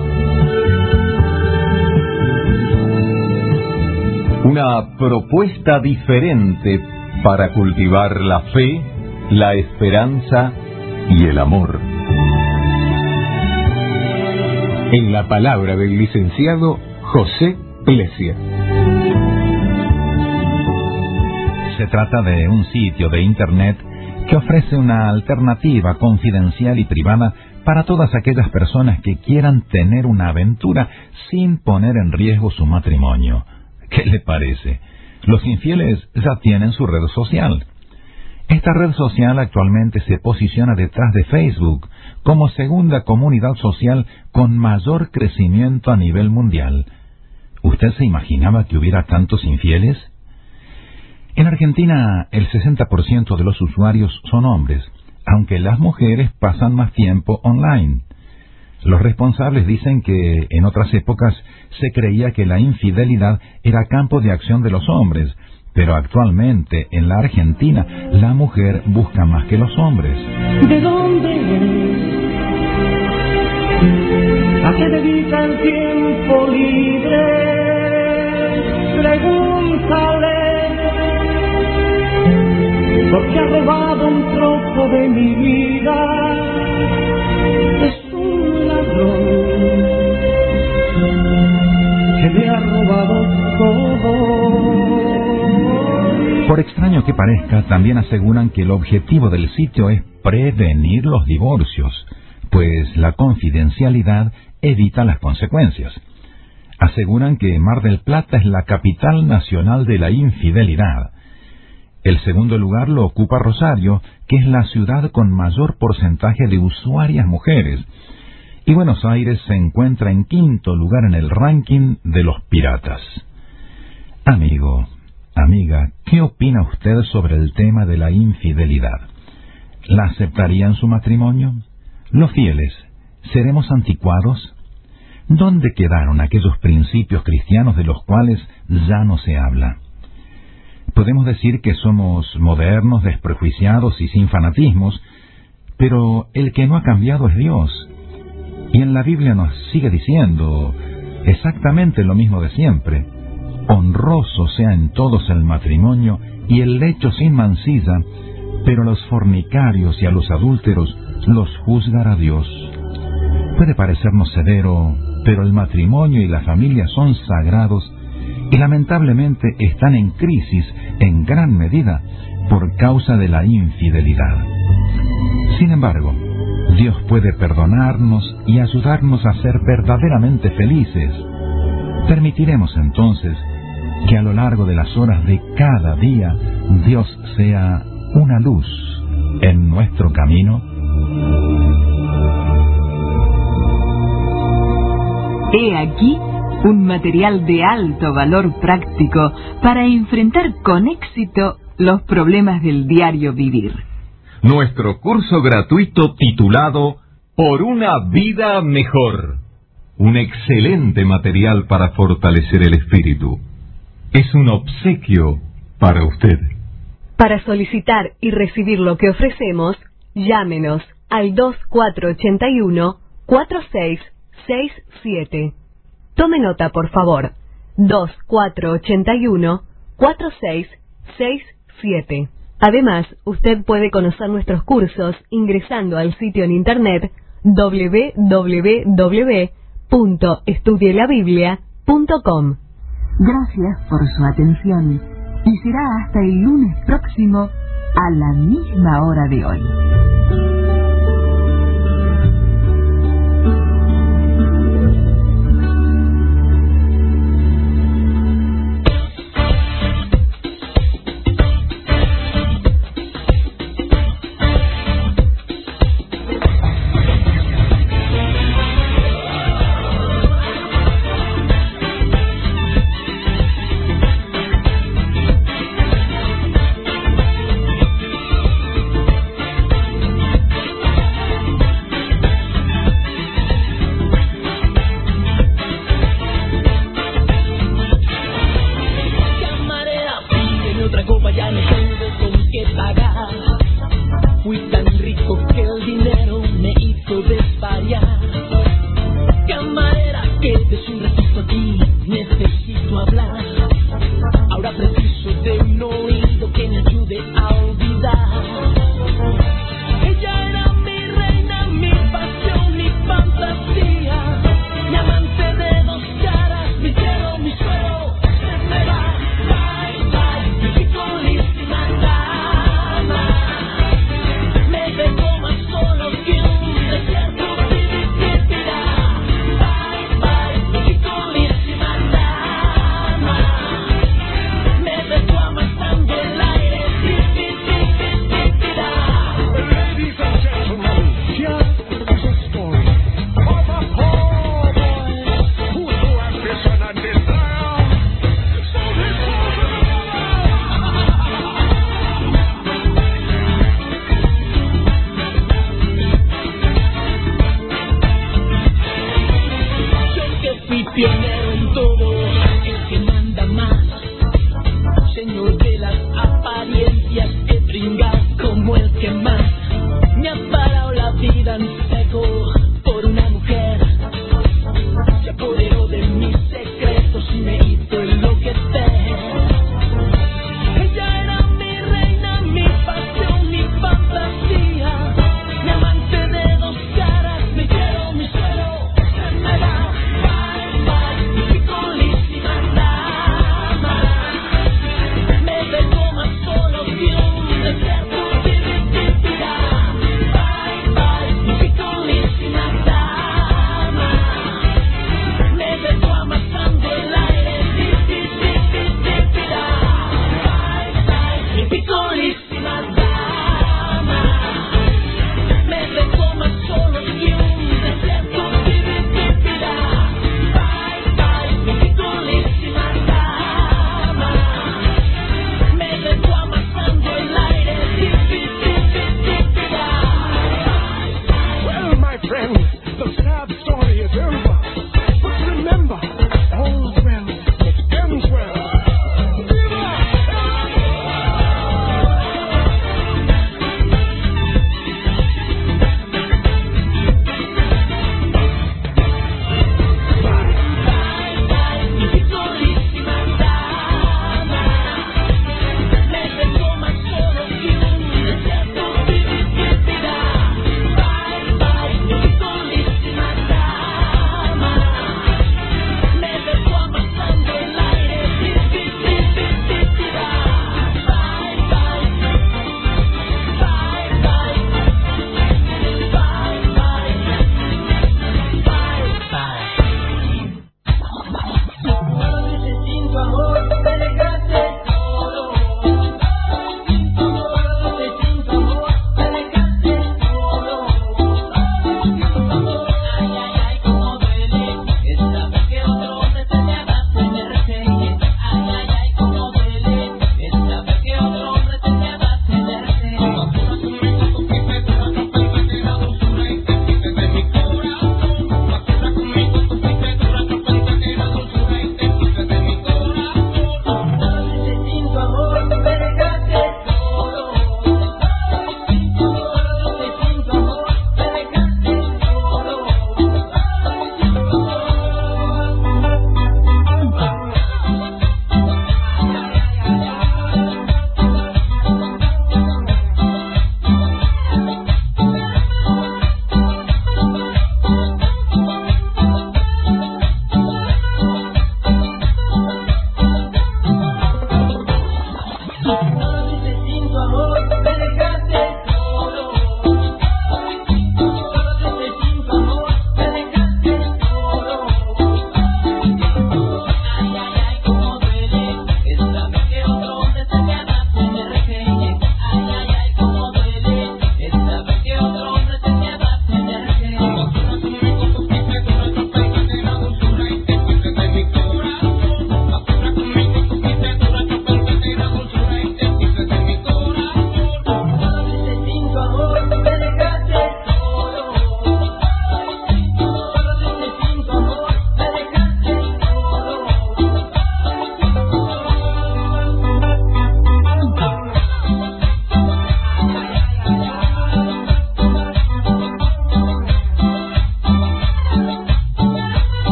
Una propuesta diferente para cultivar la fe, la esperanza y el amor. En la palabra del licenciado José Plesia. Se trata de un sitio de internet que ofrece una alternativa confidencial y privada para todas aquellas personas que quieran tener una aventura sin poner en riesgo su matrimonio. ¿Qué le parece? Los infieles ya tienen su red social. Esta red social actualmente se posiciona detrás de Facebook como segunda comunidad social con mayor crecimiento a nivel mundial. ¿Usted se imaginaba que hubiera tantos infieles? En Argentina, el 60% de los usuarios son hombres, aunque las mujeres pasan más tiempo online. Los responsables dicen que en otras épocas se creía que la infidelidad era campo de acción de los hombres, pero actualmente en la Argentina la mujer busca más que los hombres. ¿De dónde eres? ¿A qué dedica el tiempo libre? Pregúntale, porque ha robado un trozo de mi vida. Es un ladrón que me ha robado todo. Por extraño que parezca, también aseguran que el objetivo del sitio es prevenir los divorcios, pues la confidencialidad evita las consecuencias. Aseguran que Mar del Plata es la capital nacional de la infidelidad. El segundo lugar lo ocupa Rosario, que es la ciudad con mayor porcentaje de usuarias mujeres. Y Buenos Aires se encuentra en quinto lugar en el ranking de los piratas. Amigo, amiga, ¿qué opina usted sobre el tema de la infidelidad? ¿La aceptaría en su matrimonio? ¿Los fieles, seremos anticuados? ¿Dónde quedaron aquellos principios cristianos de los cuales ya no se habla? Podemos decir que somos modernos, desprejuiciados y sin fanatismos, pero el que no ha cambiado es Dios. Y en la Biblia nos sigue diciendo exactamente lo mismo de siempre. Honroso sea en todos el matrimonio y el lecho sin mancilla, pero a los fornicarios y a los adúlteros los juzgará Dios. Puede parecernos severo, pero el matrimonio y la familia son sagrados y lamentablemente están en crisis en gran medida por causa de la infidelidad. Sin embargo, Dios puede perdonarnos y ayudarnos a ser verdaderamente felices. Permitiremos entonces que a lo largo de las horas de cada día Dios sea una luz en nuestro camino. He aquí un material de alto valor práctico para enfrentar con éxito los problemas del diario vivir. Nuestro curso gratuito titulado Por una vida mejor. Un excelente material para fortalecer el espíritu. Es un obsequio para usted. Para solicitar y recibir lo que ofrecemos, llámenos al 2481-4667. Tome nota, por favor. 2481-4667. Además, usted puede conocer nuestros cursos ingresando al sitio en internet www.estudielabiblia.com. Gracias por su atención y será hasta el lunes próximo a la misma hora de hoy.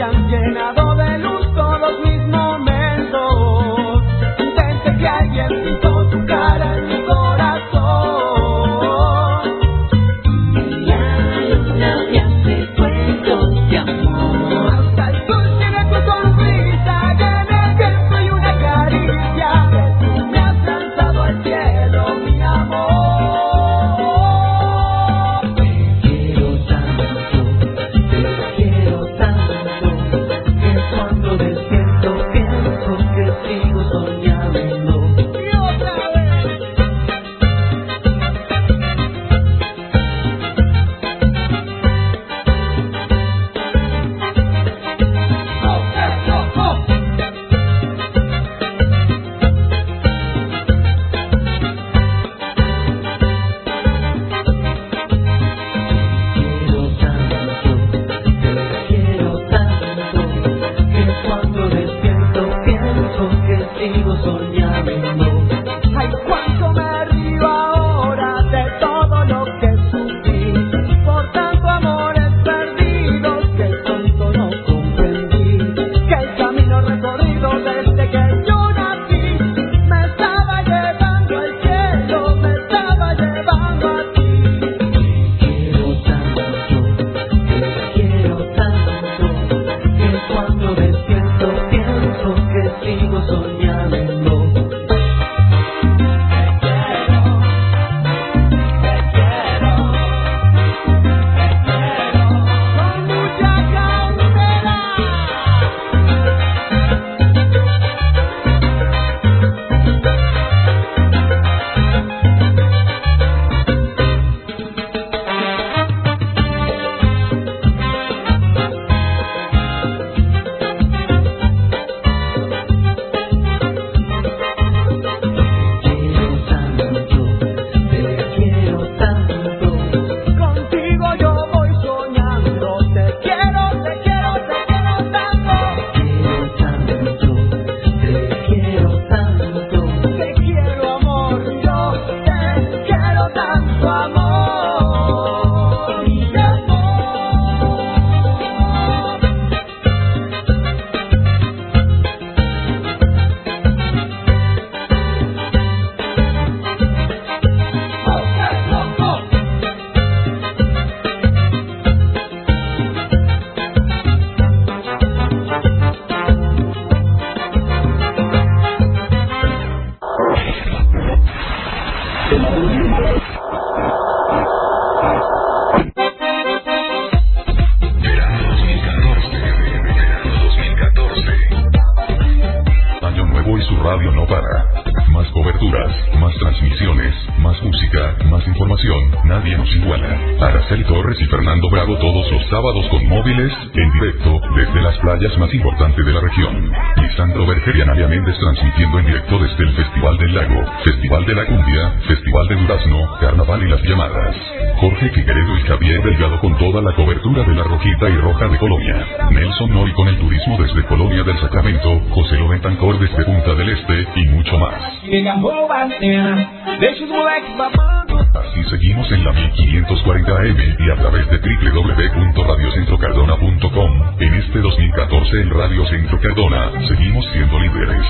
han llenado de luz todos mis momentos. Desde que alguien pintó tu cara en mi corazón. La luna me hace cuentos de amor. Hasta el sol tiene tu sonrisa, que en el viento y una caricia, que tú me has lanzado al cielo, mi amor. Sábados con móviles en directo desde las playas más importantes de la región. Lisandro Berger y Analia Méndez transmitiendo en directo desde el Festival del Lago, Festival de la Cumbia, Festival de Durazno, Carnaval y las llamadas. Jorge Figueredo y Javier Delgado con toda la cobertura de la Rojita y Roja de Colonia. Nelson Noy con el turismo desde Colonia del Sacramento, José Loventancor desde Punta del Este y mucho más. Así seguimos en la 1540 AM y a través de www.radiocentrocardona.com. En este 2014 en Radio Centro Cardona seguimos siendo líderes.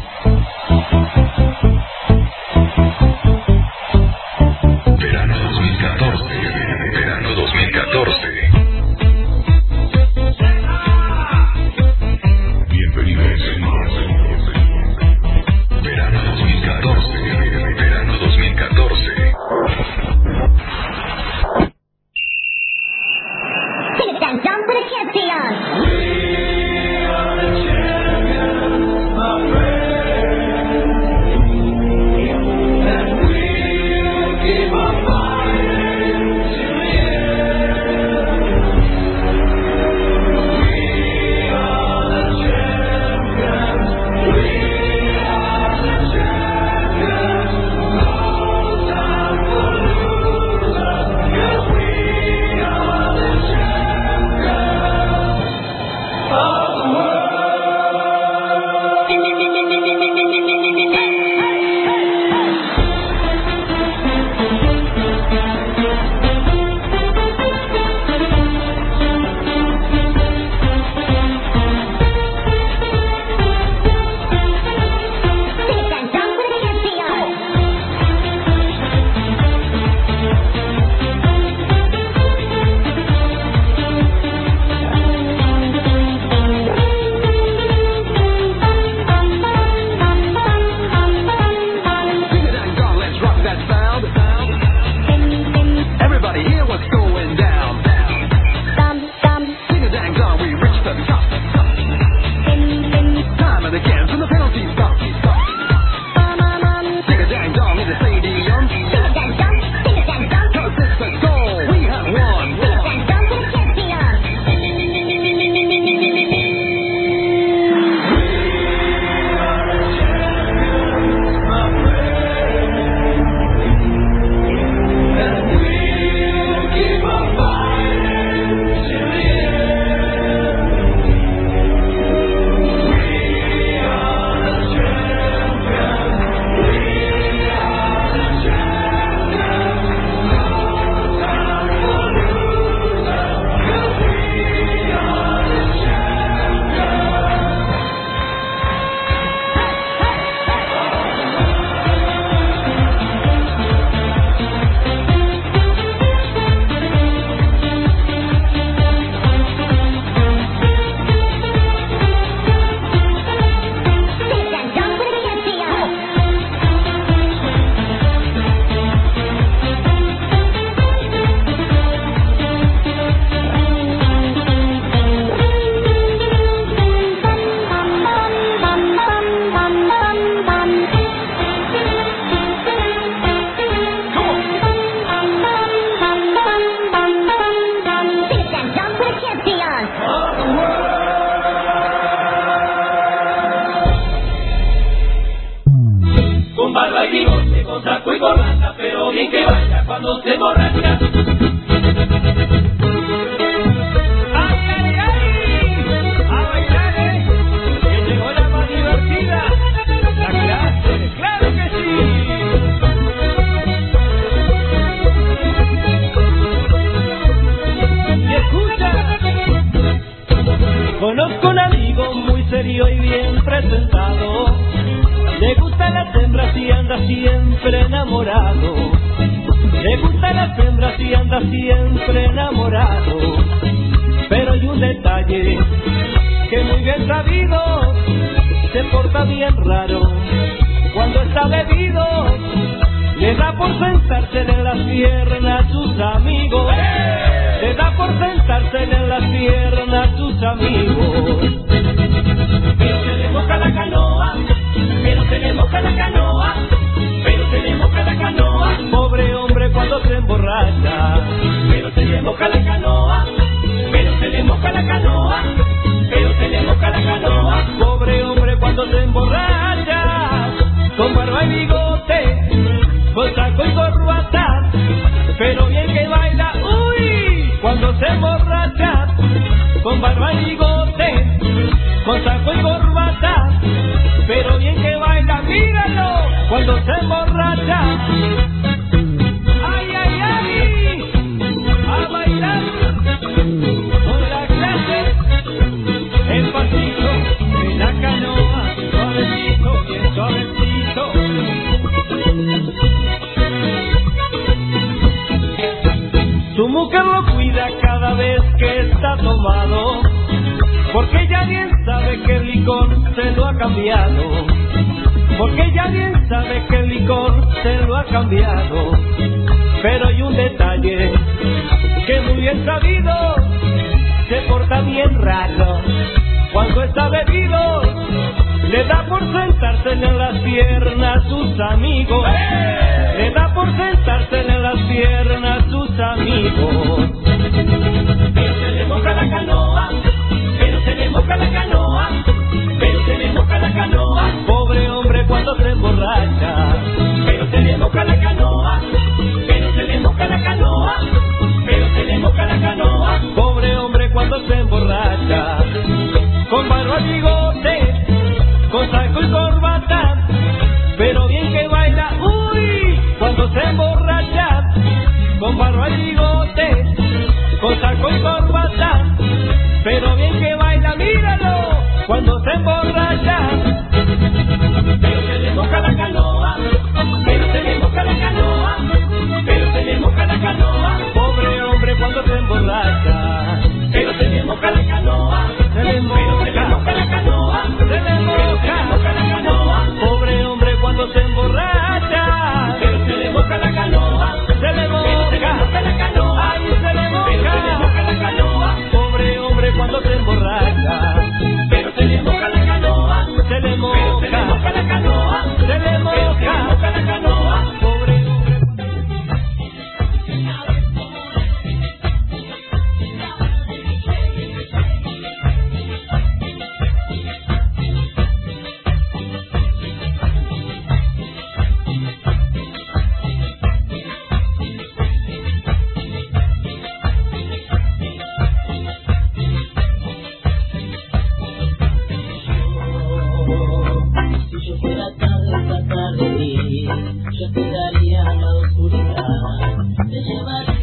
Verano 2014. Verano 2014. Bienvenidos. Verano 2014. Verano 2014. Take that jump with a champion. We are the champions, my friend. And we'll keep on fighting till the end. We are the champions. We are the champions. No time for losers, 'cause we are the champions of the world. Time and again, from the penalty spot. Take a dang dong in the stadium. Cause it's a goal, we have won. Conozco un amigo muy serio y bien presentado. Le gustan las hembras y anda siempre enamorado. Le gustan las hembras y anda siempre enamorado. Pero hay un detalle que muy bien sabido, se porta bien raro. Cuando está bebido, le da por sentarse en las piernas sus amigos. Le da por sentarse en las piernas sus amigos. Pero se le moja la canoa, pero se le moja la canoa, pero se le moja la canoa. Pobre hombre cuando se emborracha, pero se le moja la canoa, pero se le moja la canoa, pero se le moja la canoa. Pobre hombre cuando se emborracha, con barba y bigote, con saco y corbata, pero bien que baila, uy, cuando se emborracha, con barba y bigote, con saco y corbata, pero bien que baila, míralo, cuando se emborracha. Ay, ay, ay, a bailar con la clase, el pasito en la canoa, suavecito, bien suavecito. Su mujer lo cuida cada vez que está tomado, porque ella bien sabe que el licor se lo ha cambiado, porque ella bien sabe que el licor se lo ha cambiado. Pero hay un detalle que muy bien sabido, se porta bien raro. Cuando está bebido, le da por sentarse en las piernas sus amigos. Le da por sentarse en las piernas sus amigos. Pero se le moja la canoa, pero se le moja la canoa, pero se le moja la canoa. Pobre hombre cuando se emborracha, pero se le moja la canoa, pero se le moja la canoa, pero se le moja la canoa. Pobre hombre cuando se emborracha, con barba y bigote, con saco y corbata, pero bien que baila, uy, cuando se emborracha, con barba y bigote, con saco y corbata, pero bien que baila, míralo, cuando se emborracha. Pero se le moja la canoa, pero se le moja la canoa, pero se le moja la canoa. Pobre hombre cuando se emborracha, pero se le moja la canoa, se le moja la canoa, se le moja la canoa. Pobre hombre cuando se emborracha, pero se le moja la canoa, se le moja la canoa, ay, se le moja la canoa. Pobre hombre cuando se emborracha. yo te daría la oscuridad, te llevaría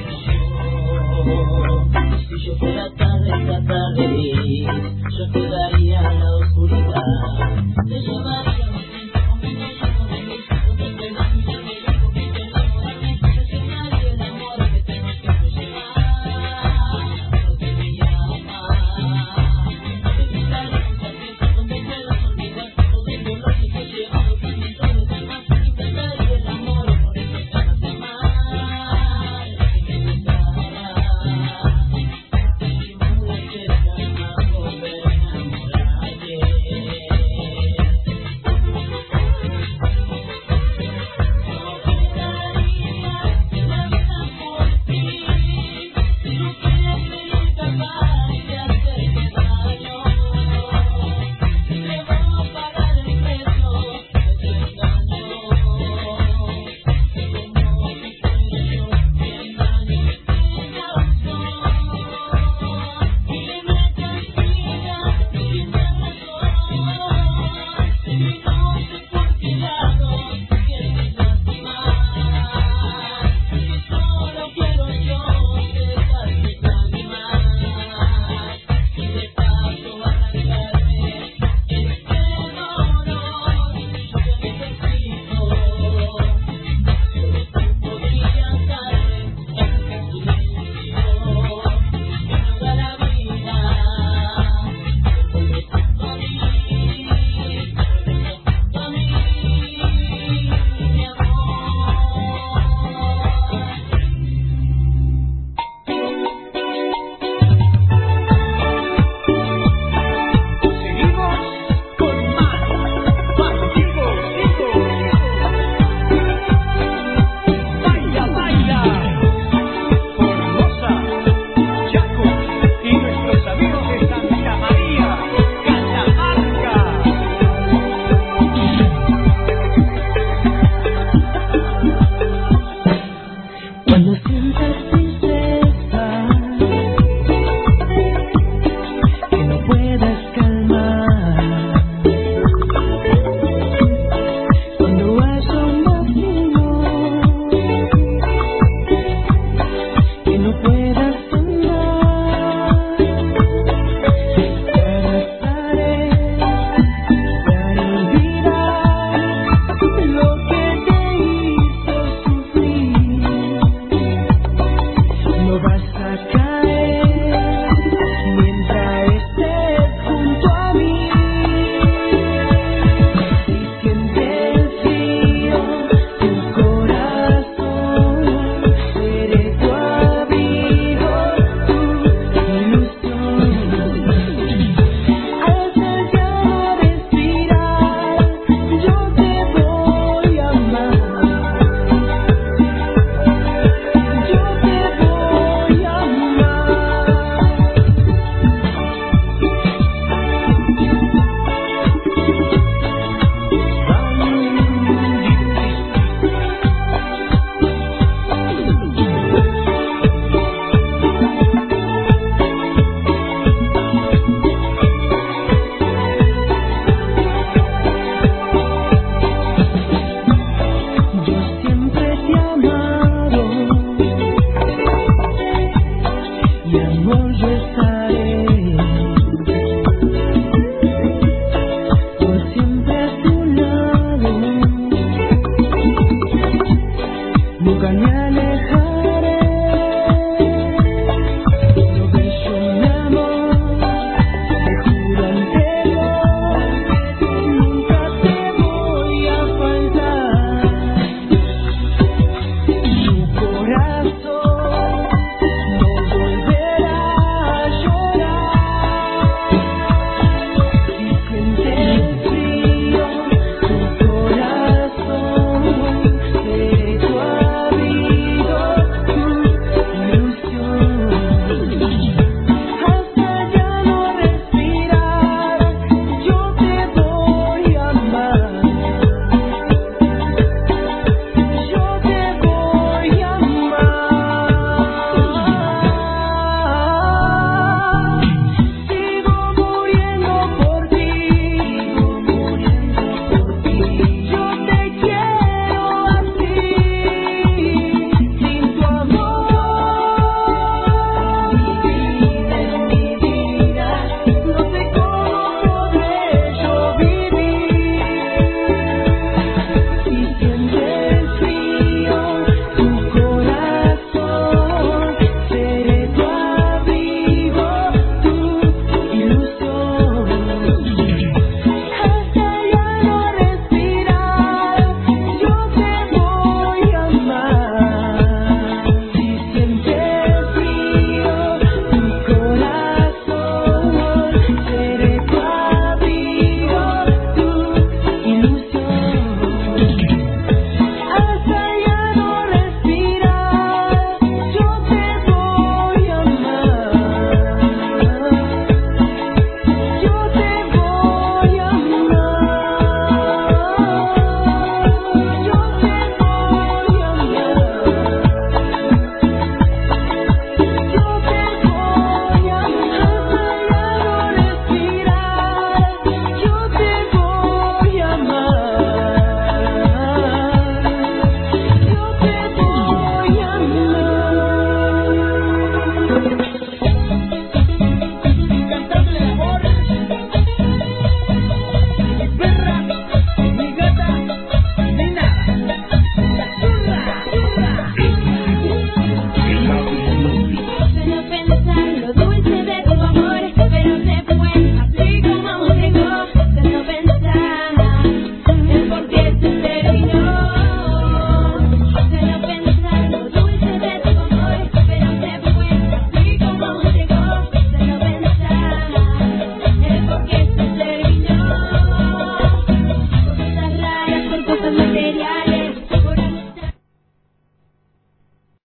yo te daría